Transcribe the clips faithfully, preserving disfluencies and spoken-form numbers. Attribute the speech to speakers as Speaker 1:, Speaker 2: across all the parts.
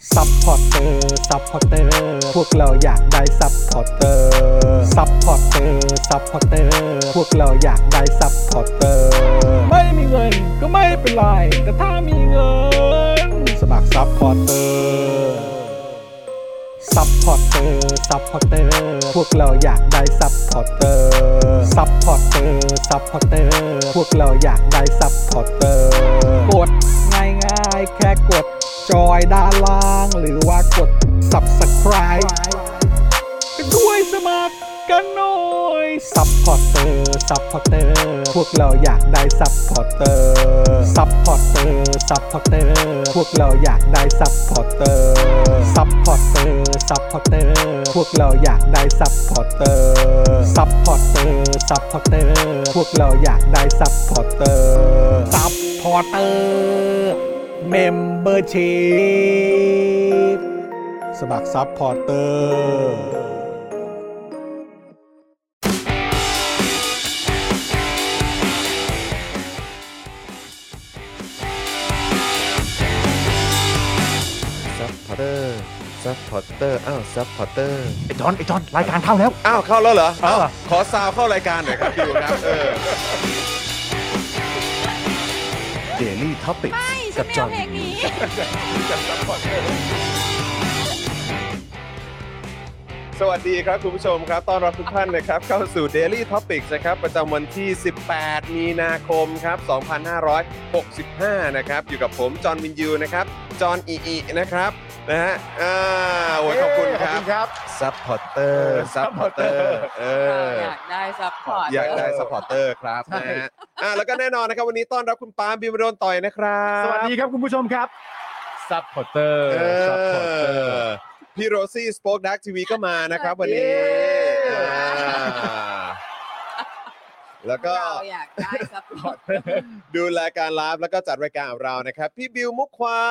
Speaker 1: ซัพพอร์เตอร์ซัพพอร์เตอร์พวกเราอยากได้ซัพพอร์เตอร์ซัพพอร์เตอร์ซัพพอร์เตอร์พวกเราอยากได้ซัพพอร์เตอร์ไม่มีเงินก็ไม่เป็นไรแต่ถ้ามีเงินสมัครซัพพอร์เตอร์ซัพพอร์เตอร์ซัพพอร์เตอร์พวกเราอยากได้ซัพพอร์เตอร์ซัพพอร์เตอร์ซัพพอร์เตอร์พวกเราอยากได้ซัพพอร์เตอร์กดง่ายๆแค่กดจอยด้านล่างหรือว่ากด ซับสไครบ์ ไปด้วยสมัครกันหน่อยซัพพอร์เตอร์ซัพพอร์เตอร์พวกเราอยากได้ซัพพอร์เตอร์ซัพพอร์เตอร์ซัพพอร์เตอร์พวกเราอยากได้ซัพพอร์เตอร์ซัพพอร์เตอร์ซัพพอร์เตอร์พวกเราอยากได้ซัพพอร์เตอร์ซัพพอร์เตอร์ซัพพอร์เตอร์พวกเราอยากได้ซัพพอร์เตอร์ซัพพอร์เตอร์เมมเบอร์ชีพสมัครซัพพอร์เตอร์
Speaker 2: ซัพพอร์เตอร์ซัพพอร์เตอร์อ้าวซัพพอร์เตอร์
Speaker 3: ไอ้จอนไอ้จอนรายการเข้าแล้ว
Speaker 2: อ้าวเข้าแล้วเหรอ
Speaker 3: เออ
Speaker 2: ขอซาวเข้ารายการหน่อยครับคิวครับเออ
Speaker 3: Daily Topics
Speaker 4: ไม่ฉันไม่เอาเพลงนี้
Speaker 2: สวัสดีครับคุณผู้ชมครับต้อนรับทุกท่านนะครับเข้าสู่ Daily Topics นะครับประจำวันที่สิบแปดมีนาคมครับสองพันห้าร้อยหกสิบห้านะครับอยู่กับผมจอห์นวินยูนะครับจอห์นอีอีนะครับนะฮะอ่าโอ้ยขอบคุณครับ
Speaker 3: ครับ
Speaker 2: ซัพพอร์เตอร์ซัพพอร์เตอร์เออ
Speaker 4: อยากได้ซัพพอร์ต
Speaker 2: อยากได้ซัพพอร์เตอร์ครับนะฮะอ่ะแล้วก็แน่นอนนะครับวันนี้ต้อนรับคุณปาล์มบิวมาโดนต่อยนะครับ
Speaker 3: สวัสดีครับคุณผู้ชมครับซัพพอร์เตอร์
Speaker 2: เอ
Speaker 3: ซัพพอร์เตอร์
Speaker 2: อพี่โรซี่สป็อคดักทีวีก็มานะครับวันนี้อ่าแล้วก็
Speaker 4: เราอยากได้ซัพพอร์ต
Speaker 2: ดูรายการไลฟ์แล้วก็จัดรายการของเรานะครับพี่บิวมุกควาย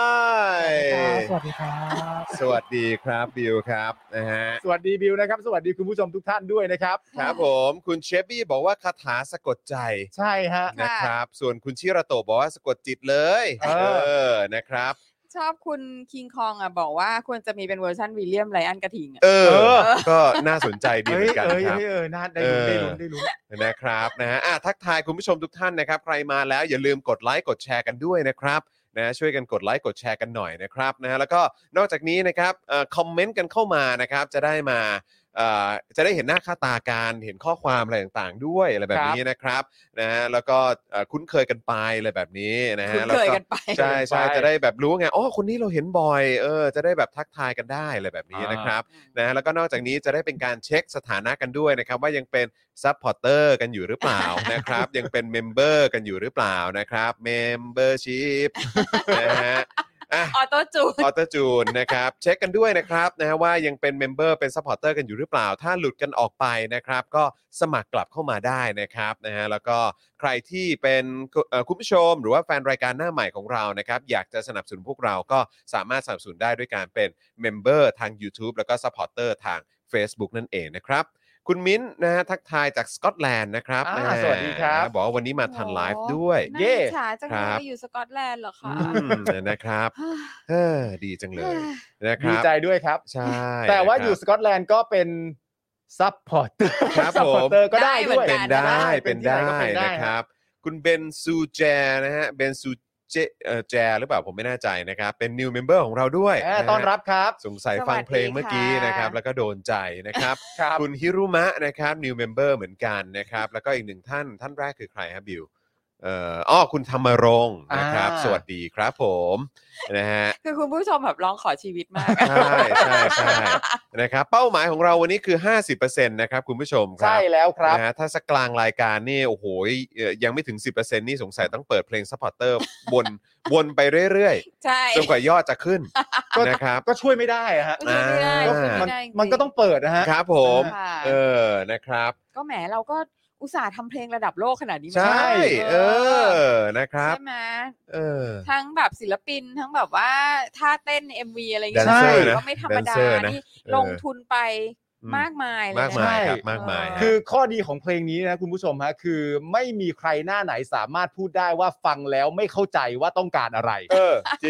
Speaker 1: สวัสดีครับ
Speaker 2: สวัสดีครับบิวครับนะฮะ
Speaker 3: สวัสดีบิวนะครับสวัสดีคุณผู้ชมทุกท่านด้วยนะครับ
Speaker 2: ครับผมคุณเชฟบี้บอกว่าคาถาสะกดใจ
Speaker 3: ใช่ฮะ
Speaker 2: นะครับ ส่วนคุณชิระโตะบอกว่าสะกดจิตเลย
Speaker 3: เออ
Speaker 2: เออนะครับ
Speaker 4: ชอบคุณคิงคองอ่ะบอกว่าควรจะมีเป็นเวอร์ชันวิลเลียมไลออนกระทิงอ่ะ
Speaker 2: เออ
Speaker 3: เออ
Speaker 2: ก็น่าสนใจดีเห
Speaker 3: เอ้
Speaker 2: มื
Speaker 3: ย
Speaker 2: อนกัน
Speaker 3: เอ้ย
Speaker 2: ครับ
Speaker 3: เอ้ยเออน่าได้ลุ้นได้ลุ้นได้ลุ้น
Speaker 2: นะครับนะฮะอ่ะทักทายคุณผู้ชมทุกท่านนะครับใครมาแล้วอย่าลืมกดไลค์กดแชร์กันด้วยนะครับนะช่วยกันกดไลค์กดแชร์กันหน่อยนะครับนะฮะแล้วก็นอกจากนี้นะครับเอ่อคอมเมนต์กันเข้ามานะครับจะได้มาเอ่อจะได้เห็นหน้าค่าตาการเห็นข้อความอะไรต่างๆด้วยอะไรแบบนี้นะครับนะฮะแล้วก็เอ่อคุ้นเคยกันไปอะไรแบบนี้นะฮะ
Speaker 4: คุ้น
Speaker 2: แล้ว
Speaker 4: เคย
Speaker 2: ก็
Speaker 4: กันไป
Speaker 2: ใช่ใช่
Speaker 3: ไป
Speaker 2: จะได้แบบรู้ไงอ๋อคนนี้เราเห็นบ่อยเออจะได้แบบทักทายกันได้อะไรแบบนี้นะครับ นะแล้วก็นอกจากนี้จะได้เป็นการเช็คสถานะกันด้วยนะครับว่ายังเป็นซัพพอร์เตอร์กันอยู่หรือเปล่า นะครับยังเป็นเมมเบอร์กันอยู่หรือเปล่านะครับเมมเบอร์ชีพนะฮะอ่ะ
Speaker 4: ออโต้จูน
Speaker 2: ออโตจูนนะครับเช็คกันด้วยนะครับนะฮะว่ายังเป็นเมมเบอร์เป็นซัพพอร์เตอร์กันอยู่หรือเปล่าถ้าหลุดกันออกไปนะครับก็สมัครกลับเข้ามาได้นะครับนะฮะแล้วก็ใครที่เป็นเอ่อคุณผู้ชมหรือว่าแฟนรายการหน้าใหม่ของเรานะครับอยากจะสนับสนุนพวกเราก็สามารถสนับสนุนได้ด้วยการเป็นเมมเบอร์ทาง YouTube แล้วก็ซัพพอร์เตอร์ทาง Facebook นั่นเองนะครับคุณมิ้นท์นะฮะทักทายจากสกอตแลนด์นะครับ
Speaker 3: อ่า
Speaker 2: นะฮะ
Speaker 3: สวัสดีครับ
Speaker 2: บอกว่าวันนี้มาทันไลฟ์ด้วย
Speaker 4: น่า
Speaker 3: เย่
Speaker 4: อิจฉาจัง
Speaker 2: ค
Speaker 4: เล
Speaker 2: รับ
Speaker 4: ยอยู่สกอตแลนด์เหรอคะ
Speaker 2: อืมนะครับเออดีจังเลยนะค
Speaker 3: ดี
Speaker 2: รับ
Speaker 3: ใจด้วยครับ
Speaker 2: ใช่
Speaker 3: แต่ว่า
Speaker 2: นะครับ
Speaker 3: อยู่สกอตแลนด์ก็เป็นซัพพอร์เตอร์
Speaker 2: ครับ
Speaker 3: ซัพพอร์เตอร์ก็ได้ด้วย
Speaker 2: เป็นได้เป็นได้
Speaker 3: ที่หก็เป็นได้
Speaker 2: นะครับ คุณเบนซูแจนะฮะเบนซูเจเอ่อแจหรือเปล่าผมไม่แน่ใจนะครับเป็น new member ของเราด้วย
Speaker 3: แหม
Speaker 2: ะฮะ
Speaker 3: ต้อนรับครับ
Speaker 2: สงสัยฟังเพลงเมื่อกี้นะครับแล้วก็โดนใจนะครับ
Speaker 3: ครับ
Speaker 2: คุณฮิรุมะนะครับ new member เหมือนกันนะครับแล้วก็อีกหนึ่งท่านท่านแรกคือใครครับบิวเอ่ออ้อคุณธรรมรงค์นะครับ
Speaker 3: อ่า
Speaker 2: สวัสดีครับผมนะฮะ
Speaker 4: คือคุณผู้ชมแบบร้องขอชีวิตมาก
Speaker 2: ใช่ใช่ใช่นะครับเป้าหมายของเราวันนี้คือ ห้าสิบเปอร์เซ็นต์ นะครับคุณผู้ชมครั
Speaker 3: ใช่แล้วครับ
Speaker 2: นะฮะถ้าสักกลางรายการนี่โอ้โหเอ่อยังไม่ถึง สิบเปอร์เซ็นต์ นี่สงสัยต้องเปิดเพลงซัพพอร์เตอร์วนวนไปเรื่อย
Speaker 4: ใช่
Speaker 2: ๆจนกว่ายอดจะขึ้น
Speaker 3: ก็
Speaker 2: นะครับ
Speaker 3: ก็ช่วยไม่ได้อะฮะ
Speaker 4: ช่วยไม่ได้
Speaker 2: อ่า
Speaker 4: ช่วย
Speaker 3: มัน
Speaker 4: ไม่ได้จริงๆ
Speaker 3: มันก็ต้องเปิดนะฮะ
Speaker 2: ครับผม
Speaker 4: ค่ะ
Speaker 2: เออนะครับ
Speaker 4: ก็แหมเราก็อุตส่าห์ทำเพลงระดับโลกขนาดนี้มา
Speaker 2: ใช่
Speaker 4: เอ
Speaker 2: เอ
Speaker 4: อ
Speaker 2: อนะครับ
Speaker 4: ใช่ไหม
Speaker 2: เออ
Speaker 4: ทั้งแบบศิลปินทั้งแบบว่าท่าเต้น เอ็ม วี อะไรอย่างเงี้ย
Speaker 2: แดนเซอร์นะ
Speaker 4: ก็ไม่ธรรมดา
Speaker 2: แดนเซอร์นะ
Speaker 4: นี่
Speaker 2: เออ
Speaker 4: ลงทุนไป
Speaker 2: อืม
Speaker 4: มากมายเลย
Speaker 2: มาก
Speaker 4: นะ
Speaker 2: มายครับ
Speaker 3: ใช่
Speaker 2: มากมายฮะ
Speaker 3: คือข้อดีของเพลงนี้นะคุณผู้ชมฮะคือไม่มีใครหน้าไหนสามารถพูดได้ว่าฟังแล้วไม่เข้าใจว่าต้องการอะไร
Speaker 2: เออจริง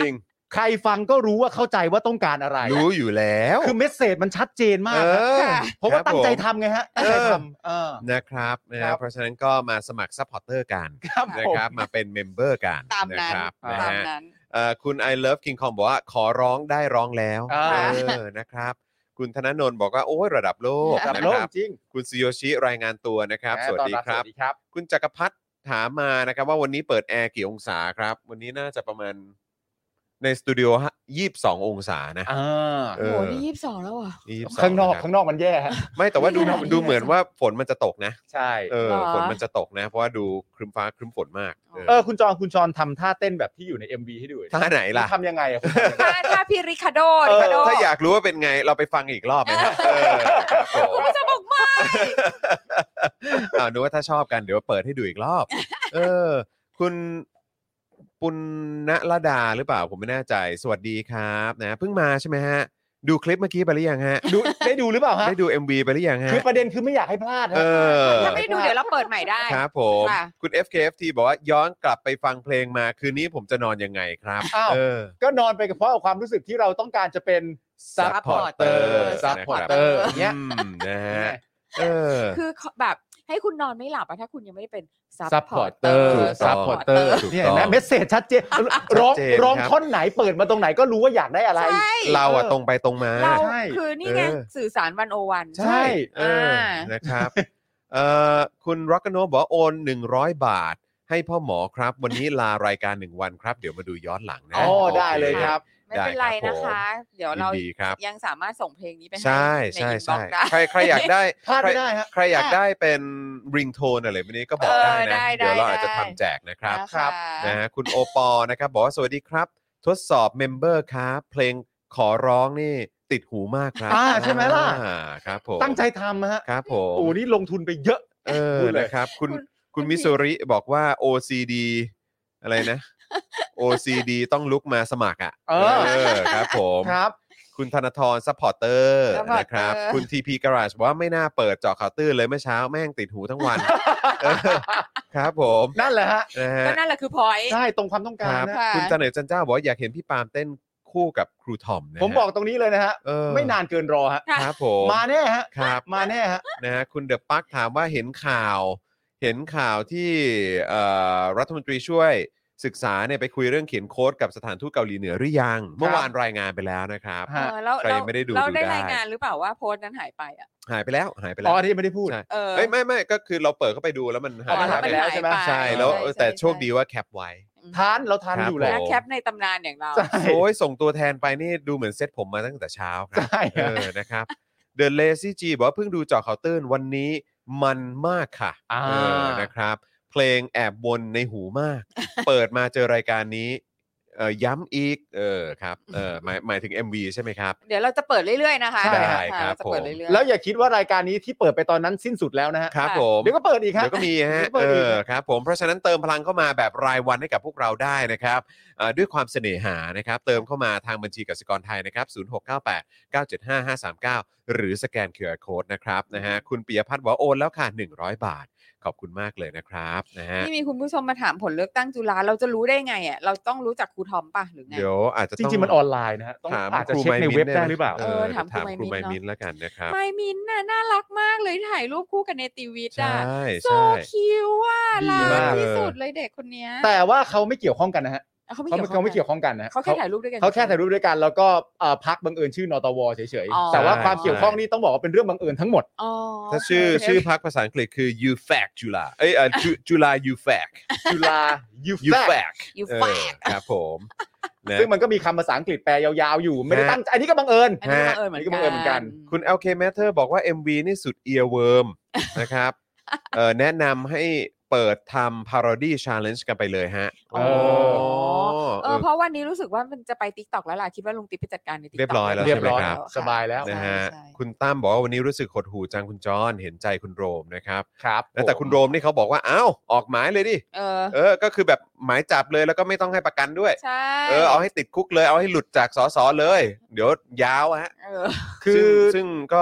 Speaker 3: ใครฟังก็รู้ว่าเข้าใจว่าต้องการอะไร
Speaker 2: รู้อยู่แล้ว
Speaker 3: คือเมสเซจมันชัดเจนมาก
Speaker 2: เอ
Speaker 3: นะ
Speaker 2: อ
Speaker 4: ค่ะ
Speaker 3: เพราะว่า
Speaker 2: คบ
Speaker 3: ตั้งใจ
Speaker 2: ผม
Speaker 3: ทำไงฮะตั้งใจทำเออ
Speaker 2: นะครับนะ
Speaker 3: ครั
Speaker 2: ฮะ
Speaker 3: บ
Speaker 2: เพราะฉะนั้นก็มาสมัครซัพพอร์เตอร์กัน
Speaker 3: ครับ
Speaker 2: นะ
Speaker 3: ผม
Speaker 2: ครับมาเป็นเมมเบอร์กัน
Speaker 4: ตามนั้น
Speaker 2: นะครับนะ
Speaker 4: ตาม
Speaker 2: ฮะ
Speaker 4: นั้น
Speaker 2: เอ่อคุณ I love King Kong บอกว่าขอร้องได้ร้องแล้ว
Speaker 3: อ่า
Speaker 2: เออนะครับ คุณธนนนท์บอกว่าโอ้ยระดับโลก
Speaker 3: ระดับ
Speaker 2: นะ
Speaker 3: โล
Speaker 2: ค
Speaker 3: ก
Speaker 2: รับ
Speaker 3: จริง
Speaker 2: คุณซิโยชิรายงานตัวนะครับ
Speaker 3: นะ
Speaker 2: สวัสดี
Speaker 3: ต้อน
Speaker 2: ครับ
Speaker 3: สวัสดีครับ
Speaker 2: คุณจักรพัฒน์ถามมานะครับว่าวันนี้เปิดแอร์กี่องศาครับ วันนี้น่าจะประมาณในสตูดิโอยี่สิบสององศานะ
Speaker 3: อ่า
Speaker 2: เอ
Speaker 4: โอ้
Speaker 2: อ
Speaker 4: โหนี่ยี่สิบสองแล้วอ่ะ
Speaker 2: ยี่สิบสอง
Speaker 3: ข้างนอก
Speaker 2: ะครับ
Speaker 3: ข้างนอกมันแย่ฮะ
Speaker 2: ไม่แต่ว่าดู
Speaker 4: ไม่ได้
Speaker 2: ดูเหมือนว่าฝนมันจะตกนะ
Speaker 3: ใช่
Speaker 2: เออ
Speaker 4: หรอ
Speaker 2: ฝนมันจะตกนะ เพราะว่าดูครึ้มฟ้าครึ้มฝนมาก
Speaker 3: เออคุณจอนคุณจอนทำท่าเต้นแบบที่อยู่ใน เอ็ม วี ให้ดูหน่อย
Speaker 2: ท่าไหนล่ะ
Speaker 3: ทำยังไงอะคุณทำยังไง
Speaker 4: ถ้าถ้าพี่ริคาโด
Speaker 3: เออ
Speaker 4: ริคาโด
Speaker 2: ถ้าอยากรู้ว่าเป็นไงเราไปฟังอีกรอบไหมครับเออครับผม
Speaker 4: คุณจะบอกไม่
Speaker 2: อ่านึกว่าถ้าชอบกันเดี๋ยวเปิดให้ดูอีกรอบ เออ คุณปุณณรดาหรือเปล่าผมไม่แน่ใจ สวัสดีครับนะเพิ่งมาใช่ไหมฮะ ดูคลิปเมื่อกี้ไปหรือยังฮะ
Speaker 3: ดูได้ดูหรือเปล่าฮะ
Speaker 2: ได้ดู เอ็ม วี ไปหรือยังฮะ
Speaker 3: คือประเด็นคือไม่อยากให้พลาด
Speaker 2: เอ
Speaker 3: ฮะ
Speaker 2: อ
Speaker 4: ถ้าไม่ได้ดูเดี๋ยวเราเปิดใหม่ได้
Speaker 2: ครับผม
Speaker 4: ค่ะ
Speaker 2: คุณ เอฟ เค เอฟ ที บอกว่าย้อนกลับไปฟังเพลงมาคืนนี้ผมจะนอนยังไงครับ
Speaker 3: อ้าว
Speaker 2: เออ
Speaker 3: ก็นอนไปกับเพราะกับความรู้สึกที่เราต้องการจะเป็น
Speaker 2: Supporter
Speaker 3: ซัพพอร์เตอร์เนี้ย
Speaker 2: อืมนะฮะเออ
Speaker 4: คือแบบให้คุณนอนไม่หลับอะถ้าคุณยังไม่ได้เป็น
Speaker 3: ซัพพอร์เตอร์
Speaker 2: ถูกต้อง
Speaker 3: ซัพพอร์เตอร์
Speaker 2: ถูกต้อง
Speaker 3: เนี่ยนะเมสเซจชัดเจนร้อง
Speaker 2: ชัดเจน
Speaker 3: ร้อง
Speaker 2: ครับ
Speaker 3: ท่อนไหนเปิดมาตรงไหนก็รู้ว่าอยากได้อะไร
Speaker 4: ใช่
Speaker 2: เราอะ
Speaker 3: เออ
Speaker 2: ตรงไปตรงมา
Speaker 4: เรา
Speaker 3: ใช่
Speaker 4: คือนี่ไง
Speaker 2: เออ
Speaker 4: สื่อสารวันโอวัน
Speaker 3: ใช่
Speaker 2: เออ
Speaker 4: อ่า
Speaker 2: นะครับเอ่อคุณร็อกกโนบอกว่าโอนหนึ่งร้อยบาท ให้พ่อหมอครับ วันนี้ลารายการหนึ่งวันครับ เดี๋ยวมาดูย้อนหลังนะ
Speaker 3: อ๋อ
Speaker 2: โอค
Speaker 3: ได้เลยครับ
Speaker 4: ไม่เป็นไรนะคะ เดี๋ยวเรา
Speaker 2: ยินดีครับ
Speaker 4: ยังสามารถส่งเพลงนี้ไปให้
Speaker 2: ใช่
Speaker 4: ใน
Speaker 2: ใช่
Speaker 4: อินบ็อ
Speaker 2: ใช่
Speaker 4: กซ์ได้
Speaker 2: ใครใครอยากได้
Speaker 3: พลาดไม่
Speaker 2: ใคร
Speaker 3: ได้ฮะ
Speaker 2: ใครอยากได้เป็นริงโทนอะไรแบบนี้ก็บอก
Speaker 4: เออ
Speaker 2: ได้นะ
Speaker 4: ได้
Speaker 2: เดี๋ยวเรา
Speaker 4: ได้
Speaker 2: อาจจะ
Speaker 4: ได้
Speaker 2: ทำแจกนะครับ
Speaker 4: นะคะ
Speaker 2: นะฮะคุณโอปอนะครับบอกว่าสวัสดีครับ ทดสอบเมมเบอร์ครับเพลงขอร้องนี่ติดหูมากครับ
Speaker 3: อ่าใช่ไหมล่ะ
Speaker 2: อ่าครับผม
Speaker 3: ตั้งใจทำฮะ
Speaker 2: ครับผม
Speaker 3: โอ้นี่ลงทุนไปเยอะ
Speaker 2: เออ
Speaker 3: พูดเลย
Speaker 2: นะครับคุณ
Speaker 4: คุณ
Speaker 2: คุณ
Speaker 4: คุณ
Speaker 2: มิ
Speaker 4: พี่
Speaker 2: สุริบอกว่า โอ ซี ดี อะไรนะ โอ ซี ดี ต้องลุกมาสมัครอ่ะ
Speaker 3: เออ
Speaker 2: ครับผม
Speaker 3: ครับ
Speaker 2: คุณธนทรซัพพอร์เตอร์
Speaker 4: Supporter
Speaker 2: นะครับ คุณ ที พี Garage บอกว่าไม่น่าเปิดเจาะข่าวตื้นเลยเมื่อเช้าแม่งติดหูทั้งวันเออครับผม
Speaker 3: นั่นแหละฮะ
Speaker 2: นะฮะ
Speaker 4: ก็นั่นแหละคือพอยต์
Speaker 3: ใช่ตรงความต้อง
Speaker 2: ค
Speaker 3: การ
Speaker 2: รับ
Speaker 3: นะ
Speaker 4: ค่ะ
Speaker 2: คุณจันเหนือจันเจ้าบอกว่าอยากเห็นพี่ปาล์มเต้นคู่กับครูทอมนะฮะ
Speaker 3: ผมบอกตรงนี้เลยนะฮะ
Speaker 2: เออ
Speaker 3: ไม่นานเกินรอฮะ
Speaker 4: ค่ะ
Speaker 2: ครับผม
Speaker 3: มาแน่ฮะ
Speaker 2: ครับ
Speaker 3: มาแน่ฮะ
Speaker 2: นะฮะคุณเดอะปักถามว่าเห็นข่าว เห็นข่าวที่เอ่อรัฐมนตรีช่วยศึกษาเนี่ยไปคุยเรื่องเขียนโค้ดกับสถานทูตเกาหลีเหนือหรือยัง เมื่อวานรายงานไปแล้วนะครับ
Speaker 3: ฮะ
Speaker 4: เออแล้ว
Speaker 2: ใคร
Speaker 4: เรา
Speaker 2: ไม่ได้ดู
Speaker 4: เรา
Speaker 2: ดู
Speaker 4: ได้
Speaker 2: ได้
Speaker 4: รายงานหรือเปล่าว่าโพสต์นั้นหายไปอ่ะ
Speaker 2: หายไปแล้วหายไป
Speaker 3: อ๋
Speaker 2: แล้
Speaker 3: อ
Speaker 2: ว
Speaker 3: ที่ไม่ได้พูด
Speaker 2: ใช่
Speaker 4: เออ
Speaker 2: เอ้ยไม่ไม่ก็คือเราเปิดเข้าไปดูแล้วมันหาย
Speaker 3: อ๋อ
Speaker 2: ไป
Speaker 3: มัน
Speaker 2: แล้ว
Speaker 3: หายไปแล้วใช่ไหม
Speaker 2: ใช่แล้ว
Speaker 4: ใช่
Speaker 2: แต่
Speaker 4: ใช่
Speaker 2: โชคดีว่าแคปไว้
Speaker 3: ทานเราทาน
Speaker 2: ครับ
Speaker 3: อยู่แหละ
Speaker 4: นักแคปในตำนานอย่างเรา
Speaker 3: ใช่
Speaker 2: โอ้ยส่งตัวแทนไปนี่ดูเหมือนเซตผมมาตั้งแต่เช้าครั
Speaker 3: ใช่
Speaker 2: เออนะครับ The Lazy G บอกว่าเพิ่งดูเจอข่าวตื้นวันนี้มันมากค่ะ
Speaker 3: อ่า
Speaker 2: เออนะครับ เพลงแอบวนในหูมาก เปิดมาเจอรายการนี้เออย้ำอีกเออครับเออหมายหมายถึง เอ็ม วี ใช่ไหมครับ
Speaker 4: เดี๋ยวเราจะเปิดเรื่อยๆนะคะ
Speaker 2: ใช่
Speaker 4: ะ
Speaker 2: ครับ
Speaker 4: เาจะเปิด
Speaker 2: ผม
Speaker 4: เรื่อยๆ
Speaker 3: แล้วอย่าคิดว่ารายการนี้ที่เปิดไปตอนนั้นสิ้นสุดแล้วนะฮะ
Speaker 2: ครับ
Speaker 4: ค่ะ
Speaker 2: ผม
Speaker 3: เดี๋ยวก็เปิดอีกฮะ
Speaker 2: เดี๋ยวก็มีฮะ
Speaker 3: เดี๋ยวก็เปิ
Speaker 2: เอ
Speaker 3: ดอีก
Speaker 2: อครับผมเพราะฉะนั้นเติมพลังเข้ามาแบบรายวันให้กับพวกเราได้นะครับเอ่อด้วยความเสน่หานะครับเติมเข้ามาทางบัญชีกสิกรไทยนะครับศูนย์ หก เก้า แปด เก้า เจ็ด ห้า ห้า สาม เก้า หรือสแกน คิว อาร์ Code นะครับนะฮะคุณปิยพัฒน์บอกว่าโอนแล้วค่ะหนึ่งร้อยบาทขอบคุณมากเลยนะครับนะฮะ
Speaker 4: ที่มีคุณผู้ชมมาถามผลเลือกตั้งจุฬาเราจะรู้ได้ไงอ่ะเราต้องรู้จักครูทอมป่ะหรือไง
Speaker 2: เดี๋ยวอาจจะ
Speaker 3: จ
Speaker 2: ต้อง
Speaker 3: ริงๆมันออนไลน์นะฮะต้อง
Speaker 2: ถาม
Speaker 3: อาจจะ
Speaker 2: ครู
Speaker 3: เช็ค
Speaker 2: ไม
Speaker 3: ใน
Speaker 2: มิ้
Speaker 3: เว็บ
Speaker 2: นท์
Speaker 3: ได้
Speaker 2: นี่ย
Speaker 3: หรือเปล่า
Speaker 2: เออ
Speaker 4: เออถาม
Speaker 2: ถาม
Speaker 4: ค
Speaker 2: ค
Speaker 4: รู
Speaker 2: รู
Speaker 4: ไม
Speaker 2: ไม
Speaker 4: มิ้
Speaker 2: มิ้น
Speaker 4: นท์
Speaker 2: ท์แล้วกันนะครับ
Speaker 4: ไมมินท์น่ะน่ารักมากเลยถ่ายรูปคู่กันในทีวี
Speaker 2: ใช่
Speaker 4: อ่ะโซ
Speaker 2: ใช่
Speaker 4: คิวอ่ะ
Speaker 3: ดี
Speaker 4: รั
Speaker 3: มาก
Speaker 4: กที่สุดเลยเด็กคนเนี้ย
Speaker 3: แต่ว่าเขาไม่เกี่ยวข้องกันนะฮะ
Speaker 4: เขาไม่
Speaker 3: เขา
Speaker 4: เกี่ยว
Speaker 3: เขาไม่เกี่ยวข้องกันนะ
Speaker 4: เขาแค่ถ่ายรูปด้วยกัน
Speaker 3: เขาแค่ถ่ายรูปด้วยกันแล้วก็เอ่อพักบังเอิญชื่อนตวเฉย
Speaker 4: อ๋อ
Speaker 3: ๆแต่ว่าความเกี่ยวข้องนี่ต้องบอกว่าเป็นเรื่องบังเอิญทั้งหมด
Speaker 4: อ๋อ
Speaker 2: ถ้าชื่อ
Speaker 4: โเค
Speaker 2: ชื่อพรรคภาษาอังกฤษคือ ยู แฟก จุฬาเอ้ยเอ่อจุจุฬา ยู แฟก
Speaker 3: จุฬายู
Speaker 2: ยู
Speaker 3: แฟ
Speaker 2: แฟก
Speaker 4: ยู
Speaker 2: เอ
Speaker 4: แฟ
Speaker 2: อก ครับผมนะ
Speaker 3: ซึ่งมันก็มีคำภาษาอังกฤษแปลยาวๆอยู่ ไม่ได้ตั้งใจอันนี้ก็บังเอิญ
Speaker 4: อันนี้ก็บังเอิญเหมือน
Speaker 3: อันนี้ก็บังเอิญเหมือนกั
Speaker 4: กัน น
Speaker 2: คุณ แอล เค Matter บอกว่า เอ็ม วี นี่สุดเอียร์เวิร์ม นะครับเอ่อแนะนำให้เปิดทำ parody challenge กันไปเลยฮะ
Speaker 3: เอ
Speaker 4: อ๋อ
Speaker 2: อ
Speaker 4: เออเพราะวันนี้รู้สึกว่ามันจะไป TikTok แล้วล่ะคิดว่าลุงติ๊บไปจัดการใน TikTok
Speaker 2: เรียบร้อยแล้ว
Speaker 3: เรียบร้อย
Speaker 2: ใช่ไหมครับ
Speaker 3: สบายแล้ว
Speaker 2: นะฮะ
Speaker 4: ใช่
Speaker 2: คุณตั้มบอกว่าวันนี้รู้สึกหดหูจังคุณจอนเห็นใจคุณโรมนะครับ
Speaker 3: ครับ
Speaker 2: แต่คุณโรมนี่เขาบอกว่าอ้าวออกหมายเลยดิ
Speaker 4: เออ
Speaker 2: เออก็คือแบบหมายจับเลยแล้วก็ไม่ต้องให้ประกันด้วย
Speaker 4: ใช่
Speaker 2: เออเอาให้ติดคุกเลยเอาให้หลุดจากสสเลย เดี๋ยวยาวอะฮะ
Speaker 4: เออ
Speaker 3: คือ
Speaker 2: ซึ่งซึ่งก็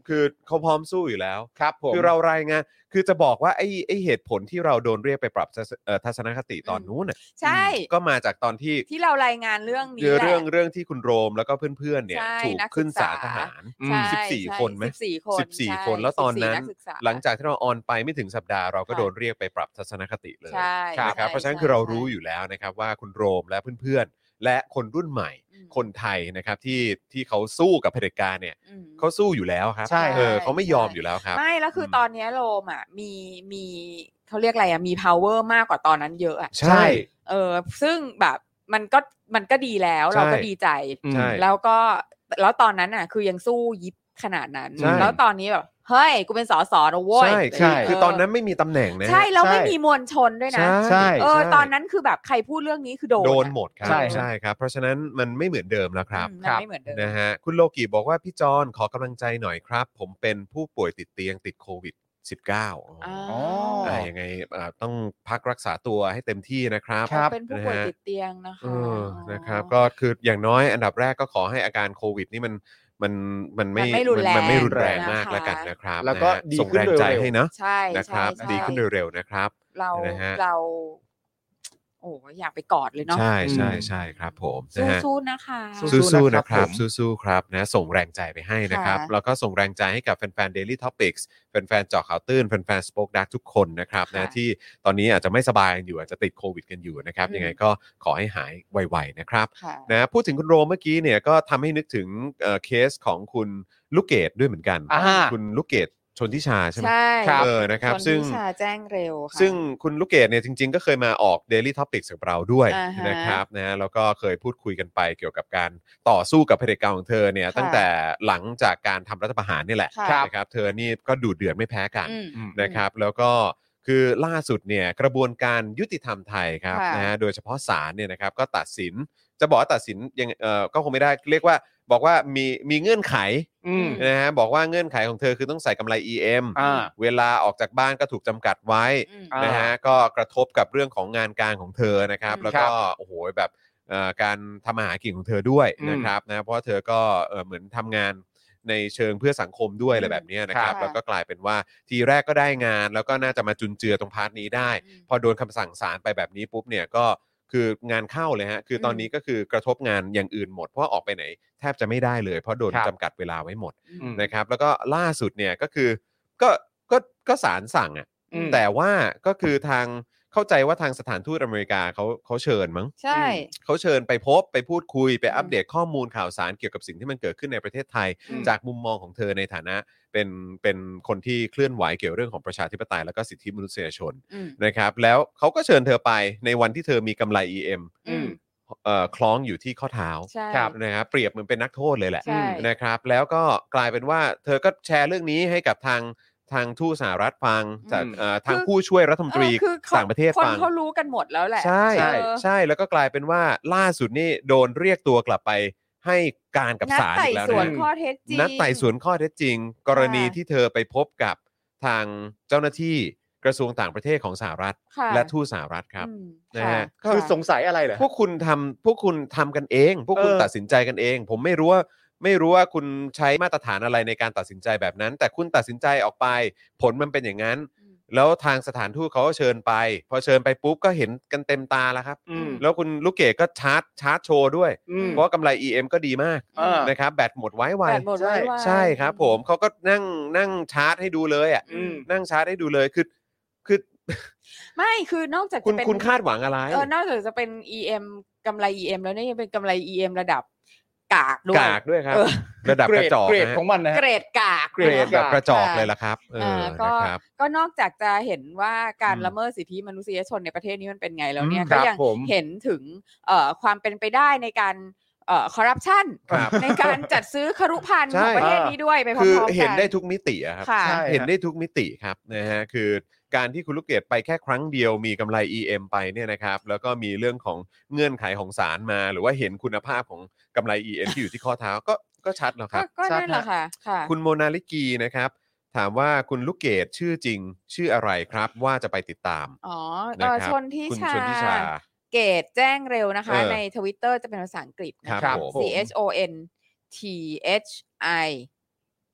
Speaker 2: คือเขาพร้อมสู้อยู่แล้ว
Speaker 3: ครับผม
Speaker 2: คือเรารายงานคือจะบอกว่าไอ้ไอ้เหตุผลที่เราโดนเรียกไปปรับทัศเอ่อทัศนคติตอนนู้นน่ะ
Speaker 4: ใช่
Speaker 2: ก็มาจากตอนที่
Speaker 4: ที่เรารายงานเรื่องนี้
Speaker 2: เรื่อง
Speaker 4: แหละ
Speaker 2: เรื่องเรื่องที่คุณโรมแล้วก็เพื่อนๆเนี่ย
Speaker 4: ใช่
Speaker 2: ถูก
Speaker 4: นักศึกษา
Speaker 2: ขึ้นศาลทหาร
Speaker 4: ใช่
Speaker 2: สิบสี่
Speaker 4: ใช่
Speaker 2: คนไหม
Speaker 4: สิบสี่คน
Speaker 2: สิบสี่
Speaker 4: ใช่
Speaker 2: คนแล้วตอนนั้น
Speaker 4: สิบสี่นักศึกษา
Speaker 2: หลังจากที่เราออนไปไม่ถึงสัปดาห์เราก็
Speaker 4: ค่ะ
Speaker 2: โดนเรียกไปปรับทัศนคติเลย
Speaker 4: ใช่
Speaker 2: นะครับ
Speaker 4: ใช่
Speaker 2: เพราะฉะนั้น
Speaker 4: ใช่
Speaker 2: คือเรา
Speaker 4: ใช่
Speaker 2: รู้อยู่แล้วนะครับว่าคุณโรมและเพื่อนๆและคนรุ่นใหม่
Speaker 4: อืม
Speaker 2: คนไทยนะครับที่ที่เขาสู้กับเผด็จการเนี่ย
Speaker 4: อืม
Speaker 2: เขาสู้อยู่แล้วครับ
Speaker 3: ใช่
Speaker 2: เออเขาไม่ยอมอยู่แล้วครับ
Speaker 4: ไม่แล้วคืออ
Speaker 2: ม
Speaker 4: ตอนเนี้ยโรมอ่ะมีมีเขาเรียกอะไรอ่ะมี power มากกว่าตอนนั้นเยอะอ่ะ
Speaker 2: ใช่
Speaker 4: เออซึ่งแบบมันก็มันก็ดีแล้ว
Speaker 2: ใช่
Speaker 4: เราก็ดีใจ
Speaker 2: ใช่
Speaker 4: แล้วก็แล้วตอนนั้นอ่ะคือยังสู้ยิบขนาดนั้น
Speaker 2: ใช่
Speaker 4: แล้วตอนนี้แบบเฮ้ยกูเป็นสสนะเว้ย
Speaker 2: ใช่
Speaker 3: ใช่
Speaker 2: คือคือตอนนั้นไม่มีตำแหน่งนะ
Speaker 4: ใช่แล้วไม่
Speaker 3: ใช่
Speaker 4: มีมวลชนด้วยนะ
Speaker 3: ใช่
Speaker 4: เออ
Speaker 2: ใช่
Speaker 4: ตอนนั้นคือแบบใครพูดเรื่องนี้คือโดน
Speaker 2: โดน
Speaker 4: อะ
Speaker 2: หมดครับ
Speaker 3: ใช่ครับ
Speaker 2: ใช่ครับ เพราะฉะนั้นมันไม่เหมือนเดิมแล้วครับ
Speaker 4: อืมมันไม่เหมือนเดิม
Speaker 2: นะฮะคุณโลกิบอกว่าพี่จอนขอกำลังใจหน่อยครับ ผมเป็นผู้ป่วยติดเตียงติดโควิด สิบเก้า
Speaker 4: อ๋อ
Speaker 3: อ๋อ
Speaker 2: อ่ายังไงอ่าต้องพักรักษาตัวให้เต็มที่นะครับ
Speaker 3: ครับ
Speaker 4: เป็นผู้ป่วย
Speaker 2: นะฮะ
Speaker 4: ติดเตียงนะคะ
Speaker 2: เออนะครับก็คืออย่างน้อยอันดับแรกก็ขอให้อาการโควิดนี่มันมันมันไม่
Speaker 4: มันไม่รุนแรง
Speaker 2: มันไม่รุนแรง
Speaker 4: นะคะ
Speaker 2: มากแล้วกันนะครับ
Speaker 3: แล้วก็
Speaker 2: นะฮะ
Speaker 3: ดี
Speaker 2: ส่ง
Speaker 3: ขึ้น
Speaker 2: แรงใจ
Speaker 3: เร็วๆ
Speaker 2: ให้เนาะ
Speaker 4: ใช่
Speaker 2: นะครับ
Speaker 4: ใช่
Speaker 2: ดีขึ้นเร็วๆนะครับ
Speaker 4: เรา
Speaker 2: นะฮะ
Speaker 4: เรา โอ้อยากไปกอดเลยเนาะ
Speaker 2: ใช่ใช่
Speaker 3: อืม
Speaker 2: ใช่ครับผมนะฮะ
Speaker 4: สู้ๆนะคะ
Speaker 2: สู้ๆนะครับ
Speaker 3: ผม
Speaker 2: สู้ๆครับนะส่งแรงใจไปให้นะครับ
Speaker 4: ค่ะ
Speaker 2: แล้วก็ส่งแรงใจให้กับแฟนๆ Daily Topics แฟนๆเจาะข่าวตื้นแฟนๆ Spoke Dark ทุกคนนะครับ
Speaker 4: ค่ะ
Speaker 2: นะที่ตอนนี้อาจจะไม่สบายกันอยู่อาจจะติดโควิดกันอยู่นะครับ
Speaker 4: อืม
Speaker 2: ยังไงก็ขอให้หายไวๆนะครับ
Speaker 4: ค่ะ
Speaker 2: นะพูดถึงคุณโรมเมื่อกี้เนี่ยก็ทำให้นึกถึงเอ่อเคสของคุณลูกเกดด้วยเหมือนกัน
Speaker 3: อ่า
Speaker 2: คุณลูกเกดชนทิชาใช่ไหม
Speaker 4: ใช่
Speaker 2: เออนะครับ
Speaker 4: ชน
Speaker 2: ซึ่ง
Speaker 4: ทิชาแจ้งเร็วค่ะ
Speaker 2: ซึ่งคุณลูกเกดเนี่ยจริงๆ ก็เคยมาออก Daily Topics กับเราด้วย
Speaker 4: อ่าฮะ
Speaker 2: นะครับนะแล้วก็เคยพูดคุยกันไปเกี่ยวกับการต่อสู้กับเผด็จการของเธอเนี่ย
Speaker 4: ค่ะ
Speaker 2: ตั้งแต่หลังจากการทำรัฐประหารนี่แหละ
Speaker 4: ค่ะ
Speaker 2: นะครับเธอนี่ก็ดูเดือดไม่แพ้กัน
Speaker 4: อืม
Speaker 3: อืม
Speaker 2: นะครับแล้วก็คือล่าสุดเนี่ยกระบวนการยุติธรรมไทยครับ
Speaker 4: ค่ะ
Speaker 2: นะฮะโดยเฉพาะศาลเนี่ยนะครับก็ตัดสินจะบอกว่าตัดสินยังเอ่อก็คงไม่ได้เรียกว่าบอกว่ามีมีเงื่อนไข
Speaker 3: อืม
Speaker 2: นะฮะบอกว่าเงื่อนไขของเธอคือต้องใส่กำไร อี เอ็ม
Speaker 3: อ่า
Speaker 2: เวลาออกจากบ้านก็ถูกจำกัดไว้
Speaker 4: อืม
Speaker 3: อ่า
Speaker 2: นะฮะก็กระทบกับเรื่องของงานการของเธอนะครับ
Speaker 4: อืม
Speaker 2: แล้วก็โอ้โหแบบเอ่อการทำมาหากินของเธอด้วย
Speaker 3: อืม
Speaker 2: นะครับนะเพราะว่าเธอก็เอ่อเหมือนทำงานในเชิงเพื่อสังคมด้วยอะไรแบบเนี้ยนะครับ
Speaker 4: ค่ะ
Speaker 2: แล้วก็กลายเป็นว่าทีแรกก็ได้งานแล้วก็น่าจะมาจุนเจือตรงพาร์ทนี้ได้
Speaker 4: อืม
Speaker 2: พอโดนคำสั่งศาลไปแบบนี้ปุ๊บเนี่ยก็คืองานเข้าเลยฮะคือตอนนี้ก็คือกระทบงานอย่างอื่นหมดเพราะว่าออกไปไหนแทบจะไม่ได้เลยเพราะโดน
Speaker 3: ครับ
Speaker 2: จำกัดเวลาไว้หมด
Speaker 4: อืม
Speaker 2: นะครับแล้วก็ล่าสุดเนี่ยก็คือก็ก็ก็ศาลสั่งอ่ะ
Speaker 3: อืม
Speaker 2: แต่ว่าก็คือทางเข้าใจว่าทางสถานทูตอเมริกาเขาเขาเชิญมั้ง
Speaker 4: ใช่
Speaker 2: เขาเชิญไปพบไปพูดคุยไป
Speaker 4: อืม
Speaker 2: อัปเดตข้อมูลข่าวสารเกี่ยวกับสิ่งที่มันเกิดขึ้นในประเทศไทย
Speaker 3: อืม
Speaker 2: จากมุมมองของเธอในฐานะเป็นเป็นคนที่เคลื่อนไหวเกี่ยวเรื่องของประชาธิปไตยแล้วก็สิทธิมนุษยชน
Speaker 4: อืม
Speaker 2: นะครับแล้วเขาก็เชิญเธอไปในวันที่เธอมีกำไร อี เอ็ม
Speaker 4: อืม
Speaker 2: เอ่อคล้องอยู่ที่ข้อเท้า
Speaker 4: ใช่
Speaker 3: ครับ
Speaker 2: นะครับเปรียบเหมือนเป็นนักโทษเลยแหละ
Speaker 4: ใช่
Speaker 2: นะครับแล้วก็กลายเป็นว่าเธอก็แชร์เรื่องนี้ให้กับทางทางทูตสหรัฐฟังจากเอ่อทางผู้ช่วยรัฐมนตรี
Speaker 4: เออคือเขา
Speaker 2: ต่างประเทศ
Speaker 4: คน
Speaker 2: ฟัง
Speaker 4: เขารู้กันหมดแล้วแหละ
Speaker 2: ใช่
Speaker 3: ใช่
Speaker 4: เออ
Speaker 2: ใช่แล้วก็กลายเป็นว่าล่าสุดนี่โดนเรียกตัวกลับไปให้การกับ
Speaker 4: นัด
Speaker 2: ศาล
Speaker 4: ไต่
Speaker 2: อีกแล้ว
Speaker 4: สวน
Speaker 2: นะ
Speaker 4: ข้อเท็จจริง
Speaker 2: นัดไต่สวนข้อเท็จจริง กรณี
Speaker 4: ค่ะ
Speaker 2: ที่เธอไปพบกับทางเจ้าหน้าที่กระทรวงต่างประเทศของสหรัฐ
Speaker 4: ค่ะ
Speaker 2: และทูตสหรัฐครับ
Speaker 4: อืม
Speaker 2: นะฮะ
Speaker 4: ค่ะ
Speaker 3: คือสงสัยอะไรเหรอ
Speaker 2: พวกคุณทำพวกคุณทำกันเอง พวกคุณ
Speaker 3: เออ
Speaker 2: ตัดสินใจกันเอง ผมไม่รู้ว่าไม่รู้ว่าคุณใช้มาตรฐานอะไรในการตัดสินใจแบบนั้น แต่คุณตัดสินใจออกไป ผลมันเป็นอย่างนั้น
Speaker 4: อืม
Speaker 2: แล้วทางสถานทูตเขาก็เชิญไป พอเชิญไปปุ๊บก็เห็นกันเต็มตาแล้วครับ
Speaker 3: อืม
Speaker 2: แล้วคุณลูกเกดก็ชาร์จชาร์จโชว์ด้วย
Speaker 3: อืม
Speaker 2: เพราะว่ากำไร อี เอ็ม ก็ดีมาก
Speaker 3: เออ
Speaker 2: นะครับแบตหมดไว้ไว
Speaker 4: แบตหมดไว้ไว
Speaker 2: ใช่ครับผมเขาก็นั่งนั่งชาร์จให้ดูเลยอ่ะ
Speaker 3: อืม
Speaker 2: นั่งชาร์จให้ดูเลยคือคือ
Speaker 4: ไม่คือนอกจาก
Speaker 2: คุณ
Speaker 4: จะเป็น
Speaker 2: คุณคาดหวังอะไร
Speaker 4: เออนอกจากจะเป็น อี เอ็ม กำไร อี เอ็ม แล้วเนี่ยยังเป็นกำไร อี เอ็ม ระดับกากด้วย
Speaker 2: กากด้วยครับ
Speaker 4: เออ
Speaker 2: ระดับ
Speaker 3: เกร
Speaker 2: กระ
Speaker 3: ด
Speaker 2: จอก
Speaker 3: เกรด
Speaker 2: นะฮะ
Speaker 3: ของมันนะฮะ
Speaker 4: เกรดกาก
Speaker 2: เกรดแบบกระจอก
Speaker 4: ค่
Speaker 2: เลยล่ะครับเอ
Speaker 4: เอ
Speaker 2: อ
Speaker 4: อก็
Speaker 2: นะครับ
Speaker 4: ก็นอกจากจะเห็นว่าการ
Speaker 2: อืม
Speaker 4: ละเมิดสิทธิมนุษยชนในประเทศนี้มันเป็นไงแล้วเนี่ย
Speaker 3: อืม
Speaker 4: ก็
Speaker 3: ครับ
Speaker 4: ยัง
Speaker 3: ผม
Speaker 4: เห็นถึงเอ่อความเป็นไปได้ในการเอ่อคอร์รัปชัน
Speaker 2: ครับ
Speaker 4: ในการจัดซื้อครุพันธ์
Speaker 2: ใช่
Speaker 4: ของประเทศนี้ด้วยไปพร้อ
Speaker 2: คือ
Speaker 4: มๆกัน
Speaker 2: เห็นได้ทุกมิติอะครับ
Speaker 4: ค่ะ
Speaker 3: ใช่
Speaker 2: เห็นได้ทุกมิติครับนะฮะคือการที่คุณลูกเกดไปแค่ครั้งเดียวมีกำไร อี เอ็ม ไปเนี่ยนะครับแล้วก็มีเรื่องของเงื่อนไขของศาลมา หรือว่าเห็นคุณภาพของกำไร อี เอ็ม ที่อยู่ที่ข้อเท้าก็ก็ชัดแล้วค
Speaker 4: ก็
Speaker 2: รับ
Speaker 4: ก็นั่นแหละค่ะค่ะ
Speaker 2: คุณโมนาลิกีนะครับถามว่าคุณลูกเกดชื่อจริงชื่ออะไรครับ ว่าจะไปติดตาม
Speaker 4: อ๋อเอ
Speaker 2: นะ
Speaker 4: อ
Speaker 2: ครับ
Speaker 4: ชนทิ
Speaker 2: คุณ
Speaker 4: ชา
Speaker 2: ชนทิชา
Speaker 4: เกตแจ้งเร็วนะคะ
Speaker 2: เออ
Speaker 4: ใน Twitter จะเป็นภาษาอังกฤษนะ
Speaker 2: ครั
Speaker 4: คะ
Speaker 2: บผม
Speaker 4: C H O N T H I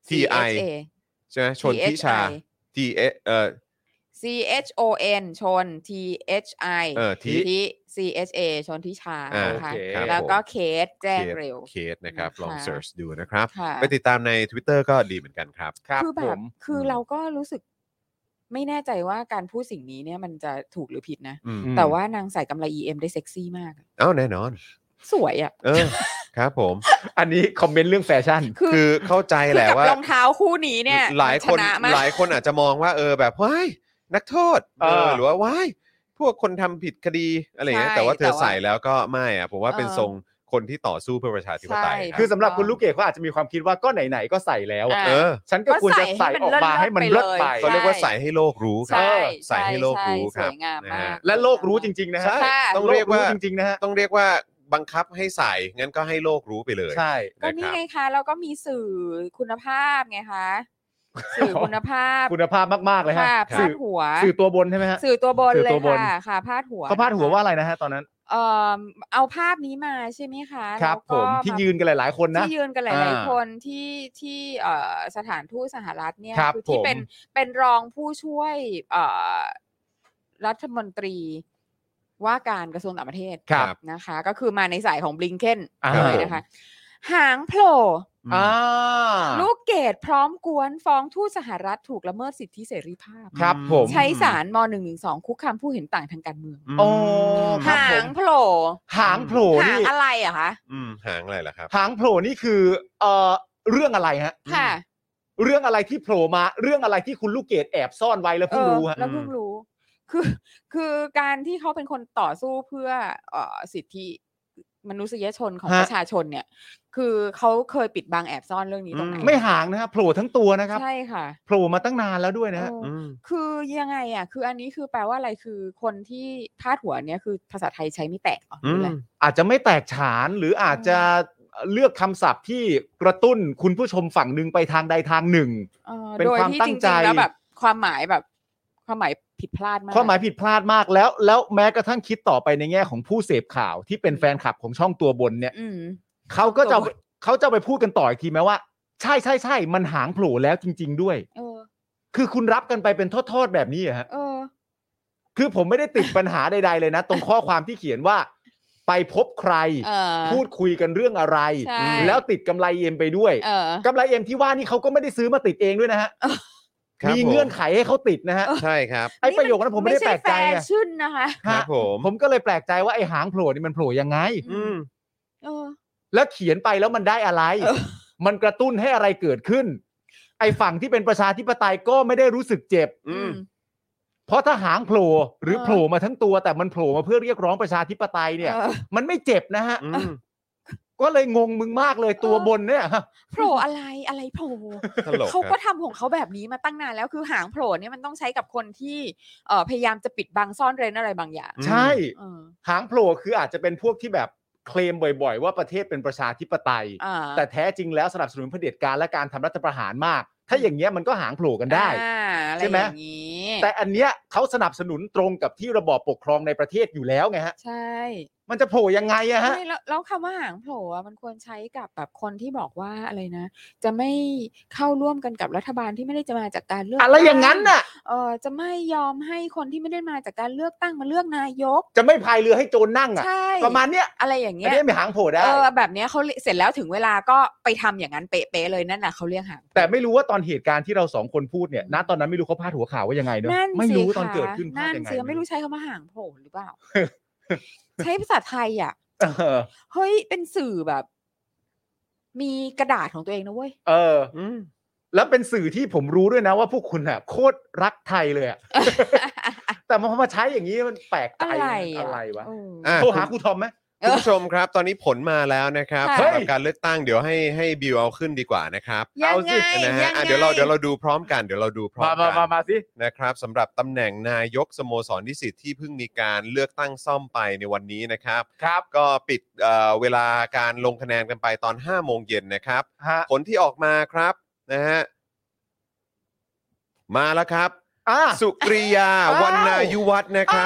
Speaker 2: T I ใช่ไหมชนทิชา T S เอ่อ
Speaker 4: C H O N ชน T H I
Speaker 2: เออ T
Speaker 4: ทิ C H A ชนทิชา
Speaker 2: อ่า
Speaker 4: นะคะ
Speaker 3: โอเค
Speaker 2: ครับ
Speaker 4: แล้วก็
Speaker 2: ผม
Speaker 4: เคสแจ้งเร็ว
Speaker 2: เคสนะครับ
Speaker 4: นะคะ
Speaker 2: ลอง search ดูนะครับ
Speaker 4: ค่ะ
Speaker 2: ไปติดตามใน Twitter ก็ดีเหมือนกันครับ
Speaker 3: ครับ
Speaker 4: คือแบ
Speaker 3: ผ
Speaker 4: บ
Speaker 3: ม
Speaker 4: คือ
Speaker 2: ม
Speaker 4: เราก็รู้สึก ไม่แน่ใจว่าการพูดสิ่งนี้เนี่ยมันจะถูกหรือผิดนะ
Speaker 2: อืม
Speaker 3: อืม
Speaker 4: แต่ว่านางใส่กำไร อี เอ็ม ได้เซ็กซี่มาก
Speaker 2: เอ้าแน่นอน
Speaker 4: สวยอ่ะ
Speaker 2: เออ ครับผม
Speaker 3: อันนี้คอมเมนต์เรื่องแฟชั่น
Speaker 4: คือ
Speaker 2: คือเข้าใจ
Speaker 4: คือ
Speaker 2: แหละ
Speaker 4: กับ
Speaker 2: ว่า
Speaker 4: รองเท้าคู่นี้เนี่ย
Speaker 2: หลายคน
Speaker 4: ชนะมาก
Speaker 2: หลายคนอาจจะมองว่าเออแบบว้ายนักโทษเอ
Speaker 3: เอ
Speaker 2: อ
Speaker 3: อ
Speaker 2: หรือว่าว้ายพวกคนทำผิดคดีอะไรอย่างเงี้ย
Speaker 4: ใช่
Speaker 2: แต่ว่าเธ
Speaker 4: แต่
Speaker 2: อ
Speaker 4: ว่า
Speaker 2: ใส่แล้วก็ไม่อ่ะผมว่าเป็น
Speaker 4: เออ
Speaker 2: ทรงคนที่ต่อสู้เพื่อประชาธิปไตย
Speaker 4: ใช่
Speaker 2: รับ
Speaker 3: คือสำหรับคุณลูกเกดเขาอาจจะมีความคิดว่าก็ไหนๆก็ใส่แล้วอะ
Speaker 4: อ่ะ
Speaker 2: เออ
Speaker 3: ฉันก็ควรจะใส่ออกมาให้มันเลิศไป
Speaker 2: เขาเรียกว่าใส่ให้โลกรู้ครั
Speaker 4: ใช่
Speaker 2: ใส่ให้โลกรู้ค
Speaker 4: ใช่
Speaker 2: รับ
Speaker 4: สวยงาม
Speaker 2: นะ
Speaker 4: มา
Speaker 2: ฮะ
Speaker 4: ก
Speaker 3: และโลกรู้จริง ๆ นะฮะ
Speaker 2: ใช่
Speaker 4: ค่ะ
Speaker 2: ต้องเรียกว่า
Speaker 3: โลจริง ๆ นะฮะ
Speaker 2: ต้องเรียกว่าบังคับให้ใส่งั้นก็ให้โลกรู้ไปเลย
Speaker 3: ใช่
Speaker 4: ก็
Speaker 2: นะค
Speaker 4: นี่
Speaker 2: รับ
Speaker 4: ไงคะแล้วก็มีสื่อคุณภาพไงคะ สื่อคุณภาพ
Speaker 3: คุณภาพมาก ๆ เลยฮะ
Speaker 4: ค่ะ
Speaker 3: สื่
Speaker 4: พา
Speaker 3: อ
Speaker 4: ดหัว
Speaker 3: สื่อตัวบนใช่ไหมฮะ
Speaker 4: สื่อตัวบน
Speaker 3: สื่อ
Speaker 4: เลย
Speaker 3: ตัวบน
Speaker 4: ค่ะค่ะพาดหัว
Speaker 3: เขาพาดหัว
Speaker 4: นะคะ
Speaker 3: ว่าอะไรนะฮะตอนนั้น
Speaker 4: เอ่อเอาภาพนี้มาใช่ไหมคะ
Speaker 3: ครับ
Speaker 4: แล้วก็
Speaker 3: ผมที่
Speaker 4: า
Speaker 3: ยืนกันหลาย ๆ คนนะ
Speaker 4: ที่ยืนกันหลาย
Speaker 3: อ่า
Speaker 4: ๆ คนที่ที่เอ่อสถานทูตสหรัฐเนี่ย
Speaker 3: ครับ
Speaker 4: คือที่
Speaker 3: ผม
Speaker 4: เป็นเป็นรองผู้ช่วยเอ่อรัฐมนตรีว่าการกระทรวงต่างประเทศ
Speaker 3: ครับ
Speaker 4: นะคะ ก็คือมาในสายของบลิงเคน
Speaker 3: อ่า
Speaker 4: เลยนะคะ หางโผล่
Speaker 3: อ่า
Speaker 4: ลูกเกดพร้อมกวนฟ้องทูตสหรัฐถูกละเมิดสิทธิเสรีภาพ
Speaker 3: ครับผม
Speaker 4: ใช้สารม หนึ่งหนึ่งสอง คุกคามผู้เห็นต่างทางการเมือง
Speaker 3: โอ้ค
Speaker 4: ห
Speaker 3: รับผ
Speaker 4: าง
Speaker 3: ม
Speaker 4: โผล่
Speaker 3: หางโผล่
Speaker 4: หา
Speaker 3: นี่
Speaker 4: งอะไรอะคะ
Speaker 2: อืมหางอะไรล่ะครับ
Speaker 3: หางโผล่นี่คือเอ่อเรื่องอะไรฮะ
Speaker 4: ค่ะ
Speaker 3: เรื่องอะไรที่โผล่มาเรื่องอะไรที่คุณลูกเกดแอบซ่อนไว้แล้วเพิ่งรู้ฮะ
Speaker 4: แล้วเพิ่งรู้ คือ คือการที่เขาเป็นคนต่อสู้เพื่อเอ่อสิทธิมนุษยชนของ
Speaker 3: ฮะ
Speaker 4: ประชาชนเนี่ย คือเขาเคยปิดบังแอบซ่อนเรื่องนี้ตรงไหน
Speaker 3: ไม่ห่างนะครับโผล่ทั้งตัวนะครับ
Speaker 4: ใช่ค่ะ
Speaker 3: โผล่มาตั้งนานแล้วด้วยนะฮะ
Speaker 4: เอออ
Speaker 2: ม
Speaker 4: คือยังไงอ่ะ คืออันนี้คือแปลว่าอะไร คือคนที่พาดหัวเนี้ยคือภาษาไทยใช้ไม่แตกเหรอหรืออะไร
Speaker 3: อาจจะไม่แตกฉานหรืออาจจะเลือกคำศัพท์ที่กระตุ้นคุณผู้ชมฝั่งหนึ่งไปทางใดทางหนึ่ง
Speaker 4: เออ
Speaker 3: เป็น
Speaker 4: โดย
Speaker 3: ความ
Speaker 4: ที่
Speaker 3: ตั้
Speaker 4: จ
Speaker 3: ง
Speaker 4: ริ
Speaker 3: ใจ
Speaker 4: งๆแล้วแบบความหมายแบบความหมายผิดพลาดมาก
Speaker 3: ความหมายผิดพลาดมากแล้ว แล้วแม้กระทั่งคิดต่อไปในแง่ของผู้เสพข่าวที่เป็นแฟนคลับของช่องตัวบนเนี่ย
Speaker 4: อืม
Speaker 3: เขาก็จะ
Speaker 4: ตัวบน
Speaker 3: เขาจะไปพูดกันต่ออีกทีไหมว่า ใช่ใช่ใช่มันหางโผล่แล้วจริง ๆ ด้วย
Speaker 4: เออ
Speaker 3: คือคุณรับกันไปเป็นทอดๆแบบนี้เหรอฮะ
Speaker 4: เออ
Speaker 3: คือผมไม่ได้ติดปัญหาใดๆเลยนะ ตรงข้อความที่เขียนว่า ไปพบใคร
Speaker 4: เออ
Speaker 3: พูดคุยกันเรื่องอะไร
Speaker 4: ใช่
Speaker 3: แล้วติดกำไรเอ็มไปด้วย
Speaker 4: เออ
Speaker 3: กำไรเอ็มที่ว่านี่เขาก็ไม่ได้ซื้อมาติดเองด้วยนะฮะ
Speaker 2: ครับ
Speaker 3: มี
Speaker 2: ผ
Speaker 3: เงื่อนไขให้เขาติดนะฮะ
Speaker 2: ใช่ครับ
Speaker 3: ไอ้ประโยคนั้นผมไม่ได้แปลกใจ
Speaker 4: ไม่
Speaker 3: ไง
Speaker 4: ใช่แฟชั่นนะคะ
Speaker 2: ครับ
Speaker 3: ฮะ
Speaker 2: ผม
Speaker 3: ผมก็เลยแปลกใจว่าไอ้หางโผล่นี่มันโผล่ยังไง
Speaker 2: อืม
Speaker 4: เออ
Speaker 3: แล้วเขียนไปแล้วมันได้อะไร
Speaker 4: เออ
Speaker 3: มันกระตุ้นให้อะไรเกิดขึ้น ไอ้ฝั่งที่เป็นประชาธิปไตยก็ไม่ได้รู้สึกเจ็บ
Speaker 2: อืม
Speaker 3: เพราะถ้าหางโผล่หรือ
Speaker 4: เออ
Speaker 3: โผล่มาทั้งตัวแต่มันโผล่มาเพื่อเรียกร้องประชาธิปไตยเนี่ย
Speaker 4: เออ
Speaker 3: มันไม่เจ็บนะฮะ
Speaker 2: อืม
Speaker 3: ก็เลยงงมึงมากเลยตัว
Speaker 4: เออ
Speaker 3: บนเนี่ย
Speaker 4: โผล่อะไรอะไรโผล่
Speaker 2: ตลก
Speaker 4: เขา
Speaker 2: ค
Speaker 4: ก็
Speaker 2: รับ
Speaker 4: ทำของเขาแบบนี้มาตั้งนานแล้วคือหางโผล่เนี่ยมันต้องใช้กับคนที่เอ่อพยายามจะปิดบังซ่อนเร้นอะไรบางอย่าง
Speaker 2: อืม
Speaker 3: ใช่
Speaker 4: เออ
Speaker 3: หางโผล่คืออาจจะเป็นพวกที่แบบเคลมบ่อยๆ ว่าประเทศเป็นประชาธิปไตย
Speaker 4: อ่า
Speaker 3: แต่แท้จริงแล้วสนับสนุนเผด็จการและการทำรัฐประหารมาก ถ้าอย่างเงี้ยมันก็หางโผล่กันได้
Speaker 4: อ่าอะไร
Speaker 3: ใช่ไหม
Speaker 4: อย่างนี้
Speaker 3: แต่อันเนี้ยเขาสนับสนุนตรงกับที่ระบอบปกครองในประเทศอยู่แล้วไงฮะ
Speaker 4: ใช่
Speaker 3: มันจะโผล่ยังไงอะฮะ
Speaker 4: ไม่แล้วแล้วคำว่าหางโผล่อะมันควรใช้กับแบบคนที่บอกว่าอะไรนะ จะไม่เข้าร่วมกันกับรัฐบาลที่ไม่ได้จะมาจากการเลือก
Speaker 3: อะไรอย่างนั้น
Speaker 4: ตั้
Speaker 3: น่ะ
Speaker 4: เออจะไม่ยอมให้คนที่ไม่ได้มาจากการเลือกตั้งมาเลือกนายก
Speaker 3: จะไม่พายเรือให้โจรนั่งอะ
Speaker 4: ใช่
Speaker 3: ประมาณเนี้ย
Speaker 4: อะไรอย่าง
Speaker 3: อั
Speaker 4: เงี้
Speaker 3: น
Speaker 4: ย
Speaker 3: นี้ไม่หางโผล่ได้
Speaker 4: เออแบบเนี้ยเขาเสร็จแล้วถึงเวลาก็ไปทำอย่างนั้นเป๊ะๆเลยนั่นแหละเขาเรียกหางโผล่
Speaker 3: แต่ไม่รู้ว่าตอนเหตุการณ์ที่เราสองคนพูดเนี่ยณตอนนั้นไม่รู้เขาพาดหัวข่าวว่ายังไงเนอะ
Speaker 4: นั่น
Speaker 3: ไม่รู้
Speaker 4: สิ
Speaker 3: ตอน
Speaker 4: คะ
Speaker 3: เกิดขึ้นพาด
Speaker 4: นั่น
Speaker 3: ยังไง
Speaker 4: สิไม่รู้ใช้คำว่าหางโผล่หรือเปล่า ใช้ภาษาไทยอ่ะ
Speaker 3: เออ
Speaker 4: เฮ้ยเป็นสื่อแบบ มีกระดาษของตัวเองนะเว้ย
Speaker 3: เออ
Speaker 2: อืม
Speaker 3: แล้วเป็นสื่อที่ผมรู้ด้วยนะว่าพวกคุณอะโคตรรักไทยเลยอะ แต่พอมาใช้อย่างนี้มันแปลกใจ
Speaker 4: อะไร
Speaker 3: นะ
Speaker 4: อะ
Speaker 3: อะไรวะ
Speaker 4: เออ
Speaker 2: อ่ะ
Speaker 3: โทรหาครูทอมไหม
Speaker 2: คุณผู้ชมครับ ตอนนี้ผลมาแล้วนะครับ
Speaker 4: ค่ะ
Speaker 2: สำหรับการเลือกตั้งเดี๋ยวให้ให้บิวเอาขึ้นดีกว่านะครับ
Speaker 4: ยัง
Speaker 3: เอา
Speaker 4: ไง
Speaker 3: สิ
Speaker 2: นะ
Speaker 4: ยั
Speaker 2: ฮะ
Speaker 4: ง
Speaker 2: อ่ะ
Speaker 4: ไง
Speaker 2: เดี๋ยวเราเดี๋ยวเราดูพร้อมกันเดี๋ยวเราดูพร้อม
Speaker 3: มา
Speaker 2: กั
Speaker 3: มาน มามาสิ
Speaker 2: นะครับสำหรับตำแหน่งนายกสโมสรนิสิตที่เพิ่งมีการเลือกตั้งซ่อมไปในวันนี้นะครับ
Speaker 3: ครับ
Speaker 2: ก็ปิดเอ่อเวลาการลงคะแนนกันไปตอนห้าโมงเย็นนะครับ
Speaker 3: ฮะ
Speaker 2: ผลที่ออกมาครับนะฮะมาแล้วครับ
Speaker 3: อ่ะ
Speaker 2: สุกริยา
Speaker 3: อ้าว
Speaker 2: วรรณายุวัฒน์นะครับ
Speaker 3: อ้าว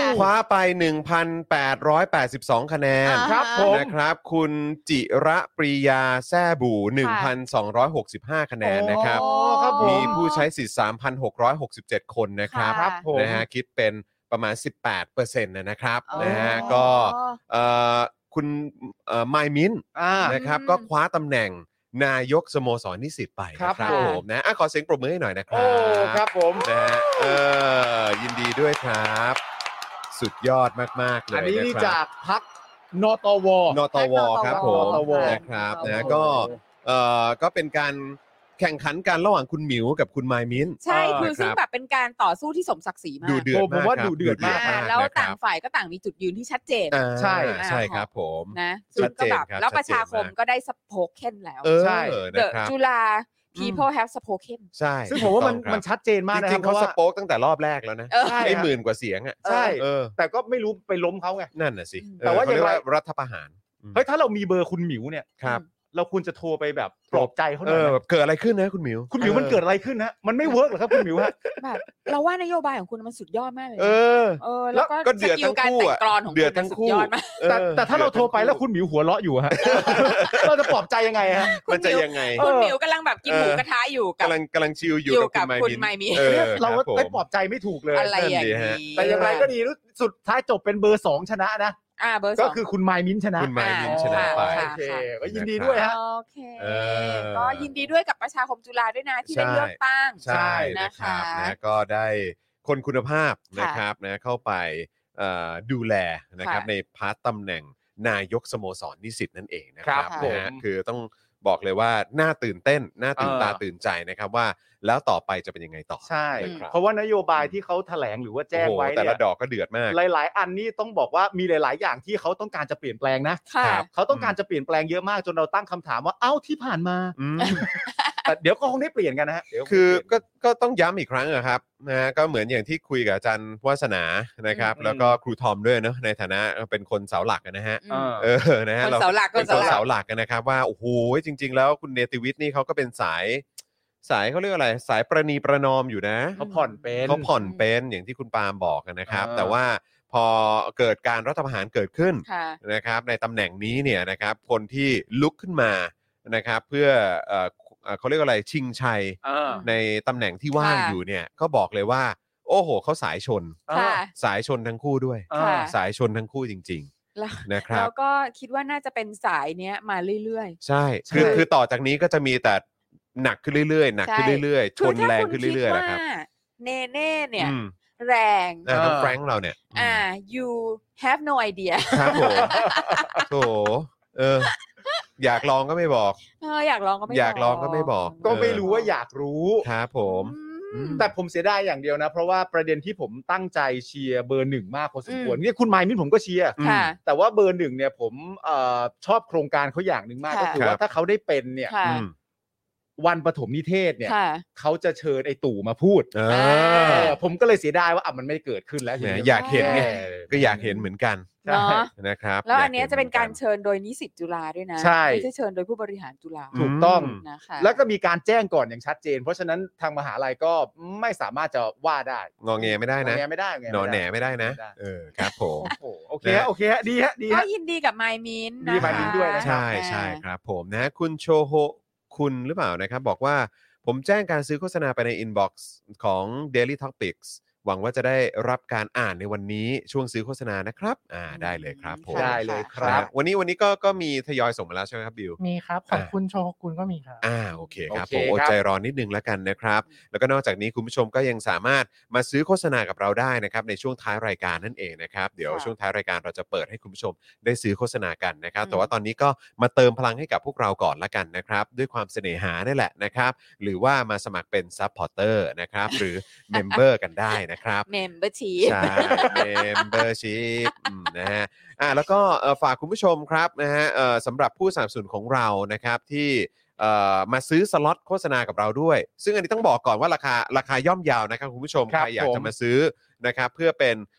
Speaker 2: คว้าไป หนึ่งพันแปดร้อยแปดสิบสอง คะแนน
Speaker 4: อ่า
Speaker 3: ครับผม
Speaker 2: นะครับคุณจิระปรียาแซ่บู หนึ่งพันสองร้อยหกสิบห้า คะแนนนะครับ
Speaker 3: โอ้ครับผม
Speaker 2: มีผู้ใช้สิทธิ์ สามพันหกร้อยหกสิบเจ็ด คนนะครับ
Speaker 3: ครับผม
Speaker 2: นะฮะคิดเป็นประมาณ สิบแปดเปอร์เซ็นต์ นะครับ
Speaker 4: อ๋อ
Speaker 2: นะฮะก็เอ่อคุณเอ่อไมมิน
Speaker 3: อ่า
Speaker 2: นะครับ
Speaker 4: อืม
Speaker 2: ก็คว้าตำแหน่งนายกสโมสรนิสิตไป
Speaker 3: ครับ
Speaker 2: นะครับ
Speaker 3: ผม
Speaker 2: ผมนะอ่ะขอเสียงปรบมือให้หน่อยนะครั
Speaker 3: โอ้ครับผม
Speaker 2: นะฮะเออยินดีด้วยครับ สุดยอดมากๆเลย
Speaker 3: อันนี้นี่
Speaker 2: ะครับ
Speaker 3: จากพักนตว
Speaker 2: นตวครับผม
Speaker 3: นตว
Speaker 2: นะครับนะก็เอ่อก็เป็นการแข่งขันกันระหว่างคุณหมิวกับคุณไมมิน
Speaker 4: ใช่
Speaker 3: เออ
Speaker 4: คือซึ่ง
Speaker 2: นะครับ
Speaker 4: แบบเป็นการต่อสู้ที่สมศักดิ์ศรีมาก
Speaker 2: ดูเดือด
Speaker 3: โอ้ผม
Speaker 2: มาก
Speaker 3: ว่า
Speaker 2: ครับ
Speaker 3: ดุเดือดมาก
Speaker 4: อ่า
Speaker 2: นะ
Speaker 4: แล้ว
Speaker 2: ค
Speaker 4: ต่า
Speaker 2: รั
Speaker 4: ง
Speaker 2: บ
Speaker 4: ฝ่ายก็ต่างมีจุดยืนที่ชัดเจน
Speaker 2: อ่า
Speaker 3: ใช่
Speaker 2: ใช่ครับผม
Speaker 4: นะซึ่งก็แบบ
Speaker 2: ชัดเจนครับ
Speaker 4: แล้วประชาคม
Speaker 2: ชัดเจนมาก
Speaker 4: ก็ได้สโปเคนแล้ว
Speaker 2: เออ
Speaker 3: ใช่
Speaker 2: นะ
Speaker 4: The
Speaker 2: ครับ
Speaker 4: จุฬา people have spoken
Speaker 2: ใช่
Speaker 3: ซึ่งผมว่ามัน
Speaker 2: ถูกต้องครับ
Speaker 3: มันชัดเจนมาก
Speaker 2: จ
Speaker 3: นะ
Speaker 2: ริงๆ
Speaker 3: เพ
Speaker 2: เขา
Speaker 3: ราะ
Speaker 2: ส
Speaker 3: ว่า
Speaker 2: โป๊กตั้งแต่รอบแรกแล้วนะ
Speaker 4: เออ
Speaker 3: ใช่
Speaker 2: ไอ้
Speaker 3: ครับ
Speaker 2: หมื่นกว่าเสียงอ่ะ
Speaker 3: ใช่
Speaker 2: เออ
Speaker 3: แต่ก็ไม่รู้ไปล้มเขาไง
Speaker 2: นั่นน่ะสิ
Speaker 3: แต่ว่า
Speaker 2: เขเรีก
Speaker 3: อย่างไร
Speaker 2: รัฐประหารอืม
Speaker 3: เฮ้ยถ้าเรามีเบอร์คุณหมิวเนี่ย
Speaker 2: ครับ
Speaker 3: เราควรจะโทรไปแบบปลอบใจเขาห
Speaker 2: เอ
Speaker 3: น่อย
Speaker 2: อ
Speaker 3: นะ
Speaker 2: แบบเกิดอะไรขึ้นนะคุณหมิว
Speaker 3: คุณหมิวมันเกิดอะไรขึ้นนะมันไม่เวิร์กเหรอครับคุณหมิวฮะ
Speaker 4: แบบเราว่านโยบายของคุณมันสุดยอดมากเลยนะ
Speaker 2: เออ
Speaker 4: เออแล้วก็
Speaker 2: ก็เดือด
Speaker 4: สกิล
Speaker 2: ทั้ง
Speaker 4: การ
Speaker 2: คู่
Speaker 4: แต่ง
Speaker 2: อะ
Speaker 4: กลอนของ
Speaker 2: เดือด
Speaker 4: คุณ
Speaker 2: ทั้งคู่
Speaker 4: สุยอดมาก
Speaker 3: แต่
Speaker 2: เออ
Speaker 3: แต่ถ้าเราโทรไป
Speaker 2: ดือด
Speaker 3: แล้ว
Speaker 2: ทั้ง
Speaker 3: คุณหมิวหัวเราะอยู่ฮะ เราจะปลอบใจยังไงฮะ
Speaker 2: มันจะยังไง
Speaker 3: เออ
Speaker 4: คุณหมิวกำลังแบบกินหมูกระทะอยู่กับ
Speaker 2: กำลังกำลังชิลอยู่
Speaker 4: อยู่
Speaker 2: กับ
Speaker 4: กับ
Speaker 2: คุณ
Speaker 4: คุณ
Speaker 2: ไมมิน
Speaker 4: ไมมิน
Speaker 2: เออ
Speaker 3: เรา
Speaker 2: ครับผม
Speaker 3: ไม่ปลอบใจไม่ถูกเลย
Speaker 4: อะไรอย่าง
Speaker 2: นั่นดิฮะ
Speaker 4: นี้
Speaker 3: แต่อย่างไรก็ดีรู้สุดท้ายจบเป็นเบอร์สองชนะนะ
Speaker 4: อ่าเบอร์ส
Speaker 3: ก็
Speaker 4: อง
Speaker 3: คือคุณไมมิ้นท์ชนะ
Speaker 2: คุณไมมิน
Speaker 4: อ่า
Speaker 2: ชนะไป
Speaker 4: ค่ะ
Speaker 3: โอเคก็ยินดีด้วยฮะ
Speaker 4: โอเค
Speaker 2: เออ
Speaker 4: ก็ยินดีด้วยกับประชาคมจุฬาด้วยนะที่ได้
Speaker 2: ใช่
Speaker 4: เลือกตั้ง
Speaker 2: ใช่นะ
Speaker 4: นะ
Speaker 2: ครั
Speaker 4: คะ
Speaker 2: บนะก็ได้คนคุณภาพ
Speaker 4: ค่ะ
Speaker 2: นะครับนะเข้าไปเอ่อดูแลนะครับ
Speaker 4: ค่ะ
Speaker 2: ในพาร์ตตำแหน่งนายกสโมสรนิสิตนั่นเองนะครั
Speaker 3: ครับ บ
Speaker 2: นะฮะ
Speaker 3: ผม
Speaker 2: คือต้องบอกเลยว่าน่าตื่นเต้นน่าตื่น
Speaker 3: เออ
Speaker 2: ตาตื่นใจนะครับว่าแล้วต่อไปจะเป็นยังไงต่อ
Speaker 3: ใช่
Speaker 2: ครับ
Speaker 3: เพราะว่านโยบายที่เขาแถลงหรือว่าแจ้ง
Speaker 2: โอ้โห
Speaker 3: ไว้
Speaker 2: แต่
Speaker 3: เนี่
Speaker 2: ละ
Speaker 3: ย
Speaker 2: ดอกก็เดือดมาก
Speaker 3: หลาย ๆ อันนี่ต้องบอกว่ามีหลาย ๆ อย่างที่เขาต้องการจะเปลี่ยนแปลงนะ
Speaker 4: ค่ะ
Speaker 2: ครับ
Speaker 3: เขาต้องการจะเปลี่ยนแปลงเยอะมากจนเราตั้งคำถามว่าเอ้าที่ผ่านมา
Speaker 2: อืม
Speaker 3: แต่เดี๋ยวก็คงได้เปลี่ยนกันนะฮะเดี๋ยว
Speaker 2: คือ
Speaker 3: ก็
Speaker 2: ก็ก็ต้องย้ำอีกครั้งอะครับนะฮะก็เหมือนอย่างที่คุยกับอาจารย์วาสนานะครับ
Speaker 3: อืม
Speaker 2: แล้วก็ครูทอมด้วยเนอะในฐานะเป็นคนเสาหลักอะนะฮะ
Speaker 4: อืม
Speaker 2: เออนะฮะ
Speaker 4: คน
Speaker 2: เรา
Speaker 4: เสาหลัก
Speaker 2: เป็น
Speaker 4: คน
Speaker 2: คน
Speaker 4: เสา
Speaker 2: เสา
Speaker 4: หลัก
Speaker 2: หลักกันนะครับว่าโอ้โหจริง ๆ แล้วคุณเนติวิทย์นี่เขาก็เป็นสายสายเขาเรียกว่าอะไรสายประนีประนอมอยู่นะ
Speaker 3: เขาผ่อนเป็น
Speaker 2: เขาผ่อนเป็นอย่างที่คุณปาล์มบอกกันนะครับ
Speaker 3: อ่า
Speaker 2: แต่ว่าพอเกิดการรัฐประหารเกิดขึ้น
Speaker 4: ค่ะ
Speaker 2: นะครับในตำแหน่งนี้เนี่ยนะครับคนที่ลุกขึ้นมานะครับเพื่อเอ่อเอ่อเขาเรียกว่าอะไรชิงชัย
Speaker 3: เออ
Speaker 2: ในตำแหน่งที่ว่าง
Speaker 4: ค่ะ
Speaker 2: อยู่เนี่ยก็บอกเลยว่า โอ้โหเขาสายชน
Speaker 4: ค่ะ
Speaker 2: สายชนทั้งคู่ด้วย
Speaker 3: อ่า
Speaker 4: ค่ะ
Speaker 2: สายชนทั้งคู่จริง
Speaker 4: แล้ว
Speaker 2: ๆนะครับ
Speaker 4: แล้วก็คิดว่าน่าจะเป็นสายเนี้ยมาเรื่อย
Speaker 2: ใช่คือ
Speaker 3: ใช่
Speaker 2: คือต่อจากนี้ก็จะมีแต่หนักขึ้นเรื่อยๆหนักขึ้น
Speaker 4: ใช่
Speaker 2: เรื่อย
Speaker 4: ๆ
Speaker 2: ๆ ชนแรงขึ้นเรื่อยๆ
Speaker 4: คื
Speaker 2: นะ
Speaker 4: ถ้า
Speaker 2: ครับ
Speaker 4: ณคิดว่าเนเน่เนี่ย
Speaker 2: อืม
Speaker 4: แรง
Speaker 2: อ่าน้อง
Speaker 3: เออ
Speaker 2: แฟรงค์เราเนี่ย
Speaker 4: อ่า you have no idea
Speaker 2: ครับผมโถเอออยากลองก็ไม่บอก
Speaker 4: เอออยากลองก็ไม่
Speaker 2: อยากลองก็ไม่บอก
Speaker 3: ก็ไม่รู้ว่าอยากรู้
Speaker 2: ครับผม
Speaker 4: อืม
Speaker 3: แต่ผมเสียดายอย่างเดียวนะ เพราะว่าประเด็นที่ผมตั้งใจเชียร์เบอร์หนึ่งมากพอสมควร
Speaker 4: อืม
Speaker 3: เนี่ยคุณไมมินผมก็เชียร์
Speaker 4: ค่ะ
Speaker 3: แต่ว่าเบอร์หนึ่งเนี่ยผมเอ่อชอบโครงการเขาอย่างหนึ่งมาก
Speaker 4: ค่ะ
Speaker 3: ก็คือว่าถ้าเขาได้เป็นเนี่ย
Speaker 4: ค่ะ
Speaker 2: อืม
Speaker 3: วันปฐมนิเทศเนี่ย
Speaker 4: ค่ะ
Speaker 3: เขาจะเชิญไอ้ตู่มาพูด
Speaker 2: เอ
Speaker 3: เอ
Speaker 2: อ
Speaker 3: อผมก็เลยเสียดายว่าอ่ะมันไม่เกิดขึ้นแล้ว
Speaker 2: แหม
Speaker 3: ทีนี้
Speaker 2: อยากเห็นไง
Speaker 3: ออ
Speaker 2: ก็อยากเห็นเหมือนกัน
Speaker 3: ใช่
Speaker 4: เนาะ
Speaker 2: นะครับ
Speaker 4: แล้วอันเนี้ย
Speaker 2: ยา
Speaker 4: จะเป็นการ
Speaker 2: ห็หมือ
Speaker 4: เชิญโดยนิสิตจุฬาด้วยนะ
Speaker 3: ใช่
Speaker 4: ไม่ใช่เชิญโดยผู้บริหารจุฬา
Speaker 3: ถูกต้อง
Speaker 2: ม
Speaker 4: นะคะ
Speaker 3: แล้วก็มีการแจ้งก่อนอย่างชัดเจน เพราะฉะนั้นทางมหาลัยก็ไม่สามารถจะว่าได้
Speaker 2: งอแงไม่ได้นะ
Speaker 3: งอแงไม่ได้งอแง
Speaker 2: หนอแหนไม่ได้นะ
Speaker 3: ม่
Speaker 2: เออครับผม
Speaker 3: โอ้โหโอเคฮะโอเคฮะดีฮะดี
Speaker 4: ก็
Speaker 3: ฮะ
Speaker 4: ยินดีกับไมมิน
Speaker 3: ดี
Speaker 4: นะ
Speaker 3: ไมมิ้นด้วยนะ
Speaker 2: ใช่ใช่ครับผมนะคุณโชโฮคุณหรือเปล่านะครับ บอกว่าผมแจ้งการซื้อโฆษณาไปในอินบ็อกซ์ของ Daily Topics หวังว่าจะได้รับการอ่านในวันนี้ช่วงซื้อโฆษณานะครับอ่าได้เลยครับผม
Speaker 3: ได้เลยค
Speaker 2: นะ
Speaker 3: รับ
Speaker 2: ฮะวันนี้วันนี้ก็ก็มีทยอยส่งมาแล้วใช่ไหมครับบิว
Speaker 5: มีครับ ของคุณโชกุนก็มีครับ
Speaker 2: อ่าโอเคครับ
Speaker 3: โอเค
Speaker 2: ผมอด
Speaker 3: ครับ
Speaker 2: ใจรอนิดนึงแล้วกันนะครับ แล้วก็นอกจากนี้คุณผู้ชมก็ยังสามารถมาซื้อโฆษณากับเราได้นะครับในช่วงท้ายรายการนั่นเองนะครับเดี๋ยวช่วงท้ายรายการเราจะเปิดให้คุณผู้ชมได้ซื้อโฆษณากันนะครับ แต่ว่าตอนนี้ก็มาเติมพลังให้กับพวกเราก่อนละกันนะครับด้วยความเสน่หานี่แหละนะครับหรือว่ามาสมัครเป็นซัพพอร์เตอร์นะครับหรือเมมเบอร์กันได้นะครับ
Speaker 4: เมมเบอร์ชี
Speaker 2: ใช่ membership อืมนะฮะอ่ะแล้วก็เอ่อฝากคุณผู้ชมครับนะฮะเอ่อสำหรับผู้สนับสนุนของเรานะครับที่เอ่อมาซื้อสล็อตโฆษณากับเราด้วย ซึ่งอันนี้ต้องบอกก่อนว่าราคาราคาย่อมเยาวนะครับคุณผู้ชม
Speaker 3: ครั
Speaker 2: ใค
Speaker 3: บ
Speaker 2: รอยาก
Speaker 3: ผม
Speaker 2: จะมาซื้อนะครับเพื่อเป็น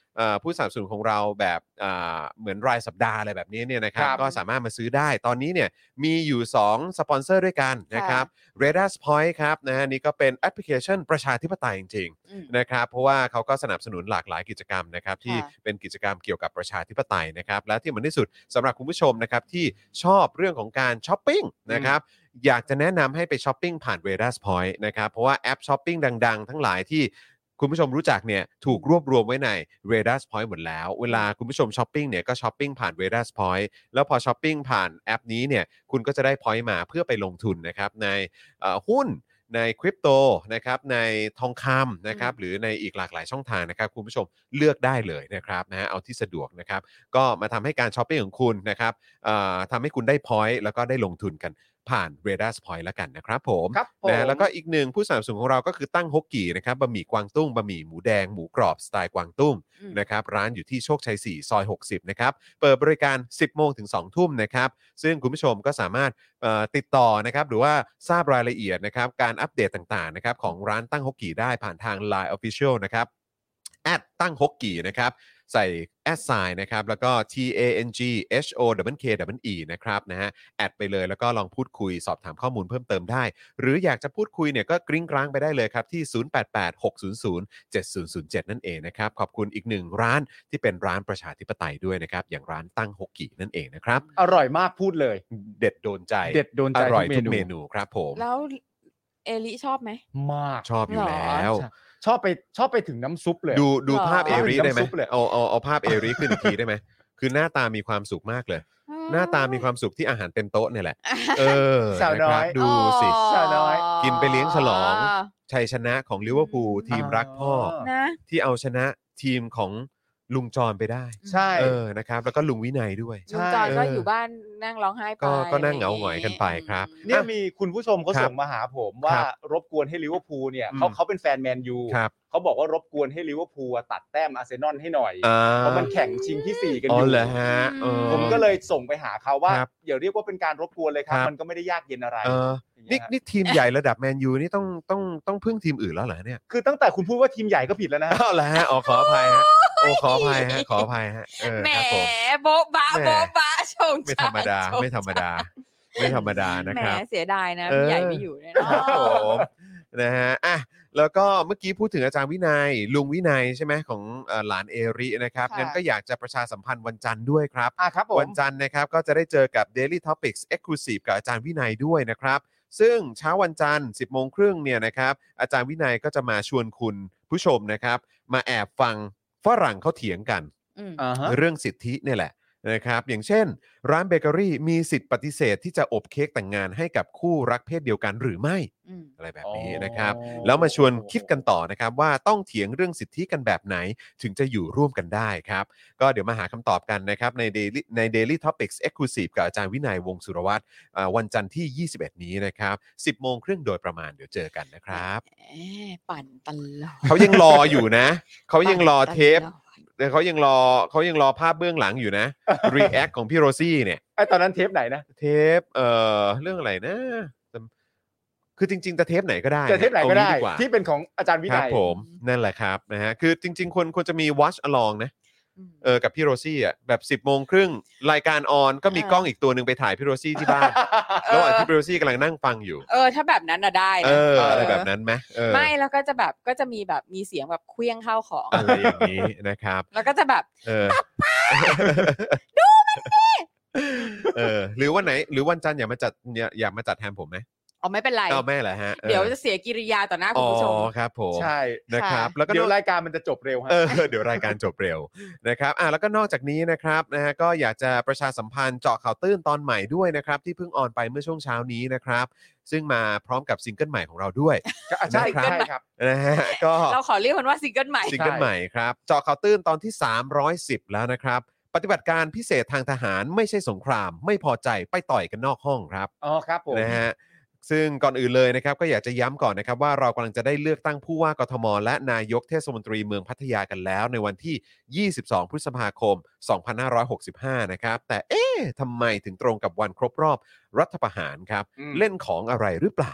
Speaker 2: เอ่อผู้สนับสนุนของเราแบบอ่าเหมือนรายสัปดาห์อะไรแบบนี้เนี่ยนะครับ
Speaker 3: ครับ
Speaker 2: ก็สามารถมาซื้อได้ตอนนี้เนี่ยมีอยู่สองสปอนเซอร์ด้วยกันนะครับ Radars Point ครับนะฮะนี่ก็เป็นแอปพลิเคชันประชาธิปไตยจริง
Speaker 4: อืม
Speaker 2: ๆนะครับเพราะว่าเขาก็สนับสนุนหลากหลายกิจกรรมนะครับที่
Speaker 4: ค่ะ
Speaker 2: เป็นกิจกรรมเกี่ยวกับประชาธิปไตยนะครับและที่มันที่สุดสำหรับคุณผู้ชมนะครับที่ชอบเรื่องของการช้อปปิ้งนะครับอยากจะแนะนำให้ไปช้อปปิ้งผ่าน Radars Point นะครับเพราะว่าแอปช้อปปิ้งดังๆ ทั้งหลายที่คุณผู้ชมรู้จักเนี่ยถูกรวบรวมไว้ใน Radars Point หมดแล้วเวลาคุณผู้ชมช้อปปิ้งเนี่ยก็ช้อปปิ้งผ่าน Radars Point แล้วพอช้อปปิ้งผ่านแอปนี้เนี่ยคุณก็จะได้ point มาเพื่อไปลงทุนนะครับในเอ่อหุ้นในคริปโตนะครับในทองคำนะครับหรือในอีกหลากหลายช่องทางนะครับคุณผู้ชมเลือกได้เลยนะครับนะฮะเอาที่สะดวกนะครับก็มาทำให้การช้อปปิ้งของคุณนะครับเอ่อทำให้คุณได้ point แล้วก็ได้ลงทุนกันผ่าน Radars Point แล้วกันนะครับผม
Speaker 3: ครับผม
Speaker 2: นะแล้วก็อีกหนึ่งผู้สนับสนุนของเราก็คือตั้งฮกกี่นะครับบะหมี่กวางตุ้งบะหมี่หมูแดงหมูกรอบสไตล์กวางตุ้ง
Speaker 4: อืม
Speaker 2: นะครับร้านอยู่ที่โชคชัยสี่ซอยหกสิบนะครับเปิดบริการ สิบโมงถึงสองทุ่มนะครับซึ่งคุณผู้ชมก็สามารถเอ่อติดต่อนะครับหรือว่าทราบรายละเอียดนะครับการอัปเดตต่างๆนะครับของร้านตั้งฮกกี่ได้ผ่านทาง ไลน์ Official นะครับแอดตั้งฮกกี่นะครับใส่แอดไซน์นะครับแล้วก็ T A N G H O K K E นะครับนะฮะแอดไปเลยแล้วก็ลองพูดคุยสอบถามข้อมูลเพิ่มเติมได้ หรืออยากจะพูดคุยเนี่ยก็กริ้งกร้างไปได้เลยครับที่ ศูนย์ แปด แปด หก ศูนย์ ศูนย์ เจ็ด ศูนย์ ศูนย์ เจ็ด นั่นเองนะครับขอบคุณอีกหนึ่งร้านที่เป็นร้านประชาธิปไตยด้วยนะครับอย่างร้านตั้งฮกกี่นั่นเองนะครับ
Speaker 3: อร่อยมากพูดเลย
Speaker 2: เด็ดโดนใจ
Speaker 3: เด็ดโดนใจ
Speaker 2: อร่อย
Speaker 3: ทุ
Speaker 2: ทุ
Speaker 3: ก
Speaker 2: ก
Speaker 3: เม
Speaker 2: เม
Speaker 3: นู
Speaker 2: นูครับผม
Speaker 4: แล้วเอลิชอบไหม
Speaker 3: มาก
Speaker 2: ชอบอยู่
Speaker 4: หรอ
Speaker 2: แล้ว
Speaker 3: ชอบไปชอบไปถึงน้ำซุปเลย
Speaker 2: ดูดู
Speaker 4: หรอ
Speaker 2: ภาพเอริได้ไหม
Speaker 3: น้ำซุปเลย
Speaker 2: เอาเอาเอาภาพเอริขึ้นอีกทีได้ไหมคือหน้าตามีความสุขมากเลย หน้าตามีความสุขที่อาหารเต็มโต๊ะเนี่ยแหละ เออ
Speaker 3: สาวน้อย
Speaker 2: นะครับดูสิ
Speaker 3: สาวน้อย
Speaker 2: กินไปเลี้ยงฉลอง ชัยชนะของลิเวอร์พูลทีมรักพ่อ
Speaker 4: นะ
Speaker 2: ที่เอาชนะทีมของลุงจรไปได้
Speaker 3: ใช่
Speaker 2: เออนะครับแล้วก็ลุงวินัยด้วย
Speaker 3: ใช่
Speaker 4: ลุงจอยก็
Speaker 2: เออ
Speaker 4: อยู่บ้านนั่งร้องไห้ไป
Speaker 2: ก็ก็นั่งเหงาหงอยกันไปครับ
Speaker 3: เนี่ยมีคุณผู้ชมเขา
Speaker 2: ครับ
Speaker 3: ส่งมาหาผมว่า
Speaker 2: ครับ
Speaker 3: รบกวนให้ลิเวอร์พูลเนี่ย
Speaker 2: อืม
Speaker 3: เขาเขาเป็นแฟนแมนยู
Speaker 2: ครับ
Speaker 3: เขาบอกว่ารบกวนให้ลิเวอร์พูลอะตัดแต้มอาร์เซนอลให้หน่อย
Speaker 2: อ่า
Speaker 3: เพราะมันแข่งชิงที่สี่กัน
Speaker 2: อ๋
Speaker 3: อ
Speaker 2: อยู่ เหรอฮะเออ
Speaker 3: ผมก็เลยส่งไปหาเขาว่า
Speaker 2: ครับ
Speaker 3: อย่าเรียกว่าเป็นการรบกวนเลยครับ
Speaker 2: ครับ
Speaker 3: มันก็ไม่ได้ยากเย็นอะไร
Speaker 2: เออ
Speaker 3: อย่าง
Speaker 2: นี่
Speaker 3: เงี้ยฮะ
Speaker 2: นี่ทีมใหญ่ระดับแมนยูนี่ต้องต้องต้องพึ่งทีมอื่นแล้วเหรอเนี่ย
Speaker 3: คือตั้งแต่คุณพูดว่าทีมใหญ่ก็ผิดแล้วนะ
Speaker 2: อ้าวเหรอฮะอ๋อขออภัยฮะโอ้ขออภัยฮะขออภัยฮะเออ
Speaker 4: แหม
Speaker 2: ครับผม
Speaker 4: โบ๊ะบะ
Speaker 2: แหม
Speaker 4: โบ๊ะบะชง
Speaker 2: ไม่ธรรมดา
Speaker 4: ชง
Speaker 2: ไม่ธรรมดา ไม่ธรรมดานะ
Speaker 4: แหม
Speaker 2: ครับ
Speaker 4: เสียดายนะ
Speaker 2: เออ
Speaker 4: พี่ใหญ่ไม่อยู่เนี่ย
Speaker 2: ครับผมนะฮะอ่ะแล้วก็เมื่อกี้พูดถึงอาจารย์วินัย ลุงวินัยใช่ไหมของเอ่อหลานเอรินะครับ
Speaker 4: ค่ะ
Speaker 2: งั้นก็อยากจะประชาสัมพันธ์วันจันทร์ด้วยครับ
Speaker 3: อ่ะครับผม
Speaker 2: วันจันทร์นะครับก็จะได้เจอกับ Daily Topics Exclusive กับอาจารย์วินัยด้วยนะครับ ซึ่งเช้าวันจันทร์ สิบโมงครึ่งเนี่ยนะครับอาจารย์วินัยก็จะมาชวนคุณผู้ชมนะครับมาแอบฟังฝรั่งเขาเถียงกัน
Speaker 4: อืม
Speaker 3: อ่าฮะ
Speaker 2: เรื่องสิทธิเนี่ยแหละนะครับอย่างเช่น ร้านเบเกอรี่มีสิทธิ์ปฏิเสธที่จะอบเค้กแต่งงานให้กับคู่รักเพศเดียวกันหรือไม่
Speaker 4: อืม
Speaker 2: อะไรแบบนี้นะครับแล้วมาชวนคิดกันต่อนะครับว่าต้องเถียงเรื่องสิทธิกันแบบไหนถึงจะอยู่ร่วมกันได้ครับก็เดี๋ยวมาหาคำตอบกันนะครับใน Daily ใน Daily Topics Exclusive กับอาจารย์วินัยวงศ์สุรวัตรอ่าวันจันทร์ที่ยี่สิบเอ็ดนี้นะครับสิบโมงครึ่งโดยประมาณเดี๋ยวเจอกันนะครับ
Speaker 4: แหมปั่นตลอด
Speaker 2: เขายังรออยู่นะเขายังรอเทป
Speaker 4: ปั่นตลอด
Speaker 2: แต่เขายังรอเขายังรอภาพเบื้องหลังอยู่นะ React ของพี่โรซี่เนี่ย
Speaker 3: ไอตอนนั้นเทปไหนนะ
Speaker 2: เทปเอ่อเรื่องอะไรนะจำคือจริงๆจะเทปไหนก็ได้
Speaker 3: แต่เทปไหนก็ได้
Speaker 2: อางี้ว่า
Speaker 3: ที่เป็นของอาจารย์วิ
Speaker 2: ครั
Speaker 3: นั
Speaker 2: บ
Speaker 3: ย
Speaker 2: ผมนั่นแหละครับนะฮะคือจริงๆควรควรจะมี watch along นะ
Speaker 4: อืม
Speaker 2: เออกับพี่โรซี่อ่ะแบบ สิบโมงครึ่งรายการออนก็มี
Speaker 4: เออ
Speaker 2: กล้องอีกตัวหนึ่งไปถ่ายพี่โรซี่ที่บ้านระหว่างที่พี่โรซี่กำลังนั่งฟังอยู่
Speaker 4: เออ ถ้าแบบนั้นน่ะได้
Speaker 2: เอ
Speaker 4: นะ
Speaker 2: ออะไรแบบนั้นไหมเออ
Speaker 4: ไม่แล้วก็จะแบบก็จะมีแบบมีเสียงแบบเคลี้ยงข้าวของ
Speaker 2: อะไรอย่างนี้นะครับ
Speaker 4: แล้วก็จะแบบ
Speaker 2: เออดูมันดิเออหรือวันไหน หรือวันจันทร์อยากมาจัดอยากอยากมาจัดแทนผมไหม
Speaker 4: อ๋อไม่เป็นไร
Speaker 2: เอาแม่เหรอฮะออ
Speaker 4: เดี๋ยวจะเสียกิริยาต่อหน้าคุ
Speaker 2: อ๋
Speaker 4: ณ
Speaker 2: อ
Speaker 4: ผู้ชม
Speaker 2: ครับผม
Speaker 3: ใช่
Speaker 2: นะครับ
Speaker 4: ค่ะ
Speaker 2: แล้วก็
Speaker 3: เดี๋ยวน รายการมันจะจบเร็วฮะ
Speaker 2: เออเดี๋ยวรายการจบเร็วนะครับอ่ะแล้วก็นอกจากนี้นะครับนะฮะก็อยากจะประชาสัมพันธ์เจาะข่าวตื้นตอนใหม่ด้วยนะครับที่เพิ่งออนไปเมื่อช่วงเช้านี้นะครับซึ่งมาพร้อมกับซิงเกิลใหม่ของเราด้วย
Speaker 3: ใช่
Speaker 2: นะครับ
Speaker 3: ใช่ครับ
Speaker 2: นะฮะก็
Speaker 4: เราขอเรียกมันว่าซิงเกิลใหม่
Speaker 2: ซิงเกิลใหม่ครับเจาะข่าวตื้นตอนที่สามร้อยสิบแล้วนะครับปฏิบัติการพิเศษทางทหารไม่ใช่สงครามไม่พอใจไปต่อยกันนอกห้องครับ
Speaker 3: อ๋อครับผม
Speaker 2: นะฮะซึ่งก่อนอื่นเลยนะครับก็อยากจะย้ำก่อนนะครับว่าเรากำลังจะได้เลือกตั้งผู้ว่ากทมและนายกเทศมนตรีเมืองพัทยากันแล้วในวันที่ยี่สิบสองพฤษภาคมสองพันห้าร้อยหกสิบห้านะครับแต่เอ๊ะทำไมถึงตรงกับวันครบรอบรัฐประหารครับ
Speaker 3: อืม
Speaker 2: เล่นของอะไรหรือเปล่า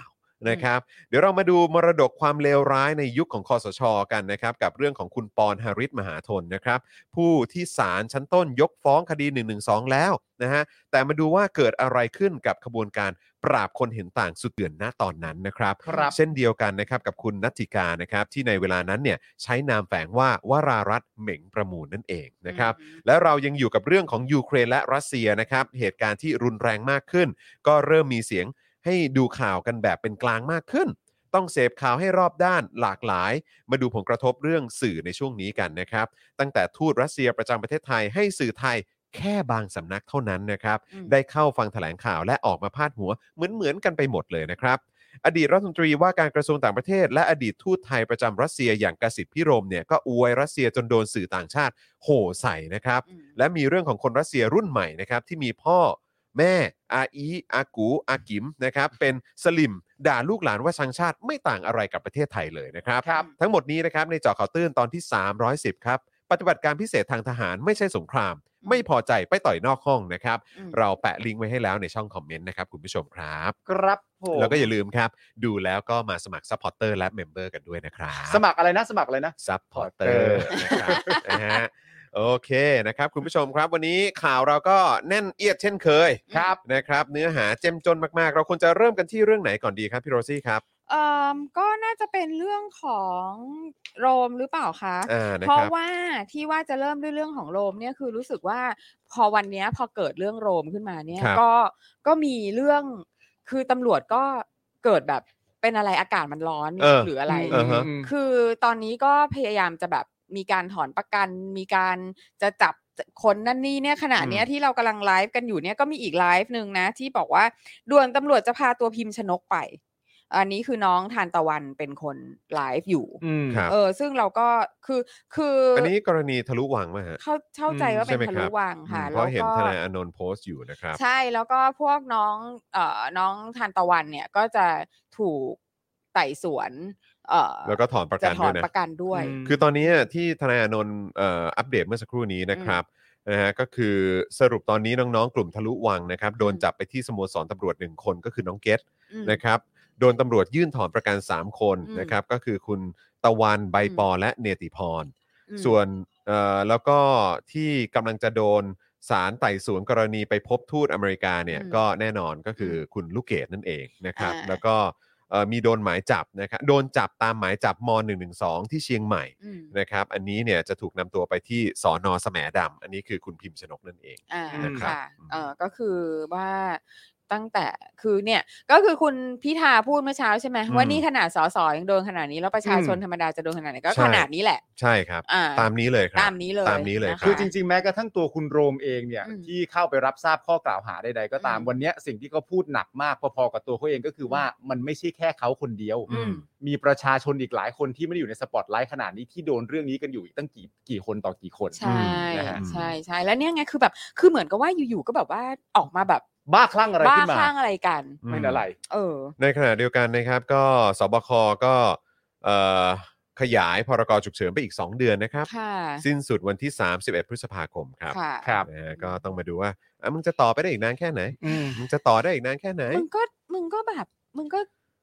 Speaker 2: นะครับเดี๋ยวเรามาดูมรดกความเลวร้ายในยุคของคสช.กันนะครับกับเรื่องของคุณปอนหฤทธิ์มหาธนนะครับผู้ที่ศาลชั้นต้นยกฟ้องคดีหนึ่งหนึ่งสองแล้วนะฮะแต่มาดูว่าเกิดอะไรขึ้นกับขบวนการปราบคนเห็นต่างสุดเดือดณตอนนั้นนะครับ
Speaker 3: ครับ
Speaker 2: เช่นเดียวกันนะครับกับคุณนัทธิกานะครับที่ในเวลานั้นเนี่ยใช้นามแฝงว่าวรารัตน์เหม่งประมูลนั่นเองนะครับ และเรายังอยู่กับเรื่องของยูเครนและรัสเซียนะครับเหตุการณ์ที่รุนแรงมากขึ้นก็เริ่มมีเสียงให้ดูข่าวกันแบบเป็นกลางมากขึ้นต้องเสพข่าวให้รอบด้านหลากหลายมาดูผลกระทบเรื่องสื่อในช่วงนี้กันนะครับตั้งแต่ทูตรัสเซียประจำประเทศไทยให้สื่อไทยแค่บางสำนักเท่านั้นนะครับได้เข้าฟังแถลงข่าวและออกมาพาดหัวเหมือนๆกันไปหมดเลยนะครับอดีตรัฐมนตรีว่าการกระทรวงต่างประเทศและอดีตทูตไทยประจำรัสเซียอย่างกสิทธิ์พิรมเนี่ยก็อวยรัสเซียจนโดนสื่อต่างชาติโห่ใส่นะครับและมีเรื่องของคนรัสเซียรุ่นใหม่นะครับที่มีพ่อแม่อาอีอากูอากิมนะครับเป็นสลิมด่าลูกหลานว่าชังชาติไม่ต่างอะไรกับประเทศไทยเลยนะครับ
Speaker 3: ครับ
Speaker 2: ทั้งหมดนี้นะครับในเจาะข่าวตื้นตอนที่สามร้อยสิบครับปฏิบัติการพิเศษทางทหารไม่ใช่สงครามไม่พอใจไปต่อยนอกห้องนะครับเราแปะลิงก์ไว้ให้แล้วในช่องคอมเมนต์นะครับคุณผู้ชมครับ
Speaker 3: ครับผม
Speaker 2: แล้วก็อย่าลืมครับดูแล้วก็มาสมัครซัพพอร์เตอร์และเมมเบอร์กันด้วยนะครับ
Speaker 3: สมัครอะไรนะสมัครอะไรนะ
Speaker 2: ซัพพอร์เตอร์นะครับ นะฮะโอเคนะครับคุณผู้ชมครับวันนี้ข่าวเราก็แน่นเอียดเช่นเคย
Speaker 3: ครับ
Speaker 2: นะครับเนื้อหาเจ้มจนมากๆเราควรจะเริ่มกันที่เรื่องไหนก่อนดีครับพี่โรซี่ครับ
Speaker 4: เอ่อก็น่าจะเป็นเรื่องของโรมหรือเปล่าคะ
Speaker 2: อ่านะ
Speaker 4: เพ
Speaker 2: ค
Speaker 4: ราะ
Speaker 2: รับ
Speaker 4: ว่าที่ว่าจะเริ่มด้วยเรื่องของโรมเนี่ยคือรู้สึกว่าพอวันเนี้ยพอเกิดเรื่องโรมขึ้นมาเนี่ย
Speaker 2: ครับ
Speaker 4: ก็ก็มีเรื่องคือตำรวจก็เกิดแบบเป็นอะไรอากาศมันร้อน
Speaker 2: เออ
Speaker 4: หรืออะไร
Speaker 2: เออฮะ
Speaker 4: คือตอนนี้ก็พยายามจะแบบมีการถอนประกัน มีการจะจับคนนั่นนี่เนี่ยขณะเนี้ยที่เรากำลังไลฟ์กันอยู่เนี่ยก็มีอีกไลฟ์หนึ่งนะที่บอกว่าด่วนตำรวจจะพาตัวพิมพ์ชนกไป อันนี้คือน้องทานตะวันเป็นคนไลฟ์อยู่
Speaker 3: อืม
Speaker 2: ครับ
Speaker 4: เออซึ่งเราก็คือคือ
Speaker 2: อั
Speaker 4: อั
Speaker 2: นนี้กรณีทะลุวังไหมฮะ
Speaker 4: เข้าเข้าใจว่า
Speaker 2: ใช่
Speaker 4: เป็น
Speaker 2: ไหม
Speaker 4: ทะ
Speaker 2: ค
Speaker 4: ลุ
Speaker 2: รับ
Speaker 4: วังค่ะ
Speaker 2: อืมเพ
Speaker 4: แล้ว
Speaker 2: ราะเห็น
Speaker 4: ก็
Speaker 2: ทนายอานนท์โพสต์อยู่นะครับ
Speaker 4: ใช่แล้วก็พวกน้องเอ่อน้องทานตะวันเนี่ยก็จะถูกไต่สวนเอ่อ
Speaker 2: แล้วก็ถอนประกั
Speaker 4: จะ
Speaker 2: น
Speaker 4: ถ
Speaker 2: ด้
Speaker 4: อ
Speaker 2: วน ยนะ
Speaker 4: ประกันด้วย
Speaker 3: อืม
Speaker 2: คือตอนนี้ที่ทนายอานนท์เอ่ออัปเดตเมื่อสักครู่นี้นะครับนะฮะก็คือสรุปตอนนี้น้องๆกลุ่มทะลุวังนะครับโดนจับไปที่สโมสรตำรวจหนึ่งคนก็คือน้องเกต
Speaker 4: อืม
Speaker 2: นะครับโดนตำรวจยื่นถอนประกันสามคน
Speaker 4: อืม
Speaker 2: นะครับก็คือคุณตะวันใบปอและเนติพร
Speaker 4: อืม
Speaker 2: ส่วนเอ่อแล้วก็ที่กำลังจะโดนศาลไต่สวนกรณีไปพบทูตอเมริกาเนี่ย
Speaker 4: อืม
Speaker 2: ก็แน่นอนก็คืออ
Speaker 4: ม
Speaker 2: คุณลูกเกดนั่นเองนะครับ
Speaker 4: อ่า
Speaker 2: แล้วก็เอ่อมีโดนหมายจับนะครับโดนจับตามหมายจับม หนึ่งหนึ่งสอง ที่เชียงใหม่
Speaker 4: อืม
Speaker 2: นะครับอันนี้เนี่ยจะถูกนำตัวไปที่สอนอแสมดำอันนี้คือคุณพิมพ์ชนกนั่นเอง
Speaker 4: อ่า
Speaker 2: นะครับ
Speaker 4: ค่ะเออก็คือว่าตั้งแต่คือเนี่ยก็คือคุณพิธาพูดเมื่อเช้าใช่ไหม
Speaker 2: อืม
Speaker 4: ว่านี่ขนาดสสยังโดนขนาดนี้แล้วประชาชน
Speaker 3: อืม
Speaker 4: ธรรมดาจะโดนขนาดไหนก็
Speaker 2: ใช่
Speaker 4: ขนาดนี้แหละ
Speaker 2: ใช่ครับ
Speaker 4: อ่า
Speaker 2: ตามนี้เลยครับ
Speaker 4: ตามนี้เลย
Speaker 2: ตามนี้เลย
Speaker 4: นะะ
Speaker 2: ค
Speaker 3: คื
Speaker 2: รั
Speaker 3: อบ จริงๆแม้กระทั่งตัวคุณโรมเองเนี่ย
Speaker 4: อืม
Speaker 3: ที่เข้าไปรับทราบข้อกล่าวหาใดๆก็ตาม
Speaker 4: อืม
Speaker 3: วันเนี้ยสิ่งที่เขาพูดหนักมากพอๆกับตัวเขาเองก็คือว่ามันไม่ใช่แค่เขาคนเดียว
Speaker 4: อืม
Speaker 3: มีประชาชนอีกหลายคนที่ไม่ได้อยู่ในสปอตไลท์ขนาดนี้ที่โดนเรื่องนี้กันอยู่อีกตั้งกี่กี่คนต่อกี่คน
Speaker 4: ใช่
Speaker 3: นะฮะ
Speaker 4: ใช่ใช่แล้วเนี่ยไงคือแบบคือเหมือนกับว่าอยู่ๆก็แบบว่าออกมาแบบ
Speaker 3: บ้าคลั่งอะไร
Speaker 4: บ้า
Speaker 3: ขึ้นมา
Speaker 4: คลั่งอะไรกัน
Speaker 2: อืม
Speaker 3: ไม่อะไร
Speaker 4: เออ
Speaker 2: ในขณะเดียวกันนะครับก็สบคก็เอ่อขยายพรกฉุกเฉินไปอีก สอง เดือนนะครับ
Speaker 4: ค่ะ
Speaker 2: สิ้นสุดวันที่สามสิบเอ็ดพฤษภาคมครับ
Speaker 4: ค่ะ
Speaker 3: ครับ
Speaker 2: นะฮะก็ต้องมาดูว่าอ่ะมึงจะต่อไปได้อีกนานแค่ไหน
Speaker 3: อืม
Speaker 2: มึงจะต่อได้อีกนานแค่ไหน
Speaker 4: มึงก็มึงก็แบบมึงก็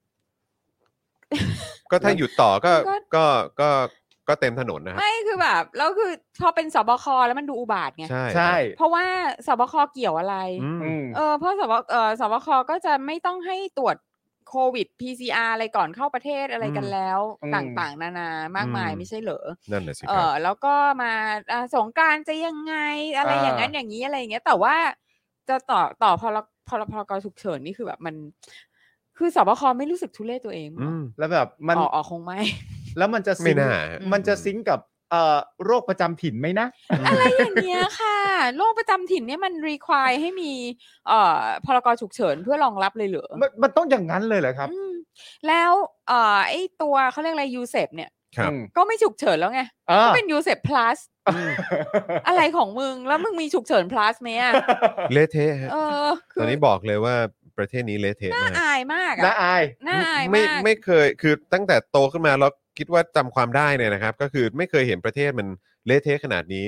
Speaker 2: ก็ถ้าหยุดต่อก็
Speaker 4: ก็
Speaker 2: ก็ก็ก็เต็มถนนนะครับ
Speaker 4: ไม่คือแบบแล้วคือพอเป็นสบคแล้วมันดูอุบาทไง
Speaker 2: ใช่
Speaker 3: ใช่
Speaker 4: เพราะว่าสบคเกี่ยวอะไร
Speaker 2: อืม
Speaker 3: อืม
Speaker 4: เออเพราะสบเออสบคก็จะไม่ต้องให้ตรวจโควิด พี ซี อาร์ อะไรก่อนเข้าประเทศอะไรกันแล้ว
Speaker 3: อืม
Speaker 4: ต่างๆ นานามากมาย
Speaker 2: อืม
Speaker 4: ไม่ใช่เหรอ
Speaker 2: นั่นแหละสิ
Speaker 4: เอ
Speaker 2: ครับ
Speaker 4: อแล้วก็มาอ่าสงกรานต์จะยังไงอะไรอย่างนั้นอย่างนี้อะไรอย่างเงี้ยแต่ว่าจะต่อต่อพรพรพรกฉุกเฉินนี่คือแบบมัน คือสบคไม่รู้สึกทุเรศตัวเองเหร
Speaker 2: อื
Speaker 4: อ
Speaker 2: ม
Speaker 3: แล้วแบบมัน
Speaker 4: อ๋ออ๋อคงไม่
Speaker 3: แล้วมันจะ
Speaker 2: ไม่
Speaker 3: ซิงค์
Speaker 2: น่า
Speaker 3: มันจะซิงค์กับเอ่อโรคประจำถิ่นไหมนะ
Speaker 4: อะไรอย่างเงี้ยค่ะโรคประจำถิ่นเนี่ยมัน require ให้มีเอ่อพรกฉุกเฉินเพื่อรองรับเลยเหรอ
Speaker 3: มันมันต้องอย่างนั้นเลยเหรอครับ
Speaker 4: อืมแล้วเอ่อไอ้ตัวเขาเรียกอะไรยูเซปเนี่ย
Speaker 2: ครับ
Speaker 3: อืม
Speaker 4: ก็ไม่ฉุกเฉินแล้วไง
Speaker 3: อ่า
Speaker 4: ก็เป็นยูเซป plus อะไรของมึงแล้วมึงมีฉุกเฉิน plus ไหมอ่ะ
Speaker 2: เละเทะฮะ
Speaker 4: เออคื
Speaker 2: ตอนนี้บอกเลยว่าประเทศนี้เละเทะ
Speaker 4: น่าม
Speaker 2: าก
Speaker 4: อายมาก
Speaker 3: น่า
Speaker 4: อ่ะ
Speaker 3: อาย
Speaker 4: น่าอาย
Speaker 2: ไม่
Speaker 4: มาก
Speaker 2: ไม่เคยคือตั้งแต่โตขึ้นมาแล้วคิดว่าจำความได้เนี่ยนะครับ ก็คือไม่เคยเห็นประเทศมันเละเทะขนาดนี้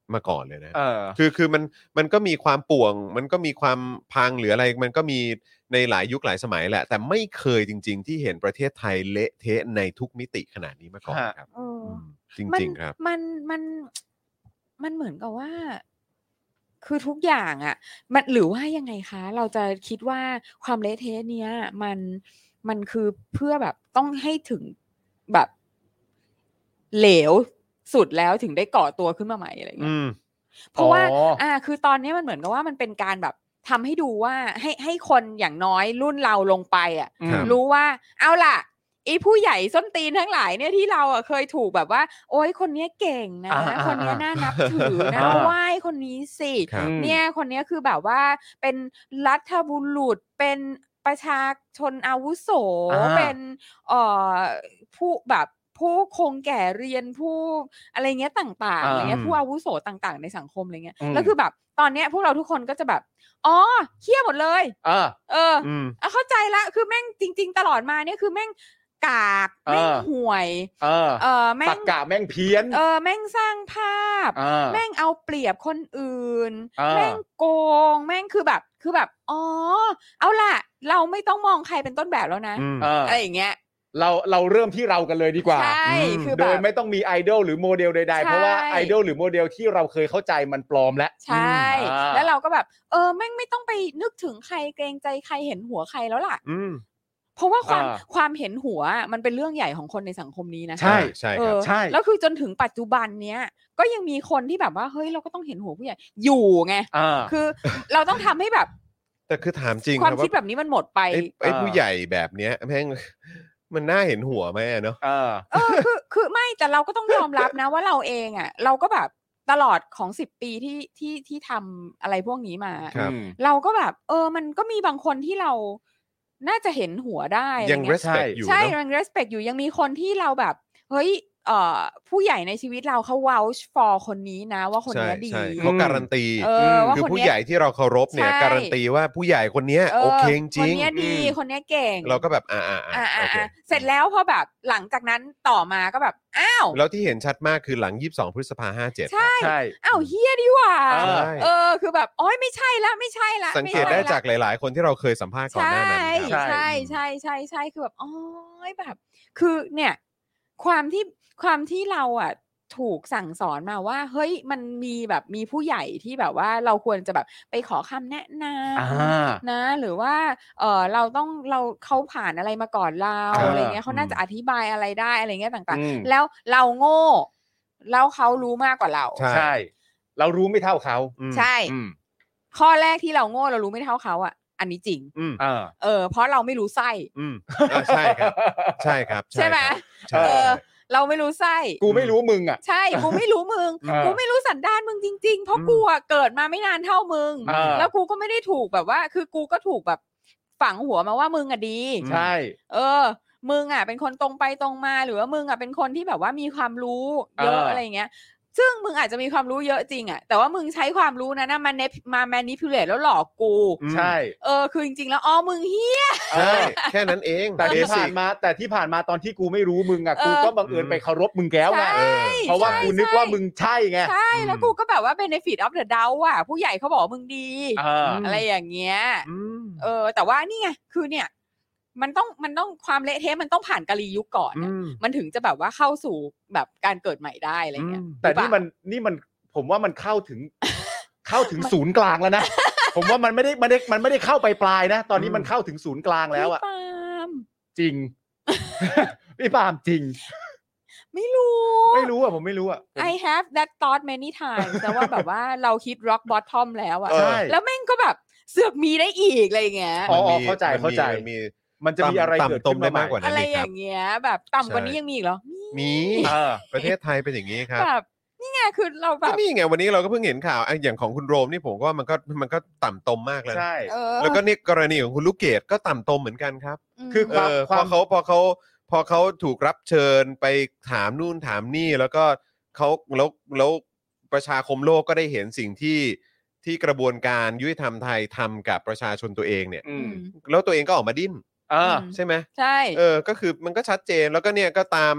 Speaker 2: มาก่อนเลยนะ
Speaker 3: เออ
Speaker 2: คือคือมันมันก็มีความป่วงมันก็มีความพังหรืออะไรมันก็มีในหลายยุคหลายสมัยแหละ แต่ไม่เคยจริง ๆ ที่เห็นประเทศไทยเละเทะในทุกมิติขนาดนี้มาก่อนครับ
Speaker 4: เออ
Speaker 2: อืมจ
Speaker 4: มัน
Speaker 2: ริง ๆ ครับ
Speaker 4: มันมันมันเหมือนกับว่า คือทุกอย่างอ่ะ มันหรือว่ายังไงคะ เราจะคิดว่าความเละเทะเนี้ย มันมันคือเพื่อแบบต้องให้ถึงแบบเหลวสุดแล้วถึงได้ก่อตัวขึ้นมาใหม่อะไรอย่างเงี้
Speaker 2: อื
Speaker 4: ย
Speaker 2: ม
Speaker 4: เพราะว่า
Speaker 3: อ๋ออ่
Speaker 4: อ่า คือตอนนี้มันเหมือนกับว่ามันเป็นการแบบทำให้ดูว่าให้ให้คนอย่างน้อยรุ่นเราลงไปอ่ะ
Speaker 2: ครับ
Speaker 4: รู้ว่า เอาล่ะไอ้ผู้ใหญ่ส้นตีนทั้งหลายเนี่ยที่เราอ่ะเคยถูกแบบว่า โอ๊ยคนเนี้ยเก่งนะ
Speaker 3: อ่าๆๆ
Speaker 4: คนเนี้ยน่านับถือนะ
Speaker 3: อ่า
Speaker 4: ไหว้คนนี้สิ
Speaker 2: ครับ
Speaker 4: เนี่ยคนเนี้ยคือแบบว่าเป็นรัฐบุรุษเป็นประชาชนอาวุโส
Speaker 3: อ่า
Speaker 4: เป็นเอ่อผู้แบบผู้คงแก่เรียนผู้อะไรเงี้ยต่างๆ
Speaker 3: อ่า
Speaker 4: อะไรเงี้ย
Speaker 2: อืม
Speaker 4: ผู้อาวุโสต่างๆ ในสังคมอะไรเงี้ย
Speaker 3: อืม
Speaker 4: แล้วคือแบบตอนเนี้ยพวกเราทุกคนก็จะแบบอ๋อเหี้ยหมดเลย
Speaker 3: เออ
Speaker 4: เออ
Speaker 2: อืม
Speaker 4: อ่ะเข้าใจละคือแม่งจริง ๆ ตลอดมาเนี่ยคือแม่งกาก
Speaker 3: เออ
Speaker 4: แม่งห่วย
Speaker 3: เออ
Speaker 4: เออแม่
Speaker 3: ตั
Speaker 4: ง
Speaker 3: กกะแม่งเพี้ยน
Speaker 4: เออแม่งสร้างภาพ
Speaker 3: เออ
Speaker 4: แม่งเอาเปรียบคนอื่น
Speaker 3: เออ
Speaker 4: แม่งโกง แม่งคือแบบคือแบบอ๋อเอาล่ะ เราไม่ต้องมองใครเป็นต้นแบบแล้วนะ
Speaker 2: อืม
Speaker 3: เออ
Speaker 4: อะไรอย่างเงี้ย
Speaker 3: เราเราเริ่มที่เรากันเลยดีกว่า
Speaker 4: ใช่
Speaker 2: อืม
Speaker 4: คือ
Speaker 3: โด
Speaker 4: แบ
Speaker 3: ย
Speaker 4: บ
Speaker 3: ไม่ต้องมีไอดอลหรือโมเดลใดๆ
Speaker 4: ใช่
Speaker 3: เพราะว่าไอดอลหรือโมเดลที่เราเคยเข้าใจมันปลอมแล้ว
Speaker 4: ใช่
Speaker 3: อ่า
Speaker 4: แล้วเราก็แบบ เออแม่งไม่ต้องไปนึกถึงใครเกรงใจใครเห็นหัวใครแล้วล่ะ
Speaker 2: อืม
Speaker 4: เพราะว่าความ
Speaker 3: อ่า
Speaker 4: ความเห็นหัวมันเป็นเรื่องใหญ่ของคนในสังคมนี้นะ
Speaker 3: ใช่
Speaker 2: ใช่
Speaker 4: เอ
Speaker 2: ครับ
Speaker 4: อ
Speaker 3: ใช่
Speaker 4: แล้วคือจนถึงปัจจุบันเนี้ยก็ยังมีคนที่แบบว่าเฮ้ยเราก็ต้องเห็นหัวผู้ใหญ่อยู่ไง
Speaker 3: อ่า
Speaker 4: คือเราต้องทำให้แบบ
Speaker 2: แต่คือถามจริง
Speaker 4: ความ
Speaker 2: รับ
Speaker 4: คิดแบบนี้มันหมดไป
Speaker 2: ไอ้ไอ้
Speaker 3: อ่า
Speaker 2: ผู้ใหญ่แบบเนี้ยแม่ง มันน่าเห็นหัวไหมอะเนาะ
Speaker 3: เออ
Speaker 4: เออคือคือไม่แต่เราก็ต้องยอมรับนะว่าเราเองอ่ะ เราก็แบบตลอดของสิบปีที่ที่ที่ทำอะไรพวกนี้มา
Speaker 2: ครับ
Speaker 3: อืม
Speaker 4: เราก็แบบ เออ มันก็มีบางคนที่เราน่าจะเห็นหัวได้อะไร
Speaker 2: ยัง
Speaker 4: เงี้ย
Speaker 2: respect อยู่
Speaker 4: ใช่
Speaker 2: เนาะ
Speaker 4: ยัง respect อยู่ยังมีคนที่เราแบบ เฮ้ยเอ่อผู้ใหญ่ในชีวิตเราเขา vouch for คนนี้นะ ว่าคน
Speaker 2: ใช่
Speaker 4: เนี้ยดี
Speaker 2: ใช่เขาการันตี
Speaker 4: เออว่า
Speaker 2: คือ
Speaker 4: คน
Speaker 2: ผู้
Speaker 4: เนี้ย
Speaker 2: ใหญ่ที่เราเคารพเนี่ย
Speaker 4: ใช่
Speaker 2: การันตีว่าผู้ใหญ่คนเนี้ย
Speaker 4: เออ
Speaker 2: โอเคจ
Speaker 4: คน
Speaker 2: ริง
Speaker 4: เนี้ยดี
Speaker 3: อืม
Speaker 4: คนเนี้ยเก่ง
Speaker 2: เราก็แบบอ่าอ่า
Speaker 4: อ่า
Speaker 2: โอเค
Speaker 4: อ่าเสร็จแล้วพอแบบหลังจากนั้นต่อมาก็แบบอ้าว
Speaker 2: แล้วที่เห็นชัดมากคือหลังยี่สิบสองพฤษภาห้าเจ็ด
Speaker 4: ใช่
Speaker 3: ใช่
Speaker 4: อ้าวเฮียดีหว่า
Speaker 3: เออ
Speaker 4: เออคือแบบโอ้ยไม่ใช่ละไม่ใช่ละ
Speaker 2: สัง
Speaker 4: ไม่
Speaker 2: เกต
Speaker 4: ใช่
Speaker 2: ได้
Speaker 4: ละ
Speaker 2: จากหลาย ๆ คนที่เราเคยสัมภาษณ์ก่อนห
Speaker 4: ใช่
Speaker 2: น้านั้นครับ
Speaker 3: ใช่
Speaker 4: ใช่ใช่ใช่ใช่คือแบบอ๋อแบบ คือเนี่ย ความที่ความที่เราอ่ะถูกสั่งสอนมาว่า เฮ้ยมันมีแบบมีผู้ใหญ่ที่แบบว่าเราควรจะแบบไปขอคำแนะน
Speaker 3: อ่า
Speaker 4: ำนะ หรือว่าเออเราต้องเราเขาผ่านอะไรมาก่อนเรา
Speaker 3: อ่า
Speaker 4: อะไรเงี้ยเขาน่าจะอธิบายอะไรได้อะไรเงี้ยต่าง
Speaker 3: อืม
Speaker 4: ๆ แล้วเราโง่แล้วเขารู้มากกว่าเรา
Speaker 2: ใช่
Speaker 3: ใช่ เรารู้ไม่เท่าเขา
Speaker 2: อืม
Speaker 4: ใช่
Speaker 3: อืม
Speaker 4: ข้อแรกที่เราโง่เรารู้ไม่เท่าเขาอ่ะ อันนี้จริง
Speaker 2: อืม
Speaker 3: เออ
Speaker 4: เออเพราะเราไม่รู้ไส้
Speaker 2: อืมอ่าใช่ครับ ใช่ครับ
Speaker 4: ใช่ไหม
Speaker 2: ครับใช่
Speaker 4: เออ
Speaker 2: ใช่
Speaker 4: เราไม่รู้ไส้
Speaker 3: กูไม่รู้มึงอ่ะ
Speaker 4: ใช่ กูไม่รู้มึง
Speaker 3: เออ
Speaker 4: กูไม่รู้สันดานมึงจริง ๆ เพราะ
Speaker 2: อืม
Speaker 4: กูอะเกิดมาไม่นานเท่ามึง
Speaker 3: เออ
Speaker 4: แล้วกูก็ไม่ได้ถูกแบบว่า คือกูก็ถูกแบบฝังหัวมาว่ามึงอะดี
Speaker 3: ใช่
Speaker 4: เออ มึงอะเป็นคนตรงไปตรงมา หรือว่ามึงอะเป็นคนที่แบบว่ามีความรู้เยอะ
Speaker 3: เอออ
Speaker 4: อะไรอย่างเงี้ย ซึ่งมึงอาจจะมีความรู้เยอะจริงอะแต่ว่ามึงใช้ความรู้นั้นนะมาเนมา manipulate แล้วหลอกกู
Speaker 2: อืม
Speaker 3: ใช่
Speaker 4: เออ คือจริงๆ แล้วอ๋อ มึงเฮีย
Speaker 2: ใช่ แค่นั้นเอง
Speaker 3: แต่ที่
Speaker 2: เบสิ
Speaker 3: ผ่าก นมาแต่ที่ผ่านมาตอนที่กูไม่รู้มึงอ่ะ
Speaker 4: เออ
Speaker 3: กูก็บังเอิญไปเคารพมึงแก้วไง
Speaker 4: ใช่
Speaker 3: เพราะว่ากูนึกว่ามึงใช่ไง
Speaker 4: ใช่ แล้วกูก็แบบว่า benefit of the doubt อ่ะ ผู้ใหญ่เขาบอกว่ามึงดี
Speaker 3: เออ
Speaker 4: อะไรอย่างเงี้ย
Speaker 2: อืม
Speaker 4: เออ แต่ว่านี่ไง คือเนี่ย มันต้อง มันต้องความเละเทะมันต้องผ่านกาลียุคก่อน
Speaker 2: อื
Speaker 4: อะ
Speaker 2: ม
Speaker 4: มันถึงจะแบบว่าเข้าสู่แบบการเกิดใหม่ได้อะไรเงี้ย
Speaker 2: อืม
Speaker 3: แต่
Speaker 4: หรือเป
Speaker 3: นี่
Speaker 4: ล่า
Speaker 3: มันนี่มันผมว่ามันเข้าถึง เข้าถึงศูนย์กลางแล้วนะ ผมว่ามันไม่ได้มันไม่ได้มันไม่ได้เข้าไปปลายนะ ตอนนี้มันเข้าถึงศูนย์กลางแล้วอ่ะ
Speaker 4: พี่ปาล์ม
Speaker 3: จริง พี่ปาล์มจริง
Speaker 4: ไม่รู้
Speaker 3: ไม่รู้อ่ะผมไม่รู้อ่ะผม
Speaker 4: I have that thought many times แต่ว่าแบบว่าเราคิด rock bottom แล้วอะ
Speaker 2: เออ
Speaker 3: ใช่
Speaker 4: แล้วแม่งก็แบบเสือกมีได้อีกอะไรอย่างเงี้ย
Speaker 3: อ๋อ
Speaker 2: มันมี
Speaker 3: เข้าใจ
Speaker 2: มันมี
Speaker 3: เข้าใจ
Speaker 2: มันมี
Speaker 3: มันจะมีอะไรเกิด
Speaker 2: ต่ำ
Speaker 3: ขึ้น
Speaker 2: ได้
Speaker 3: มาให
Speaker 2: มากกว่า
Speaker 3: ม่
Speaker 2: นั้น
Speaker 4: อะไร
Speaker 2: อีก
Speaker 4: อ
Speaker 2: ครับ
Speaker 4: ย่างเงี้ย แบบต่ำกว่า
Speaker 2: ใช่
Speaker 4: นี้ยังมีอีกเหรอ
Speaker 2: มี
Speaker 3: เออ
Speaker 2: ประเทศไทยเป็นอย่างนี้ครับ
Speaker 4: แบบนี่ไงคือเราแบ
Speaker 2: ก็
Speaker 4: บ
Speaker 2: นี่ไงวันนี้เราก็เพิ่งเห็นข่าวอ่ะอย่างของคุณโรมนี่ผมก็ว่ามันก็มันก็ต่ำตมมากแล้วนะ
Speaker 3: ใช่
Speaker 4: เออ
Speaker 2: แล้วก็นี่กรณีของคุณลูกเกดก็ต่ำตมเหมือนกันครับ
Speaker 4: ม
Speaker 3: คือ
Speaker 2: เออ
Speaker 3: ค
Speaker 2: พ
Speaker 3: วา
Speaker 2: อ
Speaker 3: ม
Speaker 2: เขาพอเขาพอเขาถูกรับเชิญไปถามนู่นถามนี่แล้วก็เขาแล้วแล้วประชาคมโลกก็ได้เห็นสิ่งที่ที่กระบวนการยุติธรรมไทยทำกับประชาชนตัวเองเนี่ย
Speaker 3: อื
Speaker 4: อื
Speaker 3: ม
Speaker 4: ม
Speaker 2: แล้วตัวเองก็ออกมาดิ้น
Speaker 3: อ่า
Speaker 4: อืม
Speaker 2: ใช่ไหม
Speaker 4: ใช่
Speaker 2: เออก็คือมันก็ชัดเจนแล้วก็เนี่ยก็ตาม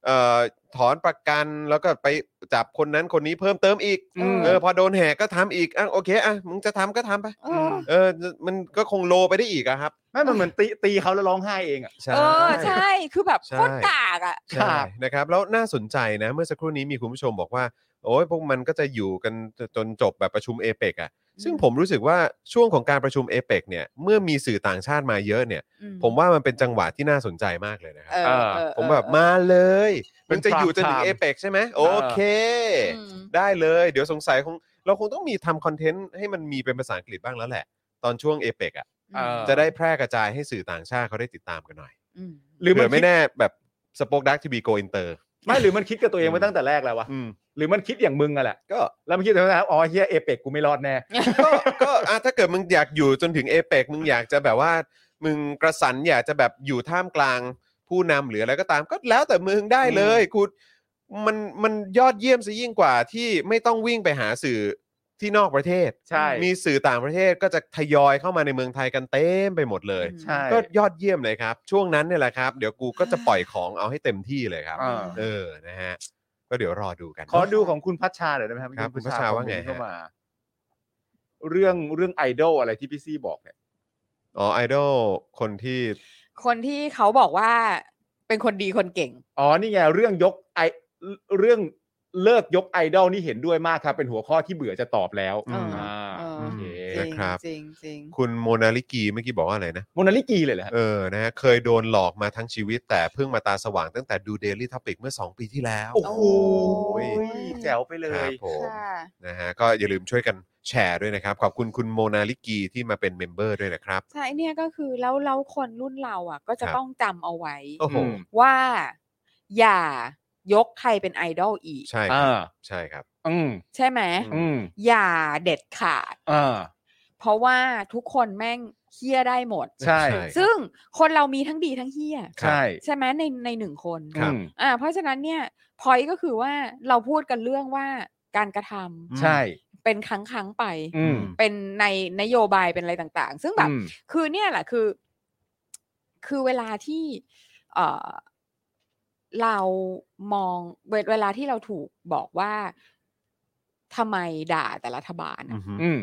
Speaker 2: เอ่อถอนประกันแล้วก็ไปจับคนนั้นคนนี้เพิ่มเติมอีก
Speaker 4: อืม
Speaker 2: เออพอโดนแหกก็ทำอีกอ่ะโอเคอ่ะมึงจะทำก็ทำไป
Speaker 4: เออ
Speaker 2: เออมันก็คงโลไปได้อีกอะครับ
Speaker 3: ไม่มันเหมือนตีตีเขาแล้วร้องไห้เองอ่ะ
Speaker 2: ใช่
Speaker 4: เออใช่คือแบบ
Speaker 2: ใช่
Speaker 4: โคตรกากอ่ะ
Speaker 2: ใช่นะครับแล้วน่าสนใจนะเมื่อสักครู่นี้มีคุณผู้ชมบอกว่าโอ้ยพวกมันก็จะอยู่กันจนจบแบบประชุมเอเปกอ่ะซึ่งผมรู้สึกว่าช่วงของการประชุมเอเปกเนี่ยเมื่อมีสื่อต่างชาติมาเยอะเนี่ย
Speaker 4: อืม
Speaker 2: ผมว่ามันเป็นจังหวะที่น่าสนใจมากเลยนะครั
Speaker 4: เอบ อเออ
Speaker 2: ผมแบบ
Speaker 4: เออ
Speaker 2: มาเลยมึ
Speaker 3: เป็น
Speaker 2: งจะอยู่จนถึง
Speaker 3: prime
Speaker 2: เอ
Speaker 3: time
Speaker 2: เปกใช่ไหมโอเค
Speaker 4: อืม
Speaker 2: ได้เลย เดี๋ยวสงสัยคงเราคงต้องมีทำคอนเทนต์ให้มันมีเป็นภาษาอังกฤษบ้างแล้วแหละ ตอนช่วงเอเปกอ่ะ
Speaker 3: เออ
Speaker 2: จะได้แพร่กระจายให้สื่อต่างชาติเขาได้ติดตามกันหน่อย
Speaker 4: อืม
Speaker 3: หรือมัน
Speaker 2: เผื่ไม่
Speaker 3: คิด
Speaker 2: แน่แบบสปอคดักทีวีโกอินเตอร์
Speaker 3: ไม่หรือมันคิดกับตัวเองมาตั้งแต่แรกแล้ววะ
Speaker 2: อืม
Speaker 3: หรือมันคิดอย่างมึงอะแหละ
Speaker 2: ก็
Speaker 3: แล้วมันคิดตั้งแต่แรกอ๋อเฮียเอเปกกูไม่รอดแน่
Speaker 2: ก็ก็อ่ะถ้าเกิดมึงอยากอยู่จนถึงเอเปกมึงอยากจะแบบว่า มึงกระสันอยากจะแบบอยู่ท่ามกลางผู้นำหรืออะไรก็ตาม ก็แล้วแต่มึงได้เลยกูมันมันยอดเยี่ยมซะยิ่งกว่าที่ไม่ต้องวิ่งไปหาสื่อที่นอกประเทศ
Speaker 3: ใช่
Speaker 2: มีสื่อต่างประเทศก็จะทยอยเข้ามาในเมืองไทยกันเต็มไปหมดเลย
Speaker 3: ใช่
Speaker 2: ก็ยอดเยี่ยมเลยครับ ช่วงนั้นเนี่ยแหละครับ เดี๋ยวกูก็จะปล่อยของเอาให้เต็มที่เลยครับ
Speaker 3: อ่า
Speaker 2: เออนะฮะก็เดี๋ยวรอดูกัน
Speaker 3: ขอดูของคุณพัชชาหน่อยได้ไหมครับ
Speaker 2: ครับคุณพัชชาว่าไงฮะ
Speaker 3: เข้ามา เรื่องเรื่องไอดอลอะไรที่พี่ซี่บอกเนี่ย
Speaker 2: อ๋อไอดอลคนที่
Speaker 4: คนที่เขาบอกว่าเป็นคนดีคนเก่ง
Speaker 3: อ๋อนี่ไงเรื่องยกไอเรื่องเลิกยกไอดอลนี่เห็นด้วยมากครับ เป็นหัวข้อที่เบื่อจะตอบแล้ว
Speaker 2: อืม
Speaker 3: อ่า
Speaker 4: เออ
Speaker 3: โอเค
Speaker 4: จริง
Speaker 2: นะครับ
Speaker 4: จริงจริง
Speaker 2: คุณโมนาลิกีเมื่อกี้บอกว่าอะไรนะ
Speaker 3: โมนาลิกีเลยเหรอฮะ
Speaker 2: เออนะฮะเคยโดนหลอกมาทั้งชีวิต แต่เพิ่งมาตาสว่างตั้งแต่ดู Daily Topic เมื่อสองปีที่แล้ว
Speaker 3: โอ้โห
Speaker 2: โอ้ย
Speaker 3: แจ๋วไปเล
Speaker 2: ครั
Speaker 3: ย
Speaker 2: บผม
Speaker 4: ค่ะ
Speaker 2: นะฮะก็อย่าลืมช่วยกันแชร์ด้วยนะครับ ขอบคุณคุณโมนาลิกีที่มาเป็นเมมเบอร์ด้วยนะครับ
Speaker 4: ใช่เนี่ยก็คือแล้วแล้วคนรุ่นเราอ่ะ ก็จะ
Speaker 2: ครับ
Speaker 4: ต้องจำเอาไว้
Speaker 2: โอ้โห
Speaker 3: อืม
Speaker 4: ว่าอย่ายกใครเป็นไอดอลอีก
Speaker 2: ใช่ครั
Speaker 3: อ่า
Speaker 2: บใช่ครับ
Speaker 3: อืม
Speaker 4: ใช่ไหม
Speaker 3: อืม
Speaker 4: อย่าเด็ดขาด
Speaker 3: อ่า
Speaker 4: เพราะว่าทุกคนแม่งเฮี้ยได้หมด
Speaker 3: ใช่
Speaker 2: ใช่
Speaker 4: ซึ่งคนเรามีทั้งดีทั้งเฮี้ย
Speaker 3: ใช่
Speaker 4: ใช่ไหมในในหนึ่งคน
Speaker 2: ครับ
Speaker 3: อืม
Speaker 4: อ่าเพราะฉะนั้นเนี่ยพอยก็คือว่าเราพูดกันเรื่องว่าการกระทำ
Speaker 3: ใช่
Speaker 4: เป็นครั้งครั้งๆไป
Speaker 3: อืม
Speaker 4: เป็นในนโยบายเป็นอะไรต่างๆ ซึ่งแบบ
Speaker 3: อืม
Speaker 4: คือเนี่ยแหละคือ คือเวลาที่เอ่อเรามองเวเวลาที่เราถูกบอกว่าทำไมด่าแต่รัฐบาล
Speaker 2: อื
Speaker 4: อะ
Speaker 2: อฮึ
Speaker 3: อืม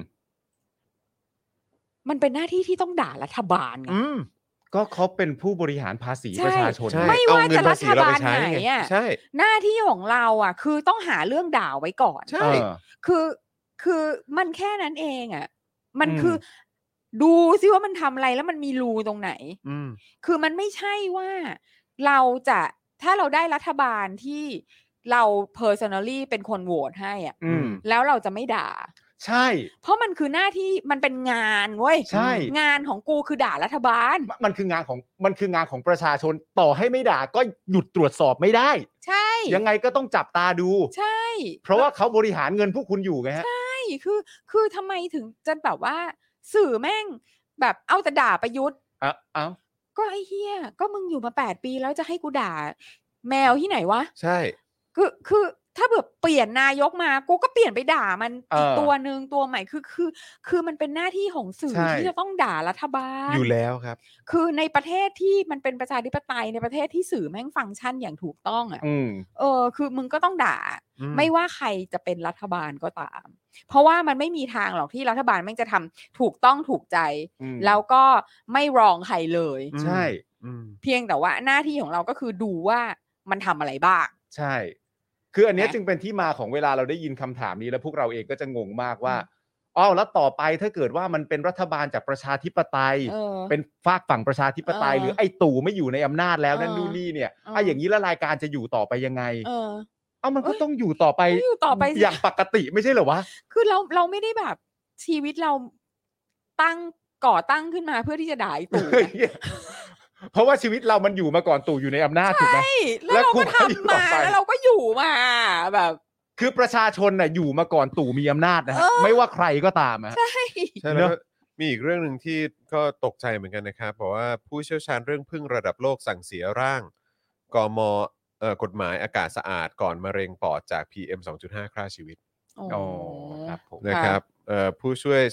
Speaker 4: มันเป็นหน้าที่ที่ต้องด่ารัฐบาลไง
Speaker 2: อืม
Speaker 3: ก็เขาเป็นผู้บริหารภาษี
Speaker 4: ใช่
Speaker 3: ประชาชน
Speaker 2: ใช่
Speaker 4: ไม่
Speaker 2: เอา
Speaker 4: ว่า
Speaker 2: เงิ
Speaker 4: จะ
Speaker 2: นภาษีเราไปใช้
Speaker 4: รัฐบาลไหน
Speaker 2: ไง
Speaker 4: อะ
Speaker 2: ใช่
Speaker 4: หน้าที่ของเราอ่ะ คือต้องหาเรื่องด่าไว้ก่อน
Speaker 2: ใช่
Speaker 3: เออ
Speaker 4: คือคือมันแค่นั้นเองอ่ะ มัน
Speaker 3: อืม
Speaker 4: คือดูซิว่ามันทำอะไรแล้วมันมีรูตรงไหน
Speaker 2: อืม
Speaker 4: คือมันไม่ใช่ว่าเราจะถ้าเราได้รัฐบาลที่เรา personally เป็นคนโหวตให้อ่ะ
Speaker 3: อืม
Speaker 4: แล้วเราจะไม่ด่า
Speaker 3: ใช่
Speaker 4: เพราะมันคือหน้าที่มันเป็นงานเว้ย
Speaker 3: ใช่
Speaker 4: งานของกูคือด่ารัฐบาล
Speaker 3: มมันคืองานของมันคืองานของประชาชนต่อให้ไม่ด่าก็หยุดตรวจสอบไม่ได้
Speaker 4: ใช่
Speaker 3: ยังไงก็ต้องจับตาดู
Speaker 4: ใช่
Speaker 3: เพราะว่าเขาบริหารเงินพวกคุณอยู่ไงฮะ
Speaker 4: ใช่คือคือทำไมถึงจะแบบว่า สื่อแม่งแบบเอาแต่ด่าประยุทธ์
Speaker 3: อ่ะเอ้า
Speaker 4: ก็ไอ้เฮียก็มึงอยู่มาแปดปีแล้วจะให้กูด่า แมวที่ไหนวะ
Speaker 2: ใช่
Speaker 4: คือคือถ้าแบบเปลี่ยนนายกมากูก็เปลี่ยนไปด่ามันอีก
Speaker 3: เออ
Speaker 4: ตัวหนึ่งตัวใหม่คือคือ คือมันเป็นหน้าที่ของสื่อ
Speaker 3: ใช่
Speaker 4: ที่จะต้องด่ารัฐบาล
Speaker 2: อยู่แล้วครับ
Speaker 4: คือในประเทศที่มันเป็นประชาธิปไตยในประเทศที่สื่อแม่งฟังก์ชันอย่างถูกต้องอ่ะ
Speaker 3: อืม
Speaker 4: เออคือมึงก็ต้องด่า
Speaker 2: อืม
Speaker 4: ไม่ว่าใครจะเป็นรัฐบาลก็ตาม เพราะว่ามันไม่มีทางหรอกที่รัฐบาลแม่งจะทำถูกต้องถูกใจ
Speaker 3: อืม
Speaker 4: แล้วก็ไม่รองใครเลย
Speaker 2: อืม
Speaker 3: ใช่
Speaker 2: อืม
Speaker 4: เพียงแต่ว่าหน้าที่ของเราก็คือดูว่ามันทำอะไรบ้าง
Speaker 3: ใช่ คืออันเนี้ย
Speaker 4: นะ
Speaker 3: จึงเป็นที่มาของเวลาเราได้ยินคำถามนี้แล้วพวกเราเองก็จะงงมากว่าอ้าวแล้วต่อไปถ้าเกิดว่ามันเป็นรัฐบาลจากประชาธิปไตย
Speaker 4: เออ
Speaker 3: เป็นฝากฝั่งประชาธิปไตย
Speaker 4: เออ
Speaker 3: หรือไอ้ตู่ไม่อยู่ในอำนาจแล้วนั่น
Speaker 4: เออ
Speaker 3: นู่นนี่เนี่ย
Speaker 4: เออ
Speaker 3: ไอ้อย่างนี้แล้วรายการจะอยู่ต่อไปยังไง
Speaker 4: เออ
Speaker 3: เอ้ามันก็
Speaker 4: เอ้ย
Speaker 3: ต้องอยู่ต่อไป
Speaker 4: ก็อยู่ต่อไปสิ
Speaker 3: อย่างปกติไม่ใช่เหรอวะ
Speaker 4: คือเราเราไม่ได้แบบชีวิตเราตั้งก่อตั้งขึ้นมาเพื่อที่จะด่าไอ้ตู่นะ
Speaker 3: เพราะว่าชีวิตเรามันอยู่มาก่อนตู่อยู่ในอำนาจถูกไหม
Speaker 4: ใช่แล้ว
Speaker 3: แล้ว
Speaker 4: เรา
Speaker 3: กู
Speaker 4: ก็
Speaker 3: ก็อยู่
Speaker 4: ทำ
Speaker 3: ต่อ
Speaker 4: มา
Speaker 3: ไป
Speaker 4: แล้วเราก็อยู่มาแบบ
Speaker 3: คือประชาชนน่ะอยู่มาก่อนตู่มีอำนาจนะฮะ
Speaker 4: เออ
Speaker 3: ไม่ว่าใครก็ตามอะ
Speaker 4: ใช่
Speaker 2: ใช่แล้วก็มีอีกเรื่องหนึ่งที่ก็ตกใจเหมือนกันนะครับบอกว่าผู้เชี่ยวชาญเรื่องพึ่งระดับโลกสั่งเสียร่าง กมเอ่อกฎหมายอากาศสะอาดก่อนมะเร็งปอดจาก พี เอ็ม สองจุดห้า ฆ่าชีวิต
Speaker 4: โอ้
Speaker 3: อ๋อครับผม
Speaker 2: นะครับเอ่อผู้ช่วย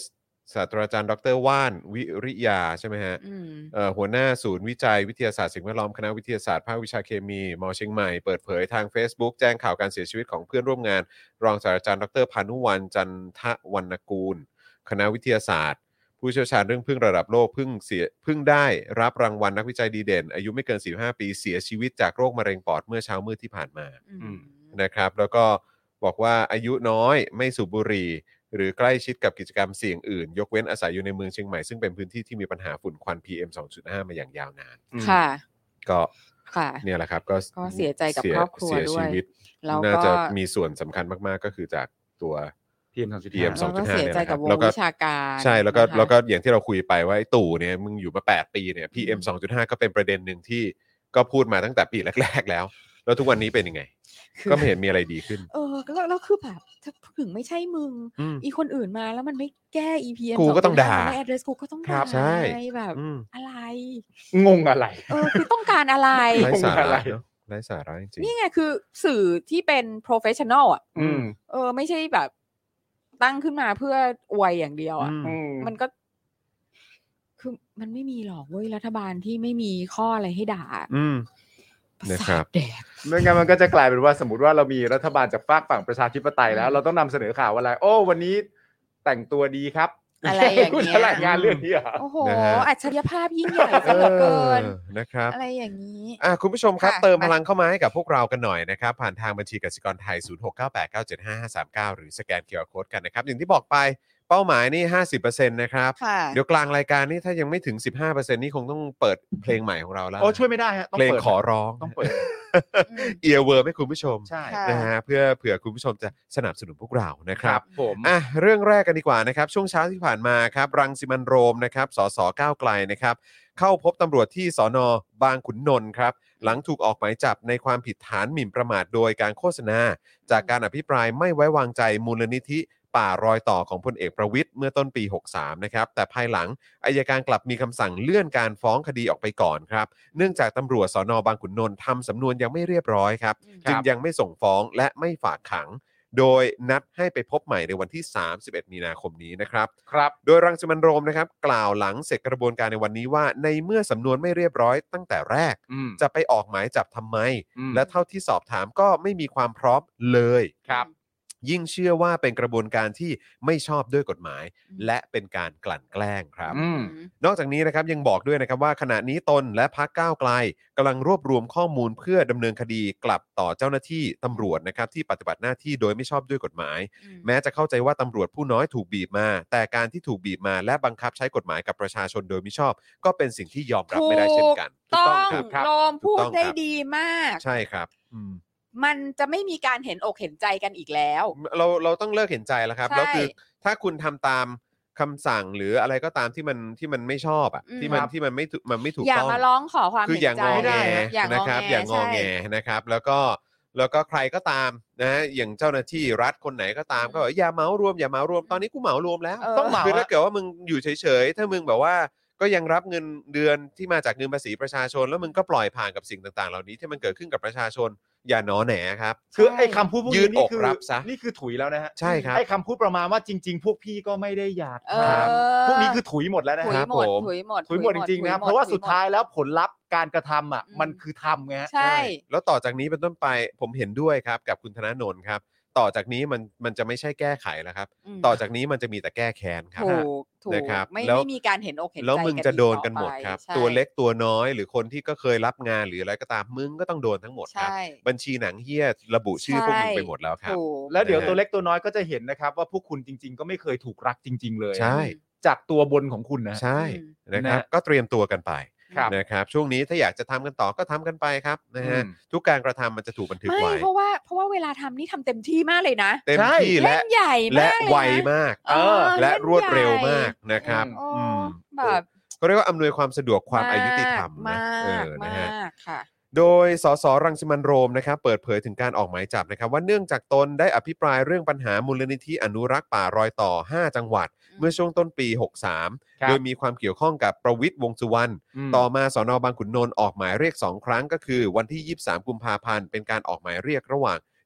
Speaker 2: ศาสตราจารย์ดรว่านวิริยาใช่ไหมฮะ
Speaker 4: อืม
Speaker 2: เอ่อหัวหน้าศูนย์วิจัยวิทยาศาสตร์สิ่งแวดล้อมคณะวิทยาศาสตร์ภาควิชาเคมีมอเชียงใหม่เปิดเผยทาง Facebook แจ้งข่าวการเสียชีวิตของเพื่อนร่วมงานรองศาสตราจารย์ดรพานุวรรณจันทวรรณกูลคณะวิทยาศาสตร์ผู้เชี่ยวชาญเรื่องพึ่งระดับโลกพึ่งเสียพึ่งได้รับรางวัลนักวิจัยดีเด่นอายุไม่เกินสี่สิบห้าปีเสียชีวิตจากโรคมะเร็งปอดเมื่อเช้ามืดที่ผ่านมา
Speaker 4: อืม
Speaker 2: นะครับแล้วก็บอกว่าอายุน้อยไม่สูบบุหรี่หรือใกล้ชิดกับกิจกรรมเสี่ยงอื่นยกเว้นอาศัยอยู่ในเมืองเชียงใหม่ซึ่งเป็นพื้นที่ที่มีปัญหาฝุ่นควัน พี เอ็ม สองจุดห้า มาอย่างยาวนาน
Speaker 4: ค่ะ
Speaker 2: ก็
Speaker 4: ค่ะ
Speaker 2: เนี่ยแหละครับก็
Speaker 4: ก็เสียใจกับ
Speaker 2: เสีย
Speaker 4: ครอบครัว
Speaker 2: เสีย
Speaker 4: ด้ว
Speaker 2: ชี
Speaker 4: ย
Speaker 2: วิต
Speaker 4: แล้ว
Speaker 2: น่า
Speaker 4: ก็
Speaker 2: จะมีส่วนสำคัญมากๆก็คือจากตัว
Speaker 3: พี เอ็ม สองจุด
Speaker 2: พี เอ็ม
Speaker 3: ห้า
Speaker 4: แล้วก็
Speaker 2: สองจุดห้า
Speaker 4: เสียใจกับวง
Speaker 2: แล้วก็
Speaker 4: วิชาการ
Speaker 2: ใช่แล้วก็
Speaker 4: นะคะ
Speaker 2: แล้วก็อย่างที่เราคุยไปว่าไอ้ตู่เนี่ยมึงอยู่มาแปดปีเนี่ย พี เอ็ม สองจุดห้า ก็เป็นประเด็นหนึ่งที่ก็พูดมาตั้งแต่ปีแรกๆแล้วแล้วทุกวันนี้เป็นยังไง
Speaker 4: คือ
Speaker 2: ก็ไม่เห็นมีอะไรดีขึ้น
Speaker 4: เออแล้วแล้วคือแบบถ้าถึงไม่ใช่มึง
Speaker 2: อืม
Speaker 4: อีคนอื่นมาแล้วมันไม่แก้ อี พี เอ็ม
Speaker 2: กูก็ต้องด่า
Speaker 4: ใน address กูก็ต้อง
Speaker 3: ครั
Speaker 4: ด่า
Speaker 3: บ
Speaker 2: ใช่
Speaker 4: ไงแบบ
Speaker 2: อืม
Speaker 4: อะไร
Speaker 3: งงอะไร
Speaker 4: เออคือต้องการอะไร
Speaker 2: ไร้สา
Speaker 3: อะไร
Speaker 2: ระเนอะไร้สาระจริง
Speaker 4: นี่ไงคือสื่อที่เป็น professional อ่ะ
Speaker 3: อืม
Speaker 4: เออไม่ใช่แบบตั้งขึ้นมาเพื่ออวยอย่างเดียวอ่ะ
Speaker 2: อื
Speaker 3: อืม
Speaker 4: มันก็ คือมันไม่มีหรอกเว้ยรัฐบาลที่ไม่มีข้ออะไรให้ด่า
Speaker 2: ๆอืม
Speaker 4: ประ
Speaker 2: นะค
Speaker 4: สา
Speaker 2: รั
Speaker 4: ท
Speaker 2: บ
Speaker 4: แดก
Speaker 3: ไม่งั้นมันก็จะกลายเป็นว่าสมมติว่าเรามีรัฐบาลจากฝากฝั่งประชาธิปไตยแล้ว
Speaker 4: อืม
Speaker 3: เราต้องนำเสนอข่าวว่าอะไร โอ้วันนี้แต่งตัวดีครับ
Speaker 4: อะไรอย่างเงี้ย
Speaker 3: คุณจะรายงานเรื่องนี้เหรอ
Speaker 4: โอ้โห
Speaker 2: นะฮะ
Speaker 4: อัจฉริยภาพยิ่งใหญ่ซะเหลือเกิน
Speaker 2: ออนะครับ
Speaker 4: อะไรอย่างนี้
Speaker 2: อ่ะคุณผู้ชมครับ
Speaker 4: ค่ะ
Speaker 2: เติม
Speaker 4: มา
Speaker 2: พลังเข้ามาให้กับพวกเรากันหน่อยนะครับ ผ่านทางบัญชีกสิกรไทย ศูนย์ หก เก้า แปด เก้า เจ็ด ห้า ห้า สาม เก้า หรือสแกน คิว อาร์ Code กันนะครับ อย่างที่บอกไปเป้าหมายนี่ ห้าสิบเปอร์เซ็นต์ นะครับ
Speaker 4: ค่ะ
Speaker 2: เดี๋ยวกลางรายการนี่ถ้ายังไม่ถึง สิบห้าเปอร์เซ็นต์ นี่คงต้องเปิดเพลงใหม่ของเราแล้ว
Speaker 3: โอ้ช่วยไม่ได้ฮะต้อง
Speaker 2: เพลง
Speaker 3: เปิด
Speaker 2: ขอร้อง
Speaker 3: ต้องเปิด
Speaker 4: อืม
Speaker 2: เอียร์เวิร์ให้คุณผู้ชม
Speaker 3: ใช่
Speaker 4: ค่ะ
Speaker 2: นะฮะเพื่อเผื่อคุณผู้ชมจะสนับสนุนพวกเรานะค
Speaker 3: ค
Speaker 2: รั
Speaker 3: รับ บผม
Speaker 2: อ่ะเรื่องแรกกันดีกว่านะครับช่วงเช้าที่ผ่านมาครับรังสิมันต์โรมนะครับสสก้าวไกลนะครับเข้าพบตำรวจที่สนบางขุนนนท์ครับหลังถูกออกหมายจับในความผิดฐานหมิ่นประมาทโดยการโฆษณา จากการอภิปรายไม่ไว้วางใจมูลนิธิป่ารอยต่อของพลเอกประวิตยเมื่อต้นปีหกสามนะครับแต่ภายหลังอัยการกลับมีคำสั่งเลื่อนการฟ้องคดีออกไปก่อนครับเนื่องจากตำรวจสนบางขุนนนท์ทำสำนวนยังไม่เรียบร้อยครับ
Speaker 4: อืม
Speaker 2: จึงยังไม่ส่งฟ้องและไม่ฝากขัง โดยนัดให้ไปพบใหม่ในวันที่ สามสิบเอ็ด มีนาคมนี้นะครับ
Speaker 3: ครับ
Speaker 2: โดยรังสิมันต์โรมนะครับกล่าวหลังเสร็จกระบวนการในวันนี้ว่าในเมื่อสำนวนไม่เรียบร้อยตั้งแต่แรก
Speaker 3: อืม
Speaker 2: จะไปออกหมายจับทำไม
Speaker 3: อืม
Speaker 2: และเท่าที่สอบถามก็ไม่มีความพร้อมเลย
Speaker 3: ครับ
Speaker 2: ยิ่งเชื่อว่าเป็นกระบวนการที่ไม่ชอบด้วยกฎหมาย
Speaker 4: อืม
Speaker 2: และเป็นการกลั่นแกล้งครับ
Speaker 3: อืม
Speaker 2: นอกจากนี้นะครับยังบอกด้วยนะครับว่าขณะนี้ตนและพรรคก้าวไกลกำลังรวบรวมข้อมูลเพื่อดำเนินคดีกลับต่อเจ้าหน้าที่ตำรวจนะครับที่ปฏิบัติหน้าที่โดยไม่ชอบด้วยกฎหมาย
Speaker 4: อืม
Speaker 2: แม้จะเข้าใจว่าตำรวจผู้น้อยถูกบีบมา แต่การที่ถูกบีบมาและบังคับใช้กฎหมายกับประชาชนโดยมิชอบ ก็เป็นสิ่งที่ยอมรับไม่ได้เช่นกัน
Speaker 4: ต้อง
Speaker 2: ครับครับ
Speaker 4: โรมพู
Speaker 2: ถูก
Speaker 4: ด
Speaker 2: ต้อง
Speaker 4: ได้
Speaker 2: ครับ
Speaker 4: ดีมาก
Speaker 2: ใช่ครับอืม
Speaker 4: มันจะไม่มีการเห็นอกเห็นใจกันอีกแล้ว
Speaker 2: เราเราต้องเลิกเห็นใจแล้วครับ
Speaker 4: ใช่
Speaker 2: แล้วคือถ้าคุณทำตามคำสั่งหรืออะไรก็ตามที่มันที่มันไม่ชอบอ่ะ
Speaker 4: อืม
Speaker 2: ที่มัน
Speaker 3: ครับ
Speaker 2: ที่มันไม่ถูกมันไม่ถูก
Speaker 4: อย่า
Speaker 2: ต้อง
Speaker 4: มาร้องขอความ
Speaker 2: คือ
Speaker 4: เห็น
Speaker 2: อย่าง
Speaker 4: ใจ
Speaker 2: งอแง
Speaker 4: อย่างง
Speaker 2: นะ
Speaker 4: อ
Speaker 2: ครับ
Speaker 4: แง
Speaker 2: อย่างงอแง
Speaker 4: ใช่
Speaker 2: นะครับ แล้วก็แล้วก็ใครก็ตามนะอย่างเจ้าหน้าที่รัฐคนไหนก็ตาม
Speaker 4: อืม
Speaker 2: ก็บอกอย่าเหมารวมอย่าเหมารวมตอนนี้กูเหมารวมแล้ว
Speaker 4: เออ
Speaker 3: ต้องเหมา
Speaker 2: คือถ้า
Speaker 3: อะ
Speaker 2: เกิดว่ามึงอยู่เฉยๆถ้ามึงแบบว่าก็ยังรับเงินเดือนที่มาจากเงินภาษีประชาชน แล้วมึงก็ปล่อยผ่านกับสิ่งต่างๆ เหล่านี้ที่มันเกิดขึ้นกับประชาชน อย่าหนอแหนครับ
Speaker 3: คือไอ้คำพูดพวก
Speaker 2: ยื
Speaker 3: นี้
Speaker 2: ดอก
Speaker 3: นี่คือ
Speaker 2: รับซะ
Speaker 3: นี่คือถุยแล้วนะฮะ
Speaker 2: ใช่ครับ
Speaker 3: ไอ้คำพูดประมาณว่าจริง ๆ พวกพี่ก็ไม่ได้อยาก
Speaker 4: เอ
Speaker 3: ท
Speaker 4: อ
Speaker 3: ำพวกนี้คือถุยหมดแล้วนะ
Speaker 4: ถุย
Speaker 3: ครับ
Speaker 4: หมด
Speaker 2: ผม
Speaker 4: ถุยหมด
Speaker 3: ถุยหมดจริงๆนะครับ
Speaker 4: ถุยหม
Speaker 3: เพราะว่า
Speaker 4: ถุ
Speaker 3: สุดท้ายแล้วผลลัพธ์การกระทำอ่ะ
Speaker 4: อืม
Speaker 3: มันคือทำไงฮะ
Speaker 4: ใช่
Speaker 2: แล้วต่อจากนี้เป็นต้นไปผมเห็นด้วยครับกับคุณธนาโนนครับ ต่อจากนี้มันมันจะไม่ใช่แก้ไขแล้วครับ
Speaker 4: ม
Speaker 2: ต่อจากนี้มันจะมีแต่แก้แค้นครับ
Speaker 4: ถูกถูก
Speaker 2: นะครับ
Speaker 4: ไม่
Speaker 2: แล้ว
Speaker 4: ไม่มีการเห็นอกเห็นใจ
Speaker 2: แล้วมึงจะโดนกันหมด
Speaker 4: อี
Speaker 2: ครับ
Speaker 4: ต่อไปใช่
Speaker 2: ตัวเล็กตัวน้อยหรือคนที่ก็เคยรับงานหรืออะไรก็ตามมึงก็ต้องโดนทั้งหมดครับ
Speaker 4: ใช่
Speaker 2: บัญชีหนังเฮี้ยระบุชื่อ
Speaker 4: ใช่
Speaker 2: พวกมึงไปหมดแล้วครับ
Speaker 4: ถูก
Speaker 3: แล้วเดี๋ยว
Speaker 2: นะฮะ
Speaker 3: ตัวเล็กตัวน้อยก็จะเห็นนะครับว่าพวกคุณจริง ๆ ก็ไม่เคยถูกรักจริง ๆ เลย
Speaker 2: ใช่
Speaker 3: จากตัวบนของคุณนะฮะ
Speaker 2: ใช่
Speaker 4: อืม
Speaker 2: นะครับ
Speaker 3: นะ
Speaker 2: ก็เตรียมตัวกันไป
Speaker 3: ครับ
Speaker 2: นะครับช่วงนี้ถ้าอยากจะทำกันต่อก็ทำกันไปครับนะฮะ
Speaker 3: อืม
Speaker 2: ทุกการกระทำมันจะถูกบันทึก
Speaker 4: ไม่
Speaker 2: ไว้
Speaker 4: เพราะว่าเพราะว่าเวลาทำนี่ทำเต็มที่มากเลยนะ
Speaker 2: เต็ม
Speaker 3: ใช่
Speaker 2: ที่
Speaker 4: เล่
Speaker 2: และ
Speaker 4: นใหญ่
Speaker 2: และ
Speaker 4: มากเลยนะ
Speaker 2: ไวมาก
Speaker 4: เออ
Speaker 2: และ
Speaker 4: เล่น
Speaker 2: รวดเร็ว
Speaker 4: ใหญ่
Speaker 2: มากนะครับ
Speaker 4: โอ้
Speaker 2: อืม
Speaker 4: แบบ
Speaker 2: ก็เรียกว่าอำนวยความสะดวกความอายุติธรรม
Speaker 4: มา
Speaker 2: นะ
Speaker 4: ก
Speaker 2: เอ
Speaker 4: มาก
Speaker 2: อนะฮะ
Speaker 4: มากค่ะ
Speaker 2: โดยสสรังสิมันต์โรมนะครับเปิดเผยถึงการออกหมายจับนะครับว่าเนื่องจากตนได้อภิปรายเรื่องปัญหามูลนิธิอนุรักษ์ป่ารอยต่อ ห้า จังหวัด
Speaker 4: อืม
Speaker 2: เมื่อช่วงต้นปี หกสาม
Speaker 3: ครับ
Speaker 2: โดยมีความเกี่ยวข้องกับประวิตรวงษ์สุวรรณ
Speaker 3: ม
Speaker 2: ต่อมาสนบางขุนนนท์ออกหมายเรียกสองครั้งก็คือวันที่ยี่สิบสามกุมภาพันธ์เป็นการออกหมายเรียกระหว่าง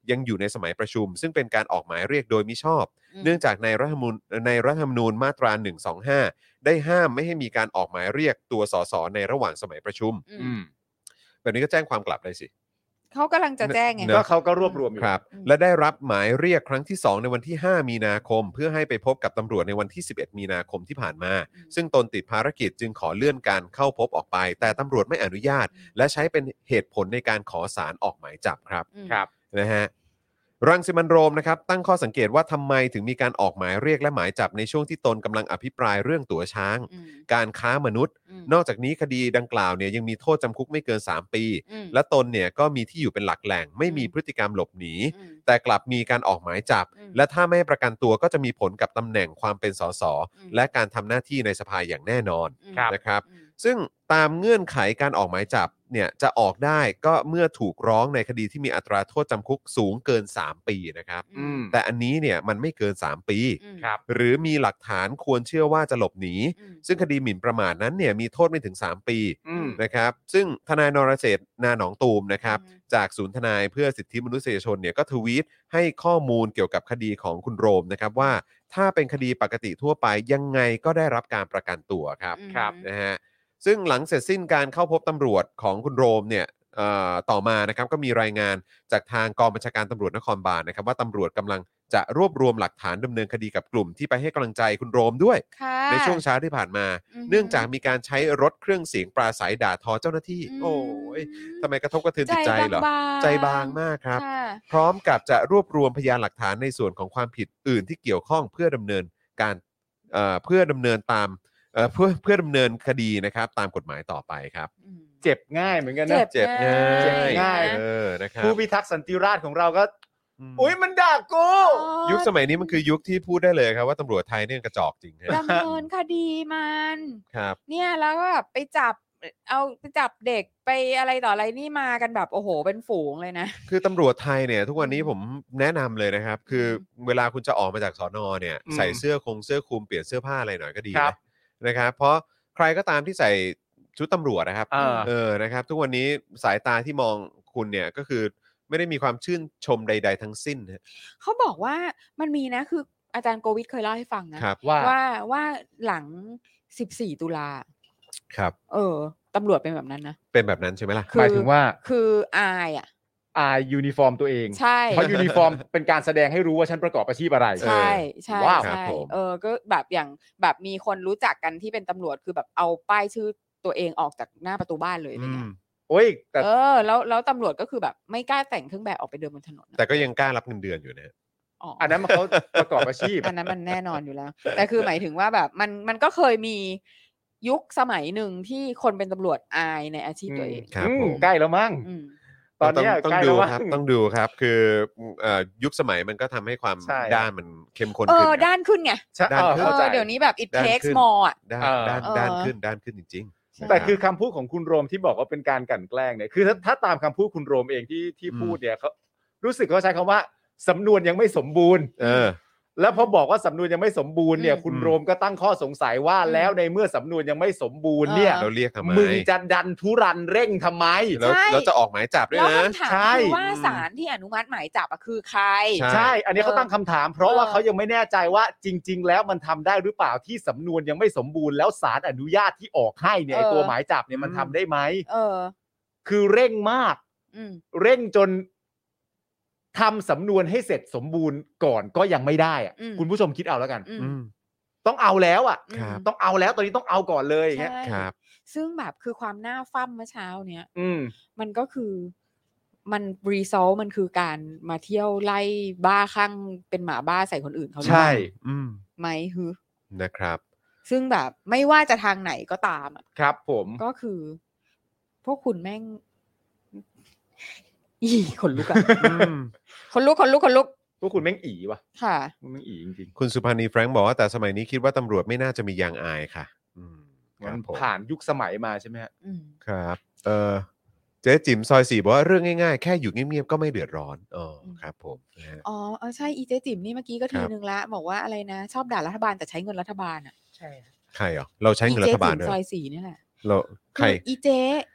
Speaker 2: ยังอยู่ในสมัยประชุม ซึ่งเป็นการออกหมายเรียกโดยมิชอบ
Speaker 4: อืม
Speaker 2: เนื่องจากในรัฐธรรมนูญในรัฐธรรมนูญมาตราหนึ่งสองห้าได้ห้ามไม่ให้มีการออกหมายเรียกตัวสสในระหว่างสมัยประชุม
Speaker 4: อื
Speaker 3: อื
Speaker 4: ม
Speaker 3: ม
Speaker 2: แบบนี้ก็แจ้งความกลับได้สิ
Speaker 4: เขากำลังจะแจ้งไง
Speaker 2: เนอะ
Speaker 3: ก็เขาก็รวบรวมอยู่
Speaker 2: ครับ
Speaker 4: อืม
Speaker 2: และได้รับหมายเรียกครั้งที่สองในวันที่ห้ามีนาคม เพื่อให้ไปพบกับตำรวจในวันที่สิบเอ็ดมีนาคมที่ผ่านมา
Speaker 4: อืม
Speaker 2: ซึ่งตนติดภารกิจจึงขอเลื่อนการเข้าพบออกไป แต่ตำรวจไม่อนุญาต และใช้เป็นเหตุผลในการขอสารออกหมายจับครับ
Speaker 4: อืม
Speaker 3: ครับ
Speaker 2: นะฮะรังสิมันต์โรมนะครับตั้งข้อสังเกตว่าทำไมถึงมีการออกหมายเรียกและหมายจับในช่วงที่ตนกำลังอภิปรายเรื่องตั๋วช้าง
Speaker 4: อืม
Speaker 2: การค้ามนุษย์
Speaker 4: อืม
Speaker 2: นอกจากนี้คดีดังกล่าวเนี่ยยังมีโทษจำคุกไม่เกินสามปี
Speaker 4: อืม
Speaker 2: และตนเนี่ยก็มีที่อยู่เป็นหลักแหล่ง ไม่มี
Speaker 4: อืม
Speaker 2: พฤติกรรมหลบหนี
Speaker 4: อืม
Speaker 2: แต่กลับมีการออกหมายจับ
Speaker 4: อืม
Speaker 2: และถ้าไม่ให้ประกันตัวก็จะมีผลกับตำแหน่งความเป็นสส
Speaker 4: อืม
Speaker 2: และการทำหน้าที่ในสภาอย่างแน่นอน
Speaker 4: อืม
Speaker 2: นะครับ
Speaker 4: อืม
Speaker 2: ซึ่งตามเงื่อนไขการออกหมายจับเนี่ยจะออกได้ก็เมื่อถูกร้องในคดีที่มีอัตราโทษจำคุกสูงเกินสามปีนะครับ
Speaker 3: อืม
Speaker 2: แต่อันนี้เนี่ยมันไม่เกินสามปี
Speaker 4: อืม
Speaker 3: ครับ
Speaker 2: หรือมีหลักฐานควรเชื่อว่าจะหลบหนี
Speaker 4: อืม
Speaker 2: ซึ่งคดีหมิ่นประมาทนั้นเนี่ยมีโทษไม่ถึงสามปี
Speaker 3: อืม
Speaker 2: นะครับซึ่งทนายนรเศรษฐ์นาหนองตูมนะครับ
Speaker 4: อืม
Speaker 2: จากศูนย์ทนายเพื่อสิทธิมนุษยชนเนี่ยก็ทวีตให้ข้อมูลเกี่ยวกับคดีของคุณโรมนะครับว่าถ้าเป็นคดีปกติทั่วไปยังไงก็ได้รับการประกันตัวครับ
Speaker 4: อืม
Speaker 3: ครับ
Speaker 2: นะฮะซึ่งหลังเสร็จสิ้นการเข้าพบตำรวจของคุณโรมเนี่ยเอ่อต่อมานะครับก็มีรายงานจากทางกองบัญชาการตำรวจนครบาลนะครับว่าตำรวจกำลังจะรวบรวมหลักฐานดำเนินคดีกับกลุ่มที่ไปให้กำลังใจคุณโรมด้วย
Speaker 4: ค่ะ
Speaker 2: ในช่วงเช้าที่ผ่านมา
Speaker 4: อือฮึ
Speaker 2: เนื่องจากมีการใช้รถเครื่องเสียงปราศัยด่าทอเจ้าหน้าที่
Speaker 4: อืม
Speaker 2: โอ้ยทำไมกระทบกระเทือนจิตใจเหรอ
Speaker 4: บางๆ
Speaker 2: ใจบางมากครับ
Speaker 4: ค่ะ
Speaker 2: พร้อมกับจะรวบรวมพยานหลักฐานในส่วนของความผิดอื่นที่เกี่ยวข้องเพื่อดำเนินการเอ่อเพื่อดำเนินตามเอ่อเพื่อเพื่อดำเนินคดีนะครับตามกฎหมายต่อไปครับ
Speaker 4: อืม
Speaker 3: เจ็บง่ายเหมือนกัน
Speaker 4: เจ็
Speaker 3: นะ
Speaker 4: บ
Speaker 2: เจ็บง่าย
Speaker 3: เจ็บง่าย
Speaker 2: เออนะครับ
Speaker 3: ผู้พิทักษ์สันติราษฎร์ของเราก็
Speaker 2: ม
Speaker 3: อุ้ยมันด่ากู
Speaker 2: ยุคสมัยนี้มันคือยุคที่พูดได้เลยครับว่าตำรวจไทยเนี่ยกระจอกจริงฮะ
Speaker 4: ดำเนินคดีมัน
Speaker 2: ครับ
Speaker 4: เนี่ยแล้วก็แบบไปจับเอาไปจับเด็กไปอะไรต่ออะไรนี่มากันแบบโอ้โหเป็นฝูงเลยนะ
Speaker 2: คือตำรวจไทยเนี่ยทุกวันนี้
Speaker 4: อืม
Speaker 2: ผมแนะนำเลยนะครับ คือเวลาคุณจะออกมาจากสอนอเนี่ย
Speaker 3: อืม
Speaker 2: ใส่เสื้อคงเสื้อคลุมเปลี่ยนเสื้อผ้าอะไรหน่อยก็ดี
Speaker 3: ครั
Speaker 2: นะ
Speaker 3: บ
Speaker 2: นะครับ เพราะใครก็ตามที่ใส่ชุดตำรวจนะครับ
Speaker 3: อ่า
Speaker 2: เออนะครับ ทุกวันนี้สายตาที่มองคุณเนี่ยก็คือไม่ได้มีความชื่นชมใด ๆ ทั้งสิ้นนะ
Speaker 4: เขาบอกว่ามันมีนะคืออาจารย์โกวิทเคยเล่าให้ฟังนะครับ
Speaker 3: ว่า
Speaker 4: ว่าว่าหลังสิบสี่ตุลา
Speaker 2: ครับ
Speaker 4: เออตำรวจเป็นแบบนั้นนะ
Speaker 2: เป็นแบบนั้นใช่ไหมล่ะ
Speaker 4: คือ
Speaker 3: หมายถึงว่า
Speaker 4: คืออายอ่ะ
Speaker 3: อายยูนิฟอร์มตัวเอง
Speaker 4: ใช่
Speaker 3: เพราะยูนิฟอร์มเป็นการแสดงให้รู้ว่าฉันประกอบอาชีพอะไร
Speaker 4: ใช่ใช่
Speaker 3: ว้าว
Speaker 2: ครับ
Speaker 4: ใช่
Speaker 2: ผม
Speaker 4: เออก็แบบอย่างแบบมีคนรู้จักกันที่เป็นตำรวจคือแบบเอาป้ายชื่อตัวเองออกจากหน้าประตูบ้านเลยอะไร
Speaker 2: อื
Speaker 4: เงี้
Speaker 2: ม
Speaker 4: ย
Speaker 3: โอ้ยแต่
Speaker 4: เออแล้วแล้วตำรวจก็คือแบบไม่กล้าแต่งเครื่องแบบออกไปเดินบนถนนอะ
Speaker 2: แต่ก็ยังกล้ารับเงินเดือนอยู่นะ
Speaker 4: อ๋อ
Speaker 3: อันนั้นมันเขาประกอบอาชีพ
Speaker 4: อันนั้นมันแน่นอนอยู่แล้ว แต่คือหมายถึงว่าแบบมันมันก็เคยมียุคสมัยหนึ่งที่คนเป็นตำรวจอายในอาชีพตัวเอง
Speaker 2: ครับ
Speaker 3: อืม
Speaker 2: ผม
Speaker 3: ใกล้แล้วมั้ง
Speaker 4: อืม
Speaker 3: ตอนเนี้ย
Speaker 2: ต้อง
Speaker 3: ใกล้
Speaker 2: ดู
Speaker 3: แล้วมั้ง
Speaker 2: ครับต้องดูครับคือเอ่อยุคสมัยมันก็ทำให้ความ
Speaker 3: ใช่
Speaker 2: ด้านมันเข้มข้น
Speaker 4: เอ
Speaker 2: ขึ้น
Speaker 4: อ
Speaker 2: ครับ
Speaker 4: ด้านขึ้นไง
Speaker 3: ใช่
Speaker 2: ด้าน
Speaker 3: เออ
Speaker 2: ขึ้
Speaker 4: เอ
Speaker 3: เข้าใจ
Speaker 4: อเดี๋ยวนี้แบบ it
Speaker 2: ด้าน
Speaker 4: takes
Speaker 2: ขึ้น
Speaker 4: more อ่ะ
Speaker 2: ด้าน
Speaker 3: เออ
Speaker 2: ด้าน
Speaker 4: เออ
Speaker 2: ด้านขึ้นด้านขึ้นจริง
Speaker 4: ใช่
Speaker 3: แต่คือคำพูดของคุณโรมที่บอกว่าเป็นการกลั่นแกล้งเนี่ยคือถ้าถ้าตามคำพูดคุณโรมเองที่ที่พูดเนี่ยเขารู้สึกเขาใช้คำว่าสำนวนยังไม่สมบูรณ์
Speaker 2: ๆ เออ
Speaker 3: แล้วพอบอกว่าสำนวนยังไม่สมบูรณ์เนี่ย
Speaker 4: อืม
Speaker 3: คุณโรมก็ตั้งข้อสงสัยว่า
Speaker 4: อืม
Speaker 3: แล้วในเมื่อสำนวนยังไม่สมบูรณ์เนี่ย
Speaker 4: เออ
Speaker 2: เราเรียกทำไม
Speaker 3: มึงจะดันทุรันเร่งทำไม
Speaker 2: แล้ว
Speaker 4: ใช่
Speaker 2: แล้วจะออกหมายจับด้วย
Speaker 4: แล้ว
Speaker 2: นะ
Speaker 4: คำถาม
Speaker 3: ใช่
Speaker 4: คือว่าศาลที่อนุมัติหมายจับอะคือใคร
Speaker 2: ใช่
Speaker 3: ใช่ อันนี้เขาตั้งคำถาม เพราะว่า
Speaker 4: เออ
Speaker 3: เขายังไม่แน่ใจว่าจริง ๆ แล้วมันทำได้หรือเปล่าที่สำนวนยังไม่สมบูรณ์แล้วศาลอนุญาตที่ออกให้เนี่ยไอ้ตัวหมายจับเนี่ยมันทำได้ไหม
Speaker 4: เออ
Speaker 3: คือเร่งมาก
Speaker 4: อืม
Speaker 3: เร่งจนทำสำนวนให้เสร็จสมบูรณ์ก่อนก็ยังไม่ได้อะ
Speaker 4: อืม
Speaker 3: คุณผู้ชมคิดเอาแล้วกัน
Speaker 4: อืม
Speaker 2: อืม
Speaker 3: ต้องเอาแล้วอ่ะ
Speaker 2: ครับ
Speaker 3: ต้องเอาแล้วตอนนี้ต้องเอาก่อนเลยอย่างเงี้ย
Speaker 4: ใช่
Speaker 2: ครับ
Speaker 4: ซึ่งแบบคือความหน้าฟั่มเมื่อเช้าเนี้ย
Speaker 3: อืม
Speaker 4: มันก็คือมันรีซอลมันคือการมาเที่ยวไล่บ้าคลั่งเป็นหมาบ้าใส่คนอื่นเขาหรือ
Speaker 3: ใช่
Speaker 4: เปล่า
Speaker 2: อืม
Speaker 4: ไหมฮึ
Speaker 2: นะครับ
Speaker 4: ซึ่งแบบไม่ว่าจะทางไหนก็ตามอะ
Speaker 3: ครับผม
Speaker 4: ก็คือ พวกคุณแม่ง อีขนลุกอะ
Speaker 2: อืม
Speaker 4: ขนลุกขนลุกขนลุก
Speaker 3: พวกคุณแม่งอีวะ
Speaker 4: ค่ะ
Speaker 3: คุณแม่งอีจริง
Speaker 2: คุณสุพันธ์นีแฟรงค์บอกว่าแต่สมัยนี้คิดว่าตำรวจไม่น่าจะมียางอายค่ะ อืม
Speaker 3: ๆ
Speaker 2: ค
Speaker 3: มั
Speaker 2: รับ
Speaker 3: น
Speaker 2: ผม
Speaker 3: ผ่านยุคสมัยมาใช่ไหมฮะ
Speaker 4: อืม
Speaker 2: ครับ เออเจ๊จิ๋มซอยสี่บอกว่าเรื่องง่ายๆ แค่อยู่เงียบๆก็ไม่เดือดร้อนอ๋อครับผมนะฮะ
Speaker 4: อ๋อเออใช่อีเจ๊จิ๋มนี่เมื่อกี้ก็ที
Speaker 2: ครับ
Speaker 4: นึงละบอกว่าอะไรนะ ชอบด่ารัฐบาลแต่ใช้เงินรัฐบาลอ่ะ
Speaker 5: ใช่ครับ
Speaker 2: ใครเหรอเราใช้เงินรัฐบาล
Speaker 4: อี
Speaker 2: ด้วย
Speaker 4: เจ๊
Speaker 2: เหร
Speaker 4: จิ๋
Speaker 2: อ
Speaker 4: มซอยสี่นี่แหละ
Speaker 2: เราใคร
Speaker 4: คืออีเจ๊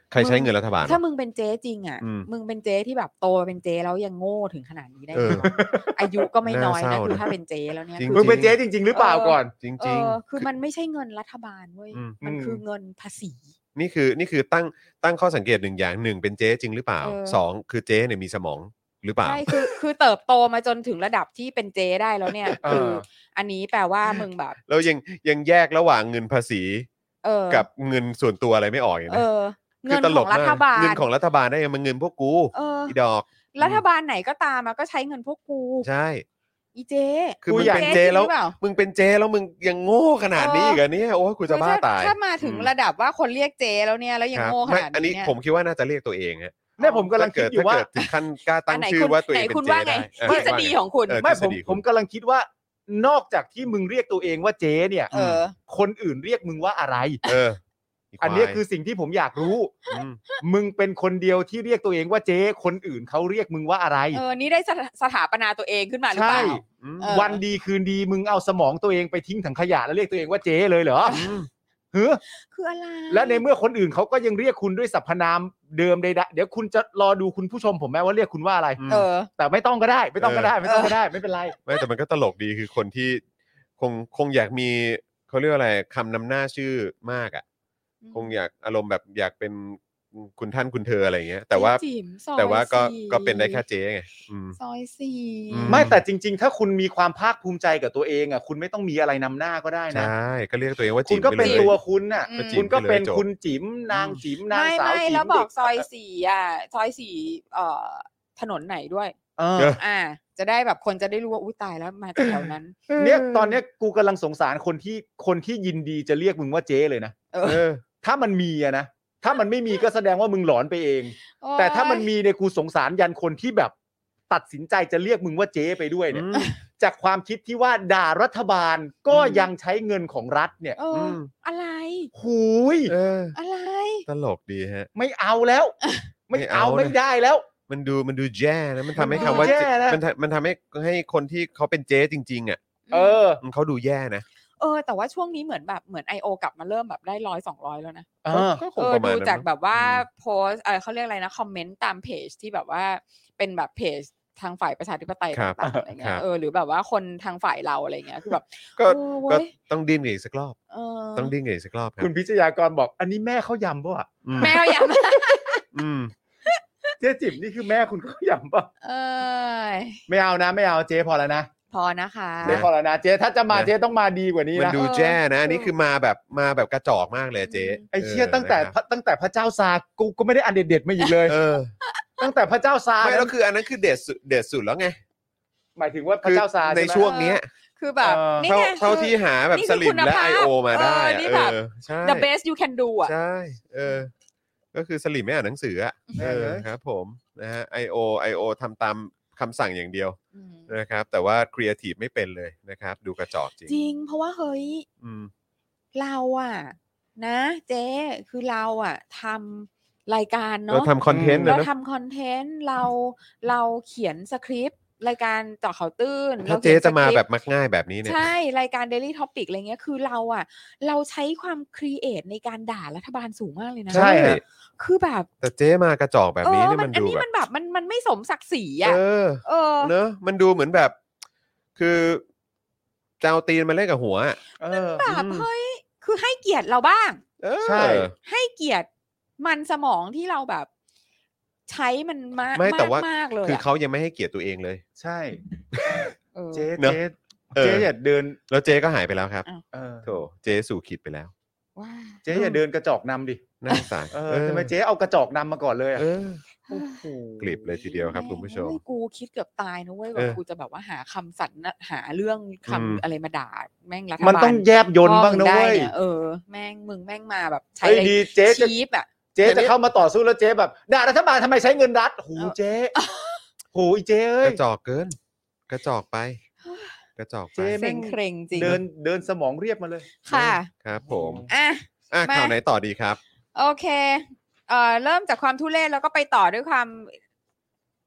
Speaker 2: ใครใช้เงินรัฐบาล
Speaker 4: ถ้ามึงเป็นเจ๊จริงอ่ะ
Speaker 2: อืม
Speaker 4: มึงเป็นเจ๊ที่แบบโตเป็นเจ๊แล้วยังโง่ถึงขนาดนี้ได้
Speaker 2: เอ
Speaker 4: ไง
Speaker 2: อ
Speaker 4: วะอายุก็ไม่น้อย
Speaker 2: น่าเศ
Speaker 4: นะ
Speaker 2: ร้า
Speaker 4: คือ
Speaker 2: นะ
Speaker 4: ถ้าเป็นเจ๊แล้วเนี่ย
Speaker 2: จริง
Speaker 4: คือ
Speaker 3: มึงเป็นเจ๊จริง ๆ หรือเปล่าก่อน
Speaker 2: จริง
Speaker 4: เอ
Speaker 2: จริง
Speaker 4: อคือมันไม่ใช่เงินรัฐบาลเว้ย
Speaker 2: อืม
Speaker 4: มันคือเงินภาษี
Speaker 2: นี่คือนี่คือตั้งตั้งข้อสังเกตหนึ่งอย่างหนึ่งเป็นเจ๊จริงหรือเปล่า
Speaker 4: เออ
Speaker 2: สองคือเจ๊เนี่ยมีสมองหรือเปล่า
Speaker 4: ใช่คือคือเติบโตมาจนถึงระดับที่เป็นเจ๊ได้แล้วเนี่ย
Speaker 3: เออ
Speaker 4: คืออันนี้แปลว่ามึงแบบ
Speaker 2: แล้วยังยังแยกระหว่างเงินภาษี
Speaker 4: เออ
Speaker 2: กับเงินส่วนตัวอะไรไม่ออกอย่าง
Speaker 4: เอ
Speaker 2: นะ
Speaker 4: อ
Speaker 2: คื
Speaker 4: เงิน
Speaker 2: ตล
Speaker 4: ขอก งรั
Speaker 2: มาก
Speaker 4: ฐบาล
Speaker 2: เงินของรัฐบาลได้ยังมันเงินพวกกู
Speaker 4: เออ
Speaker 2: อีดอก
Speaker 4: รัฐบาลไหนก็ตามมาก็ใช้เงินพวกกู
Speaker 2: ใช่
Speaker 4: อีเจ๊
Speaker 2: คือ
Speaker 3: กู
Speaker 2: มึง
Speaker 3: อยาก
Speaker 2: เป็นเจ๊แล้ว
Speaker 4: จริงหรือเปล่า
Speaker 2: มึงเป็นเจ๊แล้วมึงยังโง่ขนาดนี้อีกเหรอเนี่ยโอ้ยกูจะบ้า
Speaker 4: คือถ้
Speaker 2: ตาย
Speaker 4: ถ้ามาถึงระดับว่าคนเรียกเจ๊แล้วเนี่ยแล้วยัง
Speaker 2: ครับ
Speaker 4: โง่ข
Speaker 2: ไม่
Speaker 4: นาด
Speaker 2: อันนี้
Speaker 4: นี้เนี่ย
Speaker 2: ผมคิดว่าน่าจะเรียกตัวเองฮะ
Speaker 3: เนี่ยผมกำลังคิดอยู่ว่า
Speaker 2: ถ้เกิดถึงขั้นกล้าตั้ง
Speaker 4: ไหน
Speaker 2: ชื่อ
Speaker 4: คุณ
Speaker 2: ว่าตัว
Speaker 4: ไห
Speaker 2: เอน งเป็น
Speaker 4: คุณ
Speaker 2: เจ๊
Speaker 4: ว่าไง
Speaker 2: ได้เออ
Speaker 4: ทฤษฎีของคุณ
Speaker 2: เออ
Speaker 3: ไม่
Speaker 2: ทฤ
Speaker 3: ผ
Speaker 2: ษ
Speaker 3: ม
Speaker 2: ฎี
Speaker 3: ผมกำลังคิดว่านอกจากที่มึงเรียกตัวเองว่าเจ๊เนี่ย
Speaker 4: เออ
Speaker 3: คนอื่นเรียกมึงว่าอะไร
Speaker 2: เออ
Speaker 3: อันเนี้ยคือสิ่งที่ผมอยากรู้
Speaker 2: ม
Speaker 3: มึงเป็นคนเดียวที่เรียกตัวเองว่าเจ๊คนอื่นเขาเรียกมึงว่าอะไร
Speaker 4: เออ นี่ได้สถสถาปนาตัวเองขึ้นมาหรือเป
Speaker 3: ใช่
Speaker 4: ล่า
Speaker 2: อืม
Speaker 4: เออ
Speaker 3: วันดีคืนดีมึงเอาสมองตัวเองไปทิ้งถังขยะแล้วเรียกตัวเองว่าเจ๊เลยเหรอ
Speaker 2: อืม
Speaker 3: เฮ้อ
Speaker 4: คืออะไร
Speaker 3: และในเมื่อคนอื่นเขาก็ยังเรียกคุณด้วยสรรพนามเดิมใดๆเดี๋ยวคุณจะรอดูคุณผู้ชมผมแม้ว่าเรียกคุณว่าอะไร
Speaker 4: เออ
Speaker 3: แต่ไม่ต้องก็ได้ ไม่ต้องก็ได้ ไม่ต้องก็ได้ไม่เป็นไร
Speaker 2: ไม่แต่มันก็ตลกดีคือคนที่คงคงอยากมีเขาเรียกว่าอะไรคำนำหน้าชื่อมากอ่ะ
Speaker 4: อืม
Speaker 2: คงอยากอารมณ์แบบอยากเป็นคุณท่านคุณเธออะไรอย่างเงี้ย แต่ว่า
Speaker 4: เจ๊จิ๋มซอย
Speaker 2: แต่ว่าก็
Speaker 4: สี่
Speaker 2: ก็เป็นได้แค่เจ๊ไงอืม
Speaker 4: ซอยสี่
Speaker 2: อืม
Speaker 3: ไม่แต่จริง ๆ ถ้าคุณมีความภาคภูมิใจกับตัวเองอ่ะคุณไม่ต้องมีอะไรนำหน้าก็ได้
Speaker 2: ใช
Speaker 3: นะ
Speaker 2: ่ก็เรียกตัวเองว่า
Speaker 3: คุ
Speaker 2: จิ๋
Speaker 3: ณ
Speaker 2: ม
Speaker 3: ก็
Speaker 2: ไป
Speaker 3: เป็น
Speaker 2: เลย
Speaker 3: ตัวคุณน่ะ
Speaker 4: อืม
Speaker 3: คุณก็เป็น
Speaker 2: จบ
Speaker 3: คุณจิ๋มนางจิ๋มนาง
Speaker 4: ไม่
Speaker 3: สาว
Speaker 4: ไม่
Speaker 3: จิ๋ม
Speaker 4: แล้วบอก
Speaker 3: เด็
Speaker 4: ซอยสี่อ่ะซอยสี่เอ่อถนนไหนด้วย
Speaker 3: เออ
Speaker 4: อ่า จะได้แบบคนจะได้รู้ว่าอุ้ยตายแล้วมาจากแถวนั้น
Speaker 3: เนี่ยตอนเนี้ยกูกำลังสงสารคนที่คนที่ยินดีจะเรียกมึงว่าเจ๊เลยนะ
Speaker 4: เออ
Speaker 2: เออ
Speaker 3: ถ้ามันมีอะนะถ้ามันไม่มีก็แสดงว่ามึงหลอนไปเอง
Speaker 4: โอ๊ย
Speaker 3: แต่ถ้ามันมีเนี่ยกูสงสารยันคนที่แบบตัดสินใจจะเรียกมึงว่าเจ๊ไปด้วยเนี่ย
Speaker 2: อืม
Speaker 3: จากความคิดที่ว่าด่ารัฐบาลก็
Speaker 2: อืม
Speaker 3: ยังใช้เงินของรัฐเนี่ย
Speaker 4: เอออ
Speaker 2: ม
Speaker 4: อะไร
Speaker 3: หูย
Speaker 2: เออ
Speaker 4: อะไร
Speaker 2: ตลกดีฮะ
Speaker 3: ไม่เอาแล้ว ไม่
Speaker 2: ไม่เอา
Speaker 3: เอา
Speaker 2: นะ
Speaker 3: ไม่ได้แล้ว
Speaker 2: มันดูมันดูแย่นะมันทำให้
Speaker 3: มัน
Speaker 2: คำ
Speaker 3: ดู
Speaker 2: ว่า
Speaker 3: แย่นะ
Speaker 2: มันทำมันทำให้ให้คนที่เขาเป็นเจ๊จริง ๆ อ่ะ
Speaker 3: เออ
Speaker 2: เขาดูแย่นะ
Speaker 4: เออ แต่ว่าช่วงนี้เหมือนแบบเหมือน ไอ โอ กลับมาเริ่มแบบได้ร้อยสองร้อยแล้วนะ
Speaker 3: เออ
Speaker 2: ก็ค
Speaker 4: เอง อ
Speaker 2: ประมาณ
Speaker 4: ดู
Speaker 2: นั้น
Speaker 4: จาก
Speaker 2: มั้ง
Speaker 4: แบบว่า
Speaker 2: อืม
Speaker 4: โพสเออเขาเรียกอะไรนะ คอมเมนต์ตามเพจที่แบบว่าเป็นแบบเพจทางฝ่ายประชาธิปไตย
Speaker 2: ครับ
Speaker 4: ต่างๆอะไรเงี้
Speaker 2: ครั
Speaker 4: ย
Speaker 2: บ
Speaker 4: เออหรือแบบว่าคนทางฝ่ายเราอะไรเงี้ยคือแบบ
Speaker 2: ก็
Speaker 4: เออเว้
Speaker 2: ก็
Speaker 4: ย
Speaker 2: ต้องดิ้นกันอีกสักรอบ
Speaker 4: เออ
Speaker 2: ต้องดิ้นกันอีกสักรอบครั
Speaker 3: คุ
Speaker 2: บ
Speaker 3: ณพิชยากรบอก อันนี้แม่เขายำป่ะ
Speaker 2: อืม
Speaker 4: แม่ก็ยัง
Speaker 2: อืม
Speaker 3: เจ๊จิ๋มนี่คือแม่คุณเขายำป่ะ
Speaker 4: เออ
Speaker 3: ไม่เอานะ ไม่เอาเจ๊พอแล้วนะ
Speaker 4: พอนะคะ
Speaker 3: เจ๊พอแล้วนะเจ๊ถ้าจะมา
Speaker 2: นะ
Speaker 3: เจ๊ต้องมาดีกว่านี้
Speaker 2: มัน
Speaker 3: นะ
Speaker 2: ดูแย่นะอันนี้คือมาแบบมาแบบกระจอกมากเลยเจ๊
Speaker 3: ไอ้เชี่ยตั้งแต่
Speaker 2: ออนะครับ
Speaker 3: ตั้งแต่พระเจ้าซาร์กูก็ไม่ได้อันเด็ดๆมาอีกเลย
Speaker 2: เออ
Speaker 3: ตั้งแต่พระเจ้าซาร์
Speaker 2: ไม่แล้ว
Speaker 3: นะ
Speaker 2: คืออันนั้นคือเด็ดสุดเด็ดสุดแล้วไง
Speaker 3: หมายถึงว่าพระ
Speaker 2: คือ
Speaker 3: เจ้าซาร์
Speaker 2: ใน
Speaker 3: ใช่ไหม
Speaker 2: ช่วงเนี้ย
Speaker 4: คือแบบ
Speaker 3: เออ
Speaker 4: นี่
Speaker 2: เท่า
Speaker 4: ไง
Speaker 2: เท่าที่หาแบบ
Speaker 4: นี่
Speaker 2: ส
Speaker 4: คือ
Speaker 2: ลิ
Speaker 4: คุ
Speaker 2: ม
Speaker 4: ณ
Speaker 2: และ
Speaker 4: ภา
Speaker 2: ไอ
Speaker 4: พ
Speaker 2: โอมาได้
Speaker 4: เออ
Speaker 2: อะ
Speaker 4: นี่
Speaker 2: เอ
Speaker 4: แบบ
Speaker 2: อใช่
Speaker 4: the best you can do อ่ะ
Speaker 2: ใช่ เออ ก็คือสลิมไม่อ่านหนังสืออ่ะเออครับผมนะฮะ ไอ โอ ไอ โอ ทำตามคำสั่งอย่างเดียว
Speaker 4: อืม
Speaker 2: นะครับ แต่ว่าครีเอทีฟไม่เป็นเลยนะครับ ดูกระจอกจริง
Speaker 4: จริง เพราะว่าเฮ้ย
Speaker 2: อืม
Speaker 4: เราอะนะเจ๊คือเราอะทำรายการ
Speaker 2: เรา
Speaker 4: เนาะ
Speaker 2: ทำคอนเทนต์
Speaker 4: เรา
Speaker 2: นะนะ
Speaker 4: ทำคอนเทนต์เราเราเขียนสคริปต์รายการเจาะข่าวตื้น
Speaker 2: ถ้า
Speaker 4: ร
Speaker 2: เจ๊
Speaker 4: ขียน
Speaker 2: จะมา
Speaker 4: สคริปต์
Speaker 2: แบบมักง่ายแบบนี้เนี่ย
Speaker 4: ใช่รายการ Daily Topic อะไรเงี้ยคือเราอะเราใช้ความครีเอทในการด่ารัฐบาลสูงมากเลยนะ
Speaker 3: ใช่ฮะ
Speaker 4: คือแบบ
Speaker 2: แต่เจ๊มากระจอกแบบนี้
Speaker 4: เออ
Speaker 2: เนี่ย
Speaker 4: มั
Speaker 2: มัน น
Speaker 4: อัน
Speaker 2: ดู
Speaker 4: นี้
Speaker 2: แบ
Speaker 4: มั
Speaker 2: บ
Speaker 4: นแบบมันมันไม่สมศักดิ์ศรี
Speaker 2: เอ
Speaker 4: อะ
Speaker 2: อ
Speaker 4: เออ
Speaker 2: เนอะมันดูเหมือนแบบ คือเจ้าตีนมาเล่นกับหัวอะ
Speaker 3: เออ
Speaker 4: แบบ
Speaker 2: อืม
Speaker 4: เฮ้ยคือให้เกียรติเราบ้าง
Speaker 2: เออ
Speaker 3: ใช่
Speaker 4: ให้เกียรติมันสมองที่เราแบบ ใช้มันมาก
Speaker 2: ไม่แต่ว่า
Speaker 4: มากๆเลย
Speaker 2: คือ
Speaker 4: อะ
Speaker 2: เขายังไม่ให้เกียรติตัวเองเลย
Speaker 3: ใช่
Speaker 4: เออ
Speaker 3: เจ๊
Speaker 2: เนอะ
Speaker 3: เจ๊
Speaker 2: เออ
Speaker 3: เจ๊อย่าเดิน
Speaker 2: แล้วเจ๊ก็หายไปแล้วครับ
Speaker 4: อ้าว
Speaker 3: เออ
Speaker 2: โถเจ๊สู่ขิดไปแล้ว
Speaker 4: ว้า
Speaker 3: เจ๊อย่าเดินกระจอกนำดิ
Speaker 2: น่าสงสาร
Speaker 3: เออทำไมเจ๊เอากระจอกนำมาก่อนเลยอะ
Speaker 2: เออ
Speaker 3: โอ้โห
Speaker 2: กลิบเลยทีเดียวครับคุณผู้ชม
Speaker 4: เฮ้ยกูคิดเกือบตายนะเว้ย
Speaker 2: เอ
Speaker 4: ว่า
Speaker 2: อ
Speaker 4: กูจะแบบว่าหาคำสรรนะหาเรื่องคำ
Speaker 2: อืม
Speaker 4: อะไรมาด่าแม่งรัฐบาล
Speaker 3: มันต้องแยบยนต์บ้างนะ
Speaker 4: พ่อมึ
Speaker 3: เว้ย
Speaker 4: ได้นี่เออ แม่งมึงแม่งมาแบบใช้
Speaker 3: เฮ้ย
Speaker 4: อะไร
Speaker 3: ดีเจ๊จะ
Speaker 4: ชีพอ่ะ
Speaker 3: เจ๊จะเข้ามาต่อสู้แล้วเจ๊แบบด่ารัฐบาลทำไมใช้เงินรัฐโห
Speaker 4: เอา
Speaker 3: เจ๊โหอีเจ๊เอ้
Speaker 2: ก
Speaker 3: ย
Speaker 2: ระจอกเกิน กระจอกไป กระจอกไป
Speaker 3: เจ๊แม่
Speaker 4: เซ็
Speaker 3: ง
Speaker 4: งเคร่งจริง
Speaker 3: เดินเดินสมองเรียบมาเลย
Speaker 4: ค่ะ
Speaker 2: ครับผม
Speaker 4: อ่ะ
Speaker 2: อ่ะ
Speaker 4: มา
Speaker 2: ข่าวไหนต่อดีครับ
Speaker 4: โอเคเอ่อเริ่มจากความทุเรศแล้วก็ไปต่อด้วยความ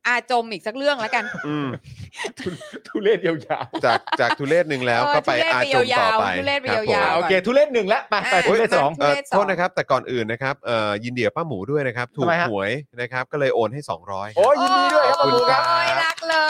Speaker 4: อาจมอีกสักเรื่องแล้วกัน
Speaker 2: อืม
Speaker 3: ทุเรศยาว
Speaker 2: จากจากทุเรศหนึ่งแล้ว
Speaker 4: เออ
Speaker 2: ก็ไป
Speaker 4: ทุเรศ
Speaker 2: อา
Speaker 4: ไป
Speaker 2: จมต่อไป
Speaker 4: ยาวๆทุเรศไป
Speaker 2: ครับ
Speaker 4: ยาว
Speaker 2: ผม
Speaker 3: ๆโอเคทุเรศหนึ่งแล้วไปไป
Speaker 4: อ่า
Speaker 3: ทุเรศสอง
Speaker 2: เอ่อ
Speaker 4: ทุเรศสอง
Speaker 2: โทษนะครับแต่ก่อนอื่นนะครับเอ่อยินดีกับป้าหมูด้วยนะครับถู
Speaker 3: ทำ
Speaker 2: ก
Speaker 3: ไมฮะ
Speaker 2: หวยนะครับก็เลยโอนให้สองร้อย
Speaker 3: โอ้ยยินดีด้วยครับ
Speaker 2: ขอบ
Speaker 3: ป้า
Speaker 2: คุ
Speaker 3: หมู
Speaker 2: ณ
Speaker 3: ครับ
Speaker 4: โอ้ยรักเลย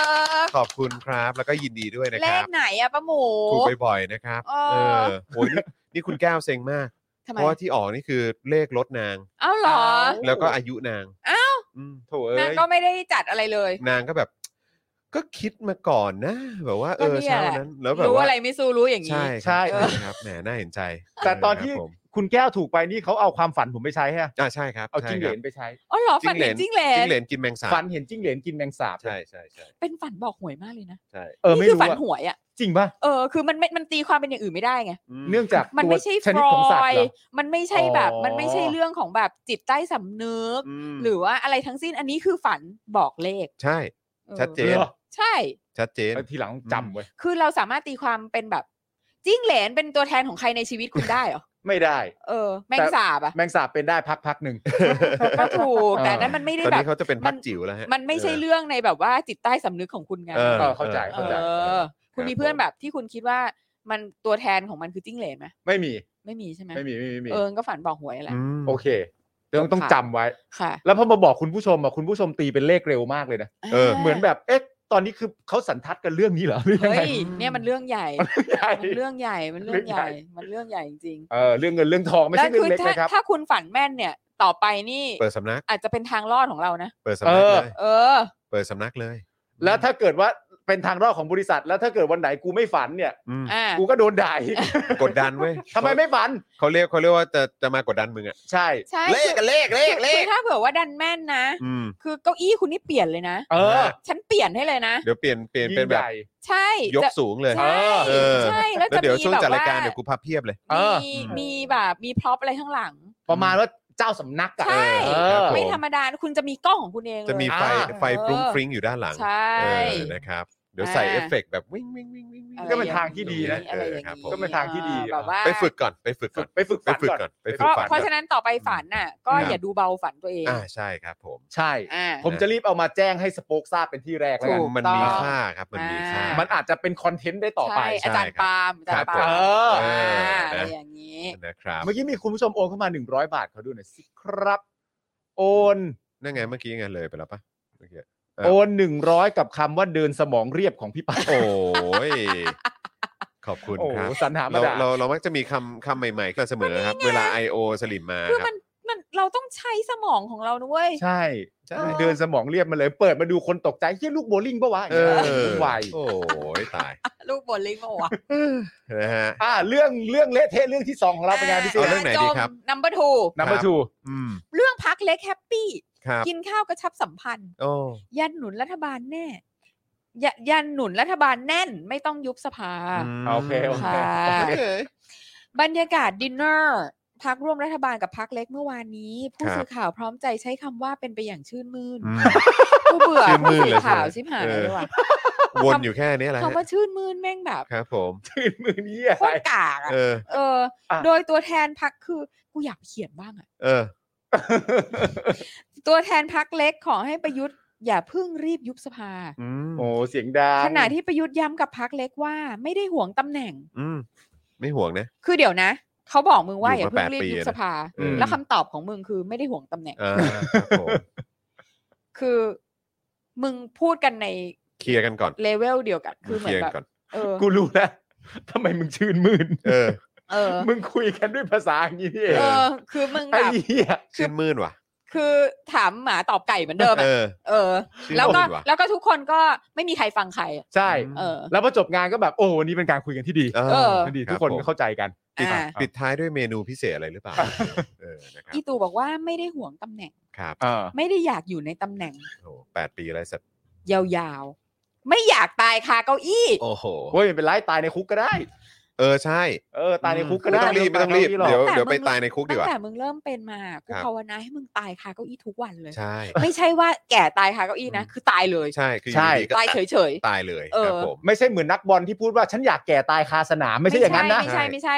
Speaker 2: ขอบคุณครับแล้วก็ยินดีด้วยนะ
Speaker 4: เล
Speaker 2: ครั
Speaker 4: ข
Speaker 2: บ
Speaker 4: ไหนอะป้าหมู
Speaker 2: ถูกบ่อยๆนะครับ
Speaker 4: อ๋อ
Speaker 2: เออโหนี่นี่คุณแก้วเซ็งมาก
Speaker 4: ทำไม
Speaker 2: เพราะว่าที่ออกนี่คือเลขรถนาง
Speaker 4: เอ้าเหรอ
Speaker 2: แล้วก็อายุนาง
Speaker 4: อ้าว
Speaker 2: อืม
Speaker 3: โถเอ้
Speaker 4: นาง
Speaker 3: ย
Speaker 4: ก็ไม่ได้จัดอะไรเลย
Speaker 2: นางก็แบบ ก็คิดมาก่อนนะแบบว่าเออ
Speaker 4: ก็เนี่ย
Speaker 2: เช้า
Speaker 4: แหละ
Speaker 2: นั้นแล้วแบบ
Speaker 4: รู้
Speaker 2: ว่า
Speaker 4: อะไรไม่สู้รู้อย่างนี้
Speaker 2: ใช่
Speaker 3: ใช่
Speaker 2: ครับใช่ครับแหมน่าเห็นใจ
Speaker 3: แต่ตอนที่
Speaker 2: ครับผม
Speaker 3: คุณแก้วถูกไปนี่เขาเอาความฝันผมไปใช้ฮะ
Speaker 2: อ่าใช่ครับ
Speaker 3: เอาจิ้งเหล
Speaker 2: ใช่
Speaker 3: น
Speaker 2: ครับ
Speaker 3: ไปใช้
Speaker 4: อ๋อเหรอฝันเห็นจิ้งเหล
Speaker 2: จิ้
Speaker 4: น
Speaker 2: งเหลนกินแมงสาบ
Speaker 3: ฝันเห็นจิ้งเหลนกินแมงสาบ
Speaker 2: ใช่ใช่ใช่
Speaker 4: เป็นฝันบอกหวยมากเลยนะ
Speaker 2: ใช่
Speaker 3: เออไม่
Speaker 4: นี่คือ
Speaker 3: รู้
Speaker 4: ฝัน
Speaker 3: อะ
Speaker 4: หวยอ่ะ
Speaker 3: จริงป่ะ
Speaker 4: เออคือมันไม่มันตีความเป็นอย่างอื่นไม่ได้ไง
Speaker 2: อืม
Speaker 3: เนื่องจาก
Speaker 4: มัน
Speaker 3: ตัว
Speaker 4: ไม่ใช่
Speaker 3: ชนิดของสัตว์เหรอ
Speaker 4: มันไม่ใช่แบบ
Speaker 3: อ๋อ
Speaker 4: มันไม่ใช่เรื่องของแบบจิตใต้สำนึก
Speaker 2: อืม
Speaker 4: หรือว่าอะไรทั้งสิ้นอันนี้คือฝันบอกเลข
Speaker 2: ใช่
Speaker 4: ออ
Speaker 2: ชัดเจน
Speaker 3: เหรอ
Speaker 4: ใช่
Speaker 2: ชัดเจน
Speaker 3: เออทีหลังต้องจำไว้
Speaker 4: คือเราสามารถตีความเป็นแบบจิ้งเหลนเป็นตัวแทนของใครในชีวิตคุณได้เหรอ
Speaker 3: ไม่ได้
Speaker 4: เออ แมงสาบอ่ะ
Speaker 3: แมงสาบเป็นได้พักพักหนึ่ง
Speaker 4: ก็ถูก
Speaker 3: เออ
Speaker 4: แต่อันนั้นมันไม่ได้
Speaker 2: ตอน
Speaker 4: แบ
Speaker 2: นี้
Speaker 4: บ
Speaker 2: เขาจะเป็น
Speaker 4: มั
Speaker 2: พัก
Speaker 4: น
Speaker 2: จิ๋วแล้วฮะ
Speaker 4: มันไม่ใช่เรื่องในแบบว่าจิตใต้สำนึกของคุณไง
Speaker 2: เออ
Speaker 3: เออเข้าใจ
Speaker 4: เอ
Speaker 3: เข้าใจ
Speaker 4: อ คุณมีเพื่อนแบบที่คุณคิดว่ามันตัวแทนของมันคือจิ้งเหลนไหม
Speaker 3: ไม่มี
Speaker 4: ไม่มีใช่ไหม
Speaker 3: ไม่มีไม่มีไม่มี
Speaker 4: เออก็ฝันบอกหวยแหละ
Speaker 2: อืม
Speaker 3: โอเคต้องต้อง
Speaker 4: ค่ะ
Speaker 3: จำไว้
Speaker 4: ค่ะ
Speaker 3: แล้วพอมาบอกคุณผู้ชมอ่ะคุณผู้ชมตีเป็นเลขเร็วมากเลยนะ
Speaker 2: เออ
Speaker 3: เหมือนแบบเอ๊ะตอนนี้คือเขาสันทัดกันเรื่องนี้เหรอหรือยัง
Speaker 4: เฮ้
Speaker 3: ไง
Speaker 4: ยเนี่ยมันเรื่องใหญ่
Speaker 3: ใช่
Speaker 4: มันเรื่องใหญ่ มันเรื่องใหญ่
Speaker 3: เรื่องใหญ่
Speaker 4: มันเรื่องใหญ่จริง
Speaker 3: เออเรื่องเงินเรื่องทอง
Speaker 4: ๆ
Speaker 3: ไม่ใช่เรื่อง
Speaker 4: คื
Speaker 3: เล็ก
Speaker 4: ถ้า
Speaker 3: นะครับ
Speaker 4: ถ้าคุณฝันแม่นเนี่ย ต่อไปนี่
Speaker 2: เปิดสำนัก
Speaker 4: อาจจะเป็นทางรอดของเรานะ
Speaker 2: เปิดสำนัก
Speaker 3: เออ
Speaker 2: เลย
Speaker 4: เออ
Speaker 2: เปิดสำนักเลย
Speaker 3: แล้วถ้าเกิดว่าเป็นทางรอดของบริษัท แล้วถ้าเกิดวันไหนกูไม่ฝันเนี่ย
Speaker 2: อืม
Speaker 4: อ่า
Speaker 3: กูก็โดนด่าอีก
Speaker 2: กดดันเว้ย
Speaker 3: ทำไมไม่ฝัน
Speaker 2: เขาเรียกเขาเรียกว่าจะจะมากดดันมึงอ่ะ
Speaker 3: ใช่
Speaker 4: ใช่
Speaker 2: เลขกันเลขเลขเล
Speaker 4: คื
Speaker 2: ข
Speaker 4: อถ้าเผื่อว่าดันแม่นนะ
Speaker 2: อืม
Speaker 4: คือเก้าอี้คุณนี่เปลี่ยนเลยนะ
Speaker 3: เออ
Speaker 4: ฉันเปลี่ยนให้เลยนะ
Speaker 2: เดี๋ยวเปลี่ยนเปลี่ยน
Speaker 3: ยิ่
Speaker 2: เป็น
Speaker 3: ง
Speaker 2: แบ
Speaker 3: ให
Speaker 2: บ
Speaker 3: ญ่
Speaker 4: ใช่
Speaker 2: ยก
Speaker 4: จะ
Speaker 2: สูงเลย
Speaker 4: ใช่
Speaker 2: เออ
Speaker 4: ใช่แล้ว
Speaker 2: แล้ว
Speaker 4: จะ
Speaker 2: เดี๋ยว
Speaker 4: มี
Speaker 2: ช่วง
Speaker 4: แบบ
Speaker 2: จัดราย
Speaker 4: ว่า
Speaker 2: การเดี๋ยวกูพับเพียบเลย
Speaker 3: เออ
Speaker 4: มีมีแบบมีพร็อพอะไรข้างหลัง
Speaker 3: ประมาณว่าเจ้าสำนักอะ
Speaker 4: ใช่
Speaker 3: เอ
Speaker 2: ครั
Speaker 3: อบ
Speaker 2: ผ
Speaker 4: ไม่ธรรมดาคุณจะมีกล้องของคุณเองเลย
Speaker 2: จะมีไฟ
Speaker 3: อ่า
Speaker 2: ไฟฟรุ้งฟริ้งอยู่ด้านหลัง
Speaker 4: ใช่
Speaker 2: เออนะครับเดี๋ยวใส่
Speaker 4: อ่า
Speaker 2: เอฟเฟกต์แบบวิ่งวิ่งวิ่งวิ่งวิ่ง
Speaker 4: อะไร
Speaker 3: ก็เป็นทางที่ดีนะ
Speaker 4: อะไรอย่าง
Speaker 2: เออครับ
Speaker 4: นี้
Speaker 2: ผม
Speaker 3: ก็เป็นทางที่ดี
Speaker 4: เออแบบว่า
Speaker 2: ไปฝึกก่อนไปฝึกก่อน
Speaker 3: ไปฝึก
Speaker 2: ไป
Speaker 3: ฝัน
Speaker 2: ฝึก
Speaker 3: ก่
Speaker 2: ก่
Speaker 3: อ
Speaker 2: อน นไป
Speaker 4: เพ
Speaker 2: ฝึก
Speaker 4: ราะ
Speaker 2: ฝัน
Speaker 4: เพราะ
Speaker 2: ก่
Speaker 4: ฉะ
Speaker 2: อน
Speaker 4: นั้นต่อไปฝันน่ะ ก็
Speaker 2: ครับ
Speaker 4: อย่าดูเบาฝันตัวเอง
Speaker 2: อ่าใช่ครับผม
Speaker 3: ใช่
Speaker 4: อ่า
Speaker 3: ผมจะรีบเอามาแจ้งให้สโป๊กทราบเป็นที่แรกแล้ว
Speaker 4: ถู
Speaker 3: กัน
Speaker 4: ก
Speaker 2: มัน
Speaker 4: ต้อง
Speaker 2: มีค่าครับมันมีค่า
Speaker 3: มันอาจจะเป็นคอนเทนต์ได้ต่อไป
Speaker 4: ใช่อาจารย์
Speaker 2: ใช่ครับ
Speaker 4: ปาล์มอาจารย์
Speaker 2: ครับ
Speaker 4: ปาล์ม
Speaker 3: เออ
Speaker 4: อ่า
Speaker 2: เอออ
Speaker 4: อะไรอย่างนี้
Speaker 2: นะครับ
Speaker 3: เมื่อกี้มีคุณผู้ชมโอนเข้ามาหนึ่งร้อยบาทขอดูหน่อยสิครับ โอน
Speaker 2: นั่นไงเมื่อกี้ไงเลยไปแล้วปะเมื่อกี้ ครับ
Speaker 3: โอนหนึ่งร้อยกับคำว่าเดินสมองเรียบของพี่ปา
Speaker 2: โอ้ยขอบคุณ
Speaker 3: โอ้
Speaker 2: ครับ
Speaker 3: สรรหามา
Speaker 2: เรา
Speaker 3: ด่า
Speaker 2: เราเรามักจะมีคำคำใหม่ๆกันเสมอครับ เวลา ไอ โอ สลิมมา
Speaker 4: คือ
Speaker 2: ครั
Speaker 4: มั
Speaker 2: บ
Speaker 4: นมันเราต้องใช้สมองของเราด้วย
Speaker 3: ใช่
Speaker 2: ใช่
Speaker 3: เดินสมองเรียบมาเลย เปิดมาดูคนตกใจเฮียลูกโบลิ่งปะวะ
Speaker 2: เออ
Speaker 3: วุ่นวาย
Speaker 2: โอ้ยตาย
Speaker 4: ลูกบอลลิงโมวะ
Speaker 2: นะฮะ
Speaker 3: อ่าเรื่องเรื่องเละเทะเรื่องที่สองของเราเป็นไงพี่ซี
Speaker 2: เอาเรื่องไหนดีครับ
Speaker 4: นัมเบอร์ two
Speaker 3: นัมเบอร์ทู
Speaker 2: อืม
Speaker 4: เรื่องพักเล็กแฮปปี้
Speaker 2: ครับ
Speaker 4: กินข้าวกระชับสัมพันธ์
Speaker 2: โอ้
Speaker 4: ยันหนุนรัฐบาลแน่ยยันหนุนรัฐบาลแน่นไม่ต้องยุบสภา
Speaker 2: ม
Speaker 3: โอเคโอเค
Speaker 4: ค่ะ
Speaker 2: โอเค
Speaker 4: บรรยากาศดินเนอร์พักร่วมรัฐบาลกับพักเล็กเมื่อวานนี้ ผู้
Speaker 2: ครับ
Speaker 4: สื่อข่าวพร้อมใจใช้คำว่าเป็นไปอย่างชื่นมื่น
Speaker 2: อืม
Speaker 4: กูเบื่อ
Speaker 2: ชื่นมื่
Speaker 4: ผู้
Speaker 2: น
Speaker 4: สื่
Speaker 2: เลย
Speaker 4: อข่าว
Speaker 2: ใช่
Speaker 4: ชิบ
Speaker 2: ไหม
Speaker 4: หาย
Speaker 2: เออ
Speaker 4: เลยว่ะ
Speaker 2: วนอยู่แค่นี้แหละฮะ
Speaker 4: คำว่าชื่นมื่นแม่งแบบ
Speaker 2: ครับผม
Speaker 3: ชื่นมือนี่อะ
Speaker 4: โค
Speaker 3: ไร
Speaker 4: ตรกากอ่ะ
Speaker 2: เออ
Speaker 4: เออ
Speaker 3: อ่ะ
Speaker 4: โดยตัวแทนพักคือกูอยากไปเขียนบ้างอ่ะ
Speaker 2: เออ
Speaker 4: ตัวแทนพักเล็กขอให้ประยุทธ์อย่าเพิ่งรีบยุบสภา
Speaker 2: อืม
Speaker 3: โอ้เสียงดัง
Speaker 4: ขณะที่ประยุทธ์ย้ำกับพักเล็กว่าไม่ได้ห่วงตำแหน่ง
Speaker 2: อืมไม่ห่วงนะ
Speaker 4: คือเดี๋ยวนะเขาบอกมึงว่า
Speaker 2: อยู่
Speaker 4: อย่า
Speaker 2: มา
Speaker 4: เพิ่งรีบ
Speaker 2: แปดปี
Speaker 4: ยุบสภา
Speaker 2: เออ
Speaker 4: แล้วคำตอบของมึงคือไม่ได้ห่วงตำแหน่ง
Speaker 2: อ่าครับผม
Speaker 4: คือมึงพูดกันใน
Speaker 2: เคลียร์กันก่อน
Speaker 4: เลเวลเดียวกัน คือเห
Speaker 2: เค
Speaker 4: มือ
Speaker 2: ลีย
Speaker 4: น
Speaker 2: ร์
Speaker 4: แบ
Speaker 2: กัน
Speaker 4: บ
Speaker 2: ก่อน
Speaker 4: เออ
Speaker 3: กูรู้แล้วทำไมมึงชื่นมื่น
Speaker 2: เออ
Speaker 4: เออ
Speaker 3: มึงคุยกันด้วยภาษาอย่างนี้นี่เอ
Speaker 4: เอง อ คือมึง
Speaker 3: ไอ้
Speaker 4: แบบ
Speaker 3: เหี้ย
Speaker 2: ชื่นมื่นว่ะ
Speaker 4: คือถามหมาตอบไก่เหมือนเดิม
Speaker 2: เอ
Speaker 4: อะ
Speaker 2: อ
Speaker 4: เออ
Speaker 2: ชื่น
Speaker 4: แล้วก็
Speaker 2: มื่นว่ะ
Speaker 4: แล้วก็ทุกคนก็ไม่มีใครฟังใครอะ
Speaker 3: ใช่
Speaker 4: เออ
Speaker 3: แล้วพอจบงานก็แบบโอ้วันนี้เป็นการคุยกันที่ดี
Speaker 2: เอ
Speaker 4: เออ
Speaker 3: ดี
Speaker 2: รับ
Speaker 3: ทุกคน
Speaker 2: ผม
Speaker 3: ก็เข้าใจกัน
Speaker 2: ปิด
Speaker 4: อ่า
Speaker 2: ปิดท้ายด้วยเมนูพิเศษอะไรหรือเปล่า เออนะครับ
Speaker 4: อีตู่บอกว่าไม่ได้ห่วงตำแหน่ง
Speaker 2: ครับ
Speaker 3: เออ
Speaker 4: ไม่ได้อยากอยู่ในตำแหน่ง
Speaker 2: โอ้แปดปีอะไรสัก
Speaker 4: ยาวๆ ไม่อยากตายคาเก้าอี้
Speaker 2: โอ้โห
Speaker 3: โอ้ยไม่เป็นไรตายในคุกก็ได้
Speaker 2: เออใช่
Speaker 3: เออตายในคุกก็
Speaker 2: ไม่
Speaker 3: ได้
Speaker 2: ต้องรีบไม่ต้องรีบ
Speaker 3: หรอก
Speaker 2: เดี๋ยว
Speaker 4: แต่
Speaker 2: เดี๋ยวไป
Speaker 4: มึง
Speaker 2: ตายในคุกดี
Speaker 4: ตั้
Speaker 2: ก
Speaker 4: ง
Speaker 2: ว่า
Speaker 4: แต่มึงเริ่มเป็นมากู
Speaker 2: ครับ
Speaker 4: ภาวนาให้มึงตายคาเก้าอี้ทุกวันเลย
Speaker 2: ใช่
Speaker 4: ไม่ใช่ว่าแก่ตายคาเก้าอี้นะ คือตายเลย
Speaker 2: ใช่คืออ
Speaker 3: ใช่
Speaker 2: ยู่ดีๆก็
Speaker 4: ตายเฉยๆ
Speaker 2: ตายเลย
Speaker 4: เออ
Speaker 2: ครับผม
Speaker 3: ไม่ใช่เหมือนนักบอลที่พูดว่าฉันอยากแก่ตายคาสนามไม่ใช่อย่างนั้นนะ
Speaker 4: ไม่ใช่ไม่ใช่ คือ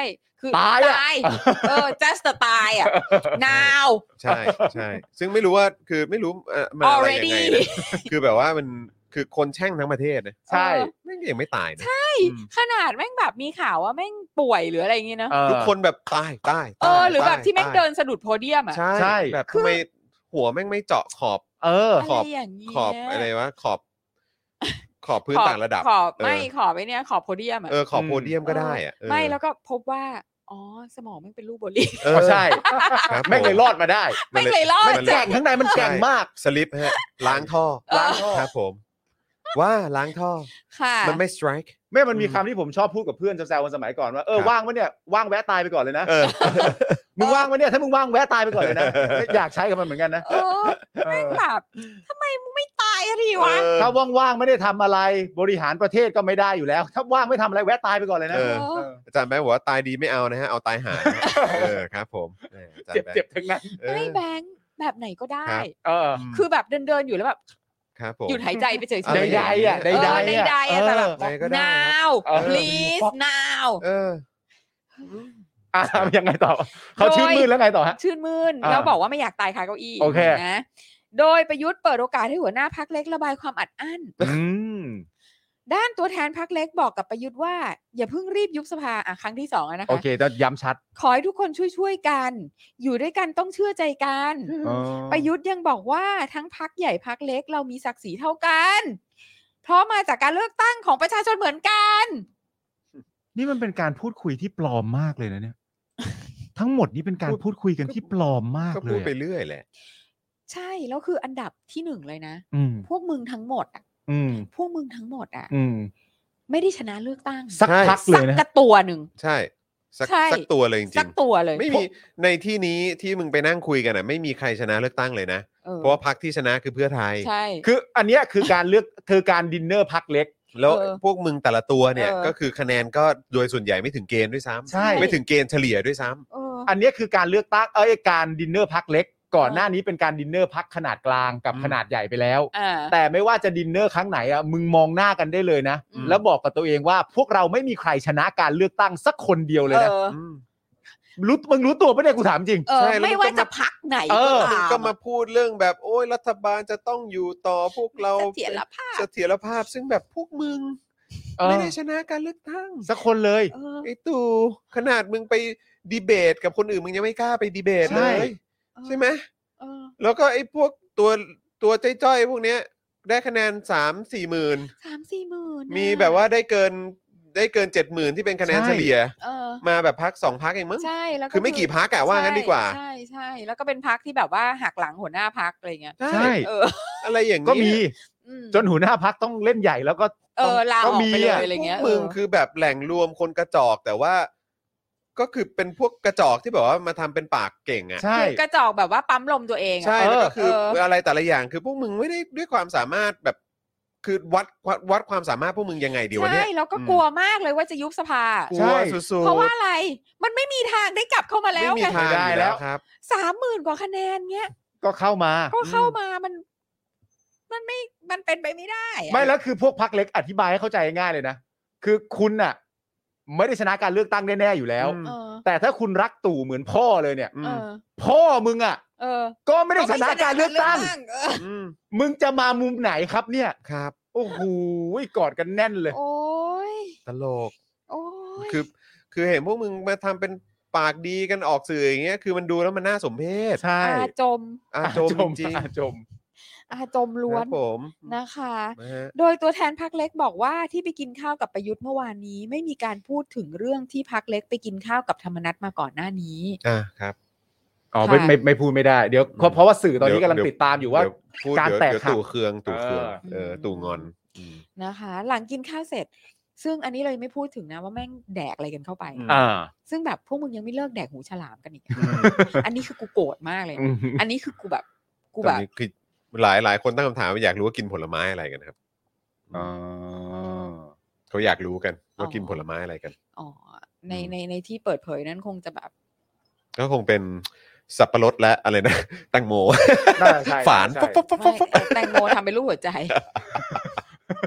Speaker 4: คือ
Speaker 3: ตายอะ
Speaker 4: ตายเออ just ตายอ่ะ now
Speaker 2: ใช่ใช่ซึ่งไม่รู้ว่าคือไม่รู้เอ่อมันอะไรยังไง
Speaker 4: already
Speaker 2: นะคือแบบว่ามันคือคนแช่งทั้งประเทศนะ
Speaker 3: ใช่
Speaker 2: แม่งยังไม่ตายนะ
Speaker 4: ขนาดแม่งแบบมีข่าวว่าแม่งป่วยหรืออะไรอย่างเงี้ยเนอะ
Speaker 3: เออ
Speaker 2: ทุกคนแบบตายตาย
Speaker 4: เออหรือแบบ
Speaker 2: ตาย
Speaker 4: ที่แม่ง
Speaker 2: ตาย
Speaker 4: เดินสะดุดโพเดียมอ่ะ
Speaker 2: ใช่
Speaker 3: ใช่
Speaker 2: แบบทำไมหัวแม่งไม่เจาะขอบ
Speaker 3: เออ
Speaker 2: ขอบ
Speaker 4: อะไรอย่างเงี้ย
Speaker 2: ขอบอะไรวะขอบขอบพื้น
Speaker 4: ขอบ
Speaker 2: ต่างระดับ
Speaker 4: ขอบ
Speaker 2: เออ
Speaker 4: ไม่ขอบไอ้เนี้ยขอบโพเดียมอ่ะ
Speaker 2: เออขอบโพเดียมก็ได้อะเออ
Speaker 4: ไม่แล้วก็พบว่าอ๋อสมองแม่งเป็นรูปโบลิ่ง
Speaker 2: เออ
Speaker 3: ก็ใช่
Speaker 2: ครับ
Speaker 3: แม่งเลยรอดมาได้
Speaker 4: แม่งเลยรอด
Speaker 3: มันแกร่งข้างในมันแกร่งมาก
Speaker 2: สลิปฮะล้างท่อ
Speaker 3: ล้างท่อ
Speaker 2: ครับผม ว่าล้างท่อ
Speaker 4: ค่ะ
Speaker 2: มันไม่สไตรค์
Speaker 3: แม่มันมีคำที่ผมชอบพูดกับเพื่อนแซวๆกันสมัยก่อนว่าเออ
Speaker 2: ครับ
Speaker 3: ว่างปะเนี่ยว่างแวะตายไปก่อนเลยนะ
Speaker 2: เออ
Speaker 3: มึงว่างปะเนี่ยถ้ามึงว่างแวะตายไปก่อนเลยนะอยากใช้กับมันเหมือนกันนะ
Speaker 4: เออแม่งแบบทำไมมึงไม่ตายอะทีวะ
Speaker 2: เออ
Speaker 3: ถ้าว่างๆไม่ได้ทำอะไรบริหารประเทศก็ไม่ได้อยู่แล้ว ถ้าว่างไม่ทำอะไรแวะตายไปก่อนเลยนะ
Speaker 2: เออ
Speaker 3: เออ
Speaker 2: อาจารย์แบงค์บอกว่าตายดีไม่เอานะฮะเอาตายหานะเออครับผมเอออาจาร
Speaker 3: เจ็บ
Speaker 2: ย์แบง
Speaker 3: เจ็บ
Speaker 2: ค์
Speaker 3: ทั้งนั้น
Speaker 2: เออ
Speaker 4: ไม่แบงค์แบบไหนก็ได้
Speaker 2: ครับ
Speaker 3: เออ
Speaker 4: คือแบบเดินเดินๆอยู่แล้วแบบ
Speaker 2: ครับผม
Speaker 4: หยุดหายใจไปเฉยๆ
Speaker 2: อะไร
Speaker 3: ใดๆอ่ะ
Speaker 2: เออ
Speaker 3: ใด
Speaker 4: เออ
Speaker 3: ๆ
Speaker 4: ใดๆอ่ะแต่แบบ
Speaker 2: ไหนก็ได้
Speaker 4: now
Speaker 3: เออ
Speaker 4: please now
Speaker 2: เออ
Speaker 3: อ่ะยังไงต่อเขาชื่นมื่นแล้วไงต่อฮะ
Speaker 4: ชื่นมื่น
Speaker 3: อ่า
Speaker 4: แล้วบอกว่าไม่อยากตายคาเก้าอี้
Speaker 3: โอเค
Speaker 4: นะโดยประยุทธ์เปิดโอกาสให้หัวหน้าพักเล็กระบายความอัดอั้น
Speaker 3: อืม
Speaker 4: ด้านตัวแทนพักเล็กบอกกับประยุทธ์ว่าอย่าเพิ่งรีบยุบสภาอ่ะครั้งที่สองอะนะคะ
Speaker 3: โอเคจะย้ำชัด
Speaker 4: ขอให้ทุกคนช่วยๆกัน อยู่ด้วยกันต้องเชื่อใจกัน
Speaker 3: อ๋อ
Speaker 4: ประยุทธ์ยังบอกว่าทั้งพักใหญ่พักเล็กเรามีศักดิ์ศรีเท่ากัน เพราะมาจากการเลือกตั้งของประชาชนเหมือนกัน
Speaker 3: นี่มันเป็นการพูดคุยที่ปลอมมากเลยนะเนี่ย ทั้งหมดนี้เป็นการพูดคุยกันที่ปลอมมาก
Speaker 2: ก็
Speaker 3: เล
Speaker 2: พูด
Speaker 3: ย
Speaker 2: ไป
Speaker 3: อะ
Speaker 2: เรื่อยแหละ
Speaker 4: ใช่แล้วคืออันดับที่หนึ่งเลยนะ
Speaker 3: อืม
Speaker 4: พวกมึงทั้งหมดอ่ะ
Speaker 3: อืม
Speaker 4: พวกมึงทั้งหมดอ่ะ
Speaker 3: อืม
Speaker 4: ไม่ได้ชนะเลือกตั้ง
Speaker 3: สัก
Speaker 2: ใช่
Speaker 3: พักเลยนะ
Speaker 4: สักกระตัวหนึ่ง
Speaker 2: ใช่สัก
Speaker 4: ใช่
Speaker 2: สักตัวเลยจริ
Speaker 4: สัก
Speaker 2: ง
Speaker 4: ตัวเลย
Speaker 2: ๆไม่มีในที่นี้ที่มึงไปนั่งคุยกันอ่ะไม่มีใครชนะเลือกตั้งเลยนะ
Speaker 4: ออ
Speaker 2: เพราะว่าพรรคที่ชนะคือเพื่อไทย
Speaker 4: ใช่
Speaker 3: คืออันเนี้ยคือการเลือกคือการดินเนอร์พักเล็ก
Speaker 2: แล้ว
Speaker 4: เออ
Speaker 2: พวกมึงแต่ละตัวเนี่ย
Speaker 4: เออ
Speaker 2: ก็คือคะแนนก็โดยส่วนใหญ่ไม่ถึงเกณฑ์ด้วยซ้ำ
Speaker 3: ใช่
Speaker 2: ไม่ถึงเกณฑ์เฉลี่ยด้วยซ้ำ
Speaker 4: เออ
Speaker 3: อันเนี้ยคือการเลือกตั้งเอ้ยการดินเนอร์พักเล็ก ก่อนหน้านี้เป็นการดินเนอร์พักขนาดกลางกับ
Speaker 2: อืม
Speaker 3: ขนาดใหญ่ไปแล้ว
Speaker 4: อ่า
Speaker 3: แต่ไม่ว่าจะดินเนอร์ครั้งไหนอ่ะมึงมองหน้ากันได้เลยนะ
Speaker 4: อืม
Speaker 3: แล้วบอกกับตัวเองว่าพวกเราไม่มีใครชนะการเลือกตั้งสักคนเดียวเลยนะ
Speaker 4: เออ
Speaker 2: อืม
Speaker 3: รู้มึงรู้ตัวปะเนี่ยกูถามจริง
Speaker 4: เออ
Speaker 2: ใช่แล้ว
Speaker 4: ไม่
Speaker 2: มัน
Speaker 4: ว่า
Speaker 2: ก็มา
Speaker 4: จะพักไหน
Speaker 3: เอ
Speaker 4: ก็
Speaker 3: อ
Speaker 4: ตาม
Speaker 2: ก็มาพูดเรื่องแบบโอ้ยรัฐบาลจะต้องอยู่ต่อพวกเรา
Speaker 4: เสถียรภาพ
Speaker 2: เสถียรภาพซึ่งแบบพวกมึง
Speaker 3: เออ
Speaker 2: ไม่ได้ชนะการเลือกตั้ง
Speaker 3: สักคนเลย
Speaker 4: เออ
Speaker 2: ไอ้ตู่ขนาดมึงไปดีเบตกับคนอื่นมึงยังไม่กล้าไปดีเบต
Speaker 3: ใช่
Speaker 2: เลยใช่ไหม
Speaker 4: เออ
Speaker 2: แล้วก็ไอ้พวกตัวตัวจ้อยๆพวกเนี้ยได้คะแนนสามสี่หมื่น
Speaker 4: สามสี่หมื่น
Speaker 2: มีแบบว่าได้เกินได้เกินเจ็ดหมื่นที่เป็นคะแนน
Speaker 3: ใช่
Speaker 2: เฉลี่ย
Speaker 4: เออ
Speaker 2: มาแบบพักสองพักเองมั้ง
Speaker 4: ใช่แล้วก็
Speaker 2: คือไม่กี่พักอะว่างั้นดีกว่า
Speaker 4: ใช่ใช่แล้วก็เป็นพักที่แบบว่าหักหลังหัวหน้าพักอะไรเงี้ย
Speaker 2: ใช่
Speaker 3: ใช่
Speaker 4: เออ
Speaker 2: อะไรอย่างนี้
Speaker 3: ก็มี
Speaker 4: อืม
Speaker 3: จนหัวหน้าพักต้องเล่นใหญ่แล้วก็
Speaker 4: เออลาอ
Speaker 3: ก็
Speaker 4: อก
Speaker 3: มี
Speaker 4: ไปเลย
Speaker 3: อะ
Speaker 4: อะไรเงี้ย
Speaker 2: พวกมึง
Speaker 4: เออ
Speaker 2: คือแบบแหล่งรวมคนกระจอกแต่ว่า ก็คือเป็นพวกกระจอกที่แบบว่ามาทำเป็นปากเก่งอ่ะ
Speaker 3: ใช่
Speaker 4: คือกระจอกแบบว่าปั๊มลมตัวเองอะ
Speaker 2: ใช่แล้วก็คือ
Speaker 4: เออ
Speaker 2: อะไรแต่ละอย่างคือพวกมึงไม่ได้ด้วยความสามารถแบบคือวัดวัดวัดความสามารถพวกมึงยังไงดีวะเนี่
Speaker 4: ใช่
Speaker 2: ย
Speaker 4: แล้วก็กลัวมากเลยว่าจะยุบสภา
Speaker 2: กลั
Speaker 3: ใช่
Speaker 2: วสุดๆ
Speaker 4: เพราะว่าอะไร มันไม่มีทางได้กลับเข้ามาแล้ว
Speaker 2: ไม่มี
Speaker 4: ไง
Speaker 2: ทาง
Speaker 3: ได้
Speaker 2: อยู่
Speaker 3: แล้
Speaker 2: แล้ว วครับ
Speaker 4: สามหมื่นกว่าคะแนนเงี้ย
Speaker 3: ก็เข้ามา
Speaker 4: ก็เข้ามามัน มันไม่มันเป็นไปไม่ได้อะ
Speaker 3: ไม่แล้วคือพวกพักเล็กอธิบายให้เข้าใจง่ายเลยนะคือคุณน่ะ ไม่ได้ชนะการเลือกตั้งแน่ๆอยู่แล้ว
Speaker 2: อืม
Speaker 4: เออ
Speaker 3: แต่ถ้าคุณรักตู่เหมือนพ่อเลยเนี่ย
Speaker 2: อื
Speaker 4: เอ
Speaker 2: ม
Speaker 4: อ
Speaker 3: พ่อมึงอ่ะ
Speaker 4: เออ
Speaker 3: ก็ไม่ได้ชนะการเลือกตั้ง
Speaker 4: เออ
Speaker 2: อืม
Speaker 3: มึงจะมามุมไหนครับเนี่ย
Speaker 2: ครับ
Speaker 3: โอ้โหกอดกันแน่นเลย
Speaker 4: โอ้ย
Speaker 2: ตลก
Speaker 4: โอ้ย
Speaker 2: คือคือเห็นพวกมึงมาทำเป็นปากดีกันออกสื่ออย่างเงี้ยคือมันดูแล้วมันน่าสมเพช
Speaker 3: ใช่
Speaker 4: อาจม
Speaker 2: อาจมจริง
Speaker 3: อาจม
Speaker 4: อาจม
Speaker 2: ๆ
Speaker 4: ล้
Speaker 2: คว รั
Speaker 4: น
Speaker 2: บผม
Speaker 4: นะคะ
Speaker 2: นะฮะ
Speaker 4: โดยตัวแทนพักเล็กบอกว่าที่ไปกินข้าวกับประยุทธ์เมื่อวานนี้ ไม่มีการพูดถึงเรื่องที่พักเล็กไปกินข้าวกับธรรมนัสมาก่อนหน้านี้
Speaker 2: อ่าครับ
Speaker 3: อ๋อไม่
Speaker 4: ค่ะ
Speaker 3: ไม่ไม่พูดไม่ได้เดี๋ยวเพราะเพราะว่าสื่อตอนนี้กำลังติดตามอยู่ว่า
Speaker 2: เดี๋พูด
Speaker 3: การ
Speaker 2: เดี๋ยว
Speaker 3: แตก
Speaker 2: เดี๋ยว
Speaker 3: หัก
Speaker 2: ตู่เคืองตู่เคือง
Speaker 3: เออ
Speaker 2: เออตู่งอนอืม
Speaker 4: นะคะ หลังกินข้าวเสร็จ ซึ่งอันนี้เลยไม่พูดถึงนะว่าแม่งแดกอะไรกันเข้าไป
Speaker 3: อ่า
Speaker 4: ซึ่งแบบพวกมึงยังไม่เลิกแดกหูฉลามกันอีก อันนี้คือกูโกรธมากเลย
Speaker 3: อื
Speaker 4: นะ
Speaker 3: ม
Speaker 4: อันนี้คือกูแบบกู
Speaker 2: ต
Speaker 4: แบ
Speaker 2: อน
Speaker 4: บ
Speaker 2: นี้คือหลายหลายคนตั้งคำถามว่าอยากรู้ว่ากินผลไม้อะไรกันครับ
Speaker 3: อ๋อ
Speaker 2: เขาอยากรู้กันว่า
Speaker 4: อ๋อ
Speaker 2: กินผลไม้อะไรกัน
Speaker 4: อ๋อในในในที่เปิดเผยนั้นคงจะแบบ
Speaker 2: ก็คงเป็นสับปะรดและอะไรนะ แตงโม
Speaker 3: น่าจะใช่
Speaker 2: ฝาน
Speaker 3: ใช่
Speaker 2: ปั๊บปั๊บปั๊บ
Speaker 4: ไม่
Speaker 2: ปั๊บ
Speaker 4: เอ่อแตงโมทำเป็นรูปหัวใจ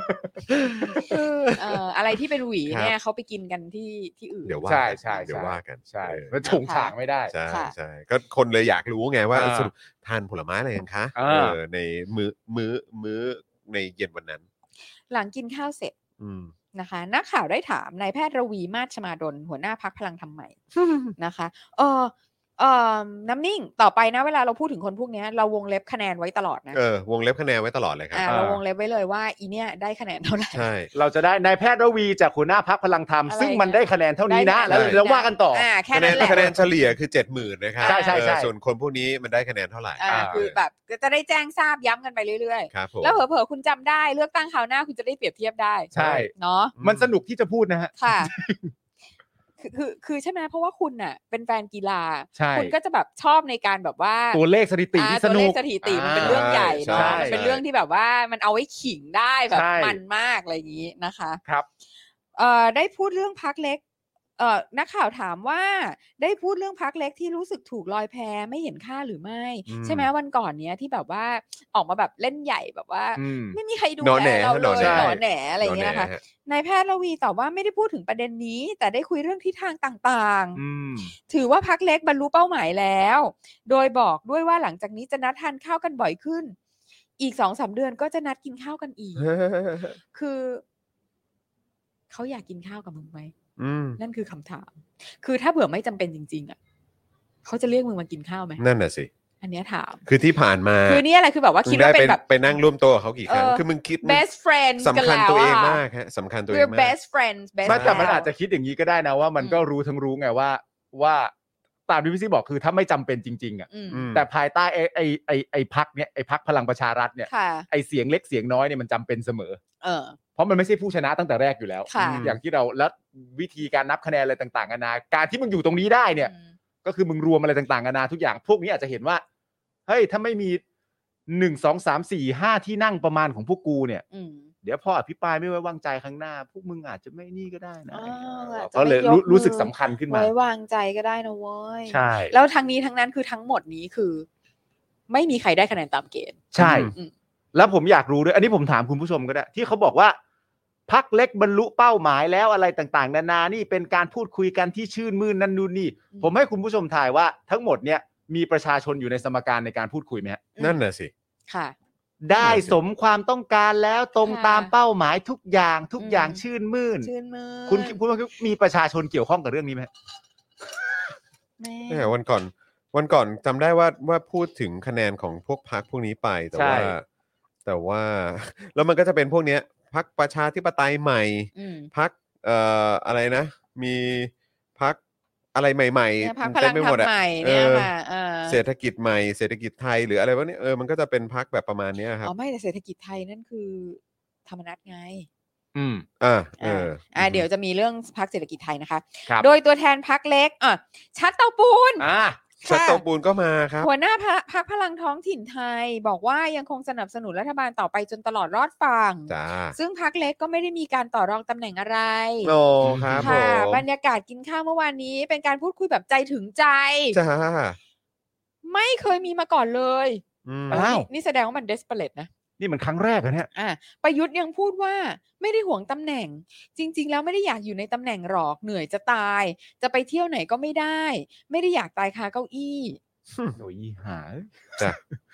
Speaker 4: เอ่ออะไรที่เป็นหวี
Speaker 2: ครับ
Speaker 4: เนี่ยเขาไปกินกันที่ที่อื่น
Speaker 2: เดี๋ยวว่า
Speaker 3: ใช่
Speaker 2: กัน
Speaker 3: ใช่
Speaker 2: เดี๋ยวว่ากัน
Speaker 3: ใช่
Speaker 2: เออ
Speaker 3: มันชงฉางไม่ได้
Speaker 2: ใช่
Speaker 4: ค่ะ
Speaker 2: ใช่ก็คนเลยอยากรู้ไงว่า
Speaker 3: อ่า
Speaker 2: สรุปทานผลไม้อะไรกันคะ
Speaker 3: อ่า
Speaker 2: เออในมื้อมื้อมื้อในเย็นวันนั้น
Speaker 4: หลังกินข้าวเสร็จ
Speaker 2: อืม
Speaker 4: นะคะนักข่าวได้ถามนายแพทย์ระวีมาศชมาดลหัวหน้าพักพลังธรรมใหม่ นะคะเออเออน้ำนิ่งต่อไปนะเวลาเราพูดถึงคนพวกเนี้ยเราวงเล็บคะแนนไว้ตลอดนะ
Speaker 2: เออวงเล็บคะแนนไว้ตลอดเลยครับ
Speaker 4: อ่า
Speaker 3: อ่า
Speaker 4: เราวงเล็บไว้เลยว่าอีเนี่ยได้คะแนนเท่าไหร่
Speaker 2: ใช่
Speaker 3: เราจะได้นายแพทย์ระวีจากหัวหน้าพักพลังธรรม
Speaker 4: อะไร
Speaker 3: ซึ่งมันได้คะแนนเท่านี้นะ
Speaker 4: ได้
Speaker 3: แล้ว
Speaker 4: คะแนน
Speaker 3: เราว่ากันต่ออ
Speaker 4: อ่าแค่
Speaker 2: คะแน
Speaker 4: นั้น
Speaker 2: น
Speaker 4: แหละ
Speaker 2: คะแนนเฉลี่ยคือเจ็ดหมื่นนะครับ
Speaker 3: ใช่ใช่ใช่
Speaker 2: เออส่วนคนพวกนี้มันได้คะแนนเท่าไหร่
Speaker 4: อ่า
Speaker 3: อ่า
Speaker 4: คือแบบจะได้แจ้งทราบย้ำกันไปเรื่อย
Speaker 2: ครับผม
Speaker 4: ๆ แล้วเผลอๆคุณจำได้เลือกตั้งคราวหน้าคุณจะได้เปรียบเทียบได้
Speaker 3: ใช่
Speaker 4: เนาะ
Speaker 3: มันสนุกที่จะพูดนะฮะ
Speaker 4: ค่ะ คือคือคือใช่ไหมเพราะว่าคุณน่ะเป็นแฟนกีฬา
Speaker 3: ใช่
Speaker 4: คุณก็จะแบบชอบในการแบบว่า
Speaker 3: ตัวเลขสถิติ
Speaker 4: อ่า
Speaker 3: ที่ส
Speaker 4: ตัว
Speaker 3: นุ
Speaker 4: เล
Speaker 3: ก
Speaker 4: ขสถิติมันเป็นเรื่องใหญ่
Speaker 2: ใช่
Speaker 4: เนาะ
Speaker 3: ใช่
Speaker 4: มันเป็นเรื่องที่แบบว่ามันเอาไว้ขิงได้แบบ
Speaker 3: ใช่
Speaker 4: มันมากอะไรอย่างนี้นะคะ
Speaker 3: ครับ
Speaker 4: เอ่อได้พูดเรื่องพักเล็กเอ่อนักข่าวถามว่าได้พูดเรื่องพักเล็กที่รู้สึกถูกลอยแพไม่เห็นค่าหรือไม่
Speaker 2: อืม
Speaker 4: ใช่ไหมวันก่อนเนี้ยที่แบบว่าออกมาแบบเล่นใหญ่แบบว่า
Speaker 3: อืม
Speaker 4: ไม่มีใครดู
Speaker 2: หนอนแห
Speaker 4: แล
Speaker 2: น่
Speaker 4: เราเล
Speaker 2: หนอน
Speaker 4: ย
Speaker 2: แหน่
Speaker 4: หนอนแหนอะไรอย่างเงี้ยนะคะ
Speaker 2: หอแหฮ
Speaker 4: นายแพทย์ระวีตอบว่าไม่ได้พูดถึงประเด็นนี้ แต่ได้คุยเรื่องทิศทางต่างๆ
Speaker 3: อืม
Speaker 4: ถือว่าพักเล็กบรรลุเป้าหมายแล้ว โดยบอกด้วยว่าหลังจากนี้จะนัดทานข้าวกันบ่อยขึ้น อีกสองสามเดือนก็จะนัดกินข้าวกันอีก คือเขาอยากกินข้าวกับมึงไหม
Speaker 2: อืม
Speaker 4: นั่นคือคำถาม คือถ้าเผื่อไม่จำเป็นจริงๆอ่ะเขาจะเรียกมึงมากินข้าวไหม
Speaker 2: นั่นน่ะสิ
Speaker 4: อันเนี้ยถาม
Speaker 2: คือที่ผ่านมา
Speaker 4: คือเนี่ยอะไรคือแบบว่า
Speaker 2: มึ
Speaker 4: คิด
Speaker 2: งได้
Speaker 4: ว่า
Speaker 2: ไป
Speaker 4: เป็นแบบ
Speaker 2: ไปนั่งร่วมโต๊ะกับเขากี่ครั้ง
Speaker 4: เออ
Speaker 2: คือมึงคิด
Speaker 4: best friend กัน
Speaker 2: สำคัญ
Speaker 4: แล้ว
Speaker 2: ตัวเอง
Speaker 4: อะ
Speaker 2: มากฮะสำคัญตัวเอง
Speaker 4: we're
Speaker 2: มาก
Speaker 4: best friends best
Speaker 3: ไม่แต่มัน
Speaker 4: pal
Speaker 3: อาจจะคิดอย่างนี้ก็ได้นะว่ามัน
Speaker 4: อืม
Speaker 3: ก็รู้ทั้งรู้ไงว่าว่าตามที่พี่ซี่บอกคือถ้าไม่จำเป็นจริงๆอ่ะ
Speaker 4: อืม
Speaker 2: อืม
Speaker 3: แต่ภายใต้ไอ้ไอ้ไอ้ไอ้พักเนี้ยไอ้พักพลังประชารัฐเนี่ย
Speaker 4: ค่ะ
Speaker 3: ไอ้เสียงเล็กเสียงน้อยเนี่ยมันจำเป็นเสมอ
Speaker 4: เออ
Speaker 3: เพราะมันไม่ใช่ผู้ชนะตั้งแต่แรกอยู่แล้ว
Speaker 4: ค่ะ
Speaker 3: อย่างที่เราแล้ววิธีการนับคะแนนอะไรต่างๆนานาการที่มึงอยู่ตรงนี้ได้เนี่ย
Speaker 4: อืม
Speaker 3: ก็คือมึงรวมอะไรต่างๆนานาทุกอย่างพวกนี้อาจจะเห็นว่าเฮ้ยถ้าไม่มีหนึ่งสองสามสี่ห้าที่นั่งประมาณของพวกกูเนี่ย
Speaker 4: อืม
Speaker 3: เดี๋ยวพออภิปรายไม่ไว้วางใจครั้งหน้า พวกมึงอาจจะไม่นี่ก็ได้นะ
Speaker 4: อ๋ออาจจะ
Speaker 3: ก็เลย
Speaker 4: ไม่ยก
Speaker 3: รู้รู้สึก
Speaker 4: มือ
Speaker 3: สำคัญขึ้นมา
Speaker 4: ไว้วางใจก็ได้นะเว้ย
Speaker 3: ใช่
Speaker 4: แล้วทั้งนี้ทั้งนั้นคือทั้งหมดนี้คือ ไม่มีใครได้คะแนนตามเกณฑ์
Speaker 3: ใช่
Speaker 4: อืม
Speaker 3: แล้วผมอยากรู้ด้วยอันนี้ผมถามคุณผู้ชมก็ได้ที่เขาบอกว่าพักเล็กบรรลุเป้าหมายแล้วอะไรต่างๆนานานี่เป็นการพูดคุยกันที่ชื่นมื่นนั่นนู่นนี่
Speaker 4: อืม
Speaker 3: ผมให้คุณผู้ชมทายว่าทั้งหมดเนี่ยมีประชาชนอยู่ในสมการในการพูดคุยไหมฮะ
Speaker 2: นั่นน่ะสิ
Speaker 4: ค่ะ
Speaker 3: ได้สมความต้องการแล้วตรง
Speaker 4: ค่ะ
Speaker 3: ตามเป้าหมายทุกอย่างทุกอย่าง
Speaker 4: อืม
Speaker 3: ชื่นมื่น
Speaker 4: ชื่นมือ
Speaker 3: คุณคุณว่ามีประชาชนเกี่ยวข้องกับเรื่องนี้ไหม
Speaker 4: แม่
Speaker 2: แหมวันก่อนวันก่อนจำได้ว่าว่าพูดถึงคะแนนของพวกพรรคพวกนี้ไปแต่ว่า แต่ว่า แล้วมันก็จะเป็นพวกเนี้ยพรรคประชาธิปไตยใหม่
Speaker 4: อืม
Speaker 2: พรรคเอ่ออะไรนะ มีพรรคอะไรใหม่
Speaker 4: เนี่ยพรรค
Speaker 2: ๆ
Speaker 4: พลัง
Speaker 2: ไป
Speaker 4: ธ
Speaker 2: ห
Speaker 4: ร
Speaker 2: ม
Speaker 4: ร
Speaker 2: ด
Speaker 4: ม
Speaker 2: อะ
Speaker 4: ใหม่
Speaker 2: เอ
Speaker 4: เนี่ย
Speaker 2: อ
Speaker 4: ค่ะเออ
Speaker 2: เศรษฐกิจใหม่เศรษฐกิจไทยหรืออะไรวะเนี่ยเออมันก็จะเป็นพรรคแบบประมาณเนี้ยครับ
Speaker 4: อ๋อไม่แต่เศรษฐกิจไทยนั่นคือธรรมนัตไง
Speaker 3: อืม
Speaker 2: อ่าเอ
Speaker 4: อ่า
Speaker 2: อ
Speaker 4: อ่าเดี๋ยวจะมีเรื่องพรรคเศรษฐกิจไทยนะคะ
Speaker 3: ครับ
Speaker 4: โดยตัวแทนพรรคเล็กอ่ะชัดเตาปูน
Speaker 3: อ่า
Speaker 2: ชัด
Speaker 4: ค่ะ
Speaker 2: โตปูนก็มาครับ
Speaker 4: หัวหน้าพรรคพรรคพลังท้องถิ่นไทย บอกว่ายังคงสนับสนุนรัฐบาลต่อไปจนตลอดรอดฝั่ง
Speaker 2: จ้า
Speaker 4: ซึ่งพรรคเล็กก็ไม่ได้มีการต่อรองตำแหน่งอะไร
Speaker 2: โอ้ครับผ
Speaker 4: ค่ะ
Speaker 2: ม
Speaker 4: บรรยากาศกินข้าวเมื่อวานนี้เป็นการพูดคุยแบบใจถึงใจ
Speaker 2: จ้า
Speaker 4: ไม่เคยมีมาก่อนเลย
Speaker 2: อืม
Speaker 3: อ้าว
Speaker 4: นี่นี่แสดงว่ามัน desperate นะ
Speaker 3: นี่มันครั้งแรกเหรอเนี่ย
Speaker 4: อ่ะประยุทธ์ยังพูดว่าไม่ได้ห่วงตำแหน่ง จริง ๆ แล้วไม่ได้อยากอยู่ในตำแหน่งหรอกเหนื่อยจะตาย จะไปเที่ยวไหนก็ไม่ได้ ไม่ได้อยากตายคาเก้าอี้
Speaker 3: โอ้ยหา
Speaker 2: จ้ะ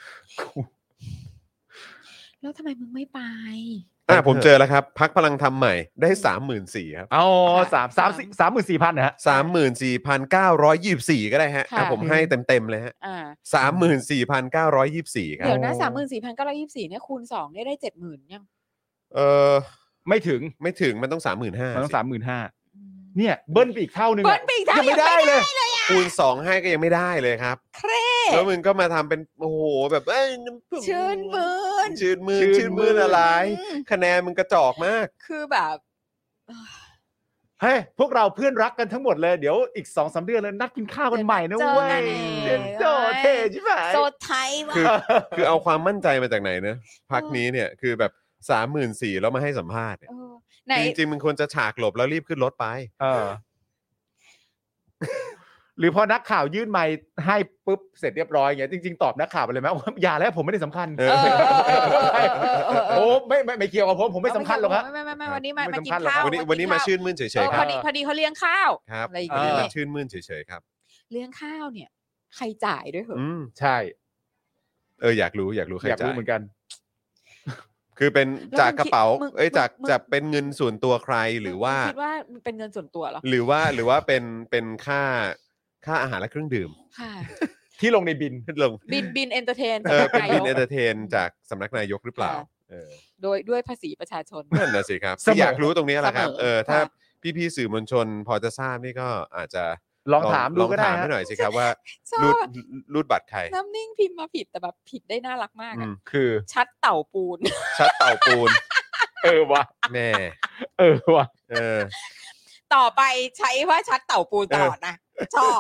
Speaker 4: แล้วทำไมมึงไม่ไป
Speaker 2: อ่ะผมเจอแล้วครับพักพลังธรรมใหม่ได้สามหมื่นสี่ครับ
Speaker 3: เอา
Speaker 4: ค่ะ
Speaker 3: สามสามสามหมื่นสี่พันนะฮะ
Speaker 2: สามหมื่นสี่พันเก้าร้อยยี่สิบสี่ก็ได้ฮะ
Speaker 4: ค่ะ
Speaker 2: อ่ะผมให้เต็มเต็มๆเลยฮะ
Speaker 4: อ่า
Speaker 2: สามหมื่นสี่พันเก้าร้อยยี่สิบสี่ครับ
Speaker 4: เดี๋ยวนะสามหมื่นสี่พันเก้าร้อยยี่สิบสี่เนี่ยคูณสองเนี่ยได้เจ็ดหมื่นยัง
Speaker 2: เออ
Speaker 3: ไม่ถึง
Speaker 2: ไม่ถึงมันต้องสามหมื่นห้า
Speaker 3: มันต้องสามหมื่นห้าเนี่ยเบิ้ลไปอีกเท่านึงอะ
Speaker 4: เบิ้ลไปอีกเท่า
Speaker 3: ยังไม่ได้เลย
Speaker 2: คูณสองให้ก็ยังไม่ได้เลยครับ
Speaker 4: เคร
Speaker 2: แล้วมึงก็มาทำเป็นโอ้โหแบบเอ้ยน้ำ
Speaker 4: ชื่นมื่น
Speaker 2: ชื่นมืน
Speaker 3: ชื่
Speaker 2: ชื่
Speaker 3: น
Speaker 2: น
Speaker 3: มื่
Speaker 2: มื
Speaker 3: น
Speaker 2: นอะไร
Speaker 4: อืม
Speaker 2: คะแนนมึงกระจอกมาก
Speaker 4: คือแบบ
Speaker 3: เฮ้ยพวกเราเพื่อนรักกันทั้งหมดเลยเดี๋ยวอีกสองสามเดือนเลยนัดกินข้าวกันใหม่นะเว้ย
Speaker 4: เจ
Speaker 3: เด่
Speaker 4: อน กัน
Speaker 3: โจเท่ใช่ไหม
Speaker 4: โซไทยว่ะ
Speaker 2: คือ คือเอาความมั่นใจมาจากไหนนะพักนี้เนี่ยคือแบบสามหมื่นสี่แล้วมาให้สัมภาษณ์เนี่ย
Speaker 4: เออไหน
Speaker 2: จริงๆมึงควรจะฉากหลบแล้วรีบขึ้นรถไป
Speaker 3: เออหรือพอนักข่าวยื่นไมค์ให้ปุ๊บเสร็จเรียบร้อยอย่างเงี้ยจริงๆตอบนักข่าวไปเลยไหมว่าอย่าแล้วผมไม่ได้สำคัญ
Speaker 2: เอ
Speaker 4: เอ
Speaker 2: อ
Speaker 4: อเออเออเออเออเอ
Speaker 3: โอ้
Speaker 4: อ
Speaker 3: ไม่ไม่ไม่เกี่ยวกับผมผมไม่สำคัญหรอกครับ
Speaker 4: ไม่ไม่ไม่วันนี้มา
Speaker 3: ไม่
Speaker 4: มา
Speaker 3: สำ
Speaker 4: กิ
Speaker 3: คั
Speaker 4: น
Speaker 3: ญหรอก
Speaker 4: ข้าว
Speaker 2: วันนี้วันนี้มาชื่นมื่นเฉย
Speaker 4: เออ
Speaker 2: ๆค
Speaker 4: พ
Speaker 2: รั
Speaker 4: อบ ดีพอดีเขาเลี้ยงข้าว
Speaker 2: ครับ
Speaker 4: อะไรอย่าง
Speaker 2: วันนี้
Speaker 4: เงี้
Speaker 2: มาย ชื่นมื่นเฉยๆครับ
Speaker 4: เลี้ยงข้าวเนี่ย ใครจ่ายด้วยเหรอ
Speaker 2: อืม
Speaker 3: ใช่
Speaker 2: เอออยากรู้อยากรู้ใคร
Speaker 3: อยาก
Speaker 2: จ่า
Speaker 3: รู้
Speaker 2: ย
Speaker 3: เหมือนกัน
Speaker 2: คือเป็น
Speaker 4: แล้ว
Speaker 2: จาก
Speaker 4: มึง
Speaker 2: กระเป๋า
Speaker 4: คิดมึง
Speaker 2: เอ้ยจาก
Speaker 4: มึง
Speaker 2: จากเป็นเงินส่วนตัวใครหรือว่า
Speaker 4: คิดว่ามันเป็นเงินส่วนตัวเหรอ
Speaker 2: หรือว่าหรือว่าเป็นเป็นค่าค่าอาหารและเครื่องดื่ม
Speaker 4: ค่ะ
Speaker 3: ที่ลงในบิน
Speaker 2: ลง
Speaker 4: บินบินเอนเตอร์เทน
Speaker 2: เออเป็นบิน
Speaker 4: น
Speaker 2: เอนเตอร์เทนจากสำนักนายกหรือเปล่า
Speaker 4: ค่ะ
Speaker 2: เออ
Speaker 4: โดยด้วยภาษีประชาชน
Speaker 2: นั่นน่ะสิครับ
Speaker 3: เสมอ
Speaker 2: ที่อยากรู้ตรงนี้แหละครับ
Speaker 4: เสมอ
Speaker 2: เออถ้า
Speaker 4: ค่ะ
Speaker 2: พี่ๆสื่อมวลชนพอจะทราบนี่ก็อาจจะ
Speaker 3: ลองถามดู
Speaker 2: ลอง
Speaker 3: ก็ได้
Speaker 2: ถามให้
Speaker 3: ฮะ
Speaker 2: หน่อยสิครับว่า
Speaker 4: ชอ
Speaker 2: รูด
Speaker 4: บ
Speaker 2: รูดบัตรใคร
Speaker 4: น้ำนิ่งพิมพ์มาผิดแต่แบบผิดได้น่ารักมาก
Speaker 2: อื
Speaker 4: อะ
Speaker 2: ม
Speaker 3: คือ
Speaker 4: ชัดเต่าปูน
Speaker 2: ชัดเต่าปูน
Speaker 3: เออว่ะ
Speaker 2: แม่
Speaker 3: เออว่ะ
Speaker 2: เออ
Speaker 4: ต่อไปใช้ว่าชัดเต่าปูนตลอดนะ ชอบ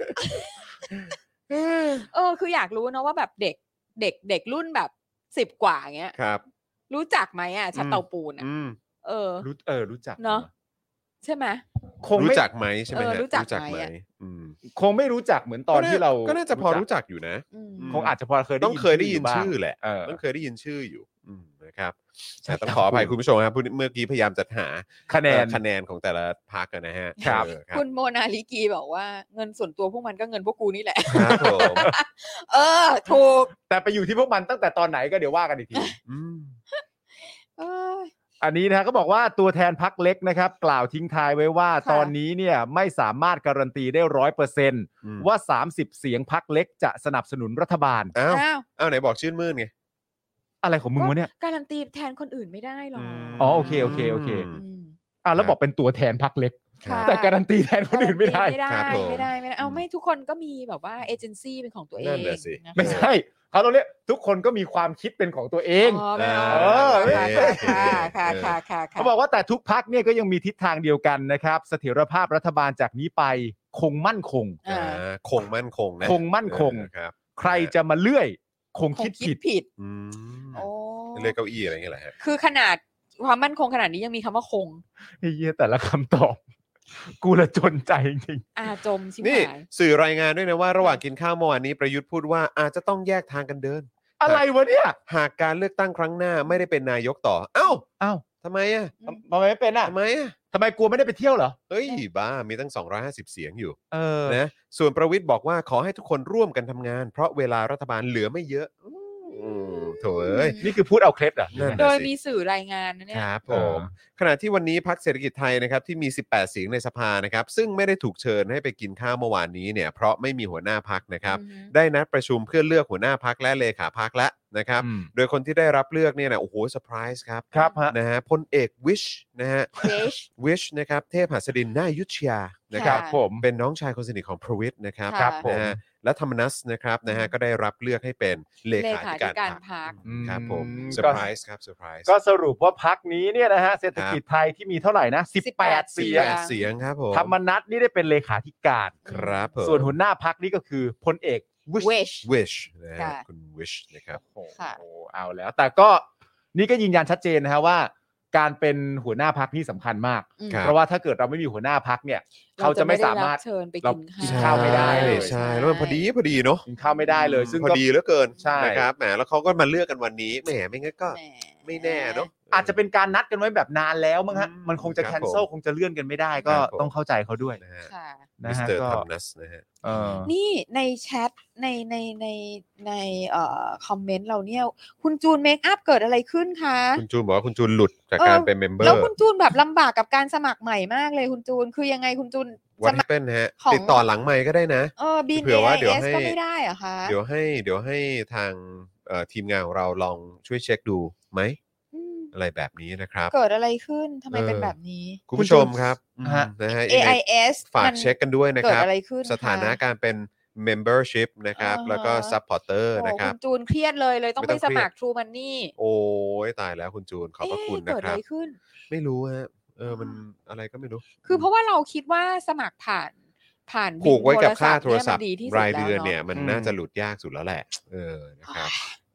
Speaker 4: เออ คืออยากรู้นะว่าแบบเด็กเด็กเด็กรุ่นแบบสิบกว่าเงี้ย
Speaker 2: ครับ
Speaker 4: รู้จักไหมอ่ะชัดเต่าปูนอ่ะ
Speaker 2: อืม
Speaker 4: เออ
Speaker 3: รู้เออรู้จัก
Speaker 4: เนอะ ใช่ไหม
Speaker 3: คง
Speaker 2: รู้
Speaker 3: ไม่
Speaker 2: จักไหมใช่ไหม
Speaker 4: เออ
Speaker 2: ฮะ
Speaker 4: รู้จักไหมอะ
Speaker 2: อืม
Speaker 3: คงไม่รู้จักเหมือนตอนที่เรา
Speaker 2: ก็น่าจะพอรู้จักอยู่นะ
Speaker 4: อืม
Speaker 2: ม
Speaker 3: คงอาจจะพอเคยได้
Speaker 2: ต้องเคยได้ยินชื่อแหละ
Speaker 3: เออ
Speaker 2: ต้องเคยได้ยินชื่ออยู่อืมนะครับ
Speaker 3: ชัด
Speaker 2: แต่ต้อง
Speaker 3: เต่า
Speaker 2: ขออภัย
Speaker 3: ปูน
Speaker 2: คุณผู้ชมครับพูดเมื่อกี้พยายามจะหา
Speaker 3: คะแนน
Speaker 2: เอ่อคะแนนของแต่ละพรรคกันนะฮะ
Speaker 3: ครับ
Speaker 2: เออครับ
Speaker 4: คุณโมนาลิกีบอกว่าเงินส่วนตัวพวกมันก็เงินพวกกูนี่แหละ
Speaker 2: ครับผม
Speaker 4: เออ ถูก
Speaker 3: แต่ไปอยู่ที่พวกมันตั้งแต่ตอนไหนก็เดี๋ยวว่ากันอีกที
Speaker 2: อืม
Speaker 4: เออ
Speaker 3: อันนี้นะฮะก็บอกว่าตัวแทนพักเล็กนะครับ กล่าวทิ้งท้ายไว้ว่า
Speaker 4: ค่ะ
Speaker 3: ตอนนี้เนี่ยไม่สามารถการันตีได้ร้อยเปอร์เซ็นต์
Speaker 2: อืม
Speaker 3: ว่า สามสิบ เสียงพักเล็กจะสนับสนุนรัฐบาล
Speaker 2: อ้าว
Speaker 4: อ้าว
Speaker 2: อ้าวไหนบอกชื่นมื่นไง
Speaker 3: อะไรของมึงวะเนี่ย
Speaker 4: การันตีแทนคนอื่นไม่ได้หรอ
Speaker 3: อ๋อโอเคโอเคโอเค
Speaker 2: อืม
Speaker 4: อืม
Speaker 3: อ่ะแล้วบอกเป็นตัวแทนพักเล็ก
Speaker 4: ค่ะ
Speaker 3: แต่การันตีแทนคนอื่นไม่ได้
Speaker 4: ไม่ได้
Speaker 2: ครับผม
Speaker 4: ไม่ได้ไม่ได้เอาไม่ทุกคนก็มีแบบว่าเอเจนซี่เป็นของตัวเอง
Speaker 2: นั่นน่ะสิ
Speaker 4: นะคะ
Speaker 3: ไม่ใช่เขาต้องเรียกทุกคนก็มีความคิดเป็นของตัวเอง
Speaker 4: อ๋อไม่เอา
Speaker 3: เออ
Speaker 4: ค่ะค่ะค่ะค่ะค่ะค่ะ
Speaker 3: เขาบอกว่าแต่ทุกพักเนี่ยก็ยังมีทิศทางเดียวกันนะครับเสถียรภาพรัฐบาลจากนี้ไปคงมั่นคง
Speaker 4: อ่า
Speaker 2: อ่าคงมั่นคงนะ
Speaker 3: คงมั่นคง
Speaker 2: เออครับ
Speaker 3: ใครจะมาเลื่อย คง
Speaker 4: คง
Speaker 3: คิด
Speaker 4: คิ
Speaker 3: ผิ
Speaker 4: ด
Speaker 3: ด
Speaker 4: ผิด
Speaker 2: อืม
Speaker 4: โอ้
Speaker 2: เลือกเก้าอี้อะไรอย่างเงี้ยแหละฮะ
Speaker 4: คือขนาดความมั่นคงขนาดนี้ยังมีคำว่าคง
Speaker 3: ไอ้เหี้ยแต่ละคำตอบ กูละจนใจจริง
Speaker 4: อาจมชิบ
Speaker 2: นี่
Speaker 4: หาย
Speaker 2: สื่อรายงานด้วยนะว่าระหว่างกินข้าวเมื่อวานนี้ประยุทธ์พูดว่าอาจจะต้องแยกทางกันเดิน
Speaker 3: ๆอะไรวะเนี่ย
Speaker 2: หากการเลือกตั้งครั้งหน้าไม่ได้เป็นนายกต่อ เอ้า
Speaker 3: อ้าว
Speaker 2: ทำไมอ่ะ
Speaker 4: อืม
Speaker 3: ทำไมไม่เป็นอ่ะ
Speaker 2: ทำไมอ่ะ
Speaker 3: ทำไมกลัวไม่ได้ไปเที่ยวเหรอ
Speaker 2: เฮ้ยบ้ามีตั้งสองร้อยห้าสิบเสียงอยู่
Speaker 3: เออ
Speaker 2: นะส่วนประวิทย์บอกว่าขอให้ทุกคนร่วมกันทำงาน เพราะเวลารัฐบาลเหลือไม่เยอะอืมโถเอ้ย
Speaker 3: นี่คือพูดเอาเคล็ดเหรอ่ะ
Speaker 2: นั่น
Speaker 4: โด
Speaker 2: น่ะ
Speaker 4: ย
Speaker 2: สิ
Speaker 4: มีสื่อรายงานนะเนี่
Speaker 2: ค
Speaker 4: ย
Speaker 2: รับผ
Speaker 3: เออ
Speaker 2: มขณะที่วันนี้พรรคเศรษฐกิจไทยนะครับที่มีสิบแปดเสียงในสภานะครับซึ่งไม่ได้ถูกเชิญให้ไปกินข้าวเมื่อวานนี้เนี่ยเพราะไม่มีหัวหน้าพรรคนะครับ
Speaker 4: อือฮึ
Speaker 2: ได้นัดประชุมเพื่อเลือกหัวหน้าพรรคและเลขาพรรคแล้วนะครับ
Speaker 3: อืม
Speaker 2: โดยคนที่ได้รับเลือกเนี่ยนะโอ้โหเซอร์ไพรส์ครับ
Speaker 3: ครับฮะ
Speaker 2: นะฮะพลเอกวิชนะฮะ
Speaker 4: Wish
Speaker 2: วิชนะครับเทพหัสดินนายุทธยานะค
Speaker 3: ค
Speaker 2: รั
Speaker 3: รั
Speaker 2: บบ
Speaker 3: ผม
Speaker 2: เป็นน้องชายคนสนิทของประวิทย์นะครับ
Speaker 4: ครับผม
Speaker 2: นะฮะและธรรมนัสนะครับนะฮะก็ได้รับเลือกให้เป็นเลขาธิการ
Speaker 4: เลขาธิการ
Speaker 2: พร
Speaker 4: พร
Speaker 2: ร
Speaker 4: ร
Speaker 2: ค
Speaker 4: ค
Speaker 2: ครับผม
Speaker 3: อืม
Speaker 2: เซอร์ไพรส์ครับเซอร์ไพรส์
Speaker 3: ก็สรุปว่าพักนี้เนี่ยนะฮะเศรษฐกิจไทยที่มีเท่าไหร่นะสิบแปด
Speaker 4: สิ
Speaker 3: เสี
Speaker 4: บ
Speaker 3: ย
Speaker 4: แป
Speaker 3: ง
Speaker 4: ด
Speaker 2: เสียงครับผม
Speaker 3: ธรรมนัตนี่ได้เป็นเลขาธิการ
Speaker 2: ครับผม
Speaker 3: ส่วนหัวหน้าพักนี่ก็คือพลเอกวิช
Speaker 4: Wish
Speaker 2: วิชนะฮะ
Speaker 4: ค่ะ
Speaker 2: คุณวิชนะครับ
Speaker 3: โอ้โห
Speaker 4: ค่ะ
Speaker 3: เอาแล้ว แต่ก็นี่ก็ยืนยันชัดเจนนะฮะว่า การเป็นหัวหน้าพักนี่สำคัญมาก
Speaker 4: อืม
Speaker 2: ครับ
Speaker 3: เพราะว่าถ้าเกิดเราไม่มีหัวหน้าพักเนี่ย เขาจะไม่สามารถ
Speaker 4: เเชิญไป
Speaker 3: เรา
Speaker 4: กิน
Speaker 3: กิน
Speaker 4: ข้า
Speaker 3: ข้าว วไม่ได้เลย
Speaker 2: ใช่แล้วมันพอดีพอดีเนาะ
Speaker 3: กินข้าวไม่ได้เลย ซึ่ง
Speaker 2: พอ
Speaker 3: ก็
Speaker 2: ดีเหลือเกิน
Speaker 3: ใช่
Speaker 2: นะครับแหมแล้วเขาก็มาเลือกกันวันนี้แหมไม่งั้นก็
Speaker 4: แหม
Speaker 2: ไม่แน่เนาะ
Speaker 3: อาจจะเป็นการนัดกันไว้แบบนานแล้วมั้งฮะ
Speaker 2: อืม
Speaker 3: มันคงจะ
Speaker 2: ครับ
Speaker 3: แคนเซิล
Speaker 2: ผม
Speaker 3: คงจะเลื่อนกันไม่ได้ก็
Speaker 2: ครับผม
Speaker 3: ต้องเข้าใจเขาด้วย
Speaker 2: นะฮะ
Speaker 4: ค่ะ
Speaker 3: นะ
Speaker 2: มิส
Speaker 3: ฮะ
Speaker 2: เตอร์
Speaker 3: ก็
Speaker 2: ธอมนัสนะฮะ
Speaker 3: เออ
Speaker 4: นี่ในแชทในในในในเอ่อคอมเมนต์เราเนี่ย คุณจูนเมคอัพเกิดอะไรขึ้นคะ
Speaker 2: คุณจูนบอกว่าคุณจูนหลุดจาก
Speaker 4: เออ
Speaker 2: การเป็นเมมเบอ
Speaker 4: แล้ว
Speaker 2: ร์
Speaker 4: คุณจูนแบบลำบากกับการสมัครใหม่มากเลยคุณจูนคือยังไงคุณจูน
Speaker 2: วั
Speaker 4: ส
Speaker 2: น
Speaker 4: มัคร
Speaker 2: ที่เป็นฮะ
Speaker 4: ของ
Speaker 2: ติดต่อหลังไมค์ก็ได้นะ
Speaker 4: เออบิน
Speaker 2: เผื่อว่าเดี๋ยว
Speaker 4: เอ
Speaker 2: ให้
Speaker 4: ก็ไม่ได้เหรอะคะ
Speaker 2: เดี๋ยวให้เดี๋ยวให้ทางเอ่อทีมงานของเราลองช่วยเช็คดูไหม
Speaker 4: อืม
Speaker 2: อะไรแบบนี้นะครับ
Speaker 4: เกิดอะไรขึ้นทำไม
Speaker 2: เออ
Speaker 4: เป็นแบบนี้
Speaker 2: คุณผู้ชมครับ
Speaker 3: ฮะ
Speaker 2: นะฮะ
Speaker 4: เอ
Speaker 2: ยังไง
Speaker 4: ไอเอส
Speaker 2: ฝาก
Speaker 4: มัน
Speaker 2: เช็คกันด้วยนะ
Speaker 4: เกิ
Speaker 2: ค
Speaker 4: ด
Speaker 2: รับ
Speaker 4: อะไรขึ้น
Speaker 2: สถานะ
Speaker 4: คะ
Speaker 2: การเป็น membership นะครับ
Speaker 4: อ่าฮะ
Speaker 2: แล้วก็ supporter
Speaker 4: โอ้
Speaker 2: นะครับ
Speaker 4: คุณจูนเครียดเลยเลยต้อง
Speaker 2: ไม่
Speaker 4: ไป
Speaker 2: ต้อง
Speaker 4: ส
Speaker 2: เครียด
Speaker 4: มัคร True Money
Speaker 2: โอ้ยตายแล้วคุณจูนขอบพระคุณ
Speaker 4: เอ๊
Speaker 2: นะ
Speaker 4: เกิด
Speaker 2: ค
Speaker 4: อะ
Speaker 2: รับ
Speaker 4: ไรขึ้น
Speaker 2: ไม่รู้ฮะเออมันอะไรก็ไม่รู้
Speaker 4: คือเพราะว่าเราคิดว่าสมัครผ่านผ่านบิ
Speaker 2: ผู
Speaker 4: ล
Speaker 2: กไว้กับค่าโทรศัพ
Speaker 4: เนี่ย
Speaker 2: ท์
Speaker 4: มันดีที่สุด
Speaker 2: ราย
Speaker 4: แล้ว
Speaker 2: เดือนเนี่ย
Speaker 4: เนาะ
Speaker 2: มัน
Speaker 3: อืม
Speaker 2: น่าจะหลุดยากสุดแล้วแหละ เออนะครับ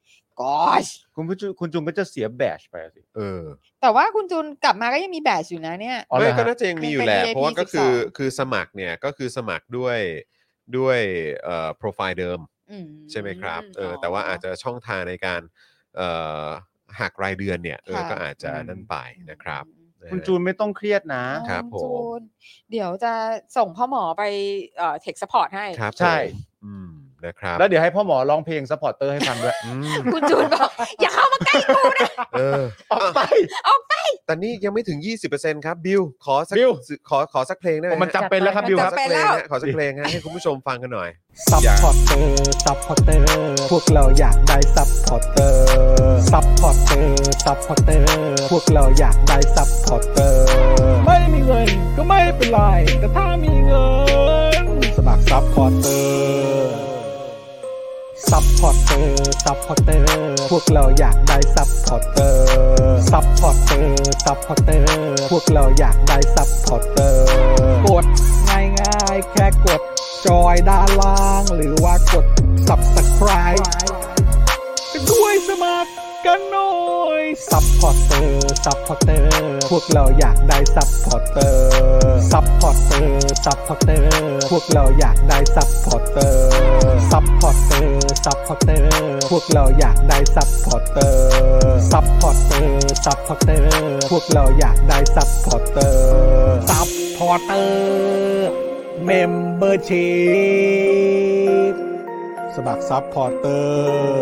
Speaker 4: gosh
Speaker 3: คุณผู้ชมคุณจุงก็จะเสียแบชไปสิ
Speaker 2: เออ
Speaker 4: แต่ว่าคุณจูนกลับมาก็ยังมีแบตอยู่นะเนี่ย
Speaker 3: อ๋อเหรอ
Speaker 2: ไม่
Speaker 3: ฮะ
Speaker 2: ก็น่าจะยังมีอยู่แหละ
Speaker 4: ยังเป็น
Speaker 2: เพราะว่าก็คือ
Speaker 4: วี ไอ พี สิบสอง
Speaker 2: คือสมัครเนี่ยก็คือสมัครด้วยด้วยเอ่อโปรไฟล์เดิม
Speaker 4: อืม
Speaker 2: ใช่ไหมครับเอออ
Speaker 4: อ
Speaker 2: แต่ว่าอาจจะช่องทางในการเอ่อหักรายเดือนเนี่ยเออ
Speaker 4: ค่ะ
Speaker 2: ก็อาจจะ
Speaker 3: อืม
Speaker 2: นั่นไปนะครับะฮะ
Speaker 3: คุณจูนไม่ต้องเครียดนะ
Speaker 4: อ๋อ
Speaker 2: ครับผม
Speaker 4: จูนเดี๋ยวจะส่งพ่อหมอไปเอ่อเทคซัพพอร์ตให้
Speaker 2: ครับ
Speaker 3: ใช่
Speaker 2: ผมอืมนะครับ
Speaker 3: แล้วเดี๋ยวให้พ่อหมอร้องเพลงซัพพอร์เตอร์ให้ฟังด้วย
Speaker 2: อืม
Speaker 4: คุณจูนบอก อย่าเข้ามาใกล้กูนะ
Speaker 2: เออ
Speaker 3: ออกไป
Speaker 2: แต่นี่ยังไม่ถึง ยี่สิบเปอร์เซ็นต์ ครับบิวขอสัก
Speaker 3: บิว
Speaker 2: ขอขอสักเพลงได้ไหม
Speaker 3: มันจำเป็นแล้วครับบิว
Speaker 2: ข
Speaker 3: ค
Speaker 2: อ
Speaker 3: รับ
Speaker 2: สักเพลงฮะขอสักเพลงฮะให้คุณผู้ชมฟังกันหน่อย
Speaker 1: ซัพพอร์เตอร์ซัพพอร์เตอร์พวกเราอยากได้ซัพพอร์เตอร์ซัพพอร์เตอร์ซัพพอร์เตอร์พวกเราอยากได้ซัพพอร์เตอร์ไม่มีเงินก็ไม่เป็นไรแต่ถ้ามีเงินสมัครซัพพอร์เตอร์ซัพพอร์เตอร์ซัพพอร์เตอร์พวกเราอยากได้ซัพพอร์เตอร์ซัพพอร์เตอร์ซัพพอร์เตอร์พวกเราอยากได้ซัพพอร์เตอร์กดง่ายๆแค่กดจอยด้านล่างหรือว่ากด Subscribe ไปด้วยสมัครกันหน่อยซัพพอร์เตอร์ซัพพอร์เตอร์พวกเราอยากได้ซัพพอร์เตอร์ซัพพอร์เตอร์ซัพพอร์เตอร์พวกเราอยากได้ซัพพอร์เตอร์ซัพพอร์เตอร์ซัพพอร์เตอร์พวกเราอยากได้ซัพพอร์เตอร์ซัพพอร์เตอร์ซัพพอร์เตอร์พวกเราอยากได้ซัพพอร์เตอร์ซัพพอร์เตอร์เมมเบอร์ชีพสมัครซัพพอร์เตอร์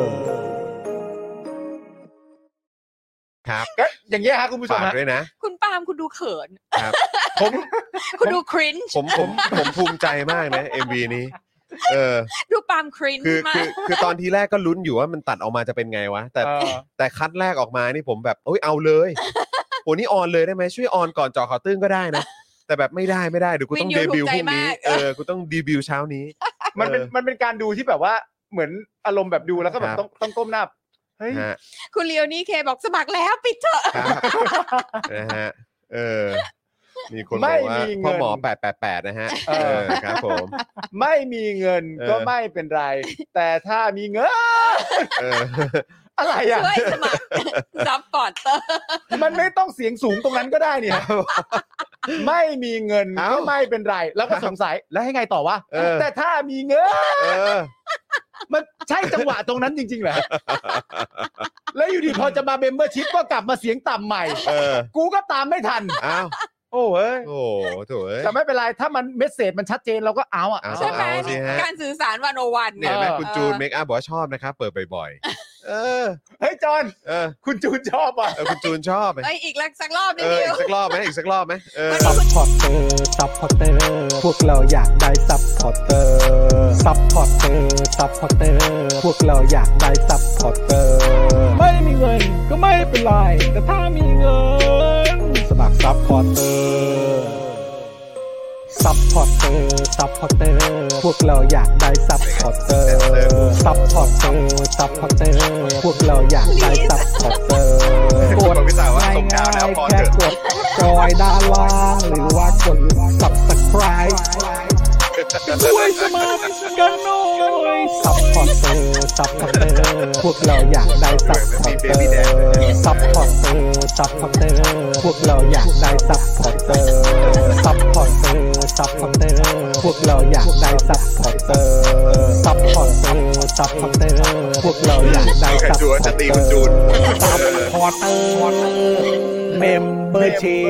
Speaker 2: ครับ
Speaker 3: ก็อย่างเงี้ยฮะคุณผู้ชม
Speaker 2: ฝาก
Speaker 3: ฮะ
Speaker 2: ด้วยนะ
Speaker 4: คุณปาล์มคุณดูเขิน
Speaker 2: ครับ
Speaker 3: ผม
Speaker 4: คุณดูครินช์
Speaker 2: ผมผมผมภูมิใจมากนะ เอ็ม วี นี้เออ
Speaker 4: ดูปาล์มครินช์
Speaker 2: คือ
Speaker 4: มา
Speaker 2: คือก คือตอนทีแรกก็ลุ้นอยู่ว่ามันตัดออกมาจะเป็นไงวะ แต่
Speaker 3: เออ
Speaker 2: แต่คัดแรกออกมานี่ผมแบบโอ้ยเอาเลยโหนี่ออนเลยได้ไหมช่วยออนก่อนเจอข่าวตื้นก็ได้นะ แต่แบบไม่ได้ไม่ได้เดี๋ยวกูต้อง
Speaker 4: วินยู
Speaker 2: เดบิวต์พ
Speaker 4: ถูกใจ
Speaker 2: รุ่งนี้
Speaker 4: มาก
Speaker 2: เออกูต้องเดบิวต์เช้านี้
Speaker 3: มันเป็น
Speaker 2: เออ
Speaker 3: มันเป็นการดูที่แบบว่าเหมือนอารมณ์แบบดูแล้วก็แบ
Speaker 2: ค
Speaker 3: บ
Speaker 2: รับ
Speaker 3: ต้องต้องก้มหน้าเฮ้ย
Speaker 2: ฮะ
Speaker 4: คุณเลียวนี่เคบอกสมัครแล้วปิดเถอะ
Speaker 2: ครับนะฮะเออมีคนบ
Speaker 3: ไม่
Speaker 2: อกว่า
Speaker 3: มีเงิน
Speaker 2: พ่อหมอแปดแปดแปดนะฮะ
Speaker 3: เอ
Speaker 2: เอ
Speaker 3: อ
Speaker 2: อครับผม
Speaker 3: ไม่มีเงิน
Speaker 2: เออ
Speaker 3: ก็ไม่เป็นไร แต่ถ้ามีเงิน
Speaker 2: เออ
Speaker 3: อะไรอ่ะ
Speaker 4: ช่วยสมัครซัพพอร์เตอร์
Speaker 3: มันไม่ต้องเสียงสูงตรงนั้นก็ได้เนี่ย ไม่มีเงิน
Speaker 2: เอ้า
Speaker 3: ก็ไม่เป็นไร แล้วก็
Speaker 2: ครับ
Speaker 3: สงสัยแล้วให้ไงต่อวะ
Speaker 2: เออ
Speaker 3: แต่ถ้ามีเงิน
Speaker 2: เออ
Speaker 3: มันใช่จังหวะตรงนั้นจริงๆเหรอแล้วอยู่ดีพอจะมาเมมเบอร์ชิพก็กลับมาเสียงต่ำใหม่
Speaker 2: เออ
Speaker 3: กูก็ตามไม่ทัน
Speaker 2: อ้าว
Speaker 3: โอ้เว้ย
Speaker 2: โอ้โถเอ้ย
Speaker 3: แต่ไม่เป็นไรถ้ามันเมสเซจมันชัดเจนเราก็เอาอ่ะ
Speaker 2: เอา
Speaker 4: ใช่ไหม
Speaker 2: สิฮะ
Speaker 4: การสื่อสารวันโอวัน
Speaker 2: เนี่ยแม่
Speaker 3: เออ
Speaker 2: คุณจูนเมคอัพบอกว่าชอบนะครับ เปิดบ่อยๆ เออ
Speaker 3: เฮ้ยจอน
Speaker 2: เออ
Speaker 3: คุณจูนชอบอ่ะ
Speaker 2: เออคุณจูนชอบไหม
Speaker 4: เอ้ยอีกลักสักรอบนึ
Speaker 2: เอง อ
Speaker 4: เดี
Speaker 2: อี
Speaker 4: ยว
Speaker 2: กสักรอบไหมอีกสักรอบไหมเออ
Speaker 1: ซัพพอร์เตอร์ซัพพอร์เตอร์พวกเราอยากได้ซัพพอร์เตอร์ซัพพอร์เตอร์ซัพพอร์เตอร์พวกเราอยากได้ซัพพอร์เตอร์ไม่มีเงินก็ไม่เป็นไรแต่ถ้ามีเงินสมัครซัพพอร์เตอร์ซัพพอร์เตอร์ซัพพอร์เตอร์พวกเราอยากได้ซัพพอร์เตอร์ซัพพอร์เตอร์ซัพพอร์เตอร์พวกเราอยากได้ซัพพอร์เตอร์กด
Speaker 2: บอกพี่สาวว่าส่งดาวแล้วพอเถ
Speaker 1: แค่
Speaker 2: อะ
Speaker 1: กดจอยด้านล่างหรือว่ากด Subscribe ด้วยสมัครกันหน่อยซัพพอร์เตอร์ซัพพอร์เตอร์พวกเราอยากได้ซัพพอร์เตอร์ซัพพอร์เตอร์ซัพพอร์เตอร์พวกเราอยากได้ซัพพอร์เตอร์ซัพพอร์เตอร์ซัพพอร์เตอร์พวกเราอยากได้ซัพพอร์เตอร์ซัพพอร์เตอร์ซัพพอร์เตอร์พวกเราอยากได้ซัพพอร์เตอร์
Speaker 2: จะตีคุณจูน
Speaker 1: ซัพพอร์เตอร์เมมเบอร์ชี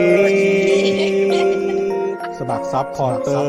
Speaker 1: สมัครซัพพอร์เตอร์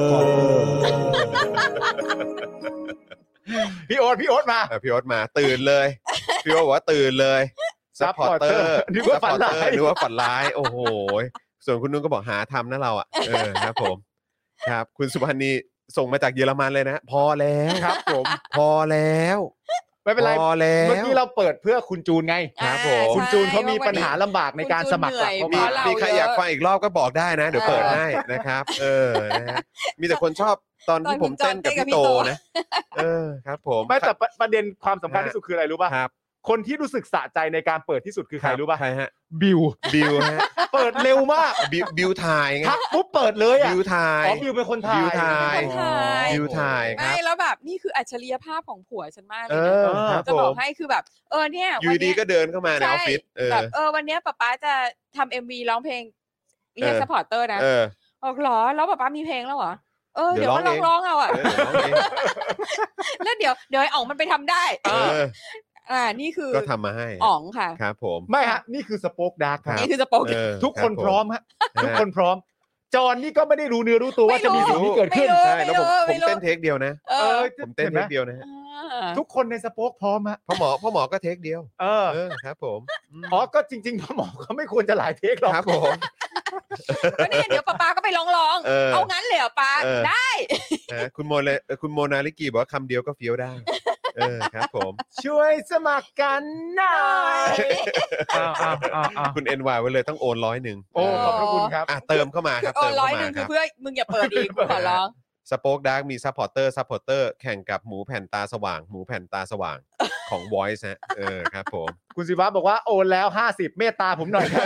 Speaker 3: พี่โอ๊ตพี่โอ๊ตมา
Speaker 2: อ่ะพี่โอ๊ตมาตื่นเลยพี่โอ๊ตบอกว่าตื่นเลยซัพพอร์เตอ
Speaker 3: Supporter
Speaker 2: ร์
Speaker 3: นึกว่าฝันร้าย
Speaker 2: นึกว่าฝันร้ายโอ้โหส่วนคุณนุ่นก็บอกหาทำนะเราอ่ะเออครับผมครับคุณสุพันธ์นีส่งมาจากเยอรมันเลยนะพอแล้ว
Speaker 3: ครับผม
Speaker 2: พอแล้ว
Speaker 3: ไม่เป็นไร
Speaker 2: พอแล้ว
Speaker 3: เมื่อกี้เราเปิดเพื่อคุณจูนไง
Speaker 2: ครับผม
Speaker 4: อ่า
Speaker 3: คุณจูนเขามี
Speaker 4: ใช่
Speaker 3: ปัญหาลำบากในการสมัครกลับเข้า
Speaker 2: มี
Speaker 3: มา
Speaker 4: เพราะเรา
Speaker 2: มีใครอยากฟังอีกรอบก็บอกได้นะ เดี๋ยวเปิดให้นะครับ เออนะฮะมีแต่คนชอบตอนที่ผมเต้นกับพี่โตนะ เออครับผม
Speaker 3: ไม่แต่ประประเด็นความสำคัญที่สุดคืออะไรรู้ป่ะ
Speaker 2: ครับ
Speaker 3: คนที่รู้สึกสะใจในการเปิดที่สุดคือใครรู้ป่ะ
Speaker 2: ใครฮะ
Speaker 3: บิว
Speaker 2: บิวฮะ
Speaker 3: เปิดเร็วมาก
Speaker 2: บิวบิวถ่ายไง
Speaker 3: ทักปุ๊บเปิดเลยอ่ะ
Speaker 2: บิวถ่าย
Speaker 3: อ๋อบิวเป็นคนถ่าย
Speaker 2: บิวถ่าย
Speaker 4: เป็นคนถ่าย
Speaker 2: บิวถ่ายค
Speaker 4: ไม่
Speaker 2: รับ
Speaker 4: แล้วแบบนี่คืออัจฉริยภาพของผัวฉันมากเล
Speaker 2: เอย
Speaker 4: นะ
Speaker 2: อครับ
Speaker 4: จะ
Speaker 2: ผ
Speaker 4: บอก
Speaker 2: ม
Speaker 4: ให้คือแบบ เออเนี่ย
Speaker 2: อยู่ดีก็เดินเข้ามาในออฟฟิศเออ
Speaker 4: แบบเออวันเนี้ยป๊าป๊าจะทำเอ็มวีร้องเพลงเรียก
Speaker 2: เออ
Speaker 4: ซัพพอร์เตอร์นะ
Speaker 2: เออ
Speaker 4: บอกเหรอแล้วป๊าป๊ามีเพลงแล้วเหรอเออ
Speaker 2: เดี๋
Speaker 4: เดี๋
Speaker 2: ย
Speaker 4: ยว ว
Speaker 2: ร้
Speaker 4: ก็
Speaker 2: อง
Speaker 4: ลองร้องเอาอ่ะ
Speaker 2: เออร้องเอง
Speaker 4: แล้วเดี๋ยวเดี๋ยวไอ้อ๋องมันไปทำได้
Speaker 2: เออ
Speaker 4: อ่านี่คือ
Speaker 2: ก็ทำมาให้
Speaker 4: อ๋องค่ะ
Speaker 2: ครับผม
Speaker 3: ไม่ฮะนี่คือสป็อคดาร์กครับ
Speaker 4: นี่คือสปอค
Speaker 2: เออ
Speaker 3: ทุกคน
Speaker 2: บผ
Speaker 3: พร้อมฮะทุกคนพร้อม จอนนี่ก็ไม่ได้รู้เนื้อรู้ตัวว่า
Speaker 4: ไม่
Speaker 3: จะ
Speaker 4: รู้
Speaker 3: มีสิ่งนี้เกิดขึ้น
Speaker 4: ไม่รู้
Speaker 2: ใช่แล้วผมผ
Speaker 4: ไม่
Speaker 2: ม
Speaker 4: รู้
Speaker 2: เต้นเทคเดียวนะ
Speaker 4: เอ
Speaker 3: เอ
Speaker 4: อ
Speaker 3: อ
Speaker 2: ผมเต้น
Speaker 3: ห็น
Speaker 2: เท
Speaker 3: ไหม
Speaker 2: คเดียวนะฮะ
Speaker 4: อ่า
Speaker 3: ทุกคนในสป็อคพร้อมฮะ
Speaker 2: พ่อหมอพ่อหมอก็เทคเดียว
Speaker 3: เออ
Speaker 2: เออครับผมม
Speaker 3: อ๋อก็จริงๆพ่อหมอเขาไม่ควรจะหลายเทคหรอก
Speaker 2: ครับผม
Speaker 4: ก็เนี่ยเดี๋ยวป้าปาก็ไปร้องร้อง
Speaker 2: เออ
Speaker 4: เอางั้นเลยเหรอป้า
Speaker 2: เออ
Speaker 4: ได้
Speaker 2: นะคุณโมเลคุณโมนาลิกีบอกว่าคำเดียวก็เฟี้ยวได้ เออครับผม
Speaker 3: ช่วยสมัครกันหน่อยอ้าวอ้าวอ้าวอ้าว
Speaker 2: คุณเอ็นวายไว้เลยต้องโอนร้อยหนึ่ง
Speaker 3: โอ้ขอบพระคุณครับ
Speaker 2: อ่ะเติมเข้ามาครับ
Speaker 4: โอ
Speaker 2: เติ
Speaker 4: น
Speaker 2: ม
Speaker 4: ร้
Speaker 2: เข้า
Speaker 4: อยห
Speaker 2: มา
Speaker 4: นึ่ง
Speaker 2: ค
Speaker 4: คือ
Speaker 2: รับ
Speaker 4: เพื่อมึงอย่าเปิดอีกกูขอร้อง
Speaker 2: สป็อคดาร์กมีซัพพอร์เตอร์ซัพพอร์เตอร์แข่งกับหมูแผ่นตาสว่าง หมูแผ่นตาสว่างของ Voice ฮะเออครับผม
Speaker 3: คุณศิวะบอกว่าโอนแล้วห้าสิบเมตตาผมหน่อยครับ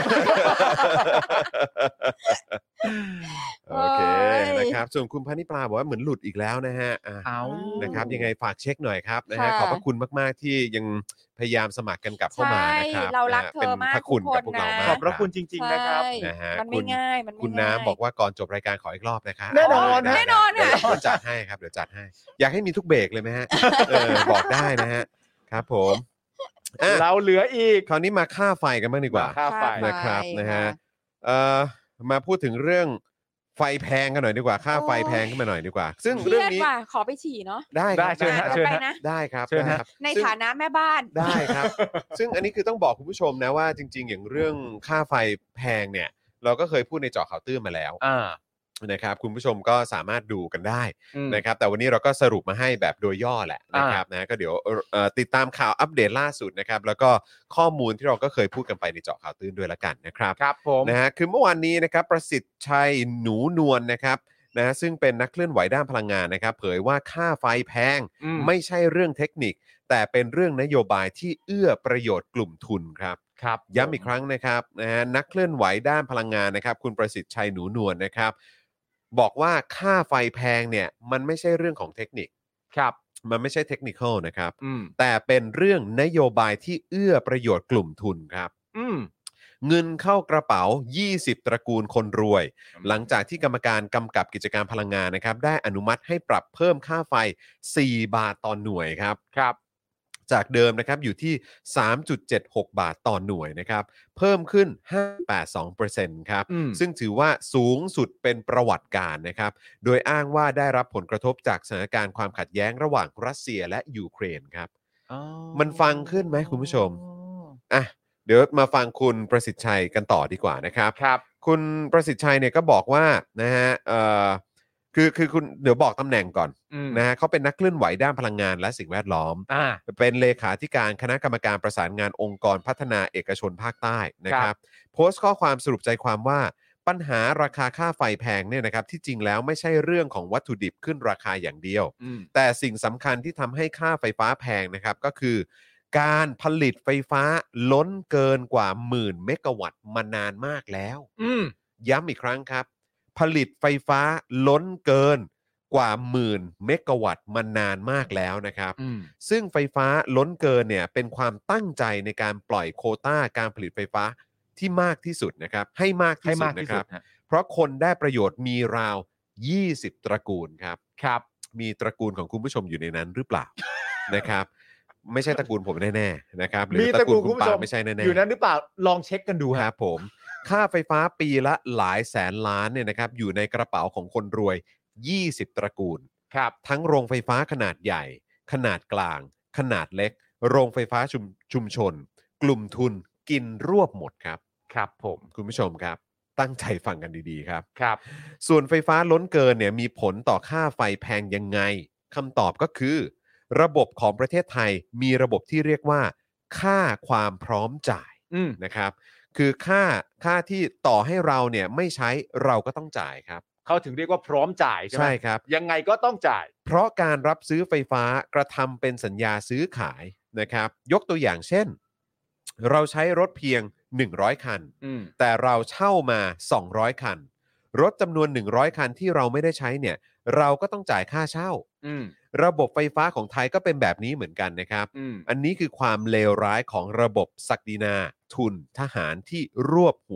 Speaker 2: โอเค
Speaker 4: โอ้ย
Speaker 2: นะครับส่วนคุณพานิปลาบอกว่าเหมือนหลุดอีกแล้วนะฮะอ่ะ
Speaker 3: เอา
Speaker 2: นะครับยังไงฝากเช็คหน่อยครับนะฮะ
Speaker 4: ค่ะ
Speaker 2: ขอบพระคุณมาก ๆ ที่ยังพยายามสมัครกันกลับเข้ามานะครับ
Speaker 4: ใช่เรารัก
Speaker 2: นะฮะ
Speaker 4: เธอมาก
Speaker 2: เป็นพระคุณ
Speaker 4: ทุกคน
Speaker 2: กับพวกเรา
Speaker 4: นะ
Speaker 2: มาก
Speaker 3: ขอบพระคุณจริง ๆ นะครับ
Speaker 4: ใช่
Speaker 2: นะฮะ
Speaker 4: มัน
Speaker 2: คุ
Speaker 4: ไม่
Speaker 2: ณ
Speaker 4: ง่ายมันไม่
Speaker 2: คุณ
Speaker 4: ง่าย
Speaker 2: น้ำบอกว่าก่อนจบรายการขออีกรอบนะคะ
Speaker 3: แน่นอน
Speaker 2: ได้
Speaker 4: แน่นอน
Speaker 2: เดี๋ยว
Speaker 4: ค่ะ
Speaker 2: เดี๋ยวจัดให้ครับเดี๋ยวจัดให้ อยากให้มีทุกเบรกเลยไหมฮะเออบอกได้นะฮะครับผมอ่ะ
Speaker 3: เราเหลืออีก
Speaker 2: คราวนี้มาค่าไฟกันบ้างดีกว่า
Speaker 3: ค่าไฟ
Speaker 2: นะครับนะฮะ
Speaker 4: ค่
Speaker 2: เอ่อมาพูดถึงเรื่องไฟแพงกันหน่อยดีกว่าค่าไฟ
Speaker 4: โอ้ย
Speaker 2: แพงขึ้นมาหน่อยดีกว่า ซึ่ง
Speaker 4: เครี
Speaker 2: เรื่อย ง
Speaker 4: ด
Speaker 2: นี้
Speaker 4: ว่ะขอไปฉี่เนาะ
Speaker 2: ได้ค
Speaker 3: ได้
Speaker 2: รับ
Speaker 3: เชิญฮะ
Speaker 2: ได้
Speaker 3: เชิญ
Speaker 4: ไป
Speaker 3: ฮะ
Speaker 4: นะ
Speaker 2: ได้ครับ
Speaker 3: เชิญ
Speaker 2: ได้
Speaker 3: ฮะ
Speaker 2: ครับ
Speaker 4: ใน
Speaker 2: ซึ่ง
Speaker 4: ฐานะแม่บ้าน
Speaker 2: ได้ครับ ซึ่งอันนี้คือต้องบอกคุณผู้ชมนะว่าจริง ๆ อย่างเรื่องค่าไฟแพงเนี่ย เราก็เคยพูดในเจาะข่าวตื้นมาแล้ว
Speaker 3: อ่า
Speaker 2: นะครับคุณผู้ชมก็สามารถดูกันได้
Speaker 3: อืม
Speaker 2: นะครับแต่วันนี้เราก็สรุปมาให้แบบโดยย่อแหละนะครับนะก็เดี๋ยวเอ่อติดตามข่าวอัปเดตล่าสุดนะครับแล้วก็ข้อมูลที่เราก็เคยพูดกันไปในเจาะข่าวตื้นด้วยละกันนะครับ
Speaker 3: ครับผม
Speaker 2: นะฮะคือเมื่อวานนี้นะครับประสิทธิ์ชัยหนูนวลนะครับนะฮะซึ่งเป็นนักเคลื่อนไหวด้านพลังงานนะครับเผยว่าค่าไฟแพง
Speaker 3: อืม
Speaker 2: ไม่ใช่เรื่องเทคนิค แต่เป็นเรื่องนโยบายที่เอื้อประโยชน์กลุ่มทุนครับ
Speaker 3: ครับ
Speaker 2: ย้ำอีกครั้งนะครับนะฮะนักเคลื่อนไหวด้านพลังงานนะครับคุณประสิทธิ์ชัยหนูนวลนะครับบอกว่าค่าไฟแพงเนี่ยมันไม่ใช่เรื่องของเทคนิค
Speaker 3: ครับ
Speaker 2: มันไม่ใช่เทคนิคอลนะครับ
Speaker 3: อืม
Speaker 2: แต่เป็นเรื่องนโยบายที่เอื้อประโยชน์กลุ่มทุนครับ
Speaker 3: อืม
Speaker 2: เงินเข้ากระเป๋า ยี่สิบ ตระกูลคนรวย หลังจากที่กรรมการกำกับกิจการพลังงานนะครับได้อนุมัติให้ปรับเพิ่มค่าไฟ สี่ บาทต่อหน่วยครับ
Speaker 3: ครับ
Speaker 2: จากเดิมนะครับอยู่ที่ สามจุดเจ็ดหก บาทต่อหน่วยนะครับเพิ่มขึ้น ห้าจุดแปดสองเปอร์เซ็นต์ ครับ
Speaker 3: อืม
Speaker 2: ซึ่งถือว่าสูงสุดเป็นประวัติการนะครับโดยอ้างว่าได้รับผลกระทบจากสถานการณ์ความขัดแย้งระหว่างรัสเซียและยูเครนครับ
Speaker 3: อ๋อ
Speaker 2: มันฟังขึ้นไหมคุณผู้ชม อ่ะเดี๋ยวมาฟังคุณประสิทธิ์ชัยกันต่อดีกว่านะครับ
Speaker 3: ครับ
Speaker 2: คุณประสิทธิ์ชัยเนี่ยก็บอกว่านะฮะเอ่อคือคือคุณเดี๋ยวบอกตำแหน่งก่อน
Speaker 3: อืม
Speaker 2: นะฮะเขาเป็นนักเคลื่อนไหวด้านพลังงานและสิ่งแวดล้อม
Speaker 3: อ่า
Speaker 2: เป็นเลขาธิการคณะกรรมการประสานงานองค์กรพัฒนาเอกชนภาคใต้นะค
Speaker 3: ครั
Speaker 2: รับ
Speaker 3: บ
Speaker 2: โพสต์ข้อความสรุปใจความว่าปัญหาราคาค่าไฟแพงเนี่ยนะครับที่จริงแล้วไม่ใช่เรื่องของวัตถุดิบขึ้นราคาอย่างเดียว
Speaker 3: อืม
Speaker 2: แต่สิ่งสำคัญที่ทำให้ค่าไฟฟ้าแพงนะครับก็คือ การผลิตไฟฟ้าล้นเกินกว่าหมื่นเมกะวัตต์มานานมากแล้ว
Speaker 3: อืม
Speaker 2: ย้ำอีกครั้งครับ ผลิตไฟฟ้าล้นเกินกว่าหมื่นเมกะวัตต์มานานมากแล้วนะครับ
Speaker 3: อืม
Speaker 2: ซึ่งไฟฟ้าล้นเกินเนี่ยเป็นความตั้งใจในการปล่อยโควต้าการผลิตไฟฟ้าที่มากที่สุดนะครับให้มาก
Speaker 3: ให้
Speaker 2: ที่สุ
Speaker 3: มา
Speaker 2: ด
Speaker 3: กที่
Speaker 2: นะค
Speaker 3: สุ
Speaker 2: รั
Speaker 3: ด
Speaker 2: บ
Speaker 3: ฮะ
Speaker 2: เพราะคนได้ประโยชน์มีราว ยี่สิบ ตระกูลครับ
Speaker 3: ครับ
Speaker 2: มีตระกูลของคุณผู้ชมอยู่ในนั้นหรือเปล่า นะครับ ไม่ใช่ตระกูลผมแน่ๆนะครับหรือ
Speaker 3: มี
Speaker 2: ต
Speaker 3: ต
Speaker 2: ระ
Speaker 3: ระ
Speaker 2: กู
Speaker 3: กู
Speaker 2: ล
Speaker 3: ล
Speaker 2: คุ
Speaker 3: คุณ ณ
Speaker 2: ปา
Speaker 3: ผู้ช
Speaker 2: ล์
Speaker 3: ม
Speaker 2: มไม่ใช่แน่ๆ
Speaker 3: อยู่นั้นหรือเปล่าลองเช็คกันดู
Speaker 2: ค
Speaker 3: ฮะ
Speaker 2: รับผม ค่าไฟฟ้าปีละหลายแสนล้านเนี่ยนะครับอยู่ในกระเป๋าของคนรวย ยี่สิบ ตระกูล
Speaker 3: ครับ
Speaker 2: ทั้งโรงไฟฟ้าขนาดใหญ่ ขนาดกลาง ขนาดเล็ก โรงไฟฟ้าชุมชุมชน กลุ่มทุนกินรวบหมดครับ
Speaker 3: ครับผม
Speaker 2: คุณผู้ชมครับ ตั้งใจฟังกันดีๆครับ
Speaker 3: ครับ
Speaker 2: ส่วนไฟฟ้าล้นเกินเนี่ยมีผลต่อค่าไฟแพงยังไงคำตอบก็คือ ระบบของประเทศไทยมีระบบที่เรียกว่า ค่าความพร้อมจ่าย
Speaker 3: อืม
Speaker 2: นะครับ คือค่าค่าที่ต่อให้เราเนี่ยไม่ใช้เราก็ต้องจ่ายครับ
Speaker 3: เขาถึงเรียกว่าพร้อมจ่ายใช่ไหม
Speaker 2: ใช่ครับ
Speaker 3: ยังไงก็ต้องจ่าย
Speaker 2: เพราะการรับซื้อไฟฟ้ากระทำเป็นสัญญาซื้อขายนะครับ ยกตัวอย่างเช่น เราใช้รถเพียงหนึ่งร้อยคัน
Speaker 3: อืม
Speaker 2: แต่เราเช่ามาสองร้อยคัน รถจำนวนหนึ่งร้อยคันที่เราไม่ได้ใช้เนี่ยเราก็ต้องจ่ายค่าเช่า
Speaker 3: อืม
Speaker 2: ระบบไฟฟ้าของไทยก็เป็นแบบนี้เหมือนกันนะครับ
Speaker 3: อืม
Speaker 2: อันนี้คือความเลวร้ายของระบบศักดินาทุนทหารที่รวบหัว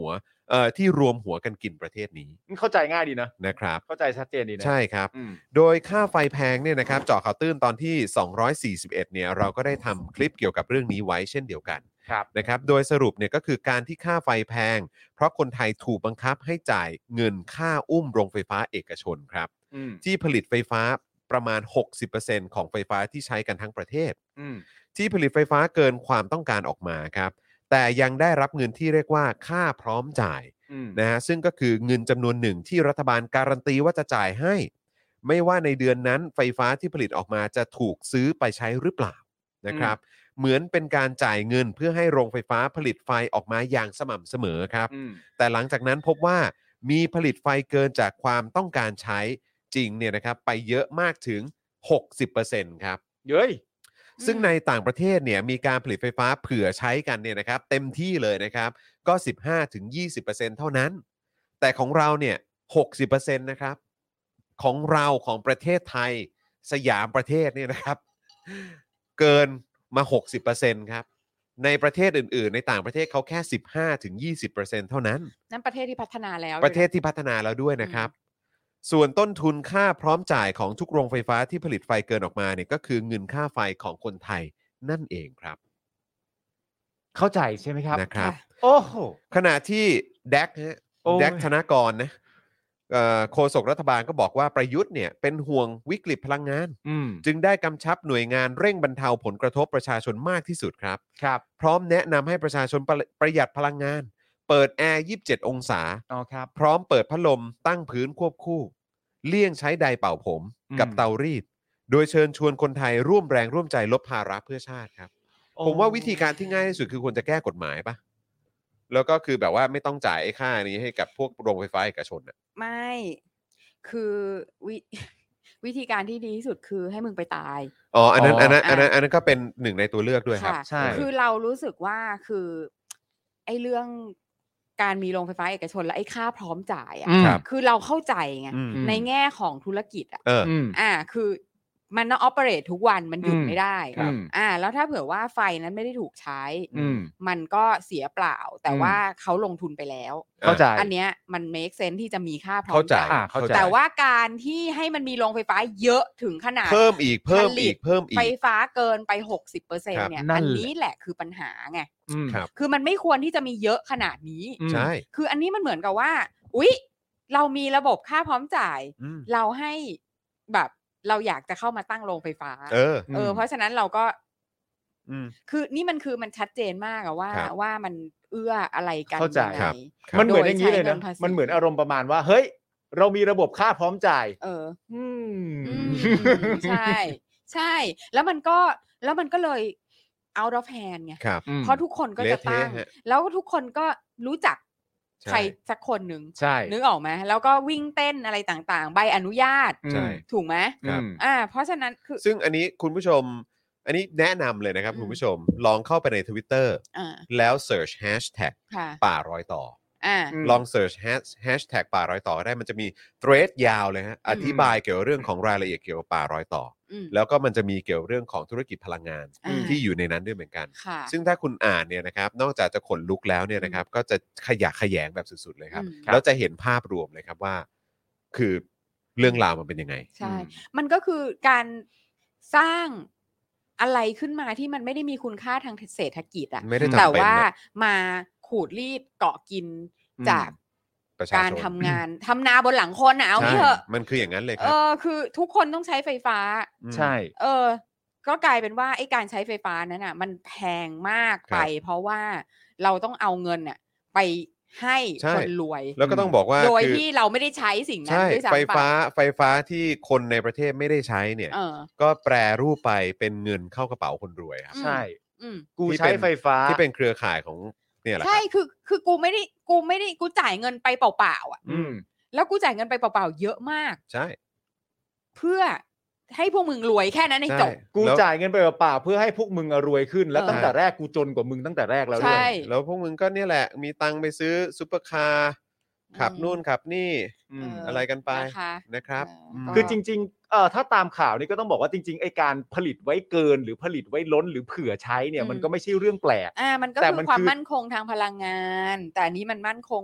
Speaker 2: เอ่อที่รวมหัวกันกินประเทศนี้
Speaker 3: เข้าใจง่ายดีนะ
Speaker 2: นะครับ
Speaker 3: เข้าใจชัดเจนดีนะ
Speaker 2: ใช่ครับ
Speaker 3: อืม
Speaker 2: โดยค่าไฟแพงเนี่ยนะครับเจาะข่าวตื้นตอนที่สองร้อยสี่สิบเอ็ดเนี่ยเราก็ได้ทำคลิปเกี่ยวกับเรื่องนี้ไว้เช่นเดียวกัน
Speaker 3: ครับ
Speaker 2: นะครับโดยสรุปเนี่ยก็คือการที่ค่าไฟแพงเพราะคนไทยถูกบังคับให้จ่ายเงินค่าอุ้มโรงไฟฟ้าเอกชนครับ
Speaker 3: อืม
Speaker 2: ที่ผลิตไฟฟ้าประมาณ หกสิบเปอร์เซ็นต์ ของไฟฟ้าที่ใช้กันทั้งประเทศ
Speaker 3: อืม
Speaker 2: ที่ผลิตไฟฟ้าเกินความต้องการออกมาครับแต่ยังได้รับเงินที่เรียกว่าค่าพร้อมจ่าย
Speaker 3: อืม
Speaker 2: นะฮะซึ่งก็คือเงินจำนวนหนึ่งที่รัฐบาลการันตีว่าจะจ่ายให้ ไม่ว่าในเดือนนั้นไฟฟ้าที่ผลิตออกมาจะถูกซื้อไปใช้หรือเปล่านะครับเหมือนเป็นการจ่ายเงินเพื่อให้โรงไฟฟ้าผลิตไฟออกมาอย่างสม่ำเสมอครับ
Speaker 3: อืม
Speaker 2: แต่หลังจากนั้นพบว่ามีผลิตไฟเกินจากความต้องการใช้จริงเนี่ยนะครับไปเยอะมากถึง หกสิบเปอร์เซ็นต์ ครับ
Speaker 3: เย้ย
Speaker 2: ซึ่งในต่างประเทศเนี่ยมีการผลิตไฟฟ้าเผื่อใช้กันเนี่ยนะครับเต็มที่เลยนะครับก็ สิบห้าถึงยี่สิบเปอร์เซ็นต์ เท่านั้นแต่ของเราเนี่ย หกสิบเปอร์เซ็นต์ นะครับของเราของประเทศไทยสยามประเทศเนี่ยนะครับเกินมา หกสิบเปอร์เซ็นต์ ครับในประเทศอื่นๆในต่างประเทศเขาแค่ สิบห้าถึงยี่สิบเปอร์เซ็นต์ เท่านั้น
Speaker 4: นั่นประเทศที่พัฒนาแล้ว
Speaker 2: ประเทศที่พัฒนาแล้วด้วยนะครับ ส่วนต้นทุนค่าพร้อมจ่ายของทุกโรงไฟฟ้าที่ผลิตไฟเกินออกมาเนี่ยก็คือเงินค่าไฟของคนไทยนั่นเองครับ
Speaker 3: เข้าใจใช่ไหมครับ
Speaker 2: นะครับ
Speaker 3: โอ้โห
Speaker 2: ขณะที่แดกฮะ
Speaker 3: โอ้ย
Speaker 2: แดกธนากรนะเอ่อโฆษกรัฐบาลก็บอกว่าประยุทธ์เนี่ยเป็นห่วงวิกฤตพลังงาน
Speaker 3: อืม
Speaker 2: จึงได้กำชับหน่วยงานเร่งบรรเทาผลกระทบประชาชนมากที่สุดครับ
Speaker 3: ครับ
Speaker 2: พร้อมแนะนำให้ประชาชนประประหยัดพลังงาน เปิดแอร์ยี่สิบเจ็ดองศา
Speaker 3: อ๋อครับ
Speaker 2: พร้อมเปิดพัดลมตั้งพื้นควบคู่ เลี่ยงใช้ไดร์เป่าผม
Speaker 3: อืม
Speaker 2: กับเตารีด โดยเชิญชวนคนไทยร่วมแรงร่วมใจลดภาระเพื่อชาติครับ ผมว่าวิธีการที่ง่ายที่สุดคือควรจะแก้กฎหมายปะแล้วก็คือแบบว่าไม่ต้องจ่ายไอ้ค่านี้ให้กับพวกโรงไฟฟ้าเอกชนอ่ะ
Speaker 4: ไม่คือวิ วิธีการที่ดีที่สุดคือให้มึงไปตาย
Speaker 2: อ๋ออันนั้น
Speaker 3: อ๋ออั
Speaker 2: อันนั้นอันนั้น
Speaker 4: อ่ะ
Speaker 2: อันนั้นก็เป็นหนึ่งในตัวเลือกด้วยครับ
Speaker 4: ค่ะ
Speaker 3: ใช่
Speaker 4: คือเรารู้สึกว่าคือไอ้เรื่องการมีโรงไฟฟ้าเอกชนและไอ้ค่าพร้อมจ่ายอ่ะ
Speaker 3: อืม
Speaker 2: ครับ
Speaker 4: คือเราเข้าใจไง
Speaker 2: อืม
Speaker 4: ในแง่ของธุรกิจอ่ะ
Speaker 2: เออ
Speaker 3: อืม
Speaker 4: อ่าคือมันต้อง operate ทุกวันมันหยุด
Speaker 3: อืม
Speaker 4: ไม่ได้
Speaker 3: ครับ
Speaker 4: อ่าแล้วถ้าเผื่อว่าไฟนั้นไม่ได้ถูกใช้
Speaker 3: อืม
Speaker 4: มันก็เสียเปล่า แต่
Speaker 3: อืม
Speaker 4: ว่าเขาลงทุนไปแล้ว
Speaker 3: เข้าใจ
Speaker 4: อันเนี้ยมัน make sense ที่จะมีค่าพร้อ
Speaker 2: เข้าม ใจ
Speaker 4: จ่าย
Speaker 3: อ่าเข้าใจ
Speaker 4: แต่ว่าการที่ให้มันมีโรงไฟฟ้าเยอะถึงขนาด
Speaker 2: เพิ่มอีกเพิ่มอีกเพิ่มอี
Speaker 4: ไฟ
Speaker 2: ก
Speaker 4: ฟ้าเกินไป หกสิบเปอร์เซ็น
Speaker 2: ครั
Speaker 4: ต์
Speaker 2: บ
Speaker 4: เนี่ย
Speaker 3: นั่
Speaker 4: อั
Speaker 3: น
Speaker 4: น
Speaker 3: แหละ
Speaker 4: นี้แหละคือปัญหาไง
Speaker 3: อืม
Speaker 2: ครับ
Speaker 4: คือมันไม่ควรที่จะมีเยอะขนาดนี้
Speaker 3: อืม
Speaker 2: ใช่
Speaker 4: คืออันนี้มันเหมือนกับว่า อุ๊ย เรามีระบบค่าพร้อมจ่าย
Speaker 2: อืม
Speaker 4: เราให้แบบเราอยากจะเข้ามาตั้งโรงไฟฟ้า
Speaker 2: เออ
Speaker 4: เออ เพราะฉะนั้นเราก็
Speaker 2: อืม
Speaker 4: คือนี่มันคือมันชัดเจนมากอะว่า
Speaker 2: ครับ
Speaker 4: ว่ามันเอื้ออะไรกัน
Speaker 3: เข้าใจ
Speaker 4: ยังไง
Speaker 2: ครับ
Speaker 3: มันเหมือนอย่างนี้เลย
Speaker 4: โดยใช้เงิ
Speaker 3: นะ
Speaker 4: นภาษี
Speaker 3: มันเหมือนอารมณ์ประมาณว่า เฮ้ย เรามีระบบค่าพร้อมจ่าย
Speaker 4: เออ
Speaker 3: อืม
Speaker 4: อืมใช่ ใช่ แล้วมันก็แล้วมันก็เลย out of hand ไง
Speaker 2: ครับ
Speaker 3: อืม
Speaker 4: เพราะทุกคนก็จะ
Speaker 2: เละเทะ
Speaker 4: ตั้ง
Speaker 2: ฮะ
Speaker 4: แล้วทุกคนก็รู้จัก
Speaker 2: ใช่
Speaker 4: ใครสักคนหนึ่ง
Speaker 3: ใช่
Speaker 4: นึกออกไหมแล้วก็วิ่งเต้นอะไรต่างๆ ใบอนุญาต
Speaker 2: ใช่
Speaker 4: ถูกไหม
Speaker 2: ครับ
Speaker 3: อืม
Speaker 4: อ่า เพราะฉะนั้นคือ
Speaker 2: ซึ่งอันนี้คุณผู้ชม อันนี้แนะนำเลยนะครับ
Speaker 4: อืม
Speaker 2: คุณผู้ชม ลองเข้าไปใน Twitter
Speaker 4: อ่า
Speaker 2: แล้ว search hashtag
Speaker 4: ค่ะ
Speaker 2: ป่ารอยต่อ
Speaker 4: อ่า
Speaker 3: อืม
Speaker 2: ลอง search hash- hashtag ป่ารอยต่อก็ได้มันจะมี thread ยาวเลยฮะอธิบายเกี่ยวกับเรื่องของรายละเอียดเกี่ยวกับป่ารอยต่อ
Speaker 4: อืม
Speaker 2: แล้วก็มันจะมีเกี่ยวเรื่องของธุรกิจพลังงาน
Speaker 4: อ่า
Speaker 2: ที่อยู่ในนั้นด้วยเหมือนกัน
Speaker 4: ค่ะ
Speaker 2: ซึ่งถ้าคุณอ่านเนี่ยนะครับนอกจากจะขนลุกแล้วเนี่ยนะครับก็จะขยะแขยงแบบสุดๆเลยครับ
Speaker 4: อืม
Speaker 2: แล้วจะเห็นภาพรวมเลยครับว่า คือเรื่องราวมันเป็นยังไง
Speaker 4: ใช่ มันก็คือการสร้างอะไรขึ้นมาที่มันไม่ได้มีคุณค่าทางเศรษฐกิจอะ
Speaker 2: ไม่ได้จำเป็น
Speaker 4: แต่ว่า
Speaker 2: นะ
Speaker 4: มาขูดรีดเกาะกิน
Speaker 3: อืม
Speaker 4: จาก
Speaker 2: ประชา
Speaker 4: การ
Speaker 2: ชน
Speaker 4: ทำงานทำนาบนหลังคนอะเอา
Speaker 2: ใช่
Speaker 4: งี้เถอะ
Speaker 2: มันคืออย่างนั้นเลยค
Speaker 4: เอ
Speaker 2: รับ
Speaker 4: อคือทุกคนต้องใช้ไฟฟ้า
Speaker 2: ม
Speaker 3: ใช่
Speaker 4: เออ ก็กลายเป็นว่าไอ้การใช้ไฟฟ้านั้นอ่ะ มันแพงมากไป
Speaker 2: ครับ
Speaker 4: เพราะว่าเราต้องเอาเงินอ่ะ ไปให้
Speaker 2: ใช่
Speaker 4: คนรวย
Speaker 2: แล้วก็ต้องบอกว่า
Speaker 4: โดย
Speaker 2: คือ
Speaker 4: ที่เราไม่ได้ใช้สิ่งนั้น
Speaker 2: ใช่
Speaker 4: ด้วยซ้ำ
Speaker 2: ไฟ
Speaker 4: ไป
Speaker 2: ฟ้าไฟฟ้าที่คนในประเทศไม่ได้ใช้เนี่ย
Speaker 4: เออ
Speaker 2: ก็แปรรูปไปเป็นเงินเข้ากระเป๋าคนรวยครับ
Speaker 4: อืม
Speaker 3: ใช่
Speaker 4: อืม
Speaker 3: กู
Speaker 2: ที่
Speaker 3: ใช้
Speaker 2: เป็น
Speaker 3: ไฟฟ้า
Speaker 2: ที่เป็นเครือข่ายของเนี่ยแหละค
Speaker 4: ใช่
Speaker 2: รับ
Speaker 4: คือคือกูไม่ได้กูไม่ได้กูจ่ายเงินไปเปล่าๆอ่ะ
Speaker 3: อืม
Speaker 4: แล้วกูจ่ายเงินไปเปล่าๆเยอะมาก
Speaker 2: ใช่
Speaker 4: เพื่อให้พวกมึงรวยแค่นั้นให้จบ
Speaker 2: ใช่
Speaker 3: กู
Speaker 2: แล้ว
Speaker 3: จ่ายเงินไปเปล่าๆเพื่อให้พวกมึงอะรวยขึ้น แล้ว
Speaker 4: เออ
Speaker 3: ตั้งแต่แรกกูจนกว่ามึงตั้งแต่แรกแล้วด้วย
Speaker 4: ใช่
Speaker 2: แล้วพวกมึงก็เนี่ยแหละ มีตังค์ไปซื้อซุปเปอร์คาร์ขับ
Speaker 4: อืม
Speaker 2: นู่นขับนี่
Speaker 3: อืม
Speaker 4: เ
Speaker 2: อะไรกันไป
Speaker 4: นะคะ
Speaker 2: นะครับ
Speaker 4: เออ
Speaker 2: ม
Speaker 4: ก็
Speaker 3: คือจริงๆเอ่อถ้าตามข่าวนี่ก็ต้องบอกว่าจริงๆไอการผลิตไว้เกินหรือผลิตไว้ล้นหรือเผื่อใช้เนี่ย
Speaker 4: อืม
Speaker 3: มันก็ไม่ใช่เรื่องแปลก
Speaker 4: อ่ามันก็
Speaker 3: แต่
Speaker 4: คื
Speaker 3: มัน
Speaker 4: อความ
Speaker 3: คือ
Speaker 4: มั่นคงทางพลังงาน แต่อันนี้มันมั่นคงแบบ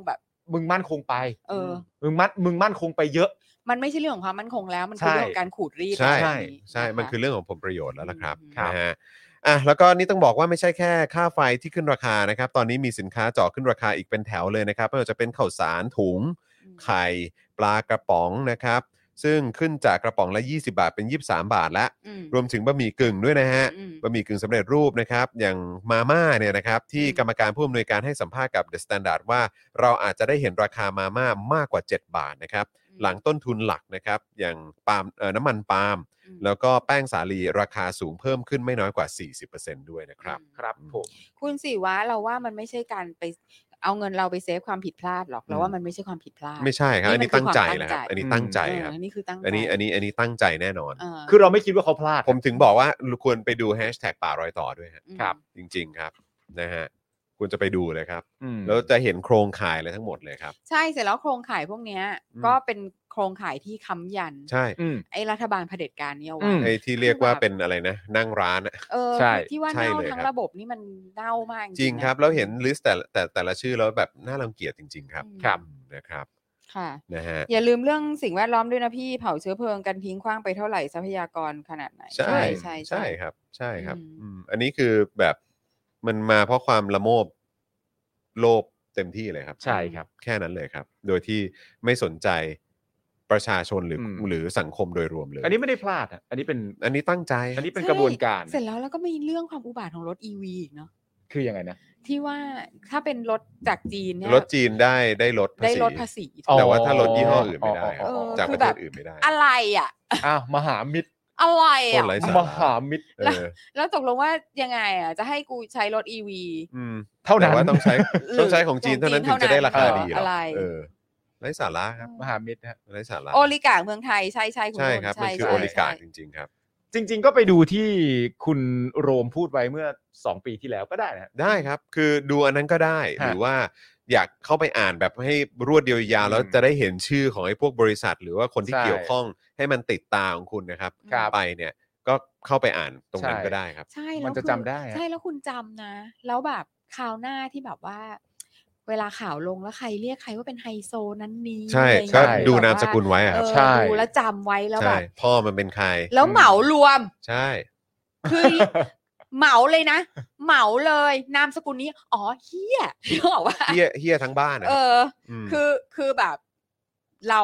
Speaker 3: มึงมั่นคงไป
Speaker 4: เออ
Speaker 3: มึงมั่นมึงมั่นคงไปเยอะ
Speaker 4: มันไม่ใช่เรื่องของความมั่นคงแล้วมันคือ
Speaker 3: ใช่
Speaker 4: เรื่องของการขูดรีด
Speaker 2: ใช่
Speaker 4: แบบนี้
Speaker 2: ใช่
Speaker 4: ะะ
Speaker 2: มันคือเรื่องของผลประโยชน์แล้วล่ะครับ
Speaker 4: อืม
Speaker 3: ครับ
Speaker 2: นะฮะอ่ะแล้วก็นี่ต้องบอกว่าไม่ใช่แค่ค่าไฟที่ขึ้นราคานะครับตอนนี้มีสินค้าเจาะขึ้นราคาอีกเป็นแถวเลยนะครับไม่ว่าจะเป็นข้าวสารถุง
Speaker 4: อืม
Speaker 2: ไข่ปลากระป๋องนะครับซึ่งขึ้นจากกระป๋องละยี่สิบาทเป็นยี่สิบสามบาทแล้ว
Speaker 4: อืม
Speaker 2: รวมถึงบะหมี่กึ่งด้วยนะฮะ
Speaker 4: อืม
Speaker 2: บะหมี่กึ่งสำเร็จรูปนะครับอย่างมาม่าเนี่ยนะครับที่
Speaker 4: อืม
Speaker 2: กรรมการผู้อำนวยการให้สัมภาษณ์กับ The Standard ว่าเราอาจจะได้เห็นราคามาม่ามากกว่าเจ็ดบาทนะครับหลังต้นทุนหลักนะครับอย่างปาล์มเอ่อน้ำมันปาล์ม
Speaker 4: อืม
Speaker 2: แล้วก็แป้งสาลีราคาสูงเพิ่มขึ้นไม่น้อยกว่า สี่สิบเปอร์เซ็นต์ ด้วยนะครับ
Speaker 3: ครับผม
Speaker 4: คุณสิวะเราว่ามันไม่ใช่การไปเอาเงินเราไปเซฟความผิดพลาดหรอกเราว่ามันไม่ใช่ความผิดพลาด
Speaker 2: ไม่ใช่ครับ อันนี้
Speaker 4: นี่มันคือ
Speaker 2: ตั้งใจ
Speaker 4: ความ
Speaker 2: แหละ
Speaker 4: ตั้
Speaker 2: ครับ
Speaker 4: งใจ
Speaker 2: อันนี้ตั้งใจ
Speaker 4: เออ
Speaker 2: ครับ
Speaker 4: อันนี้คือตั้งใจ
Speaker 2: อันนี้อันนี้อันนี้ตั้งใจแน่นอน
Speaker 4: เออ
Speaker 3: คือเราไม่คิดว่าเขาพลาด
Speaker 2: ผมถึงบอกว่าควรไปดูแฮชแท็กป่ารอยต่อด้วยฮะ
Speaker 4: อืม
Speaker 3: ครับ
Speaker 2: จริง ๆ ครับนะฮะควรจะไปดูเลยครับ
Speaker 3: อืม
Speaker 2: แล้วจะเห็นโครงข่ายอะไรทั้งหมดเลยครับ
Speaker 4: ใช่เสร็จแล้วโครงข่ายพวกเนี้ย
Speaker 2: อืม
Speaker 4: ก็เป็นโครงข่ายที่ค้ำยัน
Speaker 2: ใช่
Speaker 3: อืม
Speaker 4: ไอ้รัฐบาลเผด็จการเนี่ย
Speaker 3: อื
Speaker 4: ว่าม
Speaker 2: ไอ้ที่เรียกว่าเป็นอะไรนะ นั่งร้านอะ
Speaker 4: เออ
Speaker 3: ใช่
Speaker 4: คือที่ว่า
Speaker 2: ใช่
Speaker 4: เน่า
Speaker 2: เลย
Speaker 4: ทั้ง
Speaker 2: ครับ
Speaker 4: ระบบนี่มันเน่ามาก
Speaker 2: จริง
Speaker 4: ๆนะครับ
Speaker 2: แล้วเห็นลิสต์แต่ละแต่แต่ละชื่อแล้วแบบน่ารังเกียจจริง ๆ ครับ
Speaker 4: อืม
Speaker 3: ครับ
Speaker 2: นะครับ
Speaker 4: ค่ะ
Speaker 2: นะฮะ
Speaker 4: อย่าลืมเรื่องสิ่งแวดล้อมด้วยนะพี่เผาเชื้อเพลิงกันทิ้งขว้างไปเท่าไหร่ทรัพยากรขนาดไหน
Speaker 2: ใช่
Speaker 4: ใช่
Speaker 2: ใช่ครับ ใช่ครับ
Speaker 4: อืม
Speaker 2: อืมอันนี้คือแบบมันมาเพราะความละโมบโลภเต็มที่เลยครับ
Speaker 3: ใช่ครับ
Speaker 2: แค่นั้นเลยครับ โดยที่ไม่สนใจประชาชนหรืออ
Speaker 3: ม
Speaker 2: หรือสังคมโดยรวมเลย
Speaker 3: อันนี้ไม่ได้พลาดอ่ะอันนี้เป็น
Speaker 2: อันนี้ตั้งใจ
Speaker 3: อันนี้เป็นกระบวนการ
Speaker 4: เสร็จแล้วแล้วก็มีเรื่องความอุบาทของรถ อี วี อีกเนาะ
Speaker 3: คือยังไงนะ
Speaker 4: ที่ว่าถ้าเป็นรถจากจีนเนี่ย
Speaker 2: รถจีนได้ได้ลดภา
Speaker 4: ได้
Speaker 2: ษี
Speaker 4: ลดภาษี
Speaker 3: อ๋อ
Speaker 2: แต่ว่าถ้ารถยี่ห้ออื่นไม่ได้ครับ
Speaker 4: เออ
Speaker 2: จาก
Speaker 4: คื
Speaker 2: ป
Speaker 4: อ
Speaker 2: ระ
Speaker 4: แบ
Speaker 2: เท
Speaker 4: บ
Speaker 2: ศอื่นไม่ได้
Speaker 4: อะไรอ่ะ
Speaker 3: อ้าวมหามิตร
Speaker 4: อะไร
Speaker 2: โคต
Speaker 4: อ่ะ
Speaker 2: รไร้สาระ
Speaker 3: มหามิตร
Speaker 2: เออ
Speaker 4: แล้วตกลงว่ายังไงอ่ะ จะให้กูใช้รถ อี วี
Speaker 2: อืม
Speaker 3: เท่า
Speaker 2: แต่
Speaker 3: นั้น
Speaker 2: ว่าต้องใช้
Speaker 4: หรือ
Speaker 2: ต้องใช้ของจีนเท่านั้นถึงจะได้ราคา
Speaker 4: เท่านั้น
Speaker 2: ดีหรอ
Speaker 4: อะไร
Speaker 2: เออไร้สาระครับ
Speaker 3: มหามิตรฮะ
Speaker 2: ไร้สาระ
Speaker 4: โอลิกาเมืองไทยใช่ใช่คุณ
Speaker 2: ใช่
Speaker 4: นนท์
Speaker 2: ครับ
Speaker 4: ใช่
Speaker 2: มันคือ
Speaker 4: ใช่
Speaker 2: โอลิการ
Speaker 4: ใช่
Speaker 2: จริง ๆ ครับ
Speaker 3: จริง ๆ ก็ไปดูที่คุณโรมพูดไว้เมื่อสองปีที่แล้วก็ได้นะ
Speaker 2: ได้ครับ คือดูอันนั้นก็ได้
Speaker 3: ฮะ
Speaker 2: หรือว่าอยากเข้าไปอ่านแบบให้รวดเดียวยาวๆแล้ว
Speaker 3: อืม
Speaker 2: จะได้เห็นชื่อของไอ้พวกบริษัท หรือว่าคนที่
Speaker 3: ใช่
Speaker 2: เกี่ยวข้องให้มันติดตาของคุณนะครับ
Speaker 3: ครับ
Speaker 2: ไปเนี่ยก็เข้าไปอ่านตรงนั้น
Speaker 3: ใช่
Speaker 2: ก็ได้ครับ
Speaker 4: ใช่
Speaker 3: มั
Speaker 4: แล้ว
Speaker 3: นจะ
Speaker 4: คือ
Speaker 3: จำได้อะ
Speaker 4: ใช่แล้วคุณจำนะ แล้วแบบข่าวหน้าที่แบบว่า เวลาข่าวลงแล้วใครเรียกใครว่าเป็นไฮโซนั้นนี้
Speaker 2: ใช่
Speaker 4: อะไรอย่าง
Speaker 2: ก็
Speaker 4: เงี้ย
Speaker 2: ดู
Speaker 4: แบบ
Speaker 2: นาม
Speaker 4: ว่
Speaker 2: สกุลไว้อะครับ
Speaker 4: เออ
Speaker 3: ใช่
Speaker 4: ดูแล้วจำไว้แล้วแบ
Speaker 2: ใช่
Speaker 4: บ
Speaker 2: พ่อมันเป็นใคร
Speaker 4: แล้วเหมารวม
Speaker 2: ใช่
Speaker 4: คือ เหมาเลยนะ เหมาเลยนามสกุลนี้ อ๋อเฮียที่บอกว่า
Speaker 2: เฮียเฮียทั้งบ้านนะ
Speaker 4: เอ
Speaker 2: ครับ
Speaker 4: อ
Speaker 2: ม
Speaker 4: คือคือแบบเรา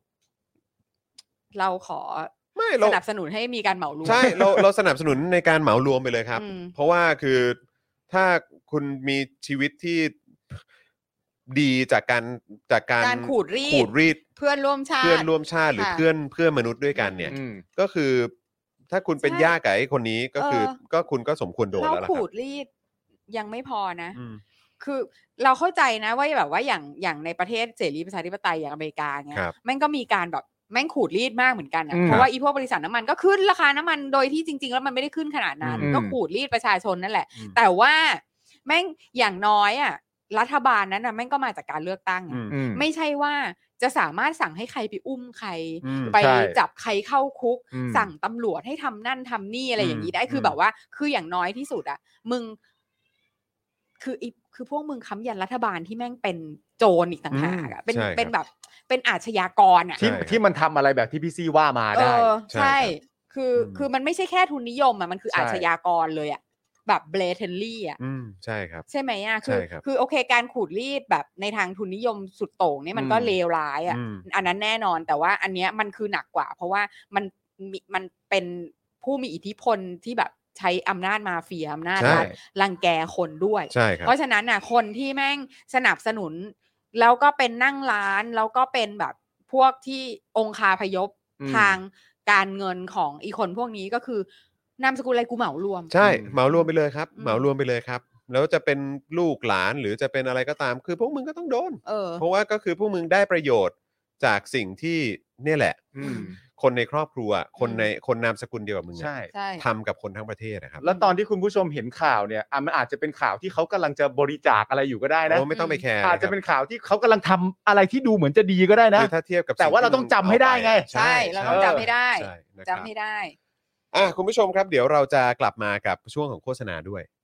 Speaker 4: เราขอ
Speaker 2: ไม่
Speaker 4: ส
Speaker 2: เรา
Speaker 4: นับสนุนให้มีการเหมารวม
Speaker 2: ใช่เราเราสนับสนุนในการเหมารวมไปเลยครับ
Speaker 4: อืม
Speaker 2: เพราะว่าคือถ้าคุณมีชีวิตที่ดีจากการจากการ
Speaker 4: การขูดรีด
Speaker 2: ขูดรีด
Speaker 4: เพื่อนร่วมชาติ
Speaker 2: เพื่อนร่วมชาติหรือ
Speaker 4: ค่ะ
Speaker 2: เพื่อนเพื่อนมนุษย์ด้วยกันเนี่ย
Speaker 3: อืม
Speaker 2: ก็คือถ้าคุณเป็น
Speaker 4: ใช่
Speaker 2: ญาติกับไอ้คนนี้ก็คือ
Speaker 4: เออ
Speaker 2: ก็คุณก็สมควรโดน
Speaker 4: เรา
Speaker 2: แล้วล่ะ
Speaker 4: ขู
Speaker 2: ครับ
Speaker 4: ดรีดยังไม่พอนะ
Speaker 2: อืม
Speaker 4: คือเราเข้าใจนะว่าแบบว่าอย่างอย่างในประเทศเสรีประชาธิปไตยอย่างอเมริกาเงี้
Speaker 2: ค
Speaker 4: ย
Speaker 2: รับ
Speaker 4: แม่งก็มีการแบบแม่งขูดรีดมากเหมือนกันอ่ะ
Speaker 3: อืม
Speaker 4: เพราะว่าอีพวกบริษัทน้ำมันก็ขึ้นราคาน้ำมันโดยที่จริง ๆ แล้วมันไม่ได้ขึ้นขนาดนั้น
Speaker 3: อืม
Speaker 4: ก็ขูดรีดประชาชนนั่นแหละ
Speaker 2: อืม
Speaker 4: แต่ว่าแม่งอย่างน้อยอ่ะรัฐบาลนั้นน่ะแม่งก็มาจากการเลือกตั้ง
Speaker 2: อื
Speaker 4: อะ
Speaker 2: ม
Speaker 3: อืม
Speaker 4: ไม่ใช่ว่าจะสามารถสั่งให้ใครไปอุ้มใคร
Speaker 2: อืม
Speaker 4: ไป
Speaker 3: ใช่
Speaker 4: จับใครเข้าคุก
Speaker 3: อืม
Speaker 4: สั่งตำรวจให้ทำนั่นทำนี่อะไรอย่างนี้ได้
Speaker 2: อืม
Speaker 4: คือแบบว่า คืออย่างน้อยที่สุดอ่ะมึง คืออีคือพวกมึงค้ำยันรัฐบาลที่แม่งเป็นโจรอีกต่างหากอ่ะเป็น
Speaker 2: ใช่ครับ
Speaker 4: เป็นแบบเป็นอาชญากรอ่ะ
Speaker 3: ที่
Speaker 2: ใช่ครับ
Speaker 3: ที่มันทำอะไรแบบที่พี่ซี่ว่ามา
Speaker 4: เอ
Speaker 3: ได้
Speaker 4: อ
Speaker 2: ใช่
Speaker 4: ใช่
Speaker 2: ครับ
Speaker 4: คืออ
Speaker 2: ม
Speaker 4: คือมันไม่ใช่แค่ทุนนิยมอ่ะมันคือ
Speaker 3: ใช่
Speaker 4: อาชญากรเลยอ่ะแบบเบลเทนลี่อ่ะ
Speaker 2: อืมใช่ครับ
Speaker 4: ใช่ไหมอ่ะคือ
Speaker 2: ใช่ครับ
Speaker 4: คือโอเคการขูดรีดแบบในทางทุนนิยมสุดโต่งเนี่ยมันก็
Speaker 3: อืม
Speaker 4: เลวร้ายอ่ะ
Speaker 2: อืม
Speaker 4: อันนั้นแน่นอนแต่ว่าอันเนี้ยมันคือหนักกว่า เพราะว่ามันมีมันเป็นผู้มีอิทธิพลที่แบบใช้อำนาจมาเฟียอำนาจ
Speaker 2: ใช่
Speaker 4: รัฐรังแกคนด้วย
Speaker 2: ใช่ครับ
Speaker 4: เพราะฉะนั้นน่ะคนที่แม่งสนับสนุน แล้วก็เป็นนั่งร้านแล้วก็เป็นแบบพวกที่องคาพยพ
Speaker 3: อืม
Speaker 4: ทางการเงินของอีคนพวกนี้ก็คือนามสกุลอะไรกูเหมารวม
Speaker 2: ใช่
Speaker 3: อืม
Speaker 2: เหมารวมไปเลยครับ
Speaker 4: อืม
Speaker 2: เหมารวมไปเลยครับ แล้วจะเป็นลูกหลานหรือจะเป็นอะไรก็ตาม คือพวกมึงก็ต้องโดน
Speaker 4: เออ
Speaker 2: เพราะว่าก็คือพวกมึงได้ประโยชน์จากสิ่งที่เนี่ยแหละ
Speaker 3: อืม
Speaker 2: คนในครอบครัว คน
Speaker 4: อืม
Speaker 2: ในคนนามสกุลเดียวกับมึงอะ
Speaker 3: ใช่
Speaker 4: ใช่
Speaker 2: ทำกับคนทั้งประเทศนะครับ
Speaker 3: แล้วตอนที่คุณผู้ชมเห็นข่าวเนี่ยอ่ะมันอาจจะเป็นข่าวที่เขากำลังจะบริจาคอะไรอยู่ก็ได้นะ
Speaker 2: โอ้ไม่ต้องไปแคร์
Speaker 3: อาจจะ
Speaker 2: ค
Speaker 3: เป็
Speaker 2: รับ
Speaker 3: นข่าวที่เขากำลังทำอะไรที่ดูเหมือนจะดีก็ได้นะ
Speaker 2: คือถ้าเทียบกับ
Speaker 3: แต่ว่าเราต้องจำให้ได้ไง
Speaker 4: ใช่เราต้องจำให้ได้
Speaker 2: ใช่นะครับ
Speaker 4: จำให้ได้
Speaker 2: อ่ะคุณผู้ชมครับเดี๋ยวเราจะกลับมากับช่วงของโฆษณาด้วย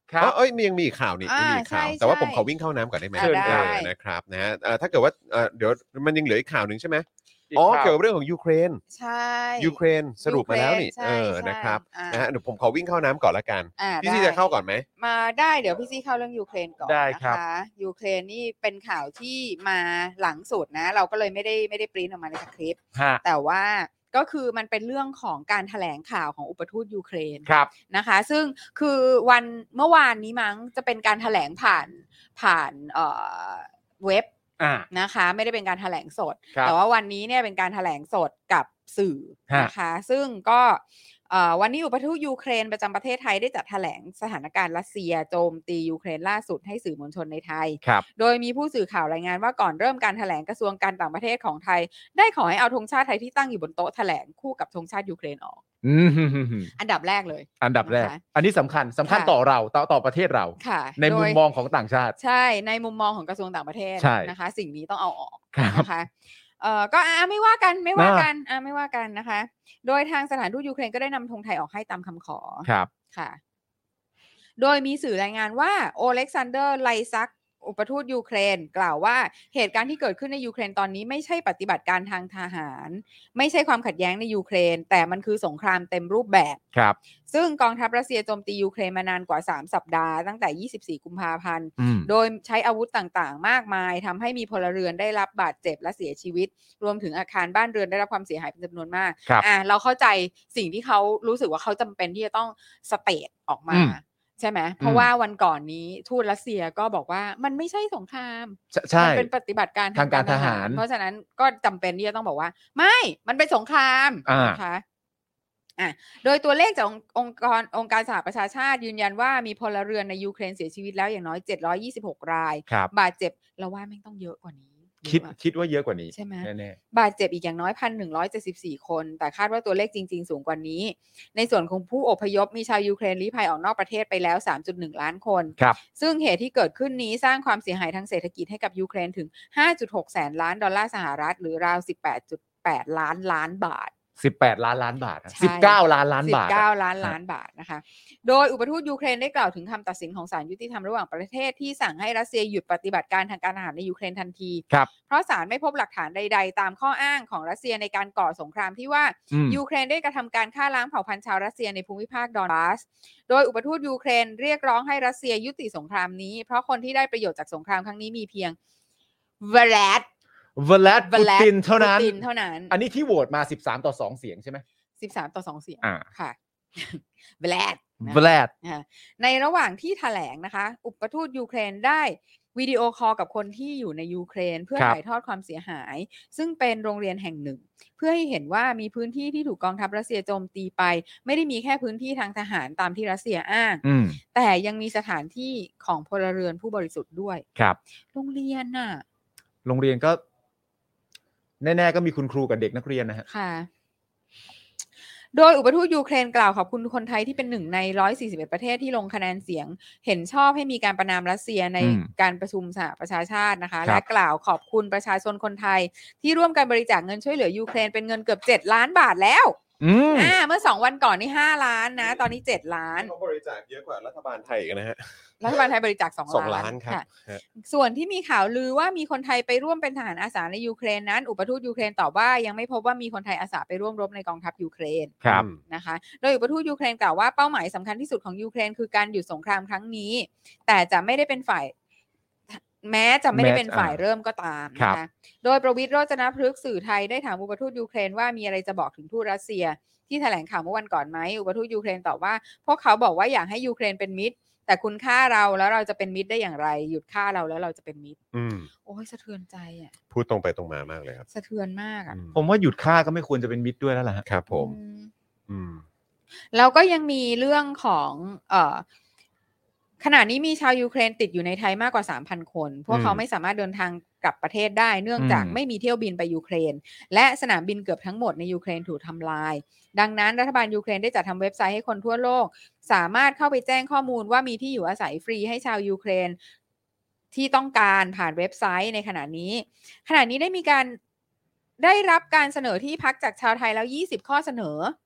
Speaker 3: ครับ
Speaker 2: อ๋อเอ้ยมียังมีอีกข่าวนี่ยังมีอีกข่าว
Speaker 4: อ่าใช่
Speaker 2: แต่ว่า
Speaker 4: ใช่
Speaker 2: ผมขอวิ่งเข้าน้ำก่อนได้ไหม
Speaker 4: อ่าได้
Speaker 2: เออนะครับนะฮะเอ่อถ้าเกิดว่าเอ่อเดี๋ยวมันยังเหลืออีกข่าวหนึ่งใช่ไหม
Speaker 3: อีก
Speaker 2: อ๋อ
Speaker 3: ข่าว
Speaker 2: เกี่ยวกับเรื่องของยูเครน
Speaker 4: ใช่
Speaker 2: ยูเครนสรุปมาแล้วนี่
Speaker 4: ยูเครนใช่
Speaker 2: เออ
Speaker 4: ใช่
Speaker 2: นะครับ
Speaker 4: อ่าน
Speaker 2: นะฮะเดี๋ยวผมขอวิ่งเข้าน้ำก่อนละกัน
Speaker 4: อ่า
Speaker 2: พี่ซี
Speaker 4: ได้
Speaker 2: จะเข้าก่อนไหม
Speaker 4: มาได้เดี๋ยวพี่ซี่เข้าเรื่องยูเครนก่อน
Speaker 3: ได้
Speaker 4: นะครับ คะยูเครนนี่เป็นข่าวที่มาหลังสุดนะ เราก็เลยไม่ได้ไม่ได้ปริ้นออกมาในสคริปต์
Speaker 3: ฮะ
Speaker 4: แต่ว่าก็คือมันเป็นเรื่องของการแถลงข่าวของอุปทูตยูเครน
Speaker 3: ครับ
Speaker 4: นะคะ ซึ่งคือวันเมื่อวานนี้มั้งจะเป็นการแถลงผ่านผ่านเอ่อเว็บ
Speaker 3: อ่า
Speaker 4: นะคะไม่ได้เป็นการแถลงสด
Speaker 3: ครับ
Speaker 4: แต่ว่าวันนี้เนี่ยเป็นการแถลงสดกับสื่อ
Speaker 3: ฮะ
Speaker 4: นะคะซึ่งก็เอ่อวันนี้อุปทูตยูเครนประจำประเทศไทยได้จัดแถลงสถานการณ์รัสเซียโจมตียูเครนล่าสุดให้สื่อมวลชนในไทย
Speaker 3: ครับ
Speaker 4: โดยมีผู้สื่อข่าวรายงานว่าก่อนเริ่มการแถลงกระทรวงการต่างประเทศของไทย ได้ขอให้เอาธงชาติไทยที่ตั้งอยู่บนโต๊ะแถลงคู่กับธงชาติยูเครนออก
Speaker 3: อืม
Speaker 4: อันดับแรกเลย
Speaker 3: อันดับแรก
Speaker 4: นะคะ
Speaker 3: อันนี้สำคัญสำคัญ
Speaker 4: ค่ะ
Speaker 3: ต่อเราต่อต่อประเทศเรา
Speaker 4: ค่ะ
Speaker 3: ในมุม
Speaker 4: โดย
Speaker 3: มองของต่างชาติ
Speaker 4: ใช่ในมุมมองของกระทรวงต่างประเทศ
Speaker 3: ใช่
Speaker 4: นะคะ สิ่งนี้ต้องเอาออก
Speaker 3: ครับ
Speaker 4: นะคะเอ่อก็อ่าไม่ว่ากันไม่ว่า
Speaker 3: อ่า
Speaker 4: กันอ่าไม่ว่ากันนะคะ โดยทางสถานทูตยูเครนก็ได้นำธงไทยออกให้ตามคำขอ
Speaker 3: ครับ
Speaker 4: ค่ะ โดยมีสื่อรายงานว่าโอเล็กซานเดอร์ไลซักอุปทูตยูเครนกล่าวว่าเหตุการณ์ที่เกิดขึ้นในยูเครนตอนนี้ไม่ใช่ปฏิบัติการทางทหาร ไม่ใช่ความขัดแย้งในยูเครน แต่มันคือสงครามเต็มรูปแบบ
Speaker 3: ครับ
Speaker 4: ซึ่งกองทัพรัสเซียโจมตียูเครนมานานกว่าสามสัปดาห์ตั้งแต่ยี่สิบสี่กุมภาพันธ์
Speaker 3: อืม
Speaker 4: โดยใช้อาวุธต่างๆ มากมายทำให้มีพลเรือนได้รับบาดเจ็บและเสียชีวิต รวมถึงอาคารบ้านเรือนได้รับความเสียหายเป็นจำนวนมาก
Speaker 3: ครับ
Speaker 4: อ่ะเราเข้าใจสิ่งที่เขารู้สึกว่าเขาจำเป็นที่จะต้องสเตทออกมา
Speaker 3: อืม
Speaker 4: ใช่ไหมเพราะว่าวันก่อนนี้ทูตรัสเซียก็บอกว่ามันไม่ใช่สงคราม
Speaker 3: ใช่ใช่
Speaker 4: มันเป็นปฏิบัติการ
Speaker 3: ทางการทหาร
Speaker 4: เพราะฉะนั้นก็จำเป็นที่จะต้องบอกว่า ไม่มันเป็นสงคราม
Speaker 3: อ่าน
Speaker 4: นะคะอ่ะโดยตัวเลขจากองค์องค์กรองค์การสหประชาชาติยืนยันว่ามีพลเรือนในยูเครนเสียชีวิตแล้วอย่างน้อยเจ็ดร้อยยี่สิบหกราย
Speaker 3: ครับ
Speaker 4: บาดเจ็บเราว่าแม่งต้องเยอะกว่านี้
Speaker 3: คิด
Speaker 4: เยอะอะ
Speaker 3: คิดว่าเยอะกว่านี้
Speaker 4: ใช่ไหม
Speaker 3: แน่
Speaker 4: บาดเจ็บอีกอย่างน้อย หนึ่งพันหนึ่งร้อยเจ็ดสิบสี่ คน แต่คาดว่าตัวเลขจริงๆสูงกว่านี้ ในส่วนของผู้อพยพมีชาวยูเครนลี้ภัยออกนอกประเทศไปแล้ว สามจุดหนึ่ง ล้านคน
Speaker 3: ๆครับ
Speaker 4: ซึ่งเหตุที่เกิดขึ้นนี้สร้างความเสียหายทางเศรษฐกิจให้กับยูเครนถึง ห้าจุดหก แสนล้านดอลลาร์สหรัฐหรือราว สิบแปดจุดแปด ล้านล้านบาท
Speaker 3: สิบแปดล้านล้านบาทอะ
Speaker 4: ใช่
Speaker 3: สิบเก้าล้านล้านบาท
Speaker 4: สิบเก้า
Speaker 3: อะ
Speaker 4: ล้านล้านบาทนะคะ โดยอุปทูตยูเครนได้กล่าวถึงคำตัดสินของศาลยุติธรรมระหว่างประเทศที่สั่งให้รัสเซียหยุดปฏิบัติการทางการทหารในยูเครนทันที
Speaker 3: ครับ
Speaker 4: เพราะศาลไม่พบหลักฐานใดๆ ตามข้ออ้างของรัสเซียในการก่อสงครามที่ว่า
Speaker 3: อืม
Speaker 4: ยูเครนได้กระทำการฆ่าล้างเผ่าพันธุ์ชาวรัสเซียในภูมิภาคดอนบาส โดยอุปทูตยูเครนเรียกร้องให้รัสเซียยุติสงครามนี้ เพราะคนที่ได้ประโยชน์จากสงครามครั้งนี้มีเพียงวลาด
Speaker 3: วลาดปูตินเท่านั้น
Speaker 4: ปูตินเท่านั้น
Speaker 3: อันนี้ที่โหวตมาสิบสามต่อสองเสียงใช่ไหม
Speaker 4: สิบสามต่อสองเสียง
Speaker 3: อ่า
Speaker 4: ค่ะ วลาดนะ
Speaker 3: วลาด
Speaker 4: นะคะในระหว่างที่แถลงนะคะ อุปทูตยูเครนได้วิดีโอคอลกับคนที่อยู่ในยูเครนเพื่อ
Speaker 3: ครับ
Speaker 4: ถ่ายทอดความเสียหาย ซึ่งเป็นโรงเรียนแห่งหนึ่ง เพื่อให้เห็นว่ามีพื้นที่ที่ถูกกองทัพรัสเซียโจมตีไป ไม่ได้มีแค่พื้นที่ทางทหารตามที่รัสเซียอ้าง
Speaker 3: อืม
Speaker 4: แต่ยังมีสถานที่ของพลเรือนผู้บริสุทธิ์ด้วย
Speaker 3: ครับ
Speaker 4: โรงเรียนน่ะ
Speaker 3: โรงเรียนก็ แน่ๆก็มีคุณครูกับเด็กนักเรียนนะฮะ
Speaker 4: ค่ะ โดยอุปทูตยูเครนกล่าวขอบคุณคนไทยที่เป็นหนึ่งในหนึ่งร้อยสี่สิบเอ็ดประเทศที่ลงคะแนนเสียง เห็นชอบให้มีการประณามรัสเซียใน
Speaker 3: อืม
Speaker 4: การประชุมสหประชาชาตินะคะ
Speaker 3: ครับ
Speaker 4: และกล่าวขอบคุณประชาชนคนไทย ที่ร่วมกันบริจาคเงินช่วยเหลือยูเครนเป็นเงินเกือบเจ็ดล้านบาทแล้ว
Speaker 3: อืม
Speaker 4: อ่าเมื่อสองวันก่อนนี่ห้าล้านนะ ตอนนี้เจ็ดล้าน
Speaker 2: เขาบริจาคเยอะกว่ารัฐบาลไทยอีกนะฮะ
Speaker 4: รัฐบาลไทยบริจาคสอง
Speaker 2: สอง
Speaker 4: ล้า
Speaker 2: ล้าน นครับ
Speaker 4: ค่ะ
Speaker 2: ฮะ
Speaker 4: ส่วนที่มีข่าวลือว่ามีคนไทยไปร่วมเป็นทหารอาสาในยูเครนนั้น อุปทูตยูเครนตอบว่ายังไม่พบว่ามีคนไทยอาสาไปร่วมรบในกองทัพยูเครน
Speaker 3: ครับ
Speaker 4: นะคะ โดยอุปทูตยูเครนกล่าวว่าเป้าหมายสำคัญที่สุดของยูเครนคือการหยุดสงครามครั้งนี้ แต่จะไม่ได้เป็นฝ่าย แม้จะไม่ได้เป็นฝ่ายเริ่มก็ตามนะคะ โดยประวิตรโรจนพฤกษ์สื่อไทยได้ถามอุปทูตยูเครนว่ามีอะไรจะบอกถึงทูตรัสเซียที่แถลงข่าวเมื่อวันก่อนไหม อุปทูตยูเครนตอบว่าพวกเขาบอกว่าอยากให้ยูเครนเป็นมิตร แต่คุณฆ่าเราแล้วเราจะเป็นมิตรได้อย่างไร หยุดฆ่าเราแล้วเราจะเป็นมิตร
Speaker 2: อืม
Speaker 4: โอ้ยสะเทือนใจอ่ะ
Speaker 2: พูดตรงไปตรงมามากเลยครับ
Speaker 4: สะเทือนมากอ่ะ
Speaker 2: อืม
Speaker 3: ผมว่าหยุดฆ่าก็ไม่ควรจะเป็นมิตรด้วยแล้วล่ะฮะ
Speaker 2: ครับผม
Speaker 4: อืม
Speaker 2: อืม
Speaker 4: แล้วก็ยังมีเรื่องของเอ่อขณะนี้มีชาวยูเครนติดอยู่ในไทยมากกว่า สามพัน คน พวกเขา
Speaker 3: อืม
Speaker 4: ไม่สามารถเดินทางกลับประเทศได้ เนื่องจาก
Speaker 3: อืม
Speaker 4: ไม่มีเที่ยวบินไปยูเครน และสนามบินเกือบทั้งหมดในยูเครนถูกทำลาย ดังนั้นรัฐบาลยูเครนได้จัดทำเว็บไซต์ให้คนทั่วโลก สามารถเข้าไปแจ้งข้อมูลว่ามีที่อยู่อาศัยฟรีให้ชาวยูเครนที่ต้องการผ่านเว็บไซต์ในขณะนี้ ขณะนี้ได้มีการได้รับการเสนอที่พักจากชาวไทยแล้วยี่สิบข้อเสนอ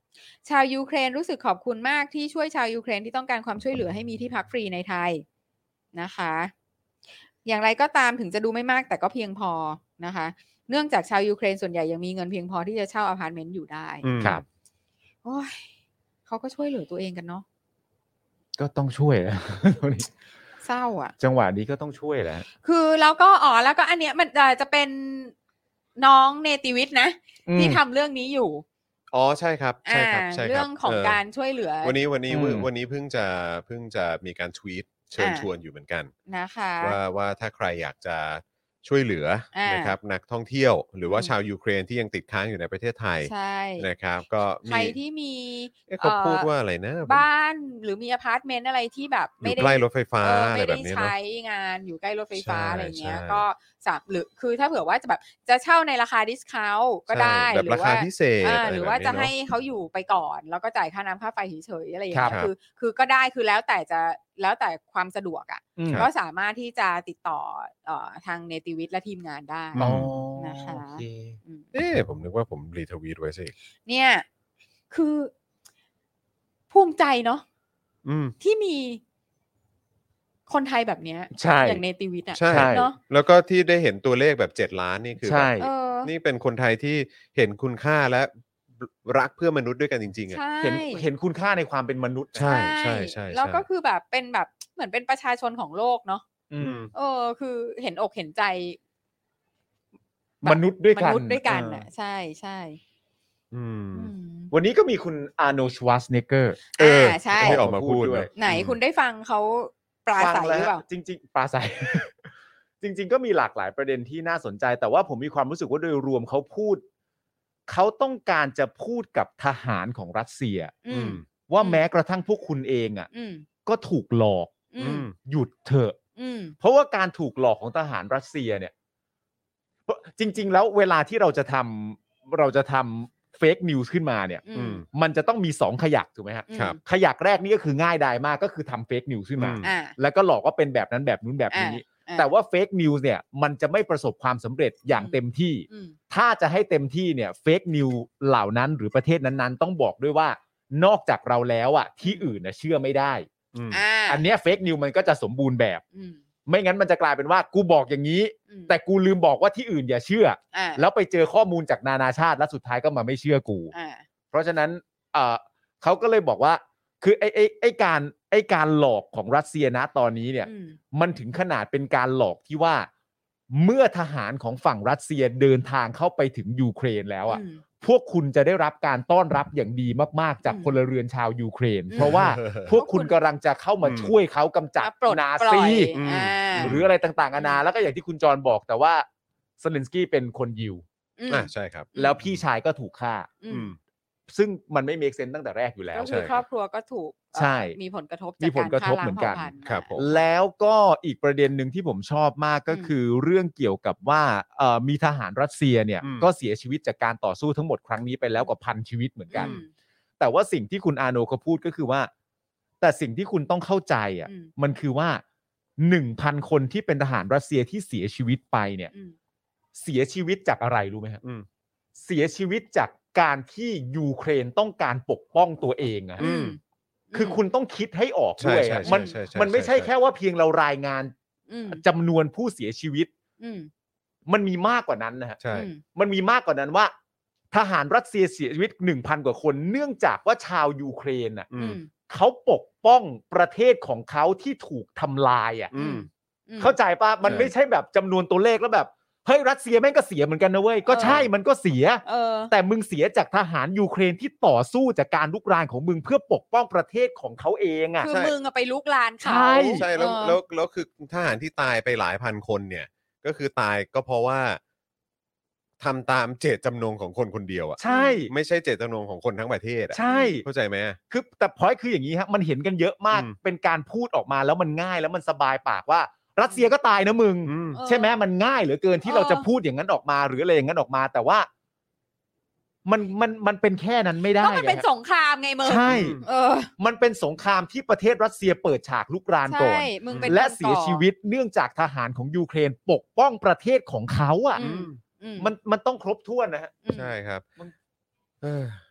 Speaker 4: ชาวยูเครนรู้สึกขอบคุณมากที่ช่วยชาวยูเครนที่ต้องการความช่วยเหลือให้มีที่พักฟรีในไทยนะคะอย่างไรก็ตามถึงจะดูไม่มากแต่ก็เพียงพอนะคะเนื่องจากชาวยูเครนส่วนใหญ่ยังมีเงินเพียงพอที่จะเช่าอพาร์ตเมนต์อยู่ได้
Speaker 2: อืม
Speaker 3: ครับ
Speaker 4: โอ้ยเขาก็ช่วยเหลือตัวเองกันเนาะ
Speaker 3: ก็ต้องช่วยนะ
Speaker 4: เศร้าอ่ะ
Speaker 3: จังหวะนี้ก็ต้องช่วยแหละ
Speaker 4: คือแล้วก็อ๋อแล้วก็อันเนี้ยมันจะจะเป็นน้องเนติวิทย์นะ
Speaker 3: อืม
Speaker 4: ที่ทำเรื่องนี้อยู่
Speaker 2: อ๋อใช่ครับใช่ครับ
Speaker 4: อ่า
Speaker 2: ใช่ครับ
Speaker 4: เรื่องของ
Speaker 2: เ
Speaker 4: การช่วยเหลือ
Speaker 2: วันนี้วันนี้
Speaker 3: อืม
Speaker 2: วันนี้เพิ่งจะเพิ่งจะมีการทวีตเชิญ
Speaker 4: อ่า
Speaker 2: ชวนอยู่เหมือนกัน
Speaker 4: นะคะ
Speaker 2: ว่าว่าถ้าใครอยากจะช่วยเหลือ
Speaker 4: อ่าน
Speaker 2: นะครับนักท่องเที่ยว หรือว่า
Speaker 4: อืม
Speaker 2: ชาวยูเครนที่ยังติดค้างอยู่ในประเทศไทย
Speaker 4: ใช่
Speaker 2: นะครับก็
Speaker 4: ใคร
Speaker 2: มี
Speaker 4: ที่มี
Speaker 2: เอ๊ะเขาพูดว่าอะไรนะผม
Speaker 4: บ้านหรือมีอพาร์ตเมนต์อะไรที่แบบ
Speaker 2: อยู่
Speaker 4: ไม่ได้
Speaker 2: ใกล้รถไฟฟ้า
Speaker 4: เออ
Speaker 2: อะไร
Speaker 4: ไม่
Speaker 2: แบ
Speaker 4: ได้
Speaker 2: บนี้เนอะ
Speaker 4: ใช้งานอยู่ใกล้รถไฟฟ้า
Speaker 2: ใช่
Speaker 4: อะไรเงี้ย
Speaker 2: ใช่
Speaker 4: ก็สามหรือคือถ้าเผื่อว่าจะแบบจะเช่าในราคาดิสคาวก็ได้
Speaker 2: ใช่แบบ
Speaker 4: หรือ
Speaker 2: ราคา
Speaker 4: ว่า
Speaker 2: พิเศษ
Speaker 4: อ่า
Speaker 2: อะไร
Speaker 4: หรือ
Speaker 2: แบบ
Speaker 4: ว่า
Speaker 2: นี้
Speaker 4: จะ
Speaker 2: เนอะ
Speaker 4: ให้เขาอยู่ไปก่อน แล้วก็จ่ายค่าน้ำค่าไฟเฉยๆอะไรอย่างเงี้
Speaker 2: ครั
Speaker 4: ย
Speaker 2: บ
Speaker 4: คือคือก็ได้คือแล้วแต่จะแล้วแต่ความสะดวกอ่ะ
Speaker 3: อืม
Speaker 4: ก็สามารถที่จะติดต่อเอ่อทางเนติวิทย์และทีมงานได้
Speaker 3: อ๋อ
Speaker 4: นะคะ
Speaker 3: โอเค
Speaker 4: อืม
Speaker 2: เอ๊ะผมนึกว่าผมรีทวีตไว้สิ
Speaker 4: เนี่ยคือภูมิใจเนาะ
Speaker 2: อืม
Speaker 4: ที่มีคนไทยแบบเนี้ย
Speaker 3: ใช่
Speaker 4: อย่างเนติวิทย์อ่ะ
Speaker 2: ใช่
Speaker 4: เนาะ
Speaker 2: แล้วก็ที่ได้เห็นตัวเลขแบบเจ็ดล้านนี่คือ
Speaker 3: ใช่
Speaker 2: แบบ
Speaker 4: เออ
Speaker 2: นี่เป็นคนไทยที่เห็นคุณค่าและรักเพื่อมนุษย์ด้วยกันจริงๆอ่ะ
Speaker 4: ใช่
Speaker 3: เห็นเห็นคุณค่าในความเป็นมนุษย์นะ
Speaker 2: ใช่ใช่ใช่
Speaker 4: แล้วก็
Speaker 2: ใช่
Speaker 4: คือแบบเป็นแบบเหมือนเป็นประชาชนของโลกเนาะ
Speaker 3: อืม
Speaker 4: เออ คือเห็นอกเห็นใจแบบ
Speaker 3: มนุษย์ด้วยกัน
Speaker 4: มนุษย์ด้วยกัน
Speaker 3: เออ
Speaker 4: อ่ะ ใช่ใช่
Speaker 2: อืม
Speaker 4: อืม
Speaker 3: วันนี้ก็มีคุณอาร์โนชวาสเนเกอร์
Speaker 2: เออ
Speaker 4: อ่าใช่
Speaker 2: ที่ออกมาพูด
Speaker 3: ด้วย
Speaker 2: เนอะ
Speaker 4: ไหนคุณได้ฟังเขาปราศัยหรือเปล่า
Speaker 3: จริง ๆ ปราศัย จริง ๆ ก็มีหลากหลายประเด็นที่น่าสนใจ แต่ว่าผมมีความรู้สึกว่าโดยรวมเขาพูด เขาต้องการจะพูดกับทหารของรัสเซีย
Speaker 4: อืม
Speaker 3: ว่า
Speaker 4: อืม
Speaker 3: แม้กระทั่งพวกคุณเองอ่ะ
Speaker 4: อืม
Speaker 3: ก็ถูกหลอก
Speaker 4: อื
Speaker 2: อื
Speaker 4: ม
Speaker 2: ม
Speaker 3: หยุดเถอะ
Speaker 4: อืม
Speaker 3: เพราะว่าการถูกหลอกของทหารรัสเซียเนี่ยเพราะจริง ๆ แล้วเวลาที่เราจะทำเราจะทำเฟกนิวส์ขึ้นมาเนี่ย
Speaker 4: อืม
Speaker 3: มันจะต้องมีสองขยักถูกไหมครับ
Speaker 2: ครับ
Speaker 3: ขยักแรกนี่ก็คือง่ายดายมากก็คือทำเฟกนิวส์ขึ้นมา
Speaker 2: อืม
Speaker 4: อ่า
Speaker 3: แล้วก็หลอกว่าเป็นแบบนั้นแบบนู้นแบบนี้
Speaker 4: อ่า
Speaker 3: แต่ว่าเฟกนิวส์เนี่ยมันจะไม่ประสบความสำเร็จอย่าง
Speaker 4: อืม
Speaker 3: เต็มที่
Speaker 4: อืม
Speaker 3: ถ้าจะให้เต็มที่เนี่ยเฟกนิวเหล่านั้นหรือประเทศนั้นๆ ต้องบอกด้วยว่านอกจากเราแล้วอ่ะที่อื่นนะเชื่อไม่ได้
Speaker 2: อืม
Speaker 4: อ่า
Speaker 3: อันเนี้ยเฟกนิวมันก็จะสมบูรณ์แบบ
Speaker 4: อืม
Speaker 3: ไม่งั้นมันจะกลายเป็นว่ากูบอกอย่างนี้
Speaker 4: อืม
Speaker 3: แต่กูลืมบอกว่าที่อื่นอย่าเชื่อ
Speaker 4: อ่า
Speaker 3: แล้วไปเจอข้อมูลจากนานาชาติแล้วสุดท้ายก็มาไม่เชื่อกู
Speaker 4: อ่า
Speaker 3: เพราะฉะนั้นเอ่อเขาก็เลยบอกว่าคือไอ้ไอ้ไอ้การไอ้การหลอกของรัสเซียนะตอนนี้เนี่ย
Speaker 4: อืม
Speaker 3: มันถึงขนาดเป็นการหลอกที่ว่าเมื่อทหารของฝั่งรัสเซียเดินทางเข้าไปถึงยูเครนแล้วอ่ะ
Speaker 4: อืม
Speaker 3: พวกคุณจะได้รับการต้อนรับอย่างดีมากๆจาก
Speaker 4: อืม
Speaker 3: พลเรือนชาวยูเครน
Speaker 4: อืม
Speaker 3: เพราะว่าพวกคุณกำลังจะเข้ามา
Speaker 2: อืม
Speaker 3: ช่วยเขากำจัด
Speaker 4: มาปลด
Speaker 3: นา
Speaker 4: ปล่อ
Speaker 3: ซี
Speaker 4: ย
Speaker 2: อืม
Speaker 4: อ่า
Speaker 3: หรืออะไรต่างๆนานา
Speaker 4: อืม
Speaker 3: แล้วก็อย่างที่คุณจรบอกแต่ว่าเซเลนสกี้เป็นคนยิว
Speaker 4: อืม
Speaker 2: อ่าใช่ครับ
Speaker 3: แล้วพี่ชายก็ถูกฆ่า
Speaker 4: อื
Speaker 2: อื
Speaker 4: ม
Speaker 2: ม
Speaker 3: ซึ่งมันไม่เมคเซนตั้งแต่แรกอยู่แล้ว
Speaker 4: ก็
Speaker 2: ใช่
Speaker 4: คือครอบครัวก็ถูกเอ่อ
Speaker 3: ใช่
Speaker 4: มีผลกระทบ
Speaker 3: มี
Speaker 4: จาก
Speaker 3: ผลกระทบ
Speaker 4: ฆ่าล้าง
Speaker 3: เหมือนกัน
Speaker 4: ผ่าพันธุ์
Speaker 2: ครับผม
Speaker 3: แล้วก็อีกประเด็นหนึ่งที่ผมชอบมากก็
Speaker 4: อืม
Speaker 3: คือเรื่องเกี่ยวกับว่าเอ่อมีทหารรัสเซียเนี่ย
Speaker 2: อืม
Speaker 3: ก็เสียชีวิตจากการต่อสู้ทั้งหมดครั้งนี้ไปแล้วกว่าพันชีวิตเหมือนกัน
Speaker 4: อืม
Speaker 3: แต่ว่าสิ่งที่คุณอาโนเขาพูดก็คือว่า แต่สิ่งที่คุณต้องเข้าใจอ่ะ
Speaker 4: อืม
Speaker 3: มันคือว่าหนึ่งพันคนที่เป็นทหารรัสเซียที่เสียชีวิตไปเนี่ย
Speaker 4: อืม
Speaker 3: เสียชีวิตจากอะไรรู้ไหมครับ
Speaker 2: อืม
Speaker 3: เสียชีวิตจากการที่ยูเครนต้องการปกป้องตัวเองอะ
Speaker 2: อืม
Speaker 3: คือคุณต้องคิดให้ออก
Speaker 2: ใช่
Speaker 3: ด้วย
Speaker 2: ใช่
Speaker 3: อะ
Speaker 2: ใช่
Speaker 3: มัน
Speaker 2: ใช่ใช่
Speaker 3: มันไม่ใช่
Speaker 2: ใช่
Speaker 3: แค่ว่าเพียงเรารายงาน
Speaker 4: อืม
Speaker 3: จำนวนผู้เสียชีวิต
Speaker 4: อืม
Speaker 3: มันมีมากกว่านั้นนะฮะ
Speaker 2: ใช่
Speaker 4: อืม
Speaker 3: มันมีมากกว่านั้นว่า ทหารรัสเซียเสียชีวิต หนึ่งพัน กว่าคน เนื่องจากว่าชาวยูเครนน่ะ
Speaker 2: อื
Speaker 4: อื
Speaker 2: ม
Speaker 4: ม
Speaker 3: เขาปกป้องประเทศของเขาที่ถูกทำลายอ่ะ
Speaker 2: อืม
Speaker 4: อืม
Speaker 3: เข้าใจปะมัน
Speaker 2: ใช่
Speaker 3: ไม่ใช่แบบจำนวนตัวเลขแล้วแบบเฮ้ยรัสเซียแม่งก็เสียเหมือนกันนะเว้ยก็ใช่
Speaker 4: เออ
Speaker 3: มันก็เสีย
Speaker 4: เออ
Speaker 3: แต่มึงเสียจากทหารยูเครนที่ต่อสู้จากการลุกรานของมึงเพื่อปกป้องประเทศของเขาเองอ่ะ
Speaker 4: คือ
Speaker 2: ใช่
Speaker 4: มึงอะไปลุกลานเขา
Speaker 3: ใช่
Speaker 2: ใช่แล้ว
Speaker 4: เออ
Speaker 2: แล้วแล้วคือทหารที่ตายไปหลายพันคนเนี่ย ก็คือตายก็เพราะว่าทำตามเจตจำนงของคนคนเดียวอ่ะ
Speaker 3: ใช่
Speaker 2: ไม่ใช่เจตจำนงของคนทั้งประเทศอ่ะ
Speaker 3: ใช่
Speaker 2: เข้าใจไหม
Speaker 3: คือแต่พอยคืออย่างนี้ฮะมันเห็นกันเยอะมาก
Speaker 2: อืม
Speaker 3: เป็นการพูดออกมาแล้วมันง่ายแล้วมันสบายปากว่า รัสเซียก็ตายนะมึง
Speaker 2: อืม
Speaker 4: เออ
Speaker 3: ใช่ไหมมันง่ายเหลือเกินที่
Speaker 4: เออ
Speaker 3: เราจะพูดอย่างนั้นออกมาหรืออะไรอย่างนั้นออกมา แต่ว่า มันมันมันเป็นแค่นั้นไม่ได้
Speaker 4: ก็มันเป็น
Speaker 3: ไงฮะ
Speaker 4: สงครามไงมึง
Speaker 3: ใช่
Speaker 4: เออ
Speaker 3: มันเป็นสงครามที่ประเทศรัสเซียเปิดฉากลุกรานก่อ
Speaker 4: ใช่
Speaker 3: น
Speaker 4: มึงเป็น
Speaker 3: และ
Speaker 4: คน
Speaker 3: เสีย
Speaker 4: ก่อ
Speaker 3: ชีวิตเนื่องจากทหารของยูเครนปกป้องประเทศของเขาอ่ะ
Speaker 4: อืม อื
Speaker 3: มันมันต้องครบถ้วนนะฮะ
Speaker 4: อื
Speaker 2: ใช่ครับ
Speaker 3: มัน
Speaker 2: เออ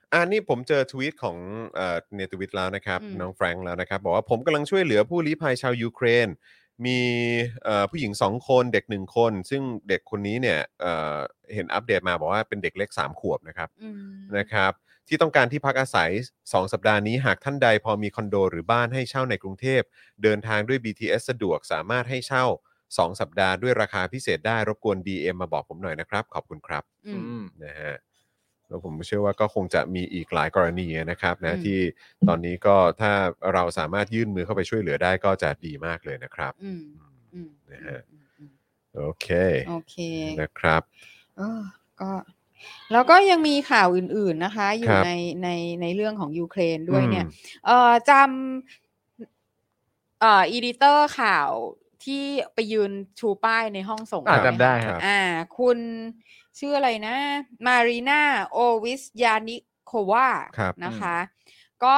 Speaker 2: อันนี้ผมเจอทวีตของเอ่อในทวิตแล้วนะครับ
Speaker 4: อืม
Speaker 2: น้องแฟรงค์แล้วนะครับ บอกว่าผมกำลังช่วยเหลือผู้ลี้ภัยชาวยูเครน มีเอ่อผู้หญิงสองคนเด็กหนึ่งคน ซึ่งเด็กคนนี้เนี่ยเอ่อเห็นอัปเดตมาบอกว่าเป็นเด็กเล็กสามขวบนะครับ
Speaker 4: อืม
Speaker 2: นะครับที่ต้องการที่พักอาศัยสองสัปดาห์นี้หากท่านใดพอมีคอนโดหรือบ้านให้เช่าในกรุงเทพเดินทางด้วย บี ที เอส สะดวกสามารถให้เช่าสองสัปดาห์ด้วยราคาพิเศษได้รบกวน ดี เอ็ม มาบอกผมหน่อยนะครับขอบคุณครับ
Speaker 4: อืม
Speaker 2: นะฮะแล้วผมเชื่อว่าก็คงจะมีอีกหลายกรณีนะครับ
Speaker 4: อื
Speaker 2: นะ
Speaker 4: ม
Speaker 2: ที่ตอนนี้ก็ถ้าเราสามารถยื่นมือเข้าไปช่วยเหลือได้ก็จะดีมากเลยนะครับ
Speaker 4: อืมอืม
Speaker 2: นะฮะ
Speaker 4: อืมอืม
Speaker 2: โอเค
Speaker 4: โอเค
Speaker 2: นะครับ
Speaker 4: เออก็แล้วก็ยังมีข่าวอื่นๆนะคะ อยู่
Speaker 2: ครับ
Speaker 4: ในในในเรื่องของยูเครนด้วยเนี่ย
Speaker 2: อืม
Speaker 4: เอ่อจำเอ่ออีดิเตอร์ข่าวที่ไปยืนชูป้ายในห้องส่ง
Speaker 3: อ่า
Speaker 4: ใช่หม
Speaker 3: จำได้
Speaker 4: คะ
Speaker 3: ครับ
Speaker 4: อ่า คุณชื่ออะไรนะ มารีนาโอวิสยานิโควา
Speaker 2: ครับ
Speaker 4: นะคะ ก็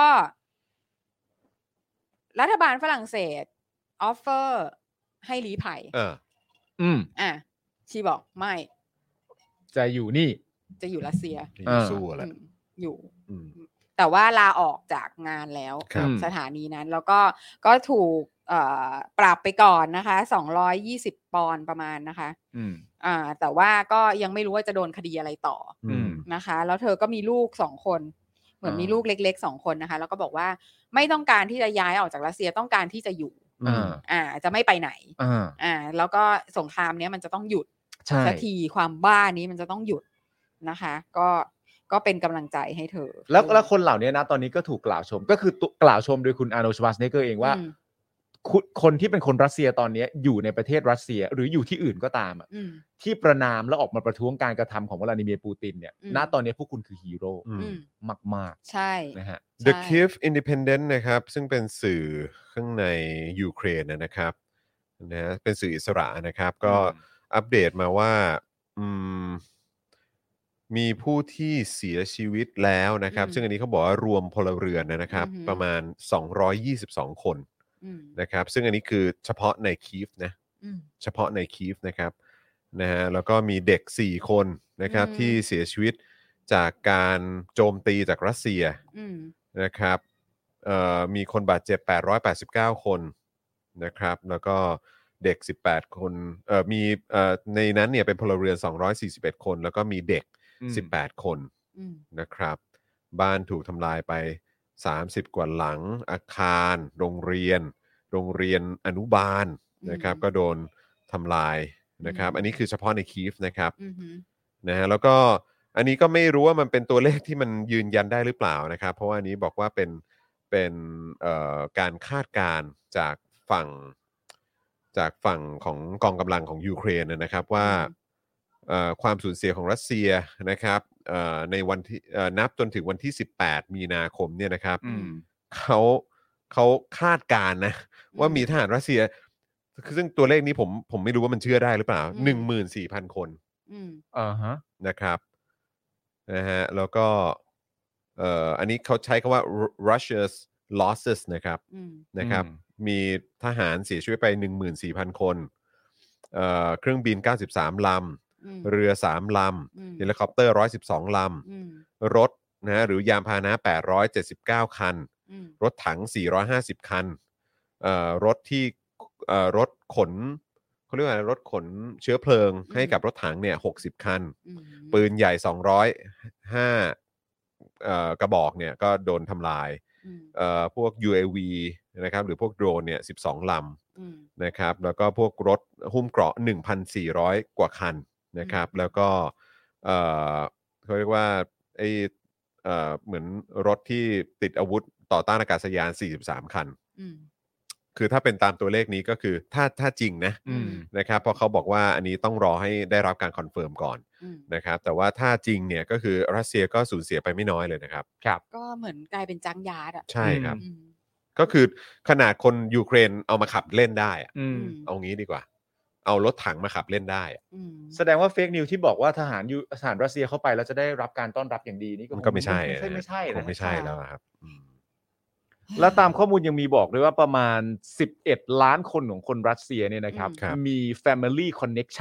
Speaker 4: รัฐบาลฝรั่งเศสออฟเฟอร์ให้ลี้ภัย
Speaker 2: เออ
Speaker 3: อืม
Speaker 4: อ่ะชีบอกไม่
Speaker 3: จะอยู่นี่
Speaker 4: จะอยู่รัสเซีย
Speaker 2: นี่
Speaker 3: อ่า
Speaker 2: สู้แหละ
Speaker 4: อืมอยู่
Speaker 2: อืม
Speaker 4: แต่ว่าลาออกจากงานแล้ว
Speaker 2: ครับ
Speaker 4: สถานีนั้น แล้วก็ก็ถูกเอ่อปรับไปก่อนนะคะสองร้อยยี่สิบปอนด์ประมาณนะคะ
Speaker 3: อืม
Speaker 4: อ่า แต่ว่าก็ยังไม่รู้ว่าจะโดนคดีอะไรต่อ
Speaker 2: อืม
Speaker 4: นะคะ แล้วเธอก็มีลูกสองคน เหมือน
Speaker 3: อ่ามี
Speaker 4: มีลูกเล็กๆสองคนนะคะ แล้วก็บอกว่าไม่ต้องการที่จะย้ายออกจากรัสเซียต้องการที่จะอยู่
Speaker 3: อ่า
Speaker 4: อ่า จะไม่ไปไหน
Speaker 3: อ่า
Speaker 4: อ่า แล้วก็สงครามเนี้ยมันจะต้องหยุด
Speaker 3: ใช่
Speaker 4: สักทีความบ้านี้มันจะต้องหยุดนะคะ ก็ก็เป็นกำลังใจให้เธอ
Speaker 3: แล้วแล้วคนเหล่านี้นะตอนนี้ก็ถูกกล่าวชม ก็คือตุกล่าวชมโดยคุณอาร์โนลด์ ชวาร์ซเนกเกอร์เองว่า
Speaker 4: อืม
Speaker 3: คุณคนที่เป็นคนรัสเซียตอนนี้อยู่ในประเทศรัสเซียหรืออยู่ที่อื่นก็ตามอะ
Speaker 4: อืม
Speaker 3: ที่ประนามและออกมาประท้วงการกระทำของวลาดิเมียร์ปูตินเนี่ย
Speaker 4: อืม
Speaker 3: ณตอนนี้พวกคุณคือฮีโร่
Speaker 2: อืม
Speaker 4: อืม
Speaker 3: มาก
Speaker 4: ใช่
Speaker 3: ๆนะฮะ
Speaker 2: The
Speaker 4: ใช่
Speaker 2: Kyiv Independent นะครับ ซึ่งเป็นสื่อข้างในยูเครนนะครับนะฮะเป็นสื่ออิสระนะครับ ก็
Speaker 3: อืม
Speaker 2: อัปเดตมาว่าอืมมีผู้ที่เสียชีวิตแล้วนะครับ
Speaker 4: อืม
Speaker 2: ซึ่งอันนี้เขาบอกว่ารวมพลเรือนนะครับ
Speaker 4: อือหือ
Speaker 2: ประมาณสองร้อยยี่สิบสองคน
Speaker 4: อืม
Speaker 2: นะครับ ซึ่งอันนี้คือเฉพาะในคีฟนะ
Speaker 4: อืม
Speaker 2: เฉพาะในคีฟนะครับนะฮะแล้วก็มีเด็กสี่คนนะครับ
Speaker 4: อืม
Speaker 2: ที่เสียชีวิตจากการโจมตีจากรัสเซีย
Speaker 4: อืม
Speaker 2: นะครับเอ่อมีคนบาดเจ็บแปดร้อยแปดสิบเก้าคนนะครับแล้วก็เด็กสิบแปดคนเอ่อมีเอ่อในนั้นเนี่ยเป็นพลเรือนสองร้อยสี่สิบเอ็ดคน แล้วก็มีเด็ก
Speaker 3: อืม
Speaker 2: สิบแปดคน
Speaker 4: อืม
Speaker 2: นะครับบ้านถูกทำลายไปสามสิบกว่าหลังอาคาร โรงเรียน โรงเรียนอนุบาลนะครับ
Speaker 4: อืม
Speaker 2: ก็โดนทำลายนะครับ
Speaker 4: อืม
Speaker 2: อันนี้คือเฉพาะในคีฟนะครับ
Speaker 4: อืม อืม
Speaker 2: นะฮะแล้วก็อันนี้ก็ไม่รู้ว่ามันเป็นตัวเลขที่มันยืนยันได้หรือเปล่านะครับ เพราะว่าอันนี้บอกว่าเป็นเป็นเอ่อการคาดการณ์จากฝั่งจากฝั่งของกองกำลังของยูเครนนะครับว่า
Speaker 4: อืม
Speaker 2: เอ่อความสูญเสียของรัสเซียนะครับเอ่อในวันที่เอ่อนับจนถึงวันที่สิบแปดมีนาคมเนี่ยนะครับ
Speaker 3: อืม
Speaker 2: เขาเขาคาดการณ์นะว่ามีทหารรัสเซียคือซึ่งตัวเลขนี้ผมผมไม่รู้ว่ามันเชื่อได้หรือเปล่า
Speaker 4: อืม
Speaker 2: หนึ่งหมื่นสี่พันคน
Speaker 4: อืม
Speaker 3: อ่าฮะ
Speaker 2: นะครับนะฮะแล้วก็เอ่ออันนี้เขาใช้คำว่า Russia's losses นะครับ
Speaker 4: อืม
Speaker 2: นะครับ
Speaker 3: อืม
Speaker 2: มีทหารเสียชีวิตไป หนึ่งหมื่นสี่พัน คนเอ่อเครื่องบิน เก้าสิบสาม ล
Speaker 4: อืม
Speaker 2: ำ เรือ สาม ล
Speaker 4: อืม
Speaker 2: ำ เฮลิคอปเตอร์ หนึ่งร้อยสิบสอง ล
Speaker 4: อืม
Speaker 2: ำ รถนะฮะหรือยานพาหนะ แปดร้อยเจ็ดสิบเก้า คัน
Speaker 4: อืม
Speaker 2: รถถัง สี่ร้อยห้าสิบ คันเอ่อรถที่เอ่อรถขนเขาเรียกว่าอะไรรถขนเชื้อเพลิง
Speaker 4: อืม
Speaker 2: ให้กับรถถังเนี่ยหกสิบ คัน
Speaker 4: อืม
Speaker 2: ปืนใหญ่ สองร้อยห้าเอ่อกระบอกเนี่ยก็โดนทำลาย
Speaker 4: อืม
Speaker 2: เอ่อพวก ยู เอ วี นะครับหรือพวกโดรนเนี่ยสิบสอง ล
Speaker 4: อืม
Speaker 2: ำนะครับแล้วก็พวกรถหุ้มเกราะ หนึ่งพันสี่ร้อย กว่าคันนะครับ
Speaker 4: อืม
Speaker 2: แล้วก็เอ่อเขาเรียกว่าไอเอ่อเหมือนรถที่ติดอาวุธต่อต้านอากาศยาน สี่สิบสาม คัน
Speaker 4: อืม
Speaker 2: คือถ้าเป็นตามตัวเลขนี้ก็คือถ้าถ้าจริงนะ
Speaker 3: อืม
Speaker 2: นะครับเพราะเขาบอกว่าอันนี้ต้องรอให้ได้รับการคอนเฟิร์มก่อน
Speaker 4: อืม
Speaker 2: นะครับแต่ว่าถ้าจริงเนี่ยก็คือรัสเซียก็สูญเสียไปไม่น้อยเลยนะครับ
Speaker 4: ก็เหมือนกลายเป็นจังยาร์ดอ่ะ
Speaker 2: ใช่ครับ
Speaker 4: อืม
Speaker 2: ก็คือขนาดคนยูเครนเอามาขับเล่นได้อะ
Speaker 3: อืม
Speaker 2: เอางี้ดีกว่า เอารถถังมาขับเล่นได้อะ
Speaker 4: อืม
Speaker 3: แสดงว่าเฟกนิวที่บอกว่าทหารยูทหารรัสเซียเข้าไปแล้วจะได้รับการต้อนรับอย่างดีนี่ก็
Speaker 2: มันก็ไม่ใช่
Speaker 3: ไม่ใช่ไม่ใช่
Speaker 2: ค
Speaker 3: นะ
Speaker 2: งไม่ใช่แล้วอะครับอืม
Speaker 3: แล้วตามข้อมูลยังมีบอกด้วยว่าประมาณสิบเอ็ดล้านคนของคนรัสเซียเนี่ยนะครับ
Speaker 2: ครับ
Speaker 3: มี Family Connection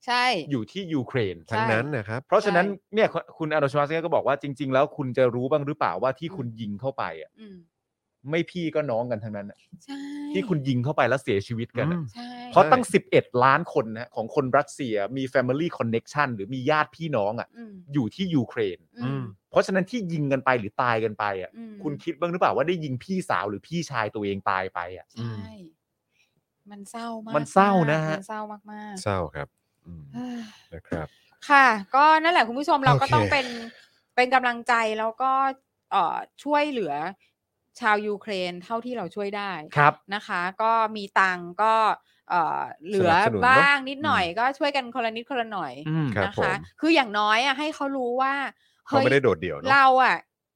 Speaker 4: ใช่
Speaker 3: อยู่ที่ยูเครน
Speaker 2: ทั้งนั้นนะครับ
Speaker 3: เพราะฉะนั้นเนี่ยคุณอาร์โนชมาสเกก็บอกว่าจริง ๆ แล้วคุณจะรู้บ้างหรือเปล่าว่าที่คุณยิงเข้าไปอ่ะ
Speaker 4: อืม
Speaker 3: ไม่พี่ก็น้องกันทั้งนั้นอะ
Speaker 4: ใช่
Speaker 3: ที่คุณยิงเข้าไปแล้วเสียชีวิตกันอะ
Speaker 2: อืม
Speaker 4: ใช่
Speaker 3: เพราะตั้งสิบเอ็ดล้านคนนะของคนรัสเซียมี Family Connection หรือมีญาติพี่น้องอ่ะ
Speaker 4: อืม
Speaker 3: อยู่ที่ยูเครน
Speaker 4: อืม
Speaker 3: เพราะฉะนั้นที่ยิงกันไปหรือตายกันไปอ่ะ
Speaker 4: อืม
Speaker 3: คุณคิดบ้างหรือเปล่าว่าได้ยิงพี่สาวหรือพี่ชายตัวเองตายไปอ่ะ
Speaker 4: ใช่ มันเศร้ามาก
Speaker 3: มันเศร้านะฮะ
Speaker 4: มันเศร้ามาก
Speaker 2: เศร้าครับอืม
Speaker 4: ๆเฮ้ย
Speaker 2: นะครับ
Speaker 4: ค่ะ ก็นั่นแหละคุณผู้ชมเราก็
Speaker 2: โอเค
Speaker 4: ต้องเป็นเป็นกำลังใจแล้วก็เอ่อช่วยเหลือชาวยูเครนเท่าที่เราช่วยได้
Speaker 3: ครับ
Speaker 4: นะคะ ก็มีตังค์ก็เอ่อเหลือ
Speaker 2: สนับสนุนเนอะ
Speaker 4: บ้างนิดหน่อยก็ช่วยกันคนละนิดคนละหน่อย
Speaker 3: อืม
Speaker 2: ครับ
Speaker 4: นะ
Speaker 2: ผ
Speaker 4: คะ
Speaker 2: ม
Speaker 4: คืออย่างน้อยอ่ะให้เขารู้ว่า
Speaker 2: เขาไม่ได้โดดเดี่ยวเนอะ
Speaker 4: เราอ่ะ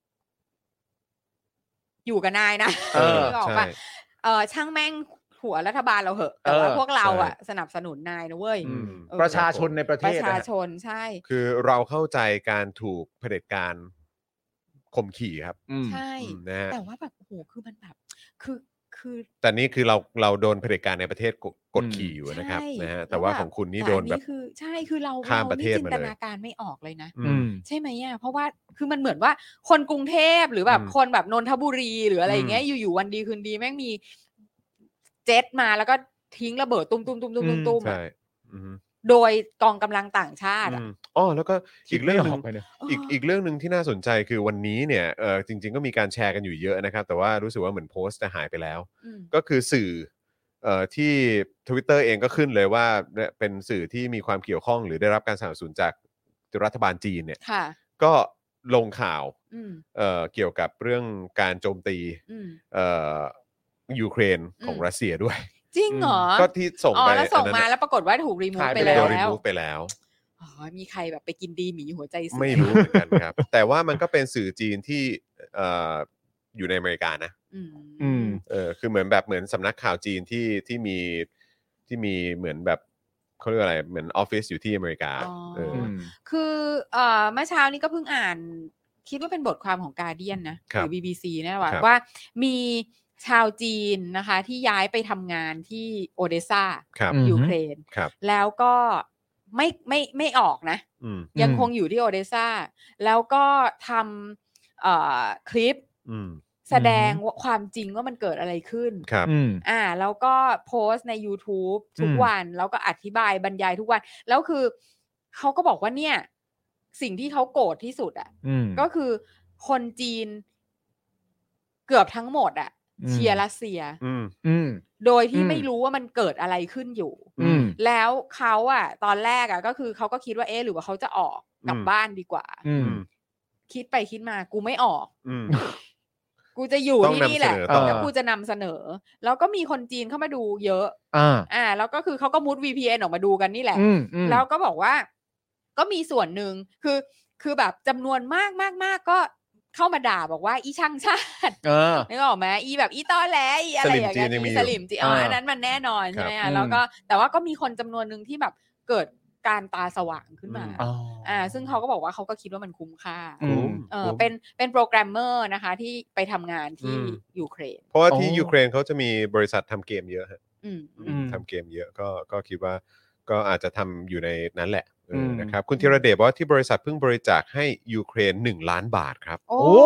Speaker 4: อยู่กับนายนะ
Speaker 3: เออ
Speaker 4: นึกออกปะ
Speaker 2: ใช่
Speaker 4: เออช่างแม่งหัวรัฐบาลเราเหอะ แต่ว่า
Speaker 3: เออ
Speaker 4: พวกเราอ่ะ
Speaker 2: ใช่
Speaker 4: สนับสนุนนายนะเว้ย
Speaker 3: อืม
Speaker 4: เออ
Speaker 3: ประชาชนในประเท
Speaker 4: ประ
Speaker 3: ศ
Speaker 4: ชา
Speaker 3: นะฮะ
Speaker 4: ชนใช่
Speaker 2: คือเราเข้าใจการถูกเผด็จการข่มขี่ครับ
Speaker 3: อืม
Speaker 4: ใช่
Speaker 2: อืมนะฮะ
Speaker 4: แต่ว่าแบบโอ้โหคือมันแบบ คือคือ
Speaker 2: แต่นี่คือเราเราโดนเผด็จการในประเทศกดกด
Speaker 3: อืม
Speaker 2: ขี่อยู่นะครับ
Speaker 4: ใช่
Speaker 2: นะฮะ
Speaker 4: ล้
Speaker 2: แต่ว่า
Speaker 4: บบ
Speaker 2: ของคุณนี่
Speaker 4: ต่
Speaker 2: โดนแบบ
Speaker 4: คือ ใช่คือเรา
Speaker 2: ข้าม
Speaker 4: เรา
Speaker 2: ประเท
Speaker 4: นี่
Speaker 2: ศ
Speaker 4: จิน
Speaker 2: มา
Speaker 4: ต
Speaker 2: เลย
Speaker 4: นาการไม่ออกเลยนะ
Speaker 2: อื
Speaker 3: อื
Speaker 2: ม
Speaker 3: ม
Speaker 4: ใช่ไหมอ่ะเพราะว่าคือมันเหมือนว่าคนกรุงเทพหรือแบบ
Speaker 2: อืม
Speaker 4: คนแบบนนทบุรีหรืออะไรอย่างเงี้ยอยู่ๆวันดีคืนดีแม่งมีเจ็ตมาแล้วก็ทิ้งระเบิดตุ้มตุ้มตุ้มตุ้มตุ้มตุ้ม
Speaker 2: ใช่
Speaker 4: อะ
Speaker 2: อืม
Speaker 4: โดยกองกำลังต่างชาติ
Speaker 2: อื
Speaker 4: อ่ะ
Speaker 2: มอ๋อแล้วก็อีกเรื่องหนึง
Speaker 3: คิดไม่ออกไปเนี่ย
Speaker 2: อีกอีกเรื่องหนึ่งที่น่าสนใจคือวันนี้เนี่ยเออจริง ๆ ก็มีการแชร์กันอยู่เยอะนะครับ แต่ว่ารู้สึกว่าเหมือนโพสต์จะหายไปแล้ว
Speaker 4: อืม
Speaker 2: ก็คือสื่อเอ่อที่ Twitter เองก็ขึ้นเลยว่าเนี่ยเป็นสื่อที่มีความเกี่ยวข้องหรือได้รับการสนับสนุนจากรัฐบาลจีนเนี่ย
Speaker 4: ค่ะ
Speaker 2: ก็ลงข่าว
Speaker 4: อืม
Speaker 2: เอ่อเกี่ยวกับเรื่องการโจมตี
Speaker 4: อืม
Speaker 2: เอ่อยูเครนของ
Speaker 4: อืม
Speaker 2: รัสเซียด้วย
Speaker 4: จริงเหรอ
Speaker 2: ก็ที่ส่ง
Speaker 4: อ๋อ
Speaker 2: ไป
Speaker 4: แล้วส่ง
Speaker 2: อันนั้น
Speaker 4: มา
Speaker 2: น่ะ
Speaker 4: แล้วปรากฏว่าถูกรีมูฟ
Speaker 3: หาย
Speaker 4: ไป
Speaker 3: ไป
Speaker 4: แล้
Speaker 2: โด
Speaker 4: วน
Speaker 2: รีมูฟไปแล้ว
Speaker 4: อ๋อมีใครแบบไปกินดีหมีหัวใจเสือ
Speaker 2: ไม่รู้เหมือนกันครับ แต่ว่ามันก็เป็นสื่อจีนที่เอ่ออยู่ในอเมริกานะ
Speaker 4: อืม
Speaker 3: อืม
Speaker 2: เออคือเหมือนแบบเหมือนสำนักข่าวจีนที่ที่มีที่มีเหมือนแบบเขาเรียกว่าอะไรเหมือนออฟฟิศอยู่ที่อเมริกา
Speaker 4: อ๋อ
Speaker 2: เออ
Speaker 3: อืม
Speaker 4: คือเอ่อเมื่อเช้านี้ก็เพิ่งอ่าน คิดว่าเป็นบทความของ Guardian นะ
Speaker 2: ครั
Speaker 4: ห
Speaker 2: บ
Speaker 4: รือ บี บี ซี เนี่ยว่า
Speaker 2: ครับ
Speaker 4: ว่ามีชาวจีนนะคะ ที่ย้ายไปทำงานที่โอเดซา
Speaker 2: ครับ
Speaker 3: อืม
Speaker 4: ยูเครน
Speaker 2: ครับ
Speaker 4: แล้วก็ไม่ไม่ไม่ออกนะ
Speaker 2: อืม
Speaker 4: ยังคงอยู่ที่โอเดซาแล้วก็ทำเอ่อคลิป
Speaker 2: อืม
Speaker 4: แสดงว่าความจริงว่ามันเกิดอะไรขึ้น
Speaker 2: ครับ
Speaker 3: อืม
Speaker 4: อ่าแล้วก็โพสต์ใน YouTube ทุก
Speaker 3: อืม
Speaker 4: วัน แล้วก็อธิบายบรรยายทุกวัน แล้วคือเขาก็บอกว่าเนี่ย สิ่งที่เขาโกรธที่สุดอ่ะ
Speaker 3: อืม
Speaker 4: ก็คือคนจีนเกือบทั้งหมดอ่ะ
Speaker 3: อืม
Speaker 4: เชียร์รัสเซีย
Speaker 2: อืม
Speaker 3: อืม
Speaker 4: โดยที่
Speaker 3: อืม
Speaker 4: ไม่รู้ว่ามันเกิดอะไรขึ้นอยู่
Speaker 3: อืม
Speaker 4: แล้วเขาอ่ะ ตอนแรกอ่ะ ก็คือเขาก็คิดว่าเอ๊ะหรือว่าเขาจะออกกลับ
Speaker 2: อืม
Speaker 4: บ้านดีกว่า
Speaker 3: อืม
Speaker 4: คิดไปคิดมากูไม่ออก
Speaker 2: อืม
Speaker 4: กูจะอยู่
Speaker 2: ต้อง
Speaker 4: ที่นี่แหละ
Speaker 2: นำเสนอต่อ
Speaker 4: แล้วกูจะนำเสนอ แล้วก็มีคนจีนเข้ามาดูเยอะ
Speaker 3: อ่า
Speaker 4: อ่า แล้วก็คือเขาก็มุด วี พี เอ็น ออกมาดูกันนี่แหละ
Speaker 3: อืมอืม
Speaker 4: แล้วก็บอกว่า ก็มีส่วนหนึ่งคือ คือแบบจำนวนมากมากมากก็เข้ามาด่าบอกว่าอีช่างชาติ
Speaker 3: เออ
Speaker 4: นึกออกไหมอีแบบอีต้อแหลอีอะไรอย่างเงี้ย
Speaker 2: สลิมจีนยังมี
Speaker 4: อี
Speaker 2: อยู่
Speaker 4: สลิมจีนอ๋อ
Speaker 3: อ่า
Speaker 4: อันนั้นมันแน่นอนใช่ไหม
Speaker 3: ครั
Speaker 4: อ่ะ
Speaker 3: บ
Speaker 4: แล้วก็
Speaker 3: อืม
Speaker 4: แต่ว่าก็มีคนจำนวนหนึ่งที่แบบเกิดการตาสว่างขึ้นมา
Speaker 3: อ๋อ
Speaker 4: อ่า ซึ่งเขาก็บอกว่าเขาก็คิดว่ามันคุ้มค่า
Speaker 3: อืม
Speaker 4: เออเป็นเป็นโปรแกรมเมอร์นะคะ ที่ไปทำงานที่
Speaker 2: อืม
Speaker 4: ยูเครน
Speaker 2: เพราะว่าที่
Speaker 3: โอ้
Speaker 2: ยูเครนเขาจะมีบริษัททำเกมเยอะฮะ
Speaker 4: อืม
Speaker 2: อื
Speaker 3: อื
Speaker 2: ม
Speaker 3: ม
Speaker 2: ทำเกมเยอะก็ก็คิดว่าก็อาจจะทำอยู่ในนั้นแหละเอออ
Speaker 3: ม
Speaker 2: นะครับคุณธีรเดชบอกว่าที่บริษัทเพิ่งบริจาคให้ยูเครนหนึ่งล้านบาทครับ
Speaker 4: โอ้
Speaker 3: โอ้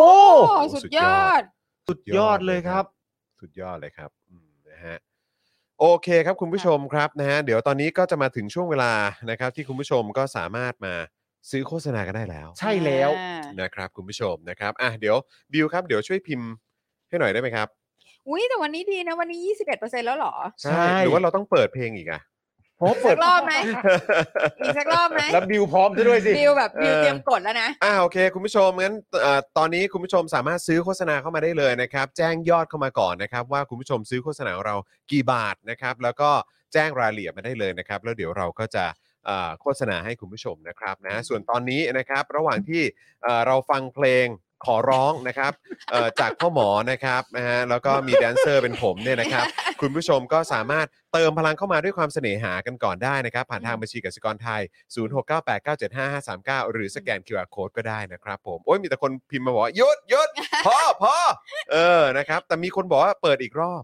Speaker 4: สุดยอด
Speaker 3: สุดยอดเลยครับ
Speaker 2: สุดยอดเลยครับอืมนะฮะโอเคครับคุณผู้ชมครับนะฮะเดี๋ยวตอนนี้ก็จะมาถึงช่วงเวลานะครับที่คุณผู้ชมก็สามารถมาซื้อโฆษณากันได้แล้ว
Speaker 3: ใช่แล้ว
Speaker 4: อ่า
Speaker 2: นะครับคุณผู้ชมนะครับอ่ะเดี๋ยวบิวครับเดี๋ยวช่วยพิมพ์ให้หน่อยได้ไหมครับ
Speaker 4: อุ้ยแต่วันนี้ดีนะ วันนี้ยี่สิบเอ็ดเปอร์เซ็นต์แล้วเหรอ
Speaker 3: ใช่
Speaker 2: หรือว่าเราต้องเปิดเพลงอีกอะ
Speaker 3: เพราะเปิ
Speaker 4: สั
Speaker 3: ด
Speaker 4: กรอบไหม อีกสักรอบไหม
Speaker 3: แล้วบิวพร้อมซะด้วยสิ
Speaker 4: บิวแบบบิว
Speaker 2: เออ
Speaker 4: เตรียมกดแล้วนะ
Speaker 2: อ่าโอเคคุณผู้ชมงั้นเอ่อตอนนี้คุณผู้ชมสามารถซื้อโฆษณาเข้ามาได้เลยนะครับแจ้งยอดเข้ามาก่อนนะครับว่าคุณผู้ชมซื้อโฆษณาของเรากี่บาทนะครับแล้วก็แจ้งรายละเอียดมาได้เลยนะครับแล้วเดี๋ยวเราก็จะเอ่อโฆษณาให้คุณผู้ชมนะครับนะส่วนตอนนี้นะครับระหว่างที่เอ่อเราฟังเพลงขอร้องนะครับเอ่อจากพ่อหมอนะครับนะฮะแล้วก็มีแดนเซอร์เป็นผมเนี่ยนะครับคุณผู้ชมก็สามารถเติมพลังเข้ามาด้วยความเสน่หากันก่อนได้นะครับผ่านทางบัญชีกสิกรไทยศูนย์ หก เก้า แปด เก้า เจ็ด ห้า ห้า สาม เก้าหรือสแกน คิว อาร์ Code ก็ได้นะครับผมโอ้ยมีแต่คนพิมพ์มาบอกว่าหยุดหยุดพอพอเออนะครับแต่มีคนบอกว่าเปิดอีกรอบ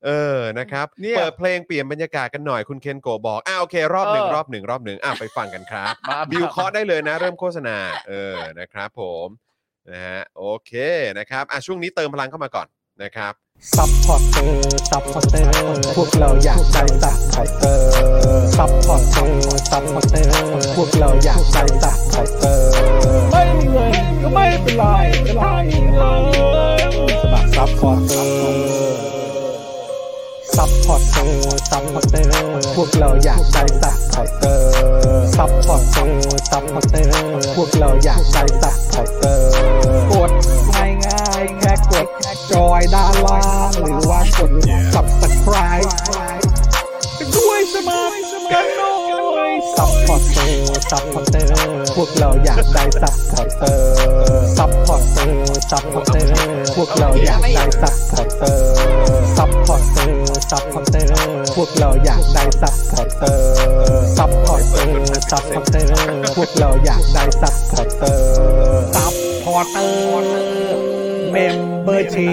Speaker 2: เออนะครับ
Speaker 3: เนี่ย
Speaker 2: เปิดเพลงเปลี่ยนบรรยากาศกันหน่อยคุณเคนโกะบอกอ่าโอเครอบหนึ่ง
Speaker 3: เออ
Speaker 2: รอบหนึ่งรอบหนึ่งอ่ะไปฟังกันครับ
Speaker 3: มา
Speaker 2: บิวเคาะได้เลยนะ เริ่มโฆษณาเออนะครับผมนะฮะโอเคนะครับอ่ะช่วงนี้เติมพลังเข้ามาก่อนนะครับ
Speaker 1: ซัพพอร์เตอร์ซัพพอร์เตอร์พวกเราอยากได้ซัพพอร์เตอร์ซัพพอร์เตอร์ซัพพอร์เตอร์พวกเราอยากได้ซัพพอร์เตอร์ไม่มีเงินก็ไม่เป็นไรแต่ถ้ามีเงินสมัครซัพพอร์เตอร์ซัพพอร์เตอร์ซัพพอร์เตอร์พวกเราอยากได้ซัพพอร์เตอร์ซัพพอร์เตอร์ซัพพอร์เตอร์พวกเราอยากได้ซัพพอร์เตอร์กดง่ายๆแค่กดจอยด้านล่างหรือว่ากด Subscribe กันด้วยสมัครกันหน่อยซัพพอร์เตอร์ซัพพอร์เตอร์พวกเราอยากได้ซัพพอร์เตอร์ซัพพอร์เตอร์ซัพพอร์เตอร์พวกเราอยากได้ซัพพอร์เตอร์ซัพพอร์เตอร์ซัพพอร์เตอร์พวกเราอยากได้ซัพพอร์เตอร์ซัพพอร์เตอร์ซัพพอร์เตอร์พวกเราอยากได้ซัพพอร์เตอร์ซัพพอร์เตอร์เมมเบอร์ชี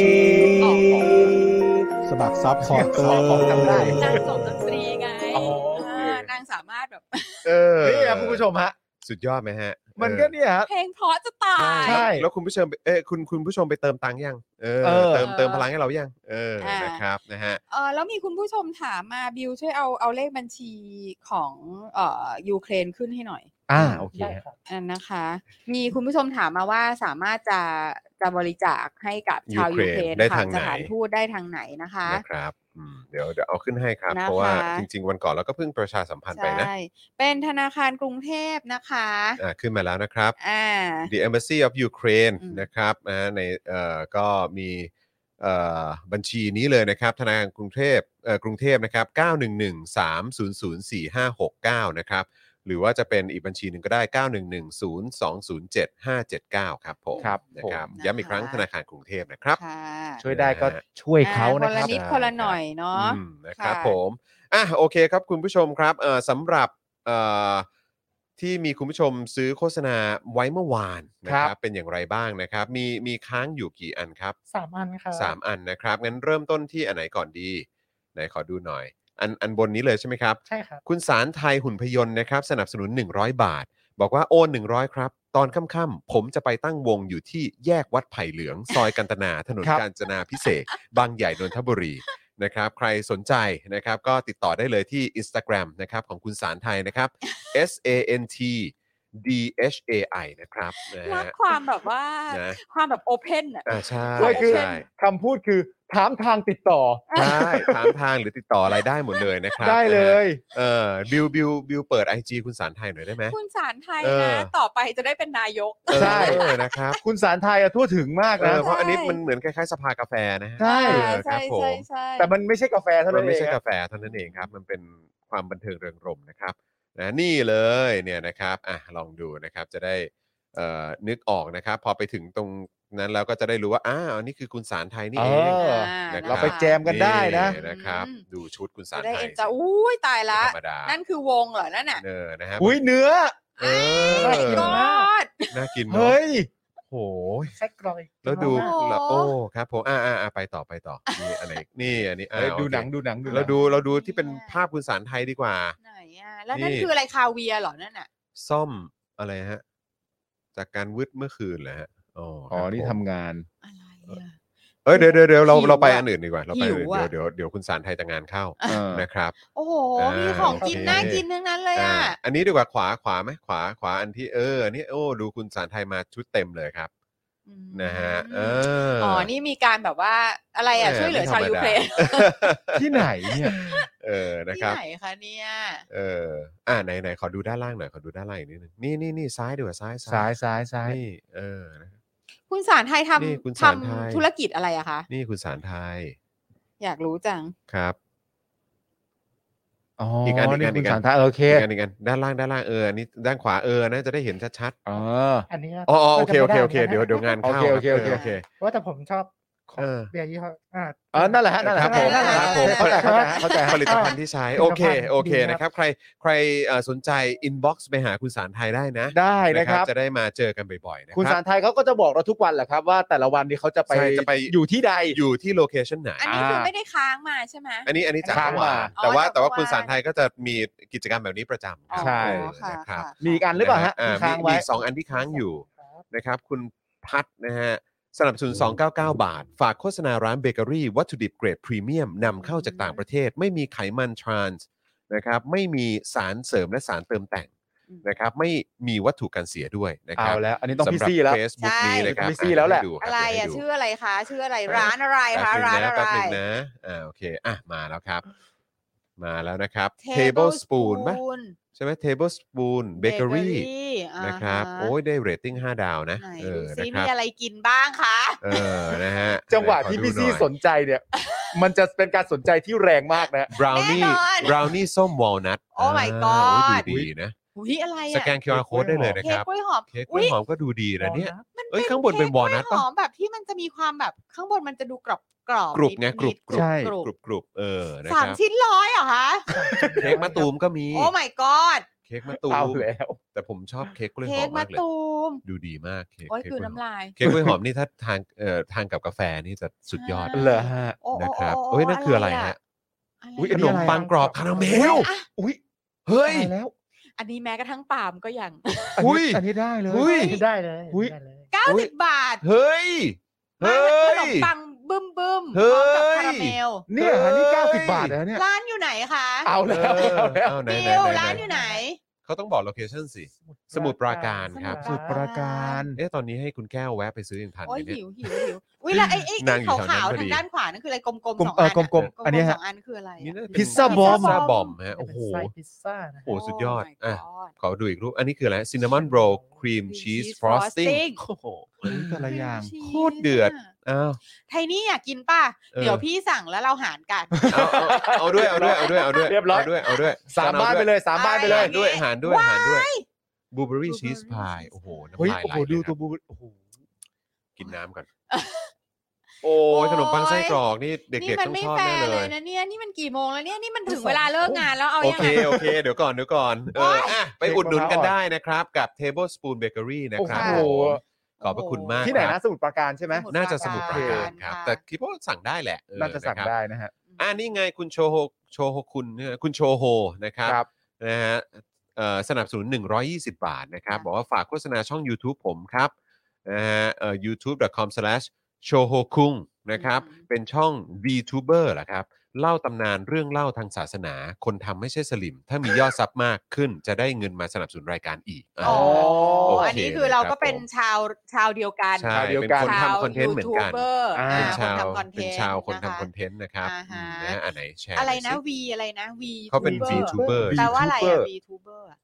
Speaker 1: สมัครซัพพอร์เตอร์
Speaker 4: นางสมดนตรีไง
Speaker 3: อ๋อโอเค
Speaker 4: อ่านางสามารถแบบ
Speaker 2: เออ
Speaker 3: นี่ครับคุณผู้ชมฮะ
Speaker 2: สุดยอดไหมฮะ
Speaker 3: มันก็เนี่ยฮะ
Speaker 4: เพลงเพราะจะตาย
Speaker 3: ใช่
Speaker 2: แล้วคุณผู้ชมเอ้ยคุณคุณผู้ชมไปเติมตังค์ยังเออ
Speaker 3: เออ
Speaker 2: เติมเติมพลังให้เรายังเออ
Speaker 4: อ่าน
Speaker 2: นะครับนะฮะ
Speaker 4: เออแล้วมีคุณผู้ชมถามมาบิวช่วยเอาเอาเลขบัญชีของเอ่อยูเครนขึ้นให้หน่อย
Speaker 3: อ่าโอเค
Speaker 5: ได้ครับ
Speaker 4: อันนะคะ มีคุณผู้ชมถามมาว่าสามารถจะจะบริจาคให้กับชาว
Speaker 2: ยู
Speaker 4: ยู
Speaker 2: เค
Speaker 4: เค
Speaker 2: ร
Speaker 4: ร
Speaker 2: น
Speaker 4: น
Speaker 2: ได้
Speaker 4: ผ่า
Speaker 2: ทาน งไหน
Speaker 4: สถานทูตได้ทางไหนนะคะ
Speaker 2: นะครับอืมเดี๋ยวเดี๋ยวเอาขึ้นให้ครับ
Speaker 4: นะคะ
Speaker 2: เพราะว่าจริง ๆ วันก่อนเราก็เพิ่งประชาสัมพันธ์ไปนะ
Speaker 4: ใช่ เป็นธนาคารกรุงเทพนะคะ
Speaker 2: อ่าขึ้นมาแล้วนะครับ
Speaker 4: อ่า
Speaker 2: The Embassy of Ukraine
Speaker 4: อืม
Speaker 2: นะครับนะในเอ่อก็มีเอ่อบัญชีนี้เลยนะครับธนาคารกรุงเทพเอ่อกรุงเทพนะครับเก้า หนึ่ง หนึ่ง สาม ศูนย์ ศูนย์ สี่ ห้า หก เก้านะครับหรือว่าจะเป็นอีกบัญชีหนึ่งก็ได้ เก้า หนึ่ง หนึ่ง ศูนย์ สอง ศูนย์ เจ็ด ห้า เจ็ด เก้า ครับผม
Speaker 3: ครับ
Speaker 2: นะครับ
Speaker 4: ผม
Speaker 2: ย้ำอีกครั้ง
Speaker 4: นะคะ
Speaker 2: ธนาคารกรุงเทพนะครับ
Speaker 4: ค่ะ
Speaker 3: ช่วยได้ก็ช่วยเขา
Speaker 4: อ่
Speaker 3: นะ
Speaker 4: คน
Speaker 3: ค
Speaker 4: ละ
Speaker 3: รับ
Speaker 4: นิดคนละหน่อยเนาะ
Speaker 2: อืมนะครับ
Speaker 4: ค่ะ
Speaker 2: ผมอ่ะโอเคครับคุณผู้ชมครับเอ่อสำหรับเอ่อที่มีคุณผู้ชมซื้อโฆษณาไว้เมื่อวานนะค
Speaker 3: ครั
Speaker 2: รับบ เป็นอย่างไรบ้างนะครับมีมีค้างอยู่กี่อันครับ
Speaker 5: สามอันครับ
Speaker 2: สามอันนะครับงั้นเริ่มต้นที่อันไหนก่อนดีไหนขอดูหน่อยอันอันบนนี้เลยใช่ไหมครับ
Speaker 5: ใช่ครับ
Speaker 2: คุณสารไทยหุ่นพยนต์นะครับสนับสนุนหนึ่งร้อยบาท บอกว่าโอนหนึ่งร้อยครับตอนค่ำๆผมจะไปตั้งวงอยู่ที่แยกวัดไผ่เหลือง ซอยกันตนาถนน
Speaker 3: ครับ
Speaker 2: กาญจนาพิเศษกบางใหญ่นนทบุรีนะครับใครสนใจนะครับก็ติดต่อได้เลยที่ Instagram นะครับของคุณสารไทยนะครับ S A N T D H A I นะครับนะ
Speaker 4: รัก
Speaker 2: ฮะ
Speaker 4: ความแบบว่า
Speaker 2: นะ
Speaker 4: ความแบบโอเพนอ่ะ
Speaker 2: อ่าใช่
Speaker 3: ช่วยคือ
Speaker 2: ใช่
Speaker 3: คำพูดคือถามทางติดต่อ
Speaker 2: ใช่ถามทางหรือติดต่ออะไรได้หมดเลยนะครับ
Speaker 3: ได้เลย
Speaker 2: เออบิวบิวบิวเปิด ไอ จี คุณสารไทยหน่อยได้ไหม
Speaker 4: คุณสารไทย
Speaker 2: เออ
Speaker 4: นะ ต่อไปจะได้เป็นนายก
Speaker 2: เออ
Speaker 3: ใช่
Speaker 2: นะครับ
Speaker 3: คุณสารไทยอะทั่วถึงมาก
Speaker 2: เอ
Speaker 3: นะ
Speaker 2: อเพราะอันนี้มันเหมือนคล้ายๆสภากาแฟนะฮะ
Speaker 3: ใช่
Speaker 2: เออค
Speaker 4: ใช่
Speaker 2: รับผ
Speaker 4: ใช่
Speaker 2: ม
Speaker 4: ใช่
Speaker 3: แต่มันไม่ใช่กาแฟเท่า
Speaker 2: มั
Speaker 3: นั้น น
Speaker 2: ไม่
Speaker 3: เอง
Speaker 2: ใช่
Speaker 3: อะ
Speaker 2: กาแฟเท่านั้นเองครับ มันเป็นความบันเทิงเริงรมย์นะครับนะนี่เลยเนี่ยนะครับอ่ะลองดูนะครับจะได้เอ่อนึกออกนะครับ พอไปถึงตรงนั้นแล้วก็จะได้รู้ว่าอ้าวอันนี้คือคุณสารไทยนี่
Speaker 3: เอ
Speaker 2: เอง
Speaker 3: อ
Speaker 2: นะครับ
Speaker 3: เราไปแจมกันได้นะ
Speaker 2: นะครับ ดูชุดคุณสา
Speaker 4: จะ
Speaker 2: ร
Speaker 4: ได้
Speaker 2: ไท
Speaker 4: เอ็
Speaker 2: ย
Speaker 4: นจะอุ้ยตายละ
Speaker 2: ธรรมดา
Speaker 4: นั่นคือวงเหรอนั่นน่ะ
Speaker 2: เออนะฮะ
Speaker 3: อุ้ยเนื้อ
Speaker 2: เอ
Speaker 4: โอ้
Speaker 2: อ
Speaker 4: my god
Speaker 2: น่ากินเนาะ
Speaker 3: เฮ้ย
Speaker 2: โอ้ย
Speaker 5: ไส้กรอก
Speaker 2: แล้วดู
Speaker 4: โอ้โห
Speaker 2: แล้วโอ้ครับผมอ่าอ่าอ่าไปต่อไปต่อนี่อันไหนนี่อันนี้อ่า
Speaker 3: เฮ้ย
Speaker 2: โอเค
Speaker 3: ดูหนังดูหนังดูหนัง
Speaker 2: เราดูเราดูที่เป็นภาพคุณสารไทยดีกว่า
Speaker 4: ไหนอ่ะแล้วนั่น
Speaker 2: นี่
Speaker 4: คืออะไรคาเวียร์เหรอนั่นน่ะ
Speaker 2: ซ่อมอะไรฮะ จากการวึดเมื่อคืนเหรอฮะอ๋อ
Speaker 3: อ๋อ
Speaker 2: ครับ
Speaker 3: นี่
Speaker 2: ผม
Speaker 3: ทำงาน
Speaker 4: อะไรอ่ะ
Speaker 2: เอ้ยเดี๋ยวเดี๋ยวเดี๋ยวเรา
Speaker 4: หิว
Speaker 2: เราไป
Speaker 4: อะ
Speaker 2: อันอื่นดีกว่าเราไปอันอื่น
Speaker 4: หิวอะ
Speaker 2: เดี๋ยวเดี๋ยวเดี๋ยวคุณสารไทยจะงานเข้า
Speaker 3: เออ
Speaker 2: นะครับ
Speaker 4: โอ้โห
Speaker 2: อ่ามี
Speaker 4: มีของกิน
Speaker 2: โอเค
Speaker 4: น่ากินทั้งนั้นเลย
Speaker 2: อ่า
Speaker 4: อ่ะ
Speaker 2: อันนี้ดีกว่าขวาขวาไหมขวาขวาอันที่เอออันนี้โอ้ดูคุณสารไทยมาชุดเต็มเลยครับ
Speaker 4: อืม
Speaker 2: นะฮะเออ
Speaker 4: อ๋อ นี่มีการแบบว่าอะไรอ่ะ
Speaker 2: แหม่
Speaker 4: ช่วยเหลือ
Speaker 2: ไม่
Speaker 4: ชาว
Speaker 2: ธรรมดา
Speaker 4: ยูเครน
Speaker 3: ที่ไหนเนี่ย
Speaker 2: เออนะค
Speaker 4: ที่
Speaker 2: รับ
Speaker 4: ไหนคะเนี่ย
Speaker 2: เอออ่าไหนไหนขอดูด้านล่างหน่อยขอดูด้านล่างอีกนิดนึงนี่นี่นี่ซ้ายดีกว่าซ้าย
Speaker 3: ซ้ายซ้ายซ้าย
Speaker 2: นี่เออนะ
Speaker 4: คุณสารไทยท
Speaker 2: นี่คุณ
Speaker 4: ำ
Speaker 2: สารไทย
Speaker 4: ทำธุรกิจอะไรอะคะ
Speaker 2: นี่คุณสารไทย
Speaker 4: อยากรู้จัง
Speaker 2: ครับ
Speaker 3: อ๋อ
Speaker 2: อี
Speaker 3: อี
Speaker 2: กอันอีกอัน
Speaker 3: นี่คุณ
Speaker 2: อีกอัน
Speaker 3: สารไทยโอเค
Speaker 2: อีกอันอีกอันด้านล่างด้านล่างเอออันนี้ด้านขวาเออน่าจะได้เห็นชัด
Speaker 3: อ๋อ
Speaker 5: อันนี้ก็
Speaker 2: ๆอ๋ออ๋อโอเคโอเคโอเค
Speaker 5: ก็จะไม่
Speaker 2: เดี๋ยวเดี๋ยวงานเข้า
Speaker 3: โอเคโอเค
Speaker 2: รับ
Speaker 3: โอเค
Speaker 2: โอเค
Speaker 5: ว่าแต่ผมชอบของ
Speaker 2: เออ
Speaker 5: เบียร์ยี่ห้ออ่า
Speaker 3: อ๋อนั่นแหละฮะนั่นแหละ
Speaker 2: ครับผม
Speaker 3: นั่นแหละ
Speaker 2: ครับผม
Speaker 3: เข้าใจเข้าใจฮะเข้าใจฮะ
Speaker 2: ผลิตภัณฑ์ที่ใช้
Speaker 5: ผลิตภัณฑ์
Speaker 2: โอเคโอเค
Speaker 5: ดีครับ
Speaker 2: นะครับใครใครเอ่อสนใจ inbox ไปหาคุณสารไทยได้นะ
Speaker 3: ได้นะครับ
Speaker 2: จะได้มาเจอกันบ่อยๆนะ
Speaker 3: คุณ
Speaker 2: ค
Speaker 3: สา
Speaker 2: รับ
Speaker 3: รไทยเขาก็จะบอกเราทุกวันแหละครับว่าแต่ละวันนี้เขาจะไป
Speaker 2: ใช่จะไป
Speaker 3: อยู่ที่ใด
Speaker 2: อยู่ที่โลเคชันไหน
Speaker 4: อันนี้คือ
Speaker 3: อ่า
Speaker 4: ไม่ได้ค้างมาใช่ไหม
Speaker 2: อันนี้อันนี้จาก
Speaker 3: ค้าง
Speaker 2: เมื่อวาน
Speaker 3: มา
Speaker 2: แต่ว่า
Speaker 4: อ๋อ
Speaker 2: แต่ว่า
Speaker 4: จาก
Speaker 2: คุณ
Speaker 4: เมื่อวาน
Speaker 2: สารไทยก็จะมีกิจกรรมแบบนี้ประจำครับ
Speaker 3: ใช่
Speaker 4: อ๋อค่ะ
Speaker 2: นะครับ
Speaker 4: ค่ะ
Speaker 3: มีอีกอันหรือเปล่าฮะ
Speaker 2: อ่า
Speaker 3: ที่
Speaker 2: มี
Speaker 3: ค้าง
Speaker 2: มี
Speaker 3: ไว้
Speaker 2: สองอันที่ค้างอยู่นะครับคุณพัฒนะฮะสนับสนุนสองร้อยเก้าสิบเก้า บาท ฝากโฆษณาร้านเบเกอรี่วัตถุดิบเกรดพรีเมียมนำเข้าจากต่างประเทศ ไม่มีไขมันทรานส์นะครับไม่มีสารเสริมและสารเติมแต่งนะครับไม่มีวัตถุกันเสียด้วยนะค
Speaker 3: เอา
Speaker 2: รับ
Speaker 3: แล้ว อันนี้ต้องพี่
Speaker 2: สำหรับ
Speaker 3: ซี่แล้ว
Speaker 2: Facebook นี้นะครับ
Speaker 3: ใช่พี่ซี่แล้วแหละ
Speaker 2: เดี๋ย
Speaker 4: อะไร
Speaker 2: ให้
Speaker 4: อ่ะ
Speaker 2: ดู
Speaker 4: ชื่ออะไรคะชื่ออะไรร้านอะไร
Speaker 2: แป๊
Speaker 4: คะ
Speaker 2: บนึง
Speaker 4: ร้าน
Speaker 2: นะ
Speaker 4: อะไร
Speaker 2: แป๊บนึงนะอ่าโอเคอ่ะมาแล้วครับ มาแล้วนะครับ Tablespoon ป่ะใช่ไหม Tablespoon Bakery นะครับ โอ้ยได้เรตติ้งห้าดาวนะ
Speaker 4: ไหน
Speaker 2: เอ
Speaker 4: ดู
Speaker 2: อ
Speaker 4: ซิ
Speaker 2: นะค
Speaker 4: มี
Speaker 2: รับ
Speaker 4: อะไรกินบ้างคะ
Speaker 2: เออนะฮะ
Speaker 3: จังหวะที่
Speaker 2: ขอดู
Speaker 3: พี่ซี่
Speaker 2: หน่อย
Speaker 3: สนใจเนี่ย มันจะเป็นการสนใจที่แรงมากนะ
Speaker 2: บราวนี่
Speaker 4: แน่นอน
Speaker 2: บราวนี่ส้มวอลนัท
Speaker 4: Oh my god
Speaker 2: ดูดีนะ
Speaker 4: อุ้ยอะไร
Speaker 2: ส
Speaker 4: อ่ะ
Speaker 2: แกน คิว อาร์ Code ได้เลยนะ
Speaker 4: เค้
Speaker 2: ค
Speaker 4: ก
Speaker 2: รับ
Speaker 4: กล้วยหอม
Speaker 2: เค้กกล้วยหอมก็ดูดีนะเนี่ย
Speaker 4: มัน
Speaker 2: เอ้ยข้างบนเป็น walnut
Speaker 4: ค้กกล้วยหอมแบบที่มันจะมีความแบบข้างบนมันจะดูกรอบกรอบ
Speaker 2: กรุบไงกรุบกรุบ
Speaker 3: ใช่
Speaker 2: กรุบกรุบกรุบเออนะ
Speaker 4: สา
Speaker 2: ค
Speaker 4: ม
Speaker 2: รับ
Speaker 4: ชิ้นร้อยเหรอคะ
Speaker 2: เค้กมะตูมก็มี
Speaker 4: โอ้ my god
Speaker 2: เค้กมะตู
Speaker 3: เอา
Speaker 2: ม
Speaker 3: แล้ว
Speaker 2: แต่ผมชอบเค้กกล้วยห
Speaker 4: เค้
Speaker 2: อก ม
Speaker 4: มะ
Speaker 2: มากเลย
Speaker 4: ตูม
Speaker 2: ดูดีมากเค้ก
Speaker 4: โอ้ย
Speaker 2: เค้ก
Speaker 4: คือก
Speaker 2: ล้วยหอม
Speaker 4: น้ำลาย
Speaker 2: เค้กกล้วยหอมนี่ถ้าทานเอ่อทานกับกาแฟนี่จะสุดยอด
Speaker 4: ใช่
Speaker 3: เหรอฮะ
Speaker 4: โอ้โอ้
Speaker 2: นะครับ
Speaker 4: โ
Speaker 2: เอ้ยนั่นคืออะไรฮะ
Speaker 4: อะไร
Speaker 3: อุ๊ย
Speaker 2: ข
Speaker 3: น
Speaker 2: น
Speaker 3: นี้
Speaker 2: ม
Speaker 3: อะไร
Speaker 2: ปังกรอบคาราเมล
Speaker 4: อ่ะ
Speaker 3: อุ้ย
Speaker 2: เฮ้ย
Speaker 3: ตายแล้ว
Speaker 4: อันนี้แม้กระทั่งปาล์มก็ยัง
Speaker 3: อัน
Speaker 2: อุ้ย
Speaker 3: นี้อันนี้ได้เลย
Speaker 2: อุ้ย
Speaker 5: ได้เลย
Speaker 3: อุ๊ย
Speaker 5: ได้เลย
Speaker 4: เก้าสิบบาท
Speaker 2: เฮ้ย เฮ้
Speaker 4: ข
Speaker 2: ย
Speaker 4: นมปังบึ้มบึ้ม
Speaker 2: เฮ้
Speaker 4: พร้อม
Speaker 2: ย
Speaker 4: กับคาราเมล
Speaker 3: เนี่ยฮะนี่
Speaker 2: เฮ้ย
Speaker 3: เก้าสิบบาทนะเนี่ย
Speaker 4: ร้านอยู่ไหนคะ
Speaker 3: เอาแล้ว
Speaker 2: เออ
Speaker 3: เอาแล้ว
Speaker 2: เอาไหน
Speaker 4: บิ
Speaker 2: ไหน
Speaker 4: ว
Speaker 2: ไหน
Speaker 4: ร้านอยู่ไหน
Speaker 2: เขาต้องบอกโลเคชั่นสิ สมุทรปราการครับ
Speaker 3: สมุทรปราการ
Speaker 2: เอ๊ะตอนนี้ให้คุณแก้วแวะไปซื้อยังทัน
Speaker 4: โอ้
Speaker 2: ไหม
Speaker 4: ย
Speaker 2: เนี่ย
Speaker 4: หิวหิวหิวอุ้ยแล้วไอ้ไอ้
Speaker 2: นา
Speaker 4: ไอ้
Speaker 2: งอยู่
Speaker 4: ขาว
Speaker 2: แถวนั้นพอดี
Speaker 4: ขาวทางด้านขวานั่นคืออะไรกลมๆ
Speaker 3: กลม
Speaker 4: สอง
Speaker 3: เอ
Speaker 4: อั
Speaker 3: อน กลมๆอันนี้
Speaker 4: ส
Speaker 3: ฮะ
Speaker 4: องอันคืออะไรอะ
Speaker 2: นี่น่าจะเป็น
Speaker 3: พิซซ่าบอม
Speaker 2: พิซซ่าบอมฮะ
Speaker 5: โอ้
Speaker 2: โอ้
Speaker 5: โห
Speaker 2: โห
Speaker 5: ไส้พิซซ่านะ
Speaker 2: โอ้โหสุดยอด
Speaker 4: Oh my
Speaker 2: อ่ะ
Speaker 4: god
Speaker 2: ขอดูอีกรูป อันนี้คืออะไรซินนามอนโรลครีมชีส
Speaker 4: cheese
Speaker 2: ฟรอสติ้ง
Speaker 4: frosting
Speaker 2: โอ้โห
Speaker 3: เฮ้ยแต่ละอย่าง
Speaker 4: Cream
Speaker 2: โค
Speaker 4: cheese
Speaker 2: ตรเดือด
Speaker 4: ะ
Speaker 2: อ้าว
Speaker 4: ไทนี่อยากกินป่ะ
Speaker 2: เออ
Speaker 4: เดี๋ยวพี่สั่งแล้วเราหารกัน
Speaker 2: เอาเอาเอาด้วยเอาด้วยเอาด้วยเอาด้วย
Speaker 3: เรียบร้อย
Speaker 2: าด้วยเอาด้วย
Speaker 3: สามบ้านไปเลยสามบ้านไปเลย
Speaker 2: หารด้วยหารด้วยหารด้วยบลูเบอรี่ชีสพายโอ้โหน้ำ
Speaker 3: เฮ้ย
Speaker 2: ลาย
Speaker 3: โอ้
Speaker 2: ไหล
Speaker 3: โห
Speaker 2: เล
Speaker 3: ดู
Speaker 2: ยค
Speaker 3: ตั
Speaker 2: รั
Speaker 3: ว
Speaker 2: บ
Speaker 3: บูโอ้โห
Speaker 2: กินน้ำก่อน โอ้ยขนมปังไส้กรอกนี่เด็
Speaker 4: นี่
Speaker 2: กๆ
Speaker 4: มัน
Speaker 2: ต้อง
Speaker 4: ไม่
Speaker 2: ชอบ
Speaker 4: แฟ
Speaker 2: แน่
Speaker 4: ร์
Speaker 2: เล
Speaker 4: เลย
Speaker 2: ย
Speaker 4: นะเนี่ยนี่มันกี่โมงแล้วเนี่ยนี่มันถึงเวลาเลิกงานแล้วเอา
Speaker 2: โอ
Speaker 4: ยัง
Speaker 2: เค
Speaker 4: ไง
Speaker 2: โอเค เดี๋ยวก่อนเดี๋ยวก่อนเอออ่ะไปอุดหนุนกันได้นะครับ กับ Tablespoon Bakery นะครับ
Speaker 3: โอ้โห
Speaker 2: ผมขอบพระคุณมาก
Speaker 3: ที่ไหน
Speaker 2: ครั
Speaker 3: นะ
Speaker 2: บ
Speaker 3: สมุทรปราการใช่ไหม
Speaker 2: น่าจะสมุทรปราการครับ
Speaker 4: ค่ะ
Speaker 2: แต่คิดว่าสั่งได้แหละเออ
Speaker 3: น่าจะสั่ง
Speaker 2: ครับ
Speaker 3: ได้นะฮะ
Speaker 2: อ่านี่ไงคุณโชโฮโชโฮคุณเนี่ยคุณโชโฮนะครับ
Speaker 3: ครับ
Speaker 2: นะฮะเอ่อสนับสนุนหนึ่งร้อยยี่สิบ บาทนะครับ บอกว่าฝากโฆษณาช่อง YouTube ผมครับนะฮะเอ่อ ยูทูบ ดอท คอม สแลช โชโฮคุงนะครับ เป็นช่อง VTuber เหรอครับ เล่าตำนานเรื่องเล่าทางศาสนา คนทำไม่ใช่สลิม ถ้ามียอดซับมากขึ้น จะได้เงินมาสนับสนุนรายการอีก
Speaker 4: อ๋อ
Speaker 2: โอเค
Speaker 4: อันนี้คือเราก็เป็น
Speaker 2: นะครับผม
Speaker 4: ชาวชาวเดียวกัน
Speaker 2: ใช่
Speaker 3: เดียว
Speaker 2: เป็น
Speaker 3: กัน
Speaker 2: คนทำคอนเทนต์เหมือนกัน
Speaker 4: ยูทูบเบอร์
Speaker 3: อ่า
Speaker 2: เป็น
Speaker 4: อ่า
Speaker 2: ชาว
Speaker 4: คนทำคอนเท
Speaker 2: เป็น
Speaker 4: นต์
Speaker 2: ชาวคน
Speaker 4: นะะ
Speaker 2: ทำคอนเทนต์นะครับ
Speaker 4: อ่าฮะ
Speaker 2: อืมนะฮะอันไหนแชร์
Speaker 4: อะไร
Speaker 2: ห
Speaker 4: นะ
Speaker 2: ยสิ
Speaker 4: V อะไรนะ V
Speaker 2: เขาเป็น
Speaker 4: VTuber
Speaker 2: VTuber
Speaker 4: แปลว่าอะไรอะ
Speaker 3: VTuber
Speaker 4: VTuber อะ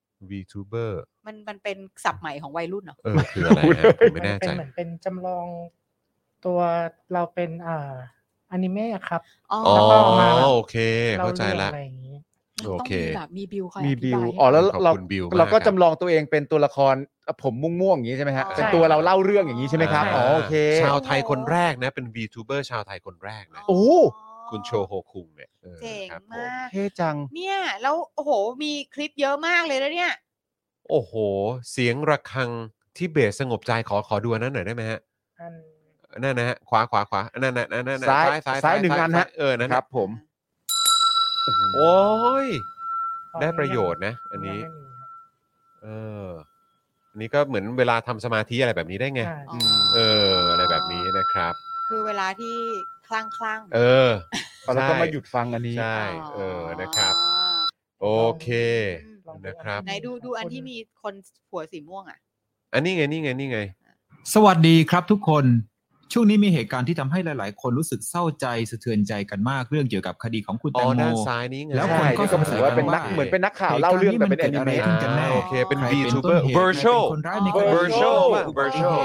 Speaker 2: VTuber
Speaker 4: มันมันเป็นศัพท์ใหม่ของวัยรุ่นเหรอ
Speaker 2: เออคืออะไรฮะผมไม่แน่
Speaker 5: เป็
Speaker 2: ใจ
Speaker 5: นเหมือนเป็นจำลองตัวเราเป็นอ่าอนิเมะอะครับ
Speaker 4: อ๋อ
Speaker 2: อ๋อ
Speaker 5: แล้วก็มาแบบ
Speaker 2: โอเค
Speaker 5: เรา
Speaker 2: เข้าใจ
Speaker 5: เรื่อง
Speaker 2: ละ
Speaker 5: อะไรอย่างนี้
Speaker 2: โอเค
Speaker 4: ต้องมีแบบมีบิวคอย
Speaker 3: มี
Speaker 4: อธิ
Speaker 3: บิว
Speaker 4: บายให้
Speaker 3: อ๋อแล้ว
Speaker 2: ขอบ
Speaker 3: เรา
Speaker 2: คุณบิวมาก
Speaker 3: เราก็
Speaker 2: ครับ
Speaker 3: จำลองตัวเองเป็นตัวละครผมม่วงๆอย่างนี้ใช่ไหมฮะ
Speaker 4: อ๋อ
Speaker 3: เป็นตัวเราเล่าเรื่องอย่างนี้ใช่ไหมครับ
Speaker 5: ใช่
Speaker 3: อ๋อโอเค
Speaker 2: ชาวไทยคนแรกนะ เป็น VTuber ชาวไทยคนแรกนะ
Speaker 3: โอ้
Speaker 2: คุณโชโฮคุงเนี่ยออ
Speaker 4: เจ๋ง
Speaker 2: ครับผม
Speaker 4: มาก
Speaker 3: เท่จัง
Speaker 4: เนี่ยแล้วโอ้โหมีคลิปเยอะมากเลยแล้วเนี่ย
Speaker 2: โอ้โห เสียงระฆังที่เบสสงบใจขอขอดูอันนั้นหน่อยได้ไหมฮะ
Speaker 5: อัน
Speaker 2: นั่นนะฮะขวาขวาขวานั่นนะนั่นนะ
Speaker 3: ซ้าย
Speaker 2: ซ้าย
Speaker 3: ซ้ายหนึ่งอันฮะ
Speaker 2: เออนั่น
Speaker 3: ค
Speaker 2: นะ
Speaker 3: รับผม
Speaker 2: โอ้ย
Speaker 5: ตอน
Speaker 2: ได้
Speaker 5: นี้
Speaker 2: ประโยชน์นะ อันนี้
Speaker 5: ยังไม่มีครับ
Speaker 2: เอออันนี้ก็เหมือนเวลาทำสมาธิอะไรแบบนี้ได้ไง
Speaker 5: ใช่
Speaker 4: อ๋อ
Speaker 2: เอออะไรแบบนี้นะครับ
Speaker 4: คือเวลาที่คลั่งคลั่งๆ
Speaker 2: เออ
Speaker 3: เอาแล้วก็มาหยุดฟังอันนี้
Speaker 2: ใช่เออนะครับ โอเค
Speaker 5: ลองดู
Speaker 2: นะครับ
Speaker 4: ไหนดูดูอันที่มีคนหัวสีม่วงอ่ะ
Speaker 2: อันนี้ไงนี่ไงนี่ไง
Speaker 6: สวัสดีครับทุกคนช่วงนี้มีเหตุการณ์ที่ทำให้หลายๆ คนรู้สึกเศร้าใจสะเทือนใจกันมากเรื่องเกี่ยวกับคดีของคุณ
Speaker 2: อ๋
Speaker 6: แต
Speaker 2: อง
Speaker 6: โม
Speaker 2: ด้านซ้ายนี้ไง
Speaker 6: แล้ว
Speaker 3: ใช่
Speaker 6: คนก็
Speaker 3: นี่ก็ถือว่าเป็นนัก
Speaker 6: สงสัยกันว่า
Speaker 3: เหมือนเป็นนักข่าวเล่าเรื่องแต่เป็นแอนิเมะ
Speaker 6: ขึ้นกันแน่
Speaker 2: โอเคเป็น
Speaker 6: ใครเป็นต้น
Speaker 2: VTuber
Speaker 6: เหตุ
Speaker 2: Virtual
Speaker 6: ใครเป็นคนร้ายในคดี
Speaker 2: Virtual ป่ะ
Speaker 6: อุบัติเห
Speaker 2: Virtual
Speaker 6: ตุ
Speaker 4: อ๋อ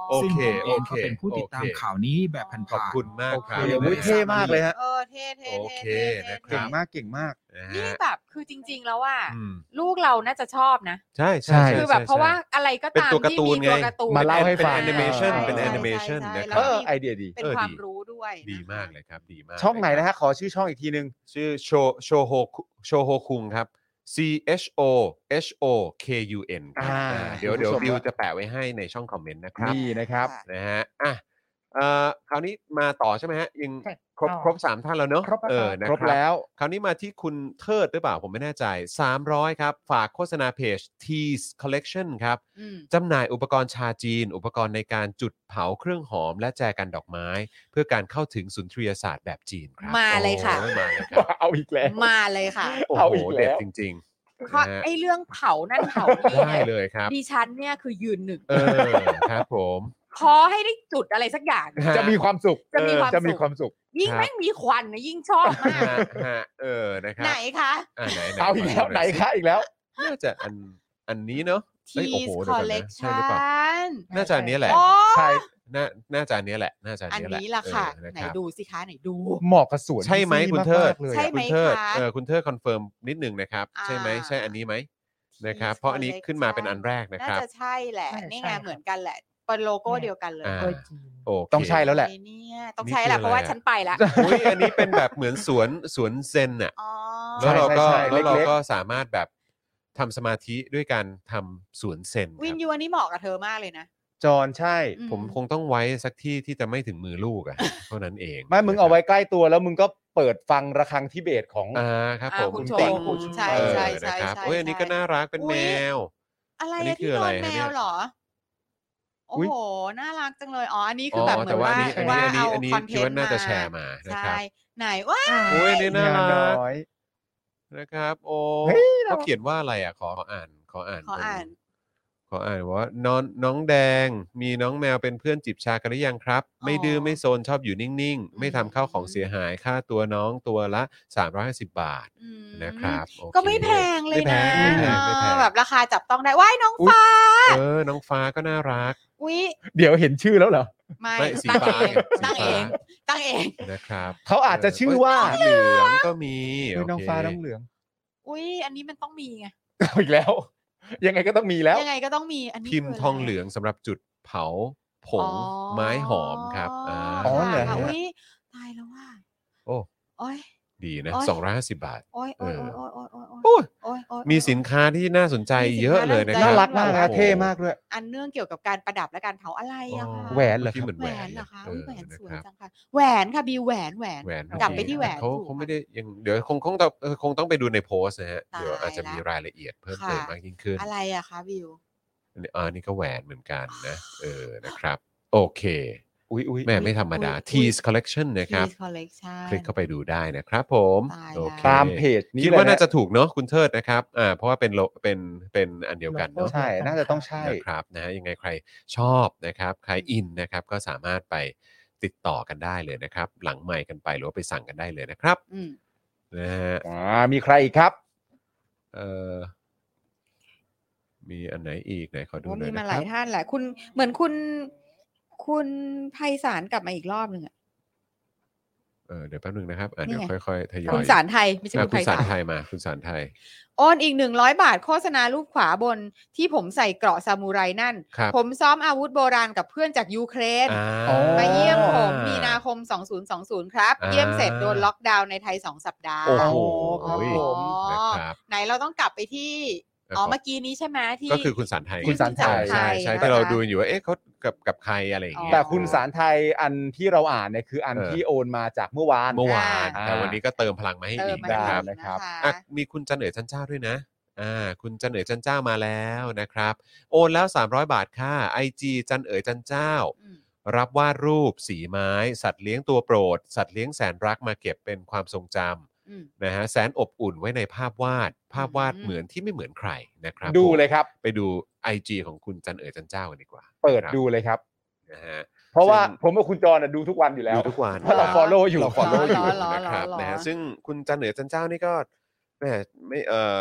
Speaker 2: โอ
Speaker 6: ซึ่ง
Speaker 2: เค
Speaker 6: ผมเอ
Speaker 2: โอง เค
Speaker 6: ก็เป็นผู้ติดตาม
Speaker 2: โอเค
Speaker 6: ข่าวนี้แบบผ่านๆ
Speaker 2: ขอบคุณมาก
Speaker 3: โอ
Speaker 2: ค
Speaker 3: เครับ
Speaker 6: ยังไม่
Speaker 3: โอ้ย
Speaker 6: ได้
Speaker 3: เท่มากเลยฮะ
Speaker 4: เออเท่เท่
Speaker 2: โอ
Speaker 4: เท่
Speaker 2: เค
Speaker 4: เท่
Speaker 2: นะค
Speaker 3: เก่
Speaker 2: รั
Speaker 3: ง
Speaker 2: บ
Speaker 3: มากเก่งมาก
Speaker 2: นะ
Speaker 4: นี่
Speaker 2: ฮะ
Speaker 4: แบบคือจริง ๆ แล้วว่า
Speaker 2: อืม
Speaker 4: ลูกเราน่าจะชอบนะ
Speaker 2: ใช่
Speaker 3: ใช่
Speaker 2: ใช่
Speaker 4: คือแบบเพราะว่าอะไรก็
Speaker 2: เป็น
Speaker 4: ตาม
Speaker 2: ตัวการ์
Speaker 4: ที่
Speaker 2: ตูน
Speaker 4: มี
Speaker 2: ไง
Speaker 4: ตัวการ์ตูน
Speaker 3: มาเล่าให้ฟัง
Speaker 2: เป็นแอนิเมชัน
Speaker 4: ใช่
Speaker 2: เป็น
Speaker 4: ใช่
Speaker 2: แอนิเมชัน
Speaker 4: ใช่
Speaker 2: นะค
Speaker 4: แล้
Speaker 2: รั
Speaker 3: เอบ อไอเดียดี
Speaker 4: เป็น
Speaker 2: เออ
Speaker 4: ความ
Speaker 2: ดี
Speaker 4: รู้ด้วยนะคะ
Speaker 2: ดีมากเลยครับดีมาก
Speaker 3: ช่องไหน
Speaker 2: เลย
Speaker 3: นะ
Speaker 2: ครับ
Speaker 3: ฮะขอชื่อช่องอีกทีนึง
Speaker 2: ชื่อโชโชโฮโชโฮคุงครับ C H O H O K U N ครับ
Speaker 3: อ่า
Speaker 2: อ่าเดี๋ยวเดี๋ยว
Speaker 3: คุณผู้ชม
Speaker 2: บิวจะแปะไว้ให้ในช่องคอมเมนต์นะครับ
Speaker 3: นี่นะครับ
Speaker 2: นะฮะอ่ะเอ่อคราวนี้มาต่อใช่ไหมฮะยัง
Speaker 5: ใช่
Speaker 2: ครบ
Speaker 5: ต่อ
Speaker 2: ครบสามท่านแล้วเนอะ
Speaker 5: ครบแล้ว
Speaker 2: เออ
Speaker 5: ครับ
Speaker 2: นะ
Speaker 3: ครบแล้ว
Speaker 2: คราวนี้มาที่คุณเทิดหรือเปล่าผมไม่แน่ใจสามร้อยครับฝากโฆษณาเพจ Teas Collection ครับ
Speaker 4: อืม
Speaker 2: จำหน่ายอุปกรณ์ชาจีน อุปกรณ์ในการจุดเผาเครื่องหอม และแจกันดอกไม้ เพื่อการเข้าถึงสุนทรียศาสตร์แบบจีนครับ
Speaker 4: มาเลยค่ะ
Speaker 2: โอ้มาเลยครับ
Speaker 3: เอาอีกแล้ว
Speaker 4: มาเลยค่ะ
Speaker 2: โอ้
Speaker 3: เอา
Speaker 2: โห
Speaker 3: อีกแล้ว
Speaker 2: เด็ดจริงๆ
Speaker 4: เพราะ
Speaker 2: นะฮะ
Speaker 4: ไอ้เรื่องเผานั่นเผานี่
Speaker 2: ได้เลยครับ
Speaker 4: ดิฉันเนี่ยคือยืนหนึ่ง
Speaker 2: เออครับผม
Speaker 4: ขอให้ได้จุดอะไรสักอย่าง
Speaker 2: ฮะ
Speaker 3: จะมีความสุข
Speaker 4: จะมีความ
Speaker 3: จะมี
Speaker 4: สุข
Speaker 3: ความสุข
Speaker 4: ยิ่ง
Speaker 2: ครับ
Speaker 4: แม่งมีควันนะยิ่งชอบมาก
Speaker 2: ฮะฮะเออนะครับ
Speaker 4: ไหนคะ
Speaker 2: อ่าไหนไหน
Speaker 3: เอาอีกแล้ว
Speaker 2: ขดู
Speaker 3: ไหน
Speaker 2: อยสิ
Speaker 3: คะอีกแล้ว
Speaker 2: น่าจะอันอันนี้เนาะเอ้ยโอ้
Speaker 4: Teas
Speaker 2: โหเดี๋ยวก่อนนะใช่หรือเปล่า
Speaker 4: Collection
Speaker 2: น่าจะอันนี้แหละ
Speaker 4: โอ้
Speaker 3: ใช่
Speaker 2: น่าน่าจะอันนี้แหละ น่าจะอัน
Speaker 4: อัน
Speaker 2: นี้แหละ
Speaker 4: นี้ล่ะค่ะ
Speaker 2: เออนะ
Speaker 4: ไหน
Speaker 2: ครับ
Speaker 4: ดูสิคะไหนดู
Speaker 3: เหมาะกับสวน
Speaker 2: ใช่ไหม
Speaker 3: ที่
Speaker 2: คุณเทิด
Speaker 3: มากๆเลย
Speaker 4: ใช่
Speaker 3: อะ
Speaker 4: ไหม
Speaker 2: คุณเทิด
Speaker 4: คะ
Speaker 2: เออคุณเทิดคอนเฟิร์มนิดนึงนะครับ
Speaker 4: อ่า
Speaker 2: ใช่ไหมใช่อันนี้ไหมนะครับ
Speaker 4: Teas
Speaker 2: เพราะอันนี้ขึ้นมาเป็นอันแรกนะ
Speaker 4: น่า
Speaker 2: ครับ
Speaker 4: จะใช่แหละ
Speaker 5: ใช่
Speaker 4: นี่
Speaker 5: ใช่
Speaker 4: ไง
Speaker 5: ครับ
Speaker 4: เหมือนกันแหละเป็นโลโก้เดียวกันเลย
Speaker 2: อ่า
Speaker 5: โดยจีน
Speaker 2: โอเค
Speaker 3: ต้องใช่แล้วแหละ
Speaker 4: อะไรเนี่ยต้อง
Speaker 2: นี่
Speaker 4: ใช่แหละ
Speaker 2: คืออะไร
Speaker 4: เพราะว่า
Speaker 2: อะ
Speaker 4: ฉันไปละ
Speaker 2: อุ้ยอันนี้เป็นแบบเหมือนสวนสวนเซนน่ะ
Speaker 4: อ๋อ
Speaker 2: แล้วเราก็
Speaker 3: ใช่ใช่
Speaker 2: แล้วเรา
Speaker 3: เล็กๆ
Speaker 2: ก็สามารถแบบทำสมาธิด้วยการทำสวนเซนค
Speaker 4: วิน
Speaker 2: รับ
Speaker 4: ยูอันนี้เหมาะกับเธอมากเลยนะ
Speaker 3: จอนใช่
Speaker 4: อื
Speaker 2: ผมคงต้องไว้สักที่ที่จะไม่ถึงมือลูกอะ เท่านั้นเอง
Speaker 3: ไม่มึงเอาไว้ใกล้ตัวแล้วมึงก็เปิดฟังระฆังทิเบตของ
Speaker 2: อ่าครับ
Speaker 4: อ่า
Speaker 2: ผม
Speaker 4: คุณ
Speaker 3: คุณ
Speaker 4: โช
Speaker 3: ติ๊ก
Speaker 4: ว์คุณใช่
Speaker 2: เออ
Speaker 4: ใช่ใช่
Speaker 2: นะครับ
Speaker 4: ใช่
Speaker 2: โอ้ยอันนี้ก็
Speaker 4: ใช่
Speaker 2: น่ารักเป็น
Speaker 4: อุ๊
Speaker 2: แม
Speaker 4: ย
Speaker 2: ว
Speaker 4: อะไร
Speaker 2: อันนี้
Speaker 4: อะ
Speaker 2: คือ
Speaker 4: ที่
Speaker 2: อะ
Speaker 4: โด
Speaker 2: ไร
Speaker 4: นแม
Speaker 2: ฮะเนี่
Speaker 4: วย เหรอ โอ้
Speaker 3: อุ๊ย
Speaker 4: โห น่ารักจังเลย อ๋อ อันนี้
Speaker 2: อ๋
Speaker 4: คือ
Speaker 2: อ
Speaker 4: แบบเหมื
Speaker 2: แต่
Speaker 4: อน
Speaker 2: ว่า
Speaker 4: ว่า
Speaker 2: อันนี้
Speaker 4: ว่า
Speaker 2: อันนี้
Speaker 4: เอา
Speaker 2: อันนี้
Speaker 4: คอนเท
Speaker 2: คิด
Speaker 4: น
Speaker 2: ว่า
Speaker 4: ต์
Speaker 2: น่า
Speaker 4: มา
Speaker 2: จะแชร์มานะค
Speaker 4: ใช่
Speaker 2: รับ
Speaker 4: ไหนว่า
Speaker 2: โอ้ยอันนี่น่า
Speaker 3: เมีย
Speaker 2: รัก
Speaker 3: น้อย
Speaker 2: นะครับ โอ้
Speaker 3: เฮ้ย
Speaker 2: เขาเขียนว่าอะไรอ่ะขออ่านขออ่าน
Speaker 4: ขออ่าน
Speaker 2: ตรงขออ่านว่าน้องน้องแดงมีน้องแมวเป็นเพื่อนจิบชากันหรือยังครับ ไม่ดื้อไม่โซนชอบอยู่นิ่งๆ ไม่ทำข้าวของเสียหายค่าตัวน้องตัวละสามร้อยห้าสิบบาท
Speaker 4: อืม
Speaker 2: นะครับโอเค
Speaker 4: ก็ไม่แพงเลย
Speaker 2: ไม่แพ
Speaker 4: นะ
Speaker 2: งไม่แพงไม่แพง
Speaker 4: เออแบบราคาจับต้องได้ว้ายน้อง
Speaker 3: อุ๊ย
Speaker 4: ฟ้า
Speaker 2: เออน้องฟ้าก็น่ารัก
Speaker 4: อุ้ย
Speaker 3: เดี๋ยวเห็นชื่อแล้วเหรอ
Speaker 4: ไม่
Speaker 2: ไม่สี
Speaker 4: ตั้ง
Speaker 2: ฟ้า
Speaker 4: เอง
Speaker 2: ไงสี
Speaker 4: ตั้งเอง
Speaker 2: ฟ้า
Speaker 4: ตั้งเอง
Speaker 2: นะครับ
Speaker 3: เขาอาจจะชื่อว่า
Speaker 2: เสีเหลืองก็มี
Speaker 3: เออน้อง
Speaker 2: โเค
Speaker 3: ฟ้าน้องเหลือง
Speaker 4: อุ้ยอันนี้มันต้องมีไง
Speaker 3: เอาอีกแล้ว ยังไงก็ต้องมีแล้ว
Speaker 4: ยังไงก็ต้องมีอันนี้
Speaker 2: พิมพ์
Speaker 4: คืะไร
Speaker 2: ทองเหลืองสำหรับจุดเผาผงไม้หอมครับา
Speaker 3: อ๋อเหรอ
Speaker 4: ค่ะ
Speaker 3: ฮะ
Speaker 4: อุ้ยตายแล้วว่า
Speaker 2: โอ้
Speaker 4: โอ้ย
Speaker 2: ดีนะ
Speaker 4: โอ้ย
Speaker 2: สองร้อยห้าสิบบาท
Speaker 4: โอ้ยโอ้ย
Speaker 2: เออ
Speaker 4: โอ้ยโอ้ยโอ้ยโอ้ย
Speaker 2: โอ้ย
Speaker 4: โอ้ยโอ้ย
Speaker 2: มีสินค้าที่น่าสนใจ
Speaker 4: มีสินค้า
Speaker 2: เยอะเลยนะค
Speaker 3: น่า
Speaker 2: รับ
Speaker 3: รักมากนะ
Speaker 2: โอ้โห
Speaker 3: เท่มากด้วย
Speaker 4: อันเนื่องเกี่ยวกับการประดับและการเผาอะไรอะคะ
Speaker 3: แหวนเหรอ
Speaker 2: มื่กี้
Speaker 3: ครับ
Speaker 2: เหมือน
Speaker 4: แห
Speaker 2: แห
Speaker 4: ว
Speaker 2: วน
Speaker 4: นเหรอคะ
Speaker 2: เอ
Speaker 4: อุ๊ย
Speaker 2: อ
Speaker 4: แหวนสวย
Speaker 2: นะครับ
Speaker 4: จังค่ะแหวนค่ะบิวแหวนแหวน
Speaker 2: แหวน
Speaker 4: กลับไปที่แหวน
Speaker 2: เขา
Speaker 4: ถูก
Speaker 2: เขา
Speaker 4: ค่ะ
Speaker 2: ไม่ได้ยังเดี๋ยวคงคงต้องเออคงต้องไปดูในโพสต์นะฮะ
Speaker 4: ตาย
Speaker 2: เดี๋ยวอาจจะมี
Speaker 4: ละ
Speaker 2: รายละเอียดเพิ่มเติม
Speaker 4: ค่ะ
Speaker 2: มากยิ่งขึ้น
Speaker 4: อะไรอะคะบิว
Speaker 2: อันนี้อ่านี่ก็แหวนเหมือนกันนะเออนะครับ โอเค
Speaker 3: อุ้ยอุ้ย
Speaker 2: แม่ไม่ธรรมดา
Speaker 4: อุ๊ย
Speaker 2: Teas Collection นะครับ
Speaker 4: Teas Collection
Speaker 2: คลิกเข้าไปดูได้นะครับผม
Speaker 4: ตาย
Speaker 2: โอ
Speaker 4: ละ
Speaker 2: เค
Speaker 3: ตามเพจนี้
Speaker 2: คิด
Speaker 3: เลย
Speaker 2: ว่าน่า
Speaker 3: นะ
Speaker 2: จะถูกเนาะคุณเทิดนะครับอ่าเพราะว่าเป็นโลเป็นเป็นอันเดียวกันเนาะ
Speaker 3: ใช่ น่าจะต้องใช่
Speaker 2: นะครับนะฮะยังไงใครชอบนะครับใครอินนะครับก็สามารถไปติดต่อกันได้เลยนะครับ หลังไมค์กันไปหรือว่าไปสั่งกันได้เลยนะครับ
Speaker 4: อืม
Speaker 2: นะฮะ
Speaker 3: อ่ามีใครอีกครับ
Speaker 2: เอ่อมีอันไหนอีกไหนขอดู
Speaker 4: ว่า
Speaker 2: หน่
Speaker 4: มี
Speaker 2: อย
Speaker 4: มา
Speaker 2: นะ
Speaker 4: ห
Speaker 2: ค
Speaker 4: ลา
Speaker 2: รั
Speaker 4: ย
Speaker 2: บ
Speaker 4: ท่านแหละ คุณเหมือนคุณ คุณไพศาลกลับมาอีกรอบหนึ่งอะ
Speaker 2: เออเดี๋ยวแป๊บนึงนะครับอ่ะ
Speaker 4: นี่
Speaker 2: เดี๋ยว
Speaker 4: ไง
Speaker 2: ค่อยๆทยอย
Speaker 4: คุณสารไทยไม่ใช่
Speaker 2: อ่ะ
Speaker 4: คุณ
Speaker 2: คุ
Speaker 4: ไพ
Speaker 2: ณสา
Speaker 4: ศาร ล
Speaker 2: ไทยมาคุณสารไทย
Speaker 4: โอนอีกหนึ่งร้อยบาทโฆษณารูปขวาบนที่ผมใส่เกราะซามูไรนั่น
Speaker 2: ครับ
Speaker 4: ผมซ้อมอาวุธโบราณกับเพื่อนจากยูเครน
Speaker 2: อ่า
Speaker 3: อ๋อ
Speaker 4: มาเยี่ยมผมมีนาคม สองพันยี่สิบ ครับ
Speaker 2: อ่า
Speaker 4: เยี่ยมเสร็จโดนล็อกดาวน์ในไทย สอง สัปดาห์
Speaker 2: โอ้โห
Speaker 3: ครับผม
Speaker 2: นะครับ
Speaker 4: ไหนเราต้องกลับไปที่ อ๋อเมื่อกี้นี้ใช่ไหมที่
Speaker 2: ก็คือคุณสารไทย
Speaker 3: คุณสารไทย
Speaker 2: ใช่ใช่
Speaker 4: นะคะ
Speaker 2: ที่เราดูอยู่ว่าเอ๊ะเขากับกับใครอะไรอย่างเงี้ย
Speaker 3: แต่คุณสารไทยอันที่เราอ่านเนี่ยคืออัน
Speaker 2: เออ
Speaker 3: ที่โอนมาจากเมื่อวาน
Speaker 2: เมื่อวาน
Speaker 3: อ่า
Speaker 2: แต่วันนี้ก็เติมพลังมาให้
Speaker 4: เติ
Speaker 2: อี
Speaker 4: ม
Speaker 2: ก
Speaker 4: มา
Speaker 2: นะครับ
Speaker 4: อีก
Speaker 3: นะครับ
Speaker 4: นะคะ
Speaker 2: อ่ะมีคุณจันเอ๋ยจันเจ้าด้วยนะอ่าคุณจันเอ๋ยจันเจ้ามาแล้วนะครับ โอนแล้วสามร้อยบาทค่ะ ไอ จี จันเอ๋ยจันเจ้า
Speaker 4: อืม
Speaker 2: รับวาดรูปสีไม้ สัตว์เลี้ยงตัวโปรด สัตว์เลี้ยงแสนรักมาเก็บเป็นความทรงจำ
Speaker 4: อืม
Speaker 2: นะฮะแสนอบอุ่นไว้ในภาพวาด ภาพวาด
Speaker 4: อืม
Speaker 2: เหมือนที่ไม่เหมือนใครนะครับ
Speaker 3: ดู
Speaker 2: ผม
Speaker 3: เลยครับ
Speaker 2: ไปดู ไอ จี ของคุณจันเอ๋ยจันเจ้ากันดีกว่า
Speaker 3: เปิด
Speaker 2: ครับ
Speaker 3: ดูเลยครับ
Speaker 2: นะฮะ
Speaker 3: เพราะว่า
Speaker 2: ซึ่ง
Speaker 3: ผมกับคุณจรน่ะดูทุกวันอยู่แล้ว
Speaker 2: ดูทุกวัน
Speaker 3: เพราะเรา
Speaker 4: หรอ
Speaker 3: follow อยู่
Speaker 2: เรา follow
Speaker 4: หร
Speaker 2: อ
Speaker 4: อยู่ หรอ
Speaker 2: นะครับ
Speaker 4: หรอ
Speaker 2: นะฮะซึ่งคุณจันเหนือจันเจ้านี่ก็แหมไม่เอ่อเ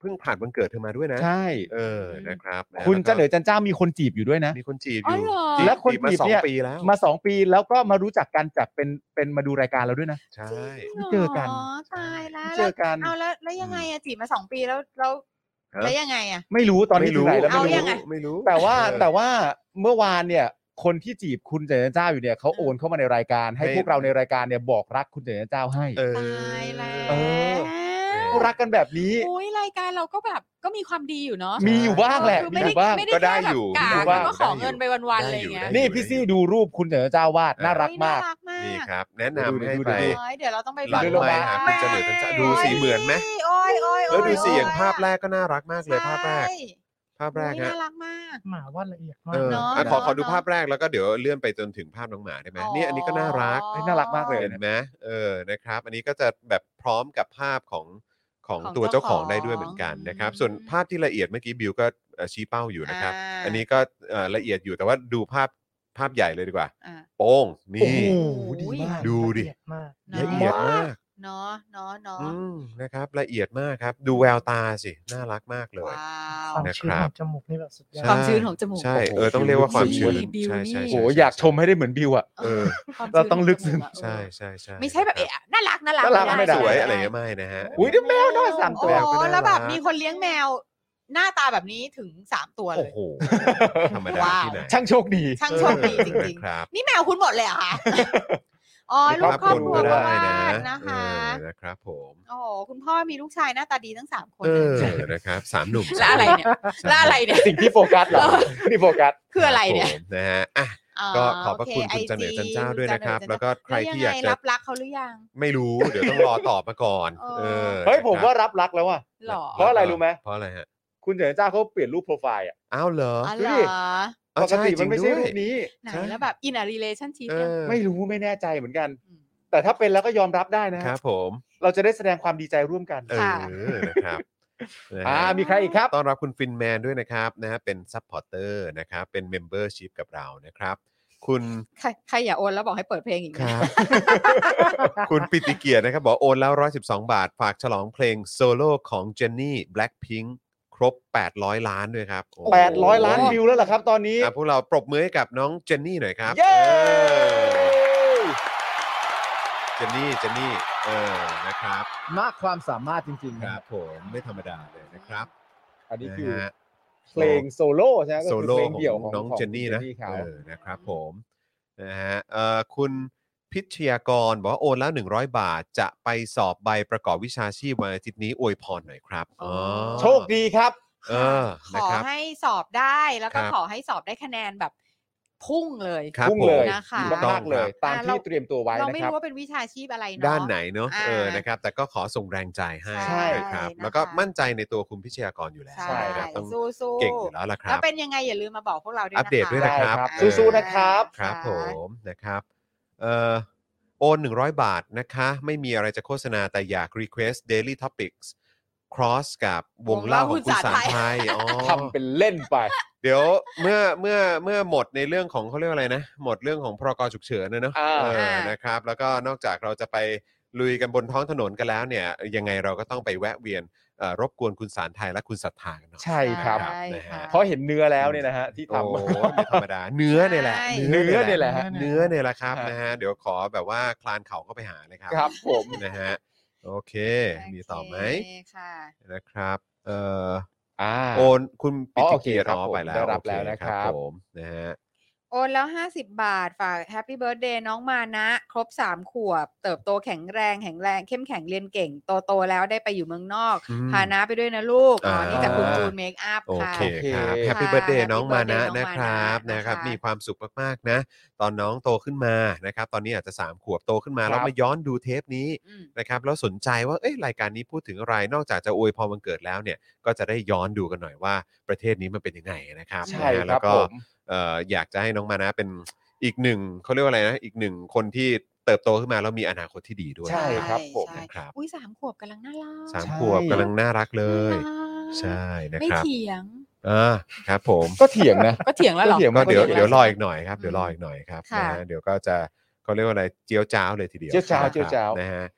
Speaker 2: พิ่งผ่านวันเกิดเธอมาด้วยนะ
Speaker 3: ใช่
Speaker 2: เออนะครับนะ
Speaker 3: คุณ
Speaker 2: แล้วก็
Speaker 3: จันเหนือจันเจ้ามีคนจีบอยู่ด้วยนะ
Speaker 2: มีคนจีบอ
Speaker 4: อ๋อยู่ เหรอ
Speaker 2: จีบ
Speaker 3: และคน
Speaker 2: จีบมา
Speaker 3: จีบ
Speaker 2: สอง
Speaker 3: เนี่ย
Speaker 2: ปีแล้ว
Speaker 3: มาสองปีแล้วก็มารู้จักกันจากเป็นเป็นมาดูรายการเราด้วยนะ
Speaker 2: ใช่
Speaker 3: ไม่เจอกัน
Speaker 4: หรตายแล้ว
Speaker 3: เจอกัน
Speaker 4: เอาแล้วแล้วยังไงอะจีบมาสองปีแล้วแล้ว
Speaker 2: ฮะ
Speaker 4: แล้วยังไงอะ
Speaker 3: ไม่รู้ตอนนี้
Speaker 2: ไม่
Speaker 3: ถึ
Speaker 2: รู้
Speaker 3: งไหนแล้ว
Speaker 4: เอา
Speaker 3: ไม่
Speaker 4: ยั
Speaker 3: รู้
Speaker 4: งไง
Speaker 2: ไม่รู้
Speaker 3: แต่ว่า
Speaker 2: เออ
Speaker 3: แต่ว่าเมื่อวานเนี่ยคนที่จีบคุณเจริญเจ้าอยู่เนี่ยเขาโอนเข้ามาในรายการให้
Speaker 2: ให้
Speaker 3: พวกเราในรายการเนี่ยบอกรักคุณเจริญเจ้าให้
Speaker 2: เออ
Speaker 4: ตายแล้ว
Speaker 3: เออ เขารักกันแบบนี้
Speaker 4: โอ้ยรายการเราก็แบบก็มีความดีอยู่เนาะ
Speaker 3: มีอยู่บ้างแหละ
Speaker 4: คือ
Speaker 3: มี
Speaker 4: ไม่
Speaker 3: อ
Speaker 4: ได้
Speaker 3: ยู่บ้าง
Speaker 4: ไม่ได้
Speaker 2: ก็ได้
Speaker 4: แค่แบ
Speaker 2: อยู่
Speaker 4: บกา
Speaker 3: มีอยู่
Speaker 4: ร
Speaker 3: บ้าง
Speaker 4: แล้วก็ขอเงินไปวันๆอะไรอย่างเงี้ย
Speaker 2: ได้
Speaker 3: นี่
Speaker 2: อยู่
Speaker 3: พี่ซี่ดูรูปคุณเจริญเจ้าวาด
Speaker 2: เออ
Speaker 3: น่ารักมาก
Speaker 4: น่ารักมาก
Speaker 2: นี่ครับ แนะ
Speaker 3: ดู
Speaker 2: นำ
Speaker 3: ดิ
Speaker 2: ให้
Speaker 3: ดู
Speaker 2: ไป
Speaker 3: ดิ
Speaker 4: โอ้ยเดี๋ยวเราต้องไป
Speaker 2: หลัง
Speaker 3: ดูดิ
Speaker 2: ไมค์หาคุณเจริญจันทร์ดูสีเหมือนไหม
Speaker 4: โอ้ยโอ้ยโอ้ย
Speaker 2: แล้วดูสิ
Speaker 4: โ
Speaker 2: อย่างภาพแรกก็น่ารักมากเลยภาพแรก
Speaker 4: ใช่
Speaker 2: ภาพแรก
Speaker 4: โอ้ย
Speaker 2: ฮะ
Speaker 4: น่ารักมาก
Speaker 5: หมาวาดละเอียดมา
Speaker 2: เอก อ
Speaker 4: เนอะ
Speaker 2: อ่ะขอ
Speaker 4: เนอะ
Speaker 2: ขอดู
Speaker 4: เนอะ
Speaker 2: ภาพแรกแล้วก็เดี๋ยวเลื่อนไปจนถึงภาพน้องหมาได้ไหมนี่อันนี้ก็น่ารัก
Speaker 3: เฮ้ยน่ารักมากเลย
Speaker 2: เห็นไหมเออนะครับ อันนี้ก็จะแบบพร้อมกับภาพของของ
Speaker 4: ของ
Speaker 2: ตัวเจ้าของ
Speaker 4: เจ้าของ
Speaker 2: ได้ด้วยเหมือนกันนะครับ
Speaker 4: อืม
Speaker 2: ส่วนภาพที่ละเอียดเมื่อกี้บิวก็เอ่อชี้เป้าอยู่นะครับ
Speaker 4: อ่า
Speaker 2: อันนี้ก็เอ่อละเอียดอยู่แต่ว่าดูภาพภาพใหญ่เลยดีกว่า
Speaker 4: อ่ะ
Speaker 2: โป้ง
Speaker 3: โอ้
Speaker 2: นี่
Speaker 3: โหดีมาก
Speaker 2: ดูดิ
Speaker 5: ละเอียดมาก
Speaker 4: เนอะ
Speaker 2: ละเอียดมาก
Speaker 4: เนาะเนาะเนาะ
Speaker 2: อืมนะครับละเอียดมากครับ ดูแววตาสิน่ารักมากเลย
Speaker 4: ว้าว
Speaker 5: ความ
Speaker 2: นะ
Speaker 5: ชื้น
Speaker 2: ครั
Speaker 5: ข
Speaker 2: บ
Speaker 5: องจมูกนี่แบบสุดยอด
Speaker 4: ความชื้นของจมูก
Speaker 2: ใช่
Speaker 3: โอ้โห
Speaker 2: เออต้องเรียกว่าความชื้น
Speaker 4: บิว
Speaker 2: ใช่
Speaker 4: นี่
Speaker 2: ใช่
Speaker 3: โอ้
Speaker 2: ใช่
Speaker 3: โหอยากชมให้ได้เหมือนบิวอะ
Speaker 2: เออ
Speaker 4: ความ
Speaker 3: เราต้องลึกซึ้ง
Speaker 4: ชื้นของจมูกอะ
Speaker 2: ใช่ใช่ใช่
Speaker 4: ไม่ใช่แบบเอะน่ารักน่ารัก
Speaker 3: น่ารักไม่ได้
Speaker 2: สวยอะไรเงี้ยไม่นะฮะ
Speaker 3: อุ้ยดูแมวน้อยสามตัว
Speaker 4: โอ้
Speaker 2: ก็น่ารัก
Speaker 4: แล้วแบบมีคนเลี้ยงแมว หน้าตาแบบนี้ถึงสามตัวเล
Speaker 2: โอ้
Speaker 4: ย
Speaker 2: โหธรรมดา
Speaker 4: ว้าว
Speaker 2: ที่ไหน
Speaker 3: ช่างโชคดี
Speaker 4: ช่างโชคดีจริง
Speaker 2: ครับ
Speaker 4: ๆ นี่แมวคุณหมดเลยเหรอคะ อ๋อ
Speaker 2: มี
Speaker 4: ลูกครอบครัว
Speaker 2: ก็
Speaker 4: ก็
Speaker 2: ได้
Speaker 4: วา
Speaker 2: นะ
Speaker 4: ดนะคะ
Speaker 2: เออนะครับผม
Speaker 4: โอ้โหคุณพ่อมีลูกชายหน้าตาดีทั้งสามคน
Speaker 2: เอ
Speaker 4: เลย
Speaker 2: อนะครับสามหนุ่ม
Speaker 4: แล้วอะไรเนี่ยแล้วอะไรเนี่ย
Speaker 3: สิ่งที่โฟกัสเหรอนี่โฟกัส
Speaker 4: คืออะไรเนี่ย
Speaker 2: ครับผมนะฮะอ่ะ ก็ขอบพระคุณคุณจันเหนือจันเจ้าด้วยนะครับแล้วก็ใครที่อยากจะ
Speaker 4: รับรักเขาหรือยัง
Speaker 2: ไม่รู้ เดี๋ยวต้องรอตอบมาก่อน
Speaker 4: เออ
Speaker 2: เออ
Speaker 3: เฮ้ยผมว่า
Speaker 2: นะครับ
Speaker 3: รับรักแล้วอะ
Speaker 4: หรอ
Speaker 3: เพราะอะไรรู้ไหม
Speaker 2: เพราะอะไรฮะ
Speaker 3: คุณเจริญเจ้าเขาเปลี่ยนรูปโปรไฟล์อะ
Speaker 2: อ้าวเหรอ
Speaker 4: อ๋อ
Speaker 3: ดู
Speaker 4: เหร
Speaker 3: ดิ
Speaker 4: อ
Speaker 2: อ้า
Speaker 3: ป
Speaker 2: ว
Speaker 3: กติ
Speaker 2: จริ
Speaker 3: มัน
Speaker 2: ง
Speaker 3: ไม่ใช่
Speaker 2: ด้วย
Speaker 3: รูปนี้
Speaker 4: ไหนแล้วแบบ in a relationship
Speaker 2: เอ
Speaker 4: ยัง
Speaker 2: อ
Speaker 3: ไม่รู้ไม่แน่ใจเหมือนกัน
Speaker 4: ม
Speaker 3: แต่ถ้าเป็นแล้วก็ยอมรับได้นะ
Speaker 2: ครับผม
Speaker 3: เราจะได้แสดงความดีใจร่วมกัน
Speaker 2: เออนะครับนะ
Speaker 3: อ่า
Speaker 2: ฮะ
Speaker 3: มีใครอีกครับ
Speaker 2: ต้อนรับคุณฟินแมนด้วยนะครับนะฮะเป็นซัพพอร์เตอร์นะครับเป็นเมมเบอร์ชิพกับเรานะครับ คุณ
Speaker 4: ใครใครอย่าโอนแล้วบอกให้เปิดเพลงอีก
Speaker 2: ค
Speaker 4: นะ
Speaker 2: รับ คุณปิติเกียรตินะครับบอกโอนแล้วหนึ่งร้อยสิบสองบาท ฝากฉลองเพลงโซโล่ของเจนนี่ Blackpink ครบแปดร้อยล้านด้วยครับโโห
Speaker 3: แปดร้อยล้านวิวแล้วเหรอครับตอนนี้
Speaker 2: อ่ะพวกเราปรบมือให้กับน้องเจนนี่หน่อยครับ
Speaker 3: เย้
Speaker 2: เออเจนนี่เจนนี่เออนะครับ
Speaker 3: มากความสามารถจริงๆ
Speaker 2: ค
Speaker 3: ค
Speaker 2: รั
Speaker 3: รั
Speaker 2: บบ ผมไม่ธรรมดาเลยนะครับ
Speaker 3: อันนี้คือ
Speaker 2: นะฮะ
Speaker 3: เพลงโซโล่ใช่ไหมก็
Speaker 2: โซ
Speaker 3: คือ
Speaker 2: โล่
Speaker 3: เพลง
Speaker 2: ของ
Speaker 3: เดี่ยวของ
Speaker 2: น้อง
Speaker 3: ของ
Speaker 2: เจนนี่นะ
Speaker 3: เขา
Speaker 2: เออนะครับผมนะฮะเอ่อคุณพิชยากรบอกว่าโอนแล้วหนึ่งร้อยบาทจะไปสอบใบประกอบวิชาชีพวันอาทิตย์นี้อวยพรหน่อยครับอ๋อ
Speaker 3: โชคดีครับ
Speaker 2: เออ
Speaker 4: ข
Speaker 2: นะ
Speaker 4: อ
Speaker 2: ครับ
Speaker 4: ให้สอบได้แล้วก็
Speaker 2: ครับ
Speaker 4: ขอให้สอบได้คะแนนแบบพุ่งเลย
Speaker 2: ครับ
Speaker 3: พุ่ง
Speaker 2: ผม
Speaker 3: เลย
Speaker 4: นะคะ
Speaker 3: ดี
Speaker 2: ถูกต้อง
Speaker 3: มากๆเลย
Speaker 2: ครับ
Speaker 3: ตาม
Speaker 4: อ่า
Speaker 3: ที่
Speaker 4: เรา
Speaker 3: เตรียมตัวไว้
Speaker 4: เรา
Speaker 3: นะ
Speaker 4: ไม่
Speaker 3: ครับ
Speaker 4: รู้ว่าเป็นวิชาชีพอะไรเนาะ
Speaker 2: ด้านไหนเนอะ
Speaker 4: อ่า
Speaker 2: เออนะครับ แต่ก็ขอส่งแรงใจให้
Speaker 4: ใช่
Speaker 2: ครับ
Speaker 4: นะคะ
Speaker 2: แล้วก็มั่นใจในตัวคุณพิชยากรอยู่แล้ว
Speaker 4: ใช่
Speaker 2: นะครับต้อง
Speaker 4: สู้ๆ
Speaker 2: เก่งอยู่แล้วล่ะค
Speaker 4: แล้
Speaker 2: รั
Speaker 4: ว
Speaker 2: บ
Speaker 4: เป็นยังไงอย่าลืมมาบอกพวกเราด้วย
Speaker 2: อั
Speaker 4: นะ
Speaker 2: ป
Speaker 4: คะ
Speaker 2: เดตด้วยนะครับ
Speaker 3: ได้ครับ
Speaker 2: เออ
Speaker 3: สู้ๆนะครับ
Speaker 2: ครับ
Speaker 4: ะ
Speaker 2: ผมนะครับเอ่อโอนหนึ่งร้อยบาทนะคะ ไม่มีอะไรจะโฆษณาแต่อยาก request daily topics cross กับวงเล่าของคุณสารไทยอ๋อ
Speaker 3: ทำเป็นเล่นไป
Speaker 2: เดี๋ยวเมื่อเมื่อเมื่อหมดในเรื่องของเขาเรียกว่าอะไรนะ หมดเรื่องของพรกฉุกเฉินนะเนอะ
Speaker 3: อ่า
Speaker 2: เออนะครับ แล้วก็นอกจากเราจะไปลุยกันบนท้องถนนกันแล้วเนี่ย ยังไงเราก็ต้องไปแวะเวียนเอ่อรบกวนคุณสารไทยและคุณศรัทธากันหน่อย
Speaker 3: ใช่ครับ
Speaker 4: ใช่
Speaker 2: นะฮะ
Speaker 4: ค่ะ
Speaker 3: เพราะเห็นเนื้อแล้วเนี่ยนะฮะที่
Speaker 2: โอ้
Speaker 3: ทำ
Speaker 2: ไม่ธรรมดา เนื้อเนี่ยแหละ
Speaker 4: ใช่
Speaker 3: เนื้อเนี่ยแหละฮะ
Speaker 2: เนื้อเนี่ยแหละครับ
Speaker 3: ฮะ
Speaker 2: นะฮะเดี๋ยวขอแบบว่าคลานเขาเข้าไปหาเลยครับ
Speaker 3: ครับผม
Speaker 2: นะฮะโอเค มีต่อไหม
Speaker 4: โเคค่ะ
Speaker 2: นะครับเอ่อ
Speaker 3: อ่า
Speaker 2: โอนคุณปิ
Speaker 3: อ๋อ
Speaker 2: ติ
Speaker 3: โอเค
Speaker 2: เกียรติ
Speaker 3: ครับ
Speaker 2: อ๋อ
Speaker 3: ผม
Speaker 2: ไปแล้ว
Speaker 3: ได้รับ
Speaker 2: โอเ
Speaker 3: แล้วนะครับ
Speaker 2: ผมนะฮะ
Speaker 4: โอนแล้วห้าสิบบาท ฝากแฮปปี้เบิร์ดเดย์น้องมานะ ครบสามขวบ เติบโตแข็งแรงแข็งแรงเข้มแข็งเรียนเก่ง โตโตแล้วได้ไปอยู่เมืองนอก
Speaker 2: อืม
Speaker 4: พานะไปด้วยนะลูก อ๋อ
Speaker 2: อ่านี่
Speaker 4: นี่จากคุณจูนเมคอัพ
Speaker 2: โอ
Speaker 4: ค่ะ
Speaker 2: เคครับ
Speaker 3: โอเค
Speaker 2: แฮปปี้เบิร์ดเดย์
Speaker 4: Happy
Speaker 2: น้องมานะ
Speaker 4: birthday น้องมานะ
Speaker 2: นะครับนะครับ
Speaker 4: นะคะ
Speaker 2: มีความสุขมากๆนะ ตอนน้องโตขึ้นมานะครับ ตอนนี้อาจจะสามขวบโตขึ้นมา
Speaker 3: ครับ
Speaker 2: แล้วมาย้อนดูเทปนี้
Speaker 4: อืม
Speaker 2: นะครับแล้วสนใจว่าเอ้ยรายการนี้พูดถึงอะไรนอกจากจะอวยพรวันเกิดแล้วเนี่ยก็จะได้ย้อนดูกันหน่อยว่าประเทศนี้มันเป็นยังไงนะครับ
Speaker 3: ใช่
Speaker 2: นะฮะ
Speaker 3: ค
Speaker 2: แล้
Speaker 3: รับ
Speaker 2: วก็
Speaker 3: ผม
Speaker 2: เอ่ออยากจะให้น้องมานะเป็นอีกหนึ่งเขาเรียกว่าอะไรนะอีกหนึ่งคนที่เติบโตขึ้นมาแล้วมีอนาคตที่ดีด้วย
Speaker 3: ใช่ครับผม
Speaker 4: ใช่
Speaker 2: นะครับ
Speaker 4: อุ้ยสามขวบกำลังน่ารัก
Speaker 2: สาม
Speaker 3: ใช่
Speaker 2: ขวบกำลังน่ารักเลย
Speaker 4: น่ารัก
Speaker 2: ใช่นะ
Speaker 4: ไม่
Speaker 2: ครับ
Speaker 4: เถียง
Speaker 2: อ่าครับผม
Speaker 3: ก็เถียงนะ
Speaker 4: ก็เถียงแล้วเหรอ
Speaker 3: ก็เถียง
Speaker 2: ก็เดี๋ยว
Speaker 3: ก็เถียง
Speaker 2: เดี๋ยวรออีกหน่อยครับเดี๋ยวรออีกหน่อยครับ
Speaker 4: ค่ะ
Speaker 2: นะฮะเดี๋ยวก็จะเขาเรียกว่าอะไรเจียวจ้าวเลยทีเดียว
Speaker 3: เจียวจ้าว
Speaker 2: นะครับ
Speaker 3: เจียวจ้าว
Speaker 2: นะฮะ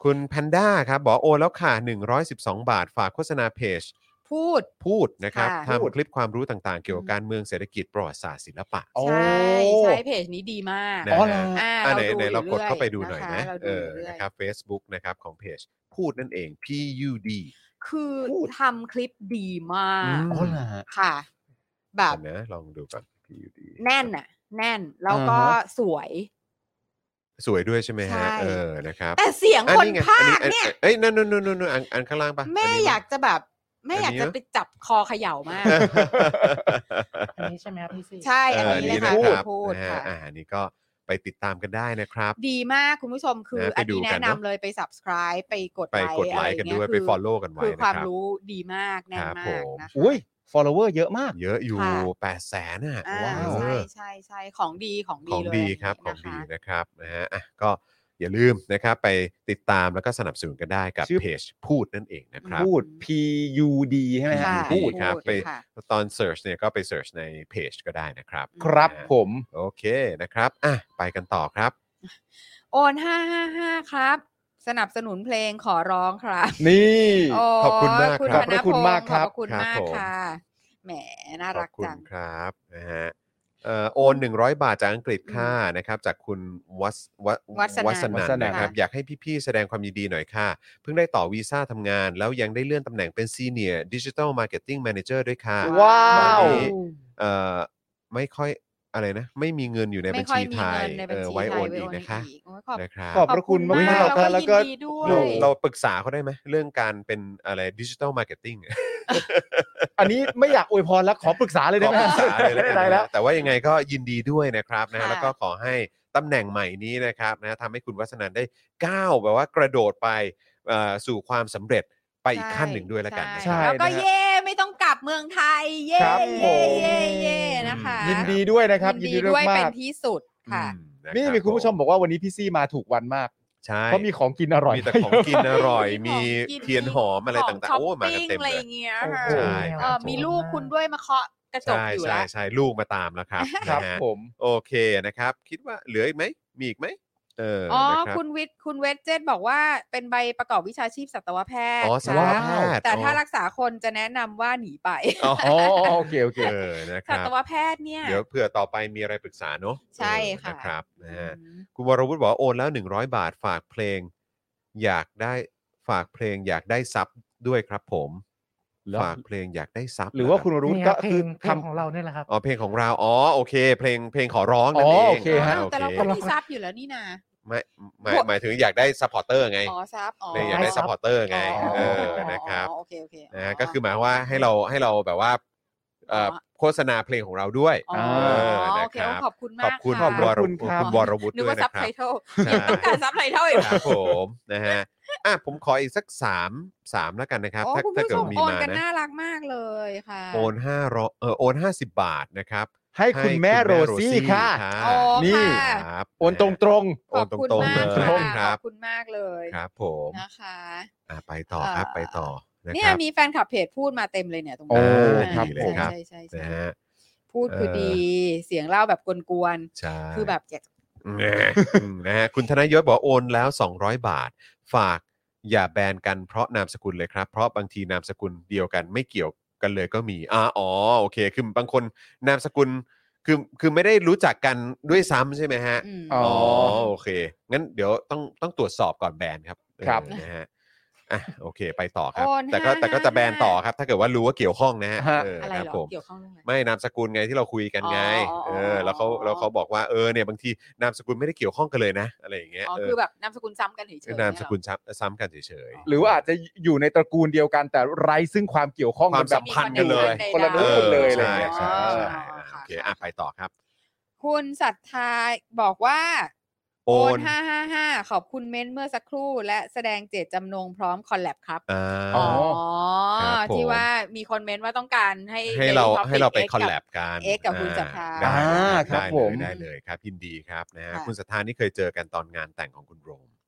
Speaker 2: คุณแพนด้าครับบอกโอนแล้วค่ะหนึ่งร้อยสิบสองบาทฝากโฆษณาเพจ
Speaker 4: พูด
Speaker 2: พูดนะครับ
Speaker 4: ค่ะ
Speaker 2: ทำคลิปความรู้ต่างๆ เกี่ยวกับการเมืองเศรษฐกิจประวัติศาสตร์ศิลปะ
Speaker 3: โอ้
Speaker 4: ใช่ใช่เพจนี้ดีมาก
Speaker 2: นะ
Speaker 3: อ๋อเหรอ
Speaker 2: ฮะ
Speaker 4: อ่า
Speaker 2: อ่ะ
Speaker 4: เรา
Speaker 2: ไหน
Speaker 4: ดู
Speaker 2: ไหน
Speaker 4: อยู่
Speaker 2: เรากด
Speaker 4: เรื่อย
Speaker 2: เข้าไปดูหน่อย
Speaker 4: นะคะ
Speaker 2: นะ
Speaker 4: เรา
Speaker 2: เอ
Speaker 4: ดู
Speaker 2: อ
Speaker 4: เรื่อย
Speaker 2: นะครับ Facebook นะครับของเพจพูดนั่นเอง P U D
Speaker 4: คือ
Speaker 3: พูด
Speaker 4: ทำคลิปดีมาก
Speaker 2: อืม
Speaker 3: อ๋อเหรอฮะ
Speaker 4: ค่ะ แบบ
Speaker 2: เดี๋ยวนะลองดูก่อน P U D
Speaker 4: แน่นน่ะ แน่นแล้วก็
Speaker 3: อ่าฮะ
Speaker 4: สวย
Speaker 2: สวยด้วยใช่ไหมฮะ
Speaker 4: ใช่
Speaker 2: เออนะครับ
Speaker 4: แต่เสียง
Speaker 2: อั
Speaker 4: คน
Speaker 2: ไง
Speaker 4: ภา
Speaker 2: อั
Speaker 4: คเนี่ย
Speaker 2: เอ้ยนั่นนู่นนู่นนู่นอันอันข้างล่างปะ
Speaker 4: แม่
Speaker 2: นนี้ปะ
Speaker 4: อยากจะแบบแม่อยาก
Speaker 2: อันนี้
Speaker 4: จะ
Speaker 2: ปะ
Speaker 4: ไปจับคอเขย่ามาก
Speaker 5: อันนี้ใช่ไหมครับพี่ซี
Speaker 4: ใช่
Speaker 2: เอ
Speaker 4: อัน
Speaker 2: อ
Speaker 4: นี้
Speaker 2: อัน
Speaker 4: เล
Speaker 2: นี้
Speaker 4: ยค่ะ
Speaker 2: นะครับ
Speaker 4: พูด
Speaker 2: นะฮะ
Speaker 4: ค่ะ
Speaker 2: อ่าอันนี้ก็ไปติดตามกันได้นะครับ
Speaker 4: ดีมากคุณผู้ชมคือ
Speaker 2: นะไป
Speaker 4: อัน
Speaker 2: ดู
Speaker 4: นี้
Speaker 2: กั
Speaker 4: แนะ
Speaker 2: น
Speaker 4: นำ
Speaker 2: เนอะ
Speaker 4: เลยไป subscribe ไปกด
Speaker 2: ไป
Speaker 4: ไลค์
Speaker 2: กดไล
Speaker 4: อะไร
Speaker 2: ค์กัน
Speaker 4: เงี้
Speaker 2: ด้วย
Speaker 4: ย
Speaker 2: ไป
Speaker 4: คือ
Speaker 2: follow กันไว้
Speaker 4: คือ
Speaker 2: นะ
Speaker 4: ความ
Speaker 2: ครับ
Speaker 4: รู้ดีมากแน่น
Speaker 2: ครับ
Speaker 4: มา
Speaker 2: ผ
Speaker 4: ก
Speaker 2: ม
Speaker 4: นะคะ
Speaker 3: อุ้ย follower เยอะมาก
Speaker 2: เยอะอยู่
Speaker 4: ค่ะ
Speaker 2: แปดแสนอ่ะ
Speaker 4: อ่า
Speaker 3: ว้าว
Speaker 4: ใช่ใช่ใช่ของดีของ
Speaker 2: ข
Speaker 4: ดี
Speaker 2: อง
Speaker 4: เลย
Speaker 2: ดี
Speaker 4: นนี้
Speaker 2: ครับของ
Speaker 4: นะคะ
Speaker 2: ดีนะครับนะฮะอ่ะก็อย่าลืมนะครับไปติดตามแล้วก็สนับสนุนกันได้กับ
Speaker 3: ชื่อ
Speaker 2: เพจพูดนั่นเองนะครับ
Speaker 3: พูด P U D ใช่ไหมฮะ
Speaker 4: ค่ะ
Speaker 2: พู
Speaker 3: พู
Speaker 2: ด
Speaker 3: ด
Speaker 2: ครับไป
Speaker 4: ค่ะ
Speaker 2: ตอน search เนี่ยก็ไป search ในเพจก็ได้นะครับ
Speaker 3: ครับ
Speaker 2: นะฮะ
Speaker 3: ผม
Speaker 2: โอเคนะครับอ่ะไปกันต่อครับ
Speaker 4: โอนห้าห้าห้าครับ สนับสนุนเพลงขอร้องครับ
Speaker 3: นี่
Speaker 4: โอ้
Speaker 2: ขอบคุณมาก
Speaker 4: คุณ
Speaker 2: ครับ
Speaker 4: ธน
Speaker 3: ขอบพระคุณมาก
Speaker 4: พงศ์
Speaker 3: ครับ
Speaker 4: ขอบพระคุณ
Speaker 2: ครับ
Speaker 4: มาก
Speaker 2: ผม
Speaker 4: ค่ะ แหม น่า
Speaker 2: ขอ
Speaker 4: รับ ก
Speaker 2: คุณ
Speaker 4: จัง
Speaker 2: ครับนะฮะเอ่อโอนหนึ่งร้อยบาทจากอังกฤษค่านะครับจากคุณวัสว
Speaker 4: วัสนัน
Speaker 2: วัสนัน
Speaker 3: วัสนัน
Speaker 2: นะครับ
Speaker 4: ค่ะ
Speaker 2: อยากให้พี่ๆแสดงความยินดีหน่อยค่ะ เพิ่งได้ต่อวีซ่าทำงาน แล้วยังได้เลื่อนตำแหน่งเป็น Senior Digital Marketing Manager ด้วยค่ะ
Speaker 3: ว้าว
Speaker 2: ตอนนี้เอ่อไม่ค่อยอะไรนะ ไม่มีเงินอยู่ในบั
Speaker 4: ไม่
Speaker 2: ญ
Speaker 4: ค่อ
Speaker 2: ชี
Speaker 4: ยมี
Speaker 2: ไทย
Speaker 4: เงินใน
Speaker 2: เอ
Speaker 4: บัญ
Speaker 2: อ
Speaker 4: ชี
Speaker 2: ไว้
Speaker 4: ไท
Speaker 2: โอย น
Speaker 4: ไว้
Speaker 2: อี
Speaker 4: โอก น
Speaker 2: นะคะ
Speaker 4: อีกโอ้ยขอบ
Speaker 2: นะครับ
Speaker 3: ขอบพระคุณมาก
Speaker 4: เรา
Speaker 3: ค
Speaker 4: ก็
Speaker 3: รับแล้ว
Speaker 4: ยิน
Speaker 3: ก็
Speaker 4: ดีด้ว
Speaker 2: เรา
Speaker 4: ย
Speaker 2: เราปรึกษาเขาได้ไหมเรื่องการเป็นอะไรดิจิทัลมาร์เก็ตติ้ง
Speaker 3: อันนี้ไม่อยากอวยพรแล้วขอปรึกษาเลย
Speaker 2: ข
Speaker 3: ได้
Speaker 2: อ
Speaker 3: ไหม
Speaker 2: ปรึกษาเลยแล้ว
Speaker 3: ไม่
Speaker 2: กัน
Speaker 3: ได้
Speaker 2: นะ
Speaker 3: แล้ว
Speaker 2: ฮะแต่ว่ายังไงก็ยินดีด้วยนะครับนะฮะ
Speaker 4: ค่ะ
Speaker 2: แล้วก็ขอให้ตำแหน่งใหม่นี้นะครับนะทำให้คุณวัฒนันได้ก้าวแบบว่ากระโดดไปเอ่อสู่ความสำเร็จไปอีกขั้นหนึ่งด้วยแล้วกันนะค
Speaker 3: ใช่
Speaker 2: รับ
Speaker 4: แล้วก็
Speaker 3: นะฮะ
Speaker 4: เย่ไม่ต้องกลับเมืองไทย เย่
Speaker 3: ครับผ
Speaker 4: เย่
Speaker 3: ม
Speaker 4: เย่เย่นะคะ
Speaker 3: ยินดีด้วยนะครับ
Speaker 4: ยิ
Speaker 3: ยิ
Speaker 4: น
Speaker 3: น
Speaker 4: ดี
Speaker 3: ดี
Speaker 4: ด้วย
Speaker 3: มา
Speaker 4: เป็น
Speaker 3: ก
Speaker 4: ที่สุดค่ะ
Speaker 2: อืมนะ
Speaker 3: นี่
Speaker 2: รับ
Speaker 3: มีคุณผู้ชมบอกว่าวันนี้พี่ซี่มาถูกวันมาก
Speaker 2: ใช่
Speaker 3: เพราะมีของกินอร่อย
Speaker 2: มีแต่ของกินอร่อย
Speaker 4: มี
Speaker 2: มี
Speaker 4: ของกิน
Speaker 2: เทียนหอมอะไร
Speaker 4: ข
Speaker 2: ต่าง
Speaker 4: ช้
Speaker 2: ๆ โอ้มากัน
Speaker 4: ปิ้ง
Speaker 2: เต็ม
Speaker 4: อะไร
Speaker 2: เล
Speaker 4: อย ย่างเงี้ย
Speaker 3: โอ้โห
Speaker 2: ใช่
Speaker 4: เออมีลูกคุณด้วยมาเคาะกระจก
Speaker 2: ใช่
Speaker 4: อยู่
Speaker 2: ใช่
Speaker 4: แล้ว
Speaker 2: ใช่ลูกมาตามแล้วครับ
Speaker 3: ครับ
Speaker 2: นะฮะ
Speaker 3: ผม
Speaker 2: โอเคนะครับ คิดว่าเหลืออีกไหมมีอีกไหมเออ
Speaker 4: อ๋อ
Speaker 2: นะครับ
Speaker 4: คุณวิทย์คุณเวทเจตบอกว่าเป็นใบประกอบวิชาชีพสัตวแพทย์
Speaker 2: อ๋อสัตว
Speaker 4: ค่ะ
Speaker 2: แพทย์
Speaker 4: แต่ถ้า
Speaker 2: อ๋อ
Speaker 4: รักษาคนจะแนะนำว่าหนีไป
Speaker 2: อ๋อ
Speaker 3: อ๋อโอเคโอเค
Speaker 2: เออนะค
Speaker 4: สั
Speaker 2: รับ
Speaker 4: ตวแพทย์เนี่ย
Speaker 2: เดี๋ยวเผื่อต่อไปมีอะไรปรึกษาเนอะ
Speaker 4: ใช่
Speaker 2: เออ
Speaker 4: ค่ะ
Speaker 2: นะครับนะฮะ
Speaker 4: อืม
Speaker 2: คุณวรวุฒิบอกว่าโอนแล้วหนึ่งร้อยบาทฝากเพลง อยากได้ฝากเพลงอยากได้ซับด้วยครับผม
Speaker 3: เหรอ
Speaker 2: ฝากเพลงอยากได้ซับ
Speaker 3: หรือว่าคุณ
Speaker 2: เห
Speaker 3: รุ้
Speaker 5: นี่
Speaker 3: ก็
Speaker 5: รับเพล
Speaker 3: คือง
Speaker 5: เพลง
Speaker 3: ทำ
Speaker 5: ของเราเนี่ยแหละครับ
Speaker 2: อ๋อเพลงของเราอ๋อโอเค เพลงเพลงขอร้องนั่น
Speaker 3: อ๋อ
Speaker 2: เอง
Speaker 3: โอเคฮะ
Speaker 2: า
Speaker 4: แต่เรา
Speaker 2: โอ
Speaker 4: ก็
Speaker 2: เค
Speaker 4: มีซับอยู่แล้วนี่นา
Speaker 2: ไม่หมายหมายถึงอยากได้ซัพพอร์เตอร์ไง
Speaker 4: อ๋อซับอ๋อ
Speaker 2: เพลงอยากได้ซัพพอร์เตอร์ไง
Speaker 4: อ๋อ
Speaker 2: เออนะครับ
Speaker 4: อ๋อโอเคโอเค
Speaker 2: นะฮะก็คือหมายว่าให้เราให้เราแบบว่าเอ่อโฆษณาเพลงของเราด้วย
Speaker 4: อ๋อ
Speaker 2: เออนะ
Speaker 4: โอเค
Speaker 2: ครับ
Speaker 4: ขอบคุณ
Speaker 2: ข
Speaker 4: มา
Speaker 2: อบ
Speaker 4: ก
Speaker 2: คุณ
Speaker 4: ค่ะ
Speaker 2: คุณวร
Speaker 3: ขอบคุณ
Speaker 2: วุฒิ
Speaker 3: ครับ
Speaker 2: คุณวรวุฒิ
Speaker 4: นึก
Speaker 2: ด้วย
Speaker 4: ว่าซั
Speaker 2: นะ
Speaker 4: บ
Speaker 2: ครั
Speaker 4: ไต
Speaker 2: บ
Speaker 4: เติล
Speaker 2: ใช่
Speaker 4: ยังต้องการซับไตเติลอีก
Speaker 2: ครับผมนะฮะอ่ะผมขออีกสักสามสามแล้วกันนะครับ
Speaker 4: โอ้
Speaker 2: ถ้า
Speaker 4: คุณ
Speaker 2: ถ้า
Speaker 4: ผู้ช
Speaker 2: เกิด
Speaker 4: ม
Speaker 2: มี
Speaker 4: โอน
Speaker 2: มา
Speaker 4: กัน
Speaker 2: นะ
Speaker 4: น่ารักมากเลยค่ะ
Speaker 2: โอนห้าร้อยเออโอนห้าสิบบาทนะครับ
Speaker 3: ให้คุณแม่โรซี่ค่ะ
Speaker 4: อ๋อ
Speaker 3: นี่
Speaker 4: ค่ะ
Speaker 2: ครับ
Speaker 3: โอนตรงตรง
Speaker 2: โอนตรงๆเลย
Speaker 4: ขอบคุณ
Speaker 2: ค
Speaker 4: มาก
Speaker 2: รับ
Speaker 4: ขอบคุณมากเลย
Speaker 2: ครับผม
Speaker 4: นะคะ
Speaker 2: อ่ะไปต่อครับไปต่อนะ
Speaker 4: เนี่
Speaker 2: ค
Speaker 4: ย
Speaker 2: รับ
Speaker 4: มีแฟนคลับเพจพูดมาเต็มเลยเนี่ยตรง
Speaker 3: โอ้
Speaker 4: นี้
Speaker 3: ครับ
Speaker 2: ดี
Speaker 3: ผ
Speaker 2: เลย
Speaker 3: ม
Speaker 2: ครับ
Speaker 4: ใช่ใช่ใช่
Speaker 2: นะฮะ
Speaker 4: พูดคือ
Speaker 2: เออ
Speaker 4: ดี เสียงเล่าแบบกวน
Speaker 2: ใช่
Speaker 4: ๆคือแบบอยาก
Speaker 2: อืมนะฮะคุณธนยศบอกว่าโอนแล้วสองร้อยบาท ฝากอย่าแบนกันเพราะนามสกุลเลยครับ เพราะบางทีนามสกุลเดียวกันไม่เกี่ยวกันเลยก็มีอ่าอ๋อโอเค คือบางคนนามสกุลคือคือไม่ได้รู้จักกันด้วยซ้ำใช่ไหมฮะ
Speaker 4: อืม
Speaker 3: อ๋อ
Speaker 2: โอเค งั้นเดี๋ยวต้องต้องตรวจสอบก่อนแบนครับ
Speaker 3: ครับ
Speaker 2: เออนะฮะอ่ะโอเค ไปต่อครับ
Speaker 4: โอน
Speaker 2: แต่ก็
Speaker 4: ห้า
Speaker 2: แต่ก็จะแบน
Speaker 4: ห้า
Speaker 2: ต่อครับ ถ้าเกิดว่ารู้ว่าเกี่ยวข้องนะฮะ
Speaker 3: ฮะ
Speaker 2: เออ
Speaker 4: อะไร
Speaker 2: ครับ
Speaker 4: เหรอ
Speaker 2: ผม
Speaker 4: เกี่ยวข้องเรื่องอะไร
Speaker 2: ไม่นามสกุลไงที่เราคุยกันไง
Speaker 4: อ๋ออ๋อ
Speaker 2: เออแล้วเขา
Speaker 4: อ๋อ
Speaker 2: แล้วเขาบอกว่าเออเนี่ยบางทีนามสกุลไม่ได้เกี่ยวข้องกันเลยนะอะไรอย่างเงี้ย
Speaker 4: อ๋อ
Speaker 2: เออ
Speaker 4: คือแบบนามสกุลซ้ำกันเฉยๆ
Speaker 2: นามสกุล
Speaker 4: เนี่ยเหรอ
Speaker 2: ซ้ำซ้ำกันเฉย
Speaker 3: หรือว่าอาจจะอยู่ในตระกูลเดียวกันแต่ไร้ซึ่งความเกี่ยวข้อง
Speaker 2: ความ
Speaker 3: แบบ
Speaker 2: สัมพันธ์กันเลย
Speaker 3: คนละ
Speaker 2: ๆ
Speaker 3: นู้นเลย
Speaker 2: ออ
Speaker 3: อะไร
Speaker 2: ใช่
Speaker 3: อย่างเงี้ย
Speaker 2: ใช่ใช่
Speaker 4: อ๋อ
Speaker 2: อ่ะ
Speaker 4: ค่ะ
Speaker 2: โอเคอ่ะไปต่อครับ
Speaker 4: คุณศรัทธาบอกว่า
Speaker 2: โอ
Speaker 4: โอน นห้าห้าห้าขอบคุณเม้นท์เมื่อสักครู่ และแสดงเจตจำนงพร้อมคอลแลบครับ
Speaker 2: อ่า
Speaker 3: อ๋อ
Speaker 2: ครับผม
Speaker 4: ที่ว่ามีคนเม้นท์ว่าต้องการให้
Speaker 2: ให้เรา
Speaker 4: Daily Topic
Speaker 2: ให้เราไป
Speaker 4: X
Speaker 2: คอลแลบกัน
Speaker 4: เอ็กซ์กับคุณศรัทธา
Speaker 2: ได้
Speaker 3: อ่า
Speaker 2: ได้
Speaker 3: ครับ
Speaker 2: ได้
Speaker 3: ผ
Speaker 2: เลย
Speaker 3: ม
Speaker 2: ได้เลยครับยินดีครับนะฮะ
Speaker 4: ค่ะ
Speaker 2: คุณศรัทธานี่เคยเจอกันตอนงานแต่งของคุณโรม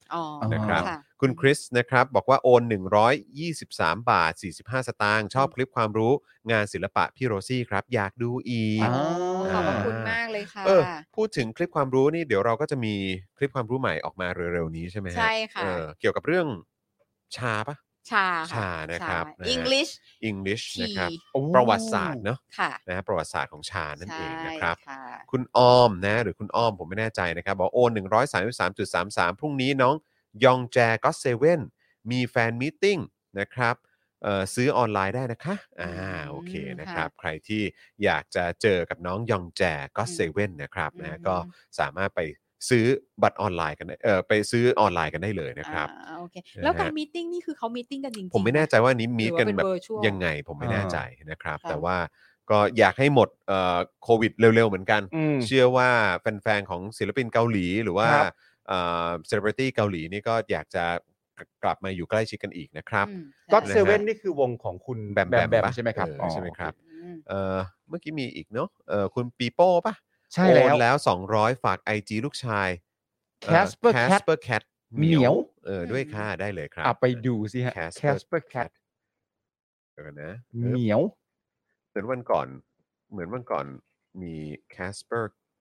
Speaker 4: อ๋อ
Speaker 2: นะครับ
Speaker 4: ค่ะ
Speaker 2: คุณคริสนะครับบอกว่าโอนหนึ่งร้อยยี่สิบสามบาทสี่สิบห้าสตางค์ชอบคลิปความรู้งานศิลปะพี่โรซี่ครับอยากดูอีก
Speaker 3: อ่า
Speaker 4: ขอบพระคุณมากเลยค่ะ
Speaker 2: เออพูดถึงคลิปความรู้นี่เดี๋ยวเราก็จะมีคลิปความรู้ใหม่ออกมาเร็วๆนี้ใช่ไหมฮะ
Speaker 4: ใช่ค่ะ
Speaker 2: เออเกี่ยวกับเรื่องชาปะ
Speaker 4: ชาค่ะ
Speaker 2: ชานะครับนะฮะ
Speaker 4: English
Speaker 2: English
Speaker 4: ที
Speaker 2: นะครับ
Speaker 3: โอ้
Speaker 2: ประวัติศาสตร์เนาะ
Speaker 4: ค่ะ
Speaker 2: นะฮะประวัติศาสตร์ของชานั่นเองนะครับ
Speaker 4: ใช่ค่ะ
Speaker 2: คุณออมนะหรือคุณอ้อมผมไม่แน่ใจนะครับบอกโอนหนึ่งร้อยสามสิบสามจุดสามสามพรุ่งนี้น้องยองแจก็เซเว่นมีแฟนมีตติ้งนะครับเอ่อซื้อออนไลน์ได้นะคะอ่า
Speaker 4: อืม
Speaker 2: โอเคนะค
Speaker 4: ค่ะ
Speaker 2: รับใครที่อยากจะเจอกับน้องยองแจก็เซเว่นนะครับ
Speaker 4: อืม
Speaker 2: นะ
Speaker 4: อืม
Speaker 2: ก็สามารถไปซื้อบัตรออนไลน์กันได้เออไปซื้อออนไลน์กันได้เลยนะครับ
Speaker 4: อ่าโอเค
Speaker 2: นะฮะ
Speaker 4: แล้วการมีตติ้งนี่คือเขามีตติ้งกันจริงๆ
Speaker 2: ผมไม่แน่ใจว่านี้มี
Speaker 4: หรือ
Speaker 2: กัน
Speaker 4: ว่าเป็น
Speaker 2: แบบ
Speaker 4: virtual
Speaker 2: ยังไงผมไม่แน่ใจนะครับ
Speaker 4: ค่ะ
Speaker 2: แต่ว่าก็อยากให้หมดเอ่อโควิดเร็วๆเหมือนกัน
Speaker 3: อืม
Speaker 2: เชื่อว่าแฟนๆของศิลปินเกาหลีหรือว่า
Speaker 3: ครับ
Speaker 2: เอ่อเซเลบริตี้เกาหลีนี่ก็อยากจะกลับมาอยู่ใกล้ชิดกันอีกนะครับ
Speaker 4: อืม
Speaker 3: ก็
Speaker 4: ใช่
Speaker 3: เซเว่นนี่คือวงของคุณ
Speaker 2: แบมแบม
Speaker 3: แบม
Speaker 2: ปะ
Speaker 3: ใช่ไหมครับ
Speaker 2: เออใช่ไหมครับ
Speaker 4: อืม
Speaker 2: เอ่อเมื่อกี้มีอีกเนาะเอ่อคุณปีโป้ปะ
Speaker 3: ใช่
Speaker 2: โอ
Speaker 3: แล้ว
Speaker 2: นแล้วสองร้อยฝาก ไอ จี ลูกชาย
Speaker 3: Casper Cat
Speaker 2: Casper Cat
Speaker 3: เหมียว
Speaker 2: เออด้วยค่ะได้เลยครับ
Speaker 3: อ่ะไปดูสิฮะ
Speaker 2: Casper
Speaker 3: Casper Cat
Speaker 2: เดี๋ยวก่อนนะ
Speaker 3: เหมียว
Speaker 2: เหมือนวันก่อน เหมือนวันก่อนมี Casper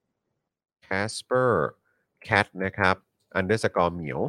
Speaker 2: Casper Cat นะครับ underscore เหมียว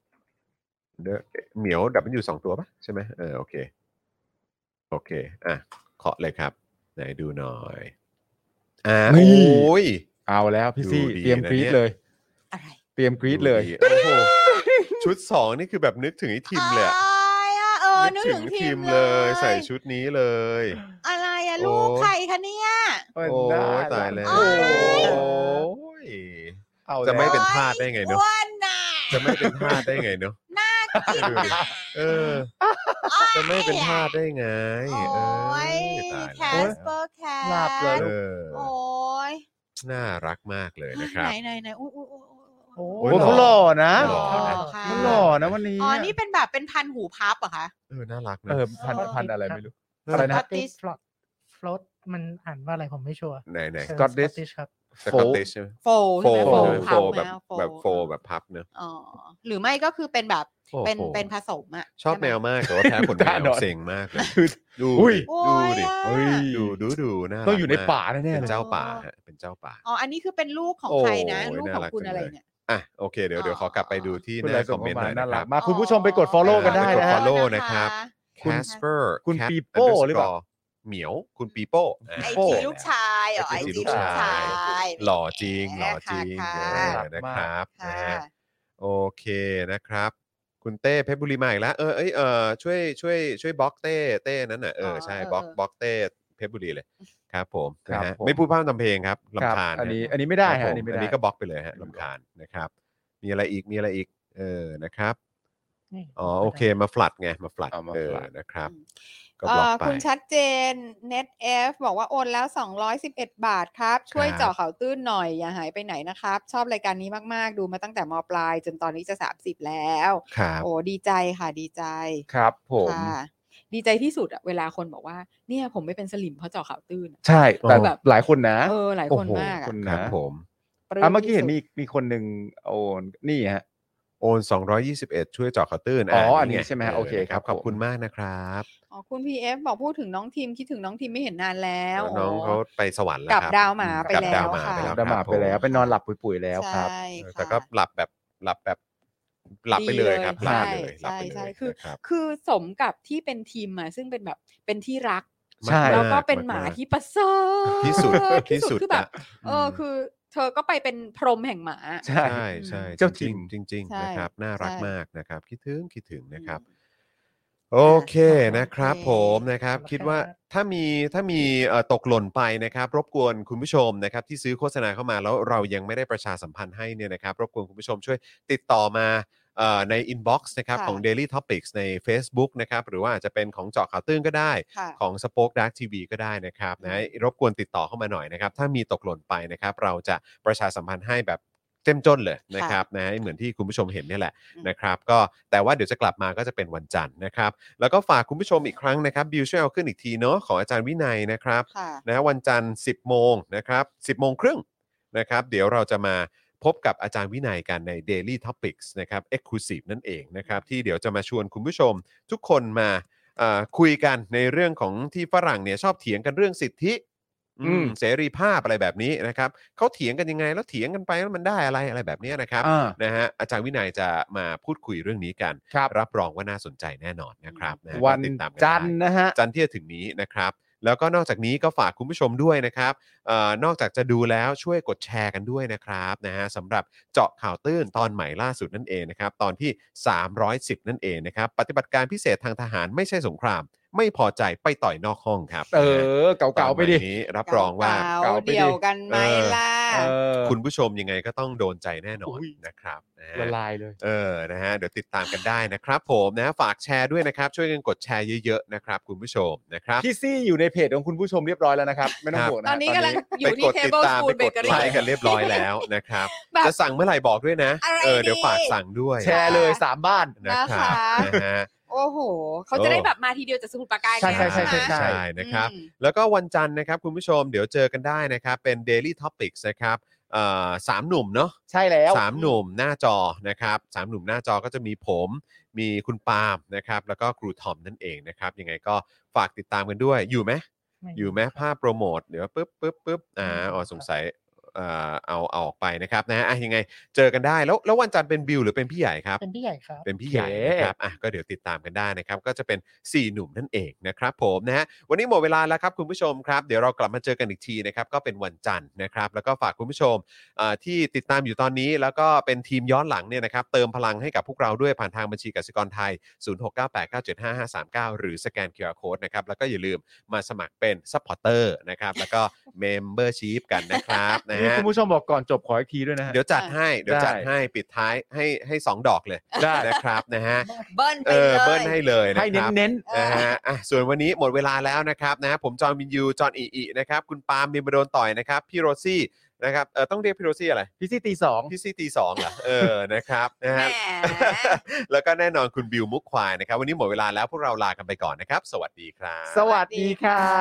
Speaker 2: Under- เหมียวดับมันอยู่สองตัวปะใช่ไหมเออโอเค โอเค อ่ะเคาะเลยครับ ไหนดูหน่อย อ่า
Speaker 3: นี่
Speaker 2: โอ้ย
Speaker 3: เอาแล้วพี่ซี่
Speaker 2: ดูดี
Speaker 3: เตรียม
Speaker 2: นะ
Speaker 3: กรี๊ด
Speaker 2: เนี่ย
Speaker 3: เลย
Speaker 4: อะไร
Speaker 3: เตรียมกรี๊ดเลย
Speaker 2: ดีโอ้โหชุดสองนี่คือแบบนึกถึงไอ้ทีมเลยอะ
Speaker 4: อะไรอะเออนึกถึงทีม
Speaker 2: เลย ใส่ชุดนี้เลย
Speaker 4: อะไรอะ
Speaker 2: โอ้
Speaker 4: ลูกใครคะเนี่ย
Speaker 2: โอ้ยตายแล้ว
Speaker 4: โอ้
Speaker 2: โอ้ย
Speaker 3: เอา
Speaker 2: จะไม่
Speaker 3: แล้ว
Speaker 2: เป็นทาสได้ไงเนอะ
Speaker 4: อ้วนน่ะ
Speaker 2: จะไม่เป็นทาสได้ไงเนอะ
Speaker 4: น่ากิน
Speaker 2: ดูดิ
Speaker 4: น่ะ
Speaker 2: เออ จะไม่เป็นทาสได้ไง
Speaker 4: โอ้
Speaker 2: เออย
Speaker 4: แค
Speaker 2: ตายแล้ว
Speaker 4: สเปอร์แคท
Speaker 3: หลับเลย
Speaker 2: เออ
Speaker 4: โอ้ย
Speaker 2: น่ารักมากเลยนะครับ
Speaker 4: ไหนไหนไหนอุ้ยอุ้ยอุ้ยอุ้ย
Speaker 5: โอ้
Speaker 3: โอ้ยเขาหล่อนะ
Speaker 2: หล่อ
Speaker 4: ค่ะ
Speaker 3: เขาหล่อนะวันนี้
Speaker 4: อ๋อนี่เป็นแบบเป็นพันหูพับเหรอคะ
Speaker 2: เออน่ารักนะ
Speaker 3: เออพันพันอะไรไม่รู้
Speaker 2: เออ
Speaker 3: อะไรนะ
Speaker 5: ติสฟลอตฟลอตมันอ่านว่าอะไรผมไม่ชัวร์
Speaker 2: ไหนไหน
Speaker 3: Scottish
Speaker 5: ติชครับ
Speaker 2: สกอตติชใช่ไหม
Speaker 4: โฟใช่ไหม
Speaker 2: โฟ
Speaker 4: โฟ
Speaker 2: ใช่ไหม
Speaker 4: พั
Speaker 2: โฟ
Speaker 4: บ
Speaker 2: แบบ
Speaker 4: ไหม
Speaker 2: แบบโฟแบบพับเนอะ
Speaker 4: อ๋อหรือไม่ก็คือเป็นแบบ
Speaker 2: โอ้โห
Speaker 4: เป็นเป็นผสมอะ
Speaker 2: ชอบ
Speaker 4: ใไห
Speaker 2: แมวมากแต่ว่าแพ้ขนแม
Speaker 3: ตาหน่
Speaker 2: ว
Speaker 3: อย
Speaker 2: เซ็งมากเลย
Speaker 3: คือ
Speaker 2: ดู
Speaker 3: อุ้ย
Speaker 2: ดิดูดิ
Speaker 4: โอ้ย
Speaker 3: เฮ้ย
Speaker 2: ดูดูดูน่ารัก
Speaker 3: ต้องอยู่ใน
Speaker 2: มก
Speaker 3: ป่าแน่ๆ
Speaker 2: เป็น
Speaker 3: เลย
Speaker 2: เจ้าป่าฮะเป็นเจ้าป่า
Speaker 4: อ๋ออันนี้คือเป็นลูกของ
Speaker 2: โอ้
Speaker 4: ใครนะ
Speaker 2: ย
Speaker 4: ลูก
Speaker 2: น่า
Speaker 4: ของ
Speaker 2: รัก
Speaker 4: คุณ
Speaker 2: จัง
Speaker 4: อะไร
Speaker 2: เลย
Speaker 4: เนี่ย
Speaker 2: อ่ะโอเคเดี๋ยวเดี๋ยวขอกลับไปดูที่
Speaker 3: คุณ
Speaker 2: ห
Speaker 3: อะไร
Speaker 2: น้าค
Speaker 3: ส่
Speaker 2: อง มเมนต์หน่อย
Speaker 3: น่า
Speaker 2: นะค
Speaker 3: รั
Speaker 2: รั
Speaker 3: ก
Speaker 2: บ
Speaker 3: มากคุณผู้ชมไปกด follow กันได้
Speaker 2: ไปกด
Speaker 3: นะ
Speaker 2: follow
Speaker 4: นะ
Speaker 2: นะครับ Casper
Speaker 3: คุณ
Speaker 2: Cat
Speaker 3: ปีโป้หรือเปล่า
Speaker 2: underscore เหมียวคุณปีโป้อ่ะ
Speaker 4: ไอ
Speaker 3: โป้
Speaker 4: จีลูกชายเหรอ
Speaker 2: ไอ
Speaker 4: ไอ
Speaker 2: จี
Speaker 4: จี
Speaker 2: ลู
Speaker 4: ลู
Speaker 2: ก
Speaker 4: ก
Speaker 2: ชา
Speaker 4: ชาย ย
Speaker 2: หล่อจริงหล่อจริง
Speaker 4: ค่ะ
Speaker 2: เอ
Speaker 4: ค่ะ
Speaker 2: อนะครับ
Speaker 4: ค่ะ
Speaker 2: นะฮะโอเคนะครับ คุณเต้เพชรบุรีมาอีกแล้วเออเอ้ยเออช่วยช่วยช่วยบล็อกเต้เต้นั้นน่ะเออใช่บล็อกบล็อกเต้เพชรบุรีเลยครับผม
Speaker 3: ครับ
Speaker 2: นะฮะ
Speaker 3: ผม
Speaker 2: ไม่พูดพร่ำทำเพลงครับ
Speaker 3: ครับ
Speaker 2: ลำคาญ
Speaker 3: อันนี้
Speaker 2: ฮะ
Speaker 3: อันนี้ไม่ได้
Speaker 2: ครั
Speaker 3: ฮะ
Speaker 2: บ
Speaker 3: อัน
Speaker 2: ผม
Speaker 3: นี้ไม่
Speaker 2: อัน
Speaker 3: ได้
Speaker 2: นี้ก็บล็อกไปเลยฮะลำคาญนะครับ มีอะไรอีกมีอะไรอีกเออนะครับ
Speaker 5: นี่
Speaker 2: อ๋อโอเคมาฟลัดไงมาฟลัด
Speaker 3: เอามา
Speaker 2: เออ
Speaker 3: flood
Speaker 2: นะครับ
Speaker 4: อืม
Speaker 2: ก็บล็อก
Speaker 4: เอ่อ
Speaker 2: ไป
Speaker 4: คุณชัดเจน NetF บอกว่าโอนแล้วสองร้อยสิบเอ็ดบาทครับ ช่วย
Speaker 2: ครับ
Speaker 4: เจาะข่าวตื้นหน่อย อย่าหายไปไหนนะครับ ชอบรายการนี้มาก ๆ ดูมาตั้งแต่มปลาย จนตอนนี้จะสามสิบแล้ว
Speaker 2: ครับ
Speaker 4: โอ้ดีใจค่ะดีใจ
Speaker 3: ครับผม
Speaker 4: ค่ะ ดีใจที่สุดอะเวลาคนบอกว่าเนี่ยผมไม่เป็นสลิมเพราะเจาะข่าวตื้นอะ
Speaker 3: ใช่แต่
Speaker 4: แบบ
Speaker 3: หลายคนนะ
Speaker 4: เออหลายคน
Speaker 3: โโ
Speaker 4: มากอะ
Speaker 3: คุณ
Speaker 2: ครั
Speaker 3: นะ
Speaker 2: บผม
Speaker 4: ปลื้
Speaker 3: อ่ะเมื่อกี้เห็น
Speaker 4: ที่
Speaker 3: มี
Speaker 4: สุด
Speaker 3: มีคนหนึ่งโอนนี่ฮะ
Speaker 2: โอนสองร้อยยี่สิบเอ็ดช่วยเจาะข่าวตื้น
Speaker 3: อ๋ออันนี้
Speaker 2: ไง
Speaker 3: ใช่ไหมฮะโอเคครับ
Speaker 2: ขอบคุณ
Speaker 3: ผม
Speaker 2: มากนะครับ
Speaker 4: อ๋อคุณ พี เอฟ บอกพูดถึงน้องทีมคิดถึงน้องทีมไม่เห็นนานแล้ว
Speaker 2: น้อง
Speaker 4: โ
Speaker 2: เขาไปสวรรค์แล้ว
Speaker 4: กลับ
Speaker 2: ครับ
Speaker 4: ดาวหมาไป
Speaker 2: กลับ
Speaker 4: แล้ว
Speaker 2: ดาวหมา
Speaker 4: ค่ะ
Speaker 2: ไปแล้ว
Speaker 3: ดามา
Speaker 2: ครับ
Speaker 3: ไปแล้ว
Speaker 2: ผม
Speaker 3: ไปนอนหลับปุ๋ยๆแล้วครับ
Speaker 4: ใช่
Speaker 2: เออ
Speaker 4: ค่ะ
Speaker 2: แต่ก็หลับแบบหลับแบบหลับไปเลยครับหลับ
Speaker 4: ใช่
Speaker 2: ไปเลยหลับ
Speaker 4: ใช่
Speaker 2: ไปเล
Speaker 4: ใช่
Speaker 2: ย
Speaker 4: คือ
Speaker 2: นะครับ
Speaker 4: คือสมกับที่เป็นทีมมาซึ่งเป็นแบบเป็นที่รัก
Speaker 3: ใช่
Speaker 4: แล้วก็เป็น
Speaker 2: มากๆ
Speaker 4: หมาที่ประเสริฐ
Speaker 2: ที่สุด
Speaker 4: ที่
Speaker 2: ที่สุ
Speaker 4: สุ
Speaker 2: ด
Speaker 4: ดคือแบบ
Speaker 2: ละ
Speaker 4: เออคือ เธอก็ไปเป็นพรหมแห่งหมา
Speaker 3: ใช่
Speaker 2: ใช่ใช่
Speaker 3: เจ้า
Speaker 2: จริง
Speaker 3: ถิ่น
Speaker 2: ๆจริง
Speaker 4: ใช่
Speaker 2: ๆนะครับน่ารัก
Speaker 4: ใช่
Speaker 2: มากนะครับคิดถึงคิดถึงนะครับ
Speaker 4: อืม
Speaker 2: โอเค
Speaker 4: อ่ะ
Speaker 2: นะครับ
Speaker 4: โอเค
Speaker 2: ผมนะครับคิดว่าถ้ามีถ้ามีเอ่อตกหล่นไปนะครับ รบกวนคุณผู้ชมนะครับที่ซื้อโฆษณาเข้ามาแล้วเรายังไม่ได้ประชาสัมพันธ์ให้เนี่ยนะครับรบกวนคุณผู้ชมช่วยติดต่อมาเอ่อใน inbox นะครับ
Speaker 4: ค่ะ
Speaker 2: ของ Daily Topics ใน Facebook นะครับหรือว่าอาจจะเป็นของเจาะข่าวตื้นก็ได้
Speaker 4: ค่ะ
Speaker 2: ของ Spoke Dark ที วี ก็ได้นะครับนะรบกวนติดต่อเข้ามาหน่อยนะครับถ้ามีตกหล่นไปนะครับเราจะประชาสัมพันธ์ให้แบบเจ้มจนเลยนะครับนะเหมือนที่คุณผู้ชมเห็นเนี่ยแหละ นะครับก็แต่ว่าเดี๋ยวจะกลับมาก็จะเป็นวันจันทร์นะครับแล้วก็ฝากคุณผู้ชมอีกครั้งนะครับบิวช่วยเอาขึ้นอีกทีเนาะของอาจารย์วินัยนะครับ
Speaker 4: ค่ะ
Speaker 2: นะวันจันทร์สิบโมงนะครับสิบโมงครึ่งนะครับเดี๋ยวเราจะมาพบกับอาจารย์วินัยกันใน Daily Topics นะครับ Exclusive นั่นเองนะครับที่เดี๋ยวจะมาชวนคุณผู้ชมทุกคนมาเอ่อคุยกันในเรื่องของที่ฝรั่งเนี่ยชอบเถียงกันเรื่องสิทธิอืมเสรีภาพอะไรแบบนี้นะครับเขาเถียงกันยังไงแล้วเถียงกันไปแล้วมันได้อะไรอะไรแบบนี้นะครับ
Speaker 3: อ่า
Speaker 2: นะฮะอาจารย์วินัยจะมาพูดคุยเรื่องนี้กัน
Speaker 3: ครับ
Speaker 2: รับรองว่าน่าสนใจแน่นอนนะครับะฮะ
Speaker 3: วัน
Speaker 2: ก็ติดตามกั
Speaker 3: จันทร์
Speaker 2: ได้
Speaker 3: นะฮะ
Speaker 2: จันทร์ที่จะถึงนี้นะครับแล้วก็นอกจากนี้ก็ฝากคุณผู้ชมด้วยนะครับเอ่อนอกจากจะดูแล้วช่วยกดแชร์กันด้วยนะครับนะฮะสำหรับเจาะข่าวตื้นตอนใหม่ล่าสุดนั่นเองนะครับตอนที่สามร้อยสิบนั่นเองนะครับปฏิบัติการพิเศษทางทหารไม่ใช่สงครามไม่พอใจไปต่อยนอกห้องครับ
Speaker 3: เออเก่าๆไปดิ
Speaker 2: ตอนใหม่นี้รับรองว่า
Speaker 3: เก่าไปดิ
Speaker 4: เดี่ยวกันไหม
Speaker 2: เออ
Speaker 4: ล่ะ
Speaker 3: เออ
Speaker 2: คุณผู้ชมยังไงก็ต้องโดนใจแน่นอน
Speaker 3: อุ๊ย
Speaker 2: นะครับนะฮะ
Speaker 3: ละลายเลย
Speaker 2: เออ นะฮะ เดี๋ยวติดตามกันได้นะครับผมนะ ฝากแชร์ด้วยนะครับ ช่วยกันกดแชร์เยอะๆนะครับคุณผู้ชมนะครับ
Speaker 3: พี่ซี่อยู่ในเพจของคุณผู้ชมเรียบร้อยแล้วนะครับ ไม่ต้องห่วงนะ
Speaker 4: ตอนนี้กำลังอ
Speaker 2: ไป
Speaker 4: ยู่ที่
Speaker 2: กดติด
Speaker 4: Table
Speaker 2: ตาม
Speaker 4: Spoon
Speaker 2: ไปกด
Speaker 4: Bakery
Speaker 2: ไลค์กันเรียบร้อยแล้วนะครับ
Speaker 4: แบบ
Speaker 2: จะสั่งเมื่อไหร่บอกด้วยนะ
Speaker 4: อะไร
Speaker 2: เออ เดี๋ยว
Speaker 4: ดี
Speaker 2: ฝากสั่งด้วย
Speaker 3: แชร์เลยสามบ้าน
Speaker 2: นะครับ
Speaker 4: นะคะ
Speaker 2: นะฮะ
Speaker 4: โอ้โห เขาจะได้แบบมาทีเดียวจากสมุทรปราการ
Speaker 3: ใช่ใช่ใช่ใช่
Speaker 4: ไหม
Speaker 2: ใช่นะครับ
Speaker 4: อืม
Speaker 2: แล้วก็วันจันทร์นะครับคุณผู้ชมเดี๋ยวเจอกันได้นะครับ เป็น Daily Topics นะครับเอ่อสามหนุ่มเนาะ
Speaker 3: ใช่แล้ว
Speaker 2: สามหนุ่มหน้าจอนะครับสามหนุ่มหน้าจอก็จะมีผมมีคุณปาล์มนะครับแล้วก็ครูทอมนั่นเองนะครับยังไงก็ฝากติดตามกันด้วยอยู่ไหม
Speaker 5: ไม่
Speaker 2: อยู่ไหมภาพโปรโมทเดี๋ยวปึ๊บปึ๊บปึ๊บอ่าอ๋อสงสัยเอ่อเอาเอาออกไปนะครับนะฮะอ่ะยังไงเจอกันได้แล้วแล้ววันจันทร์เป็นบิวหรือเป็นพี่ใหญ่ครับ
Speaker 5: เป็นพี่ใหญ่ครับ
Speaker 2: เป็นพี่ใหญ่
Speaker 3: โอเค
Speaker 2: นะครับอ่ะก็เดี๋ยวติดตามกันได้นะครับ ก็จะเป็นสี่หนุ่มนั่นเองนะครับผมนะฮะวันนี้หมดเวลาแล้วครับคุณผู้ชมครับเดี๋ยวเรากลับมาเจอกันอีกทีนะครับก็เป็นวันจันทร์นะครับแล้วก็ฝากคุณผู้ชมอ่าที่ติดตามอยู่ตอนนี้แล้วก็เป็นทีมย้อนหลังเนี่ยนะครับเติมพลังให้กับพวกเราด้วยผ่านทางบัญชีกสิกรไทยศูนย์ หก เก้า แปด เก้า เจ็ด ห้า ห้า สาม เก้าหรือสแกน คิว อาร์ Code นะครับแล้วก็อย่าลืมมาสมัครเป็นซัพพอร์เตอร์นะครับแล้วก็ Membership กันนะครับนะ
Speaker 3: นี่
Speaker 2: ฮะ
Speaker 3: คุณผู้ชมบอกก่อนจบขออีกทีด้วยนะฮะ
Speaker 2: เดี๋ยวจัดให้เดี๋ยวจัด
Speaker 3: ได้
Speaker 2: ให้ปิดท้ายให้ให้สองดอกเลย
Speaker 3: ได้
Speaker 2: นะครับนะฮะ
Speaker 4: เบิ้ลไป
Speaker 2: เอ
Speaker 4: เล
Speaker 2: อย เบิ้ลให้เลยนะ
Speaker 3: ให้
Speaker 2: ครับ
Speaker 3: เน้น
Speaker 2: นะฮะอ่ะส่วนวันนี้หมดเวลาแล้วนะครับนะผมจอห์นวินยูจอห์นอีอีนะครับคุณปาล์มบิมบดนต่อยนะครับพี่โรซี่นะครับเออต้องเรียกพี่โรซี่อะไร
Speaker 3: ๆพี่ซี่ตีสอง
Speaker 2: พี่ซี่ตีสองเหรอเออนะครับนะ
Speaker 4: แหม
Speaker 2: ฮะ แล้วก็แน่นอนคุณบิวมุกควายนะครับวันนี้หมดเวลาแล้วพวกเราลากันไปก่อนนะครับสวัสดีครับ
Speaker 3: สวัสดีครับ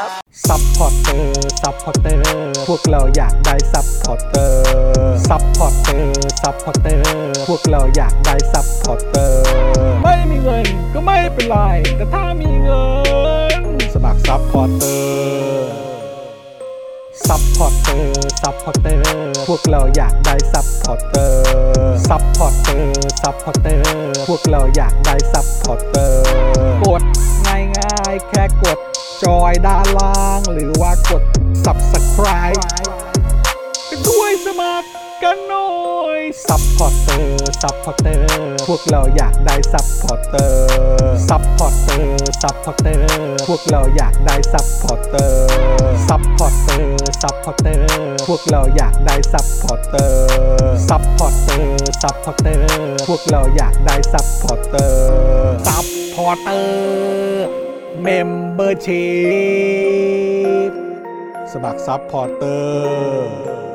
Speaker 1: ซัพพอร์เตอร์ซัพพอร์เตอร์พวกเราอยากได้ซัพพอร์เตอร์ซัพพอร์เตอร์ซัพพอร์เตอร์พวกเราอยากได้ซัพพอร์เตอร์ไม่มีเงินก็ไม่เป็นไรแต่ถ้ามีเงินสมัครซัพพอร์เตอร์ซัพพอร์เตอร์ซัพพอร์เตอร์พวกเราอยากได้ซัพพอร์เตอร์ซัพพอร์เตอร์ซัพพอร์เตอร์พวกเราอยากได้ซัพพอร์เตอร์กดง่ายๆแค่กดจอยด้านล่างหรือว่ากด ซับสไครบ์ ไปด้วยสมัครกันหน่อยซัพพอร์เตอร์ซัพพอร์เตอร์พวกเราอยากได้ซัพพอร์เตอร์ซัพพอร์เตอร์ซัพพอร์เตอร์พวกเราอยากได้ซัพพอร์เตอร์ซัพพอร์เตอร์ซัพพอร์เตอร์พวกเราอยากได้ซัพพอร์เตอร์ซัพพอร์เตอร์ซัพพอร์เตอร์พวกเราอยากได้ซัพพอร์เตอร์ซัพพอร์เตอร์เมมเบอร์ชีพสมัครซัพพอร์เตอร์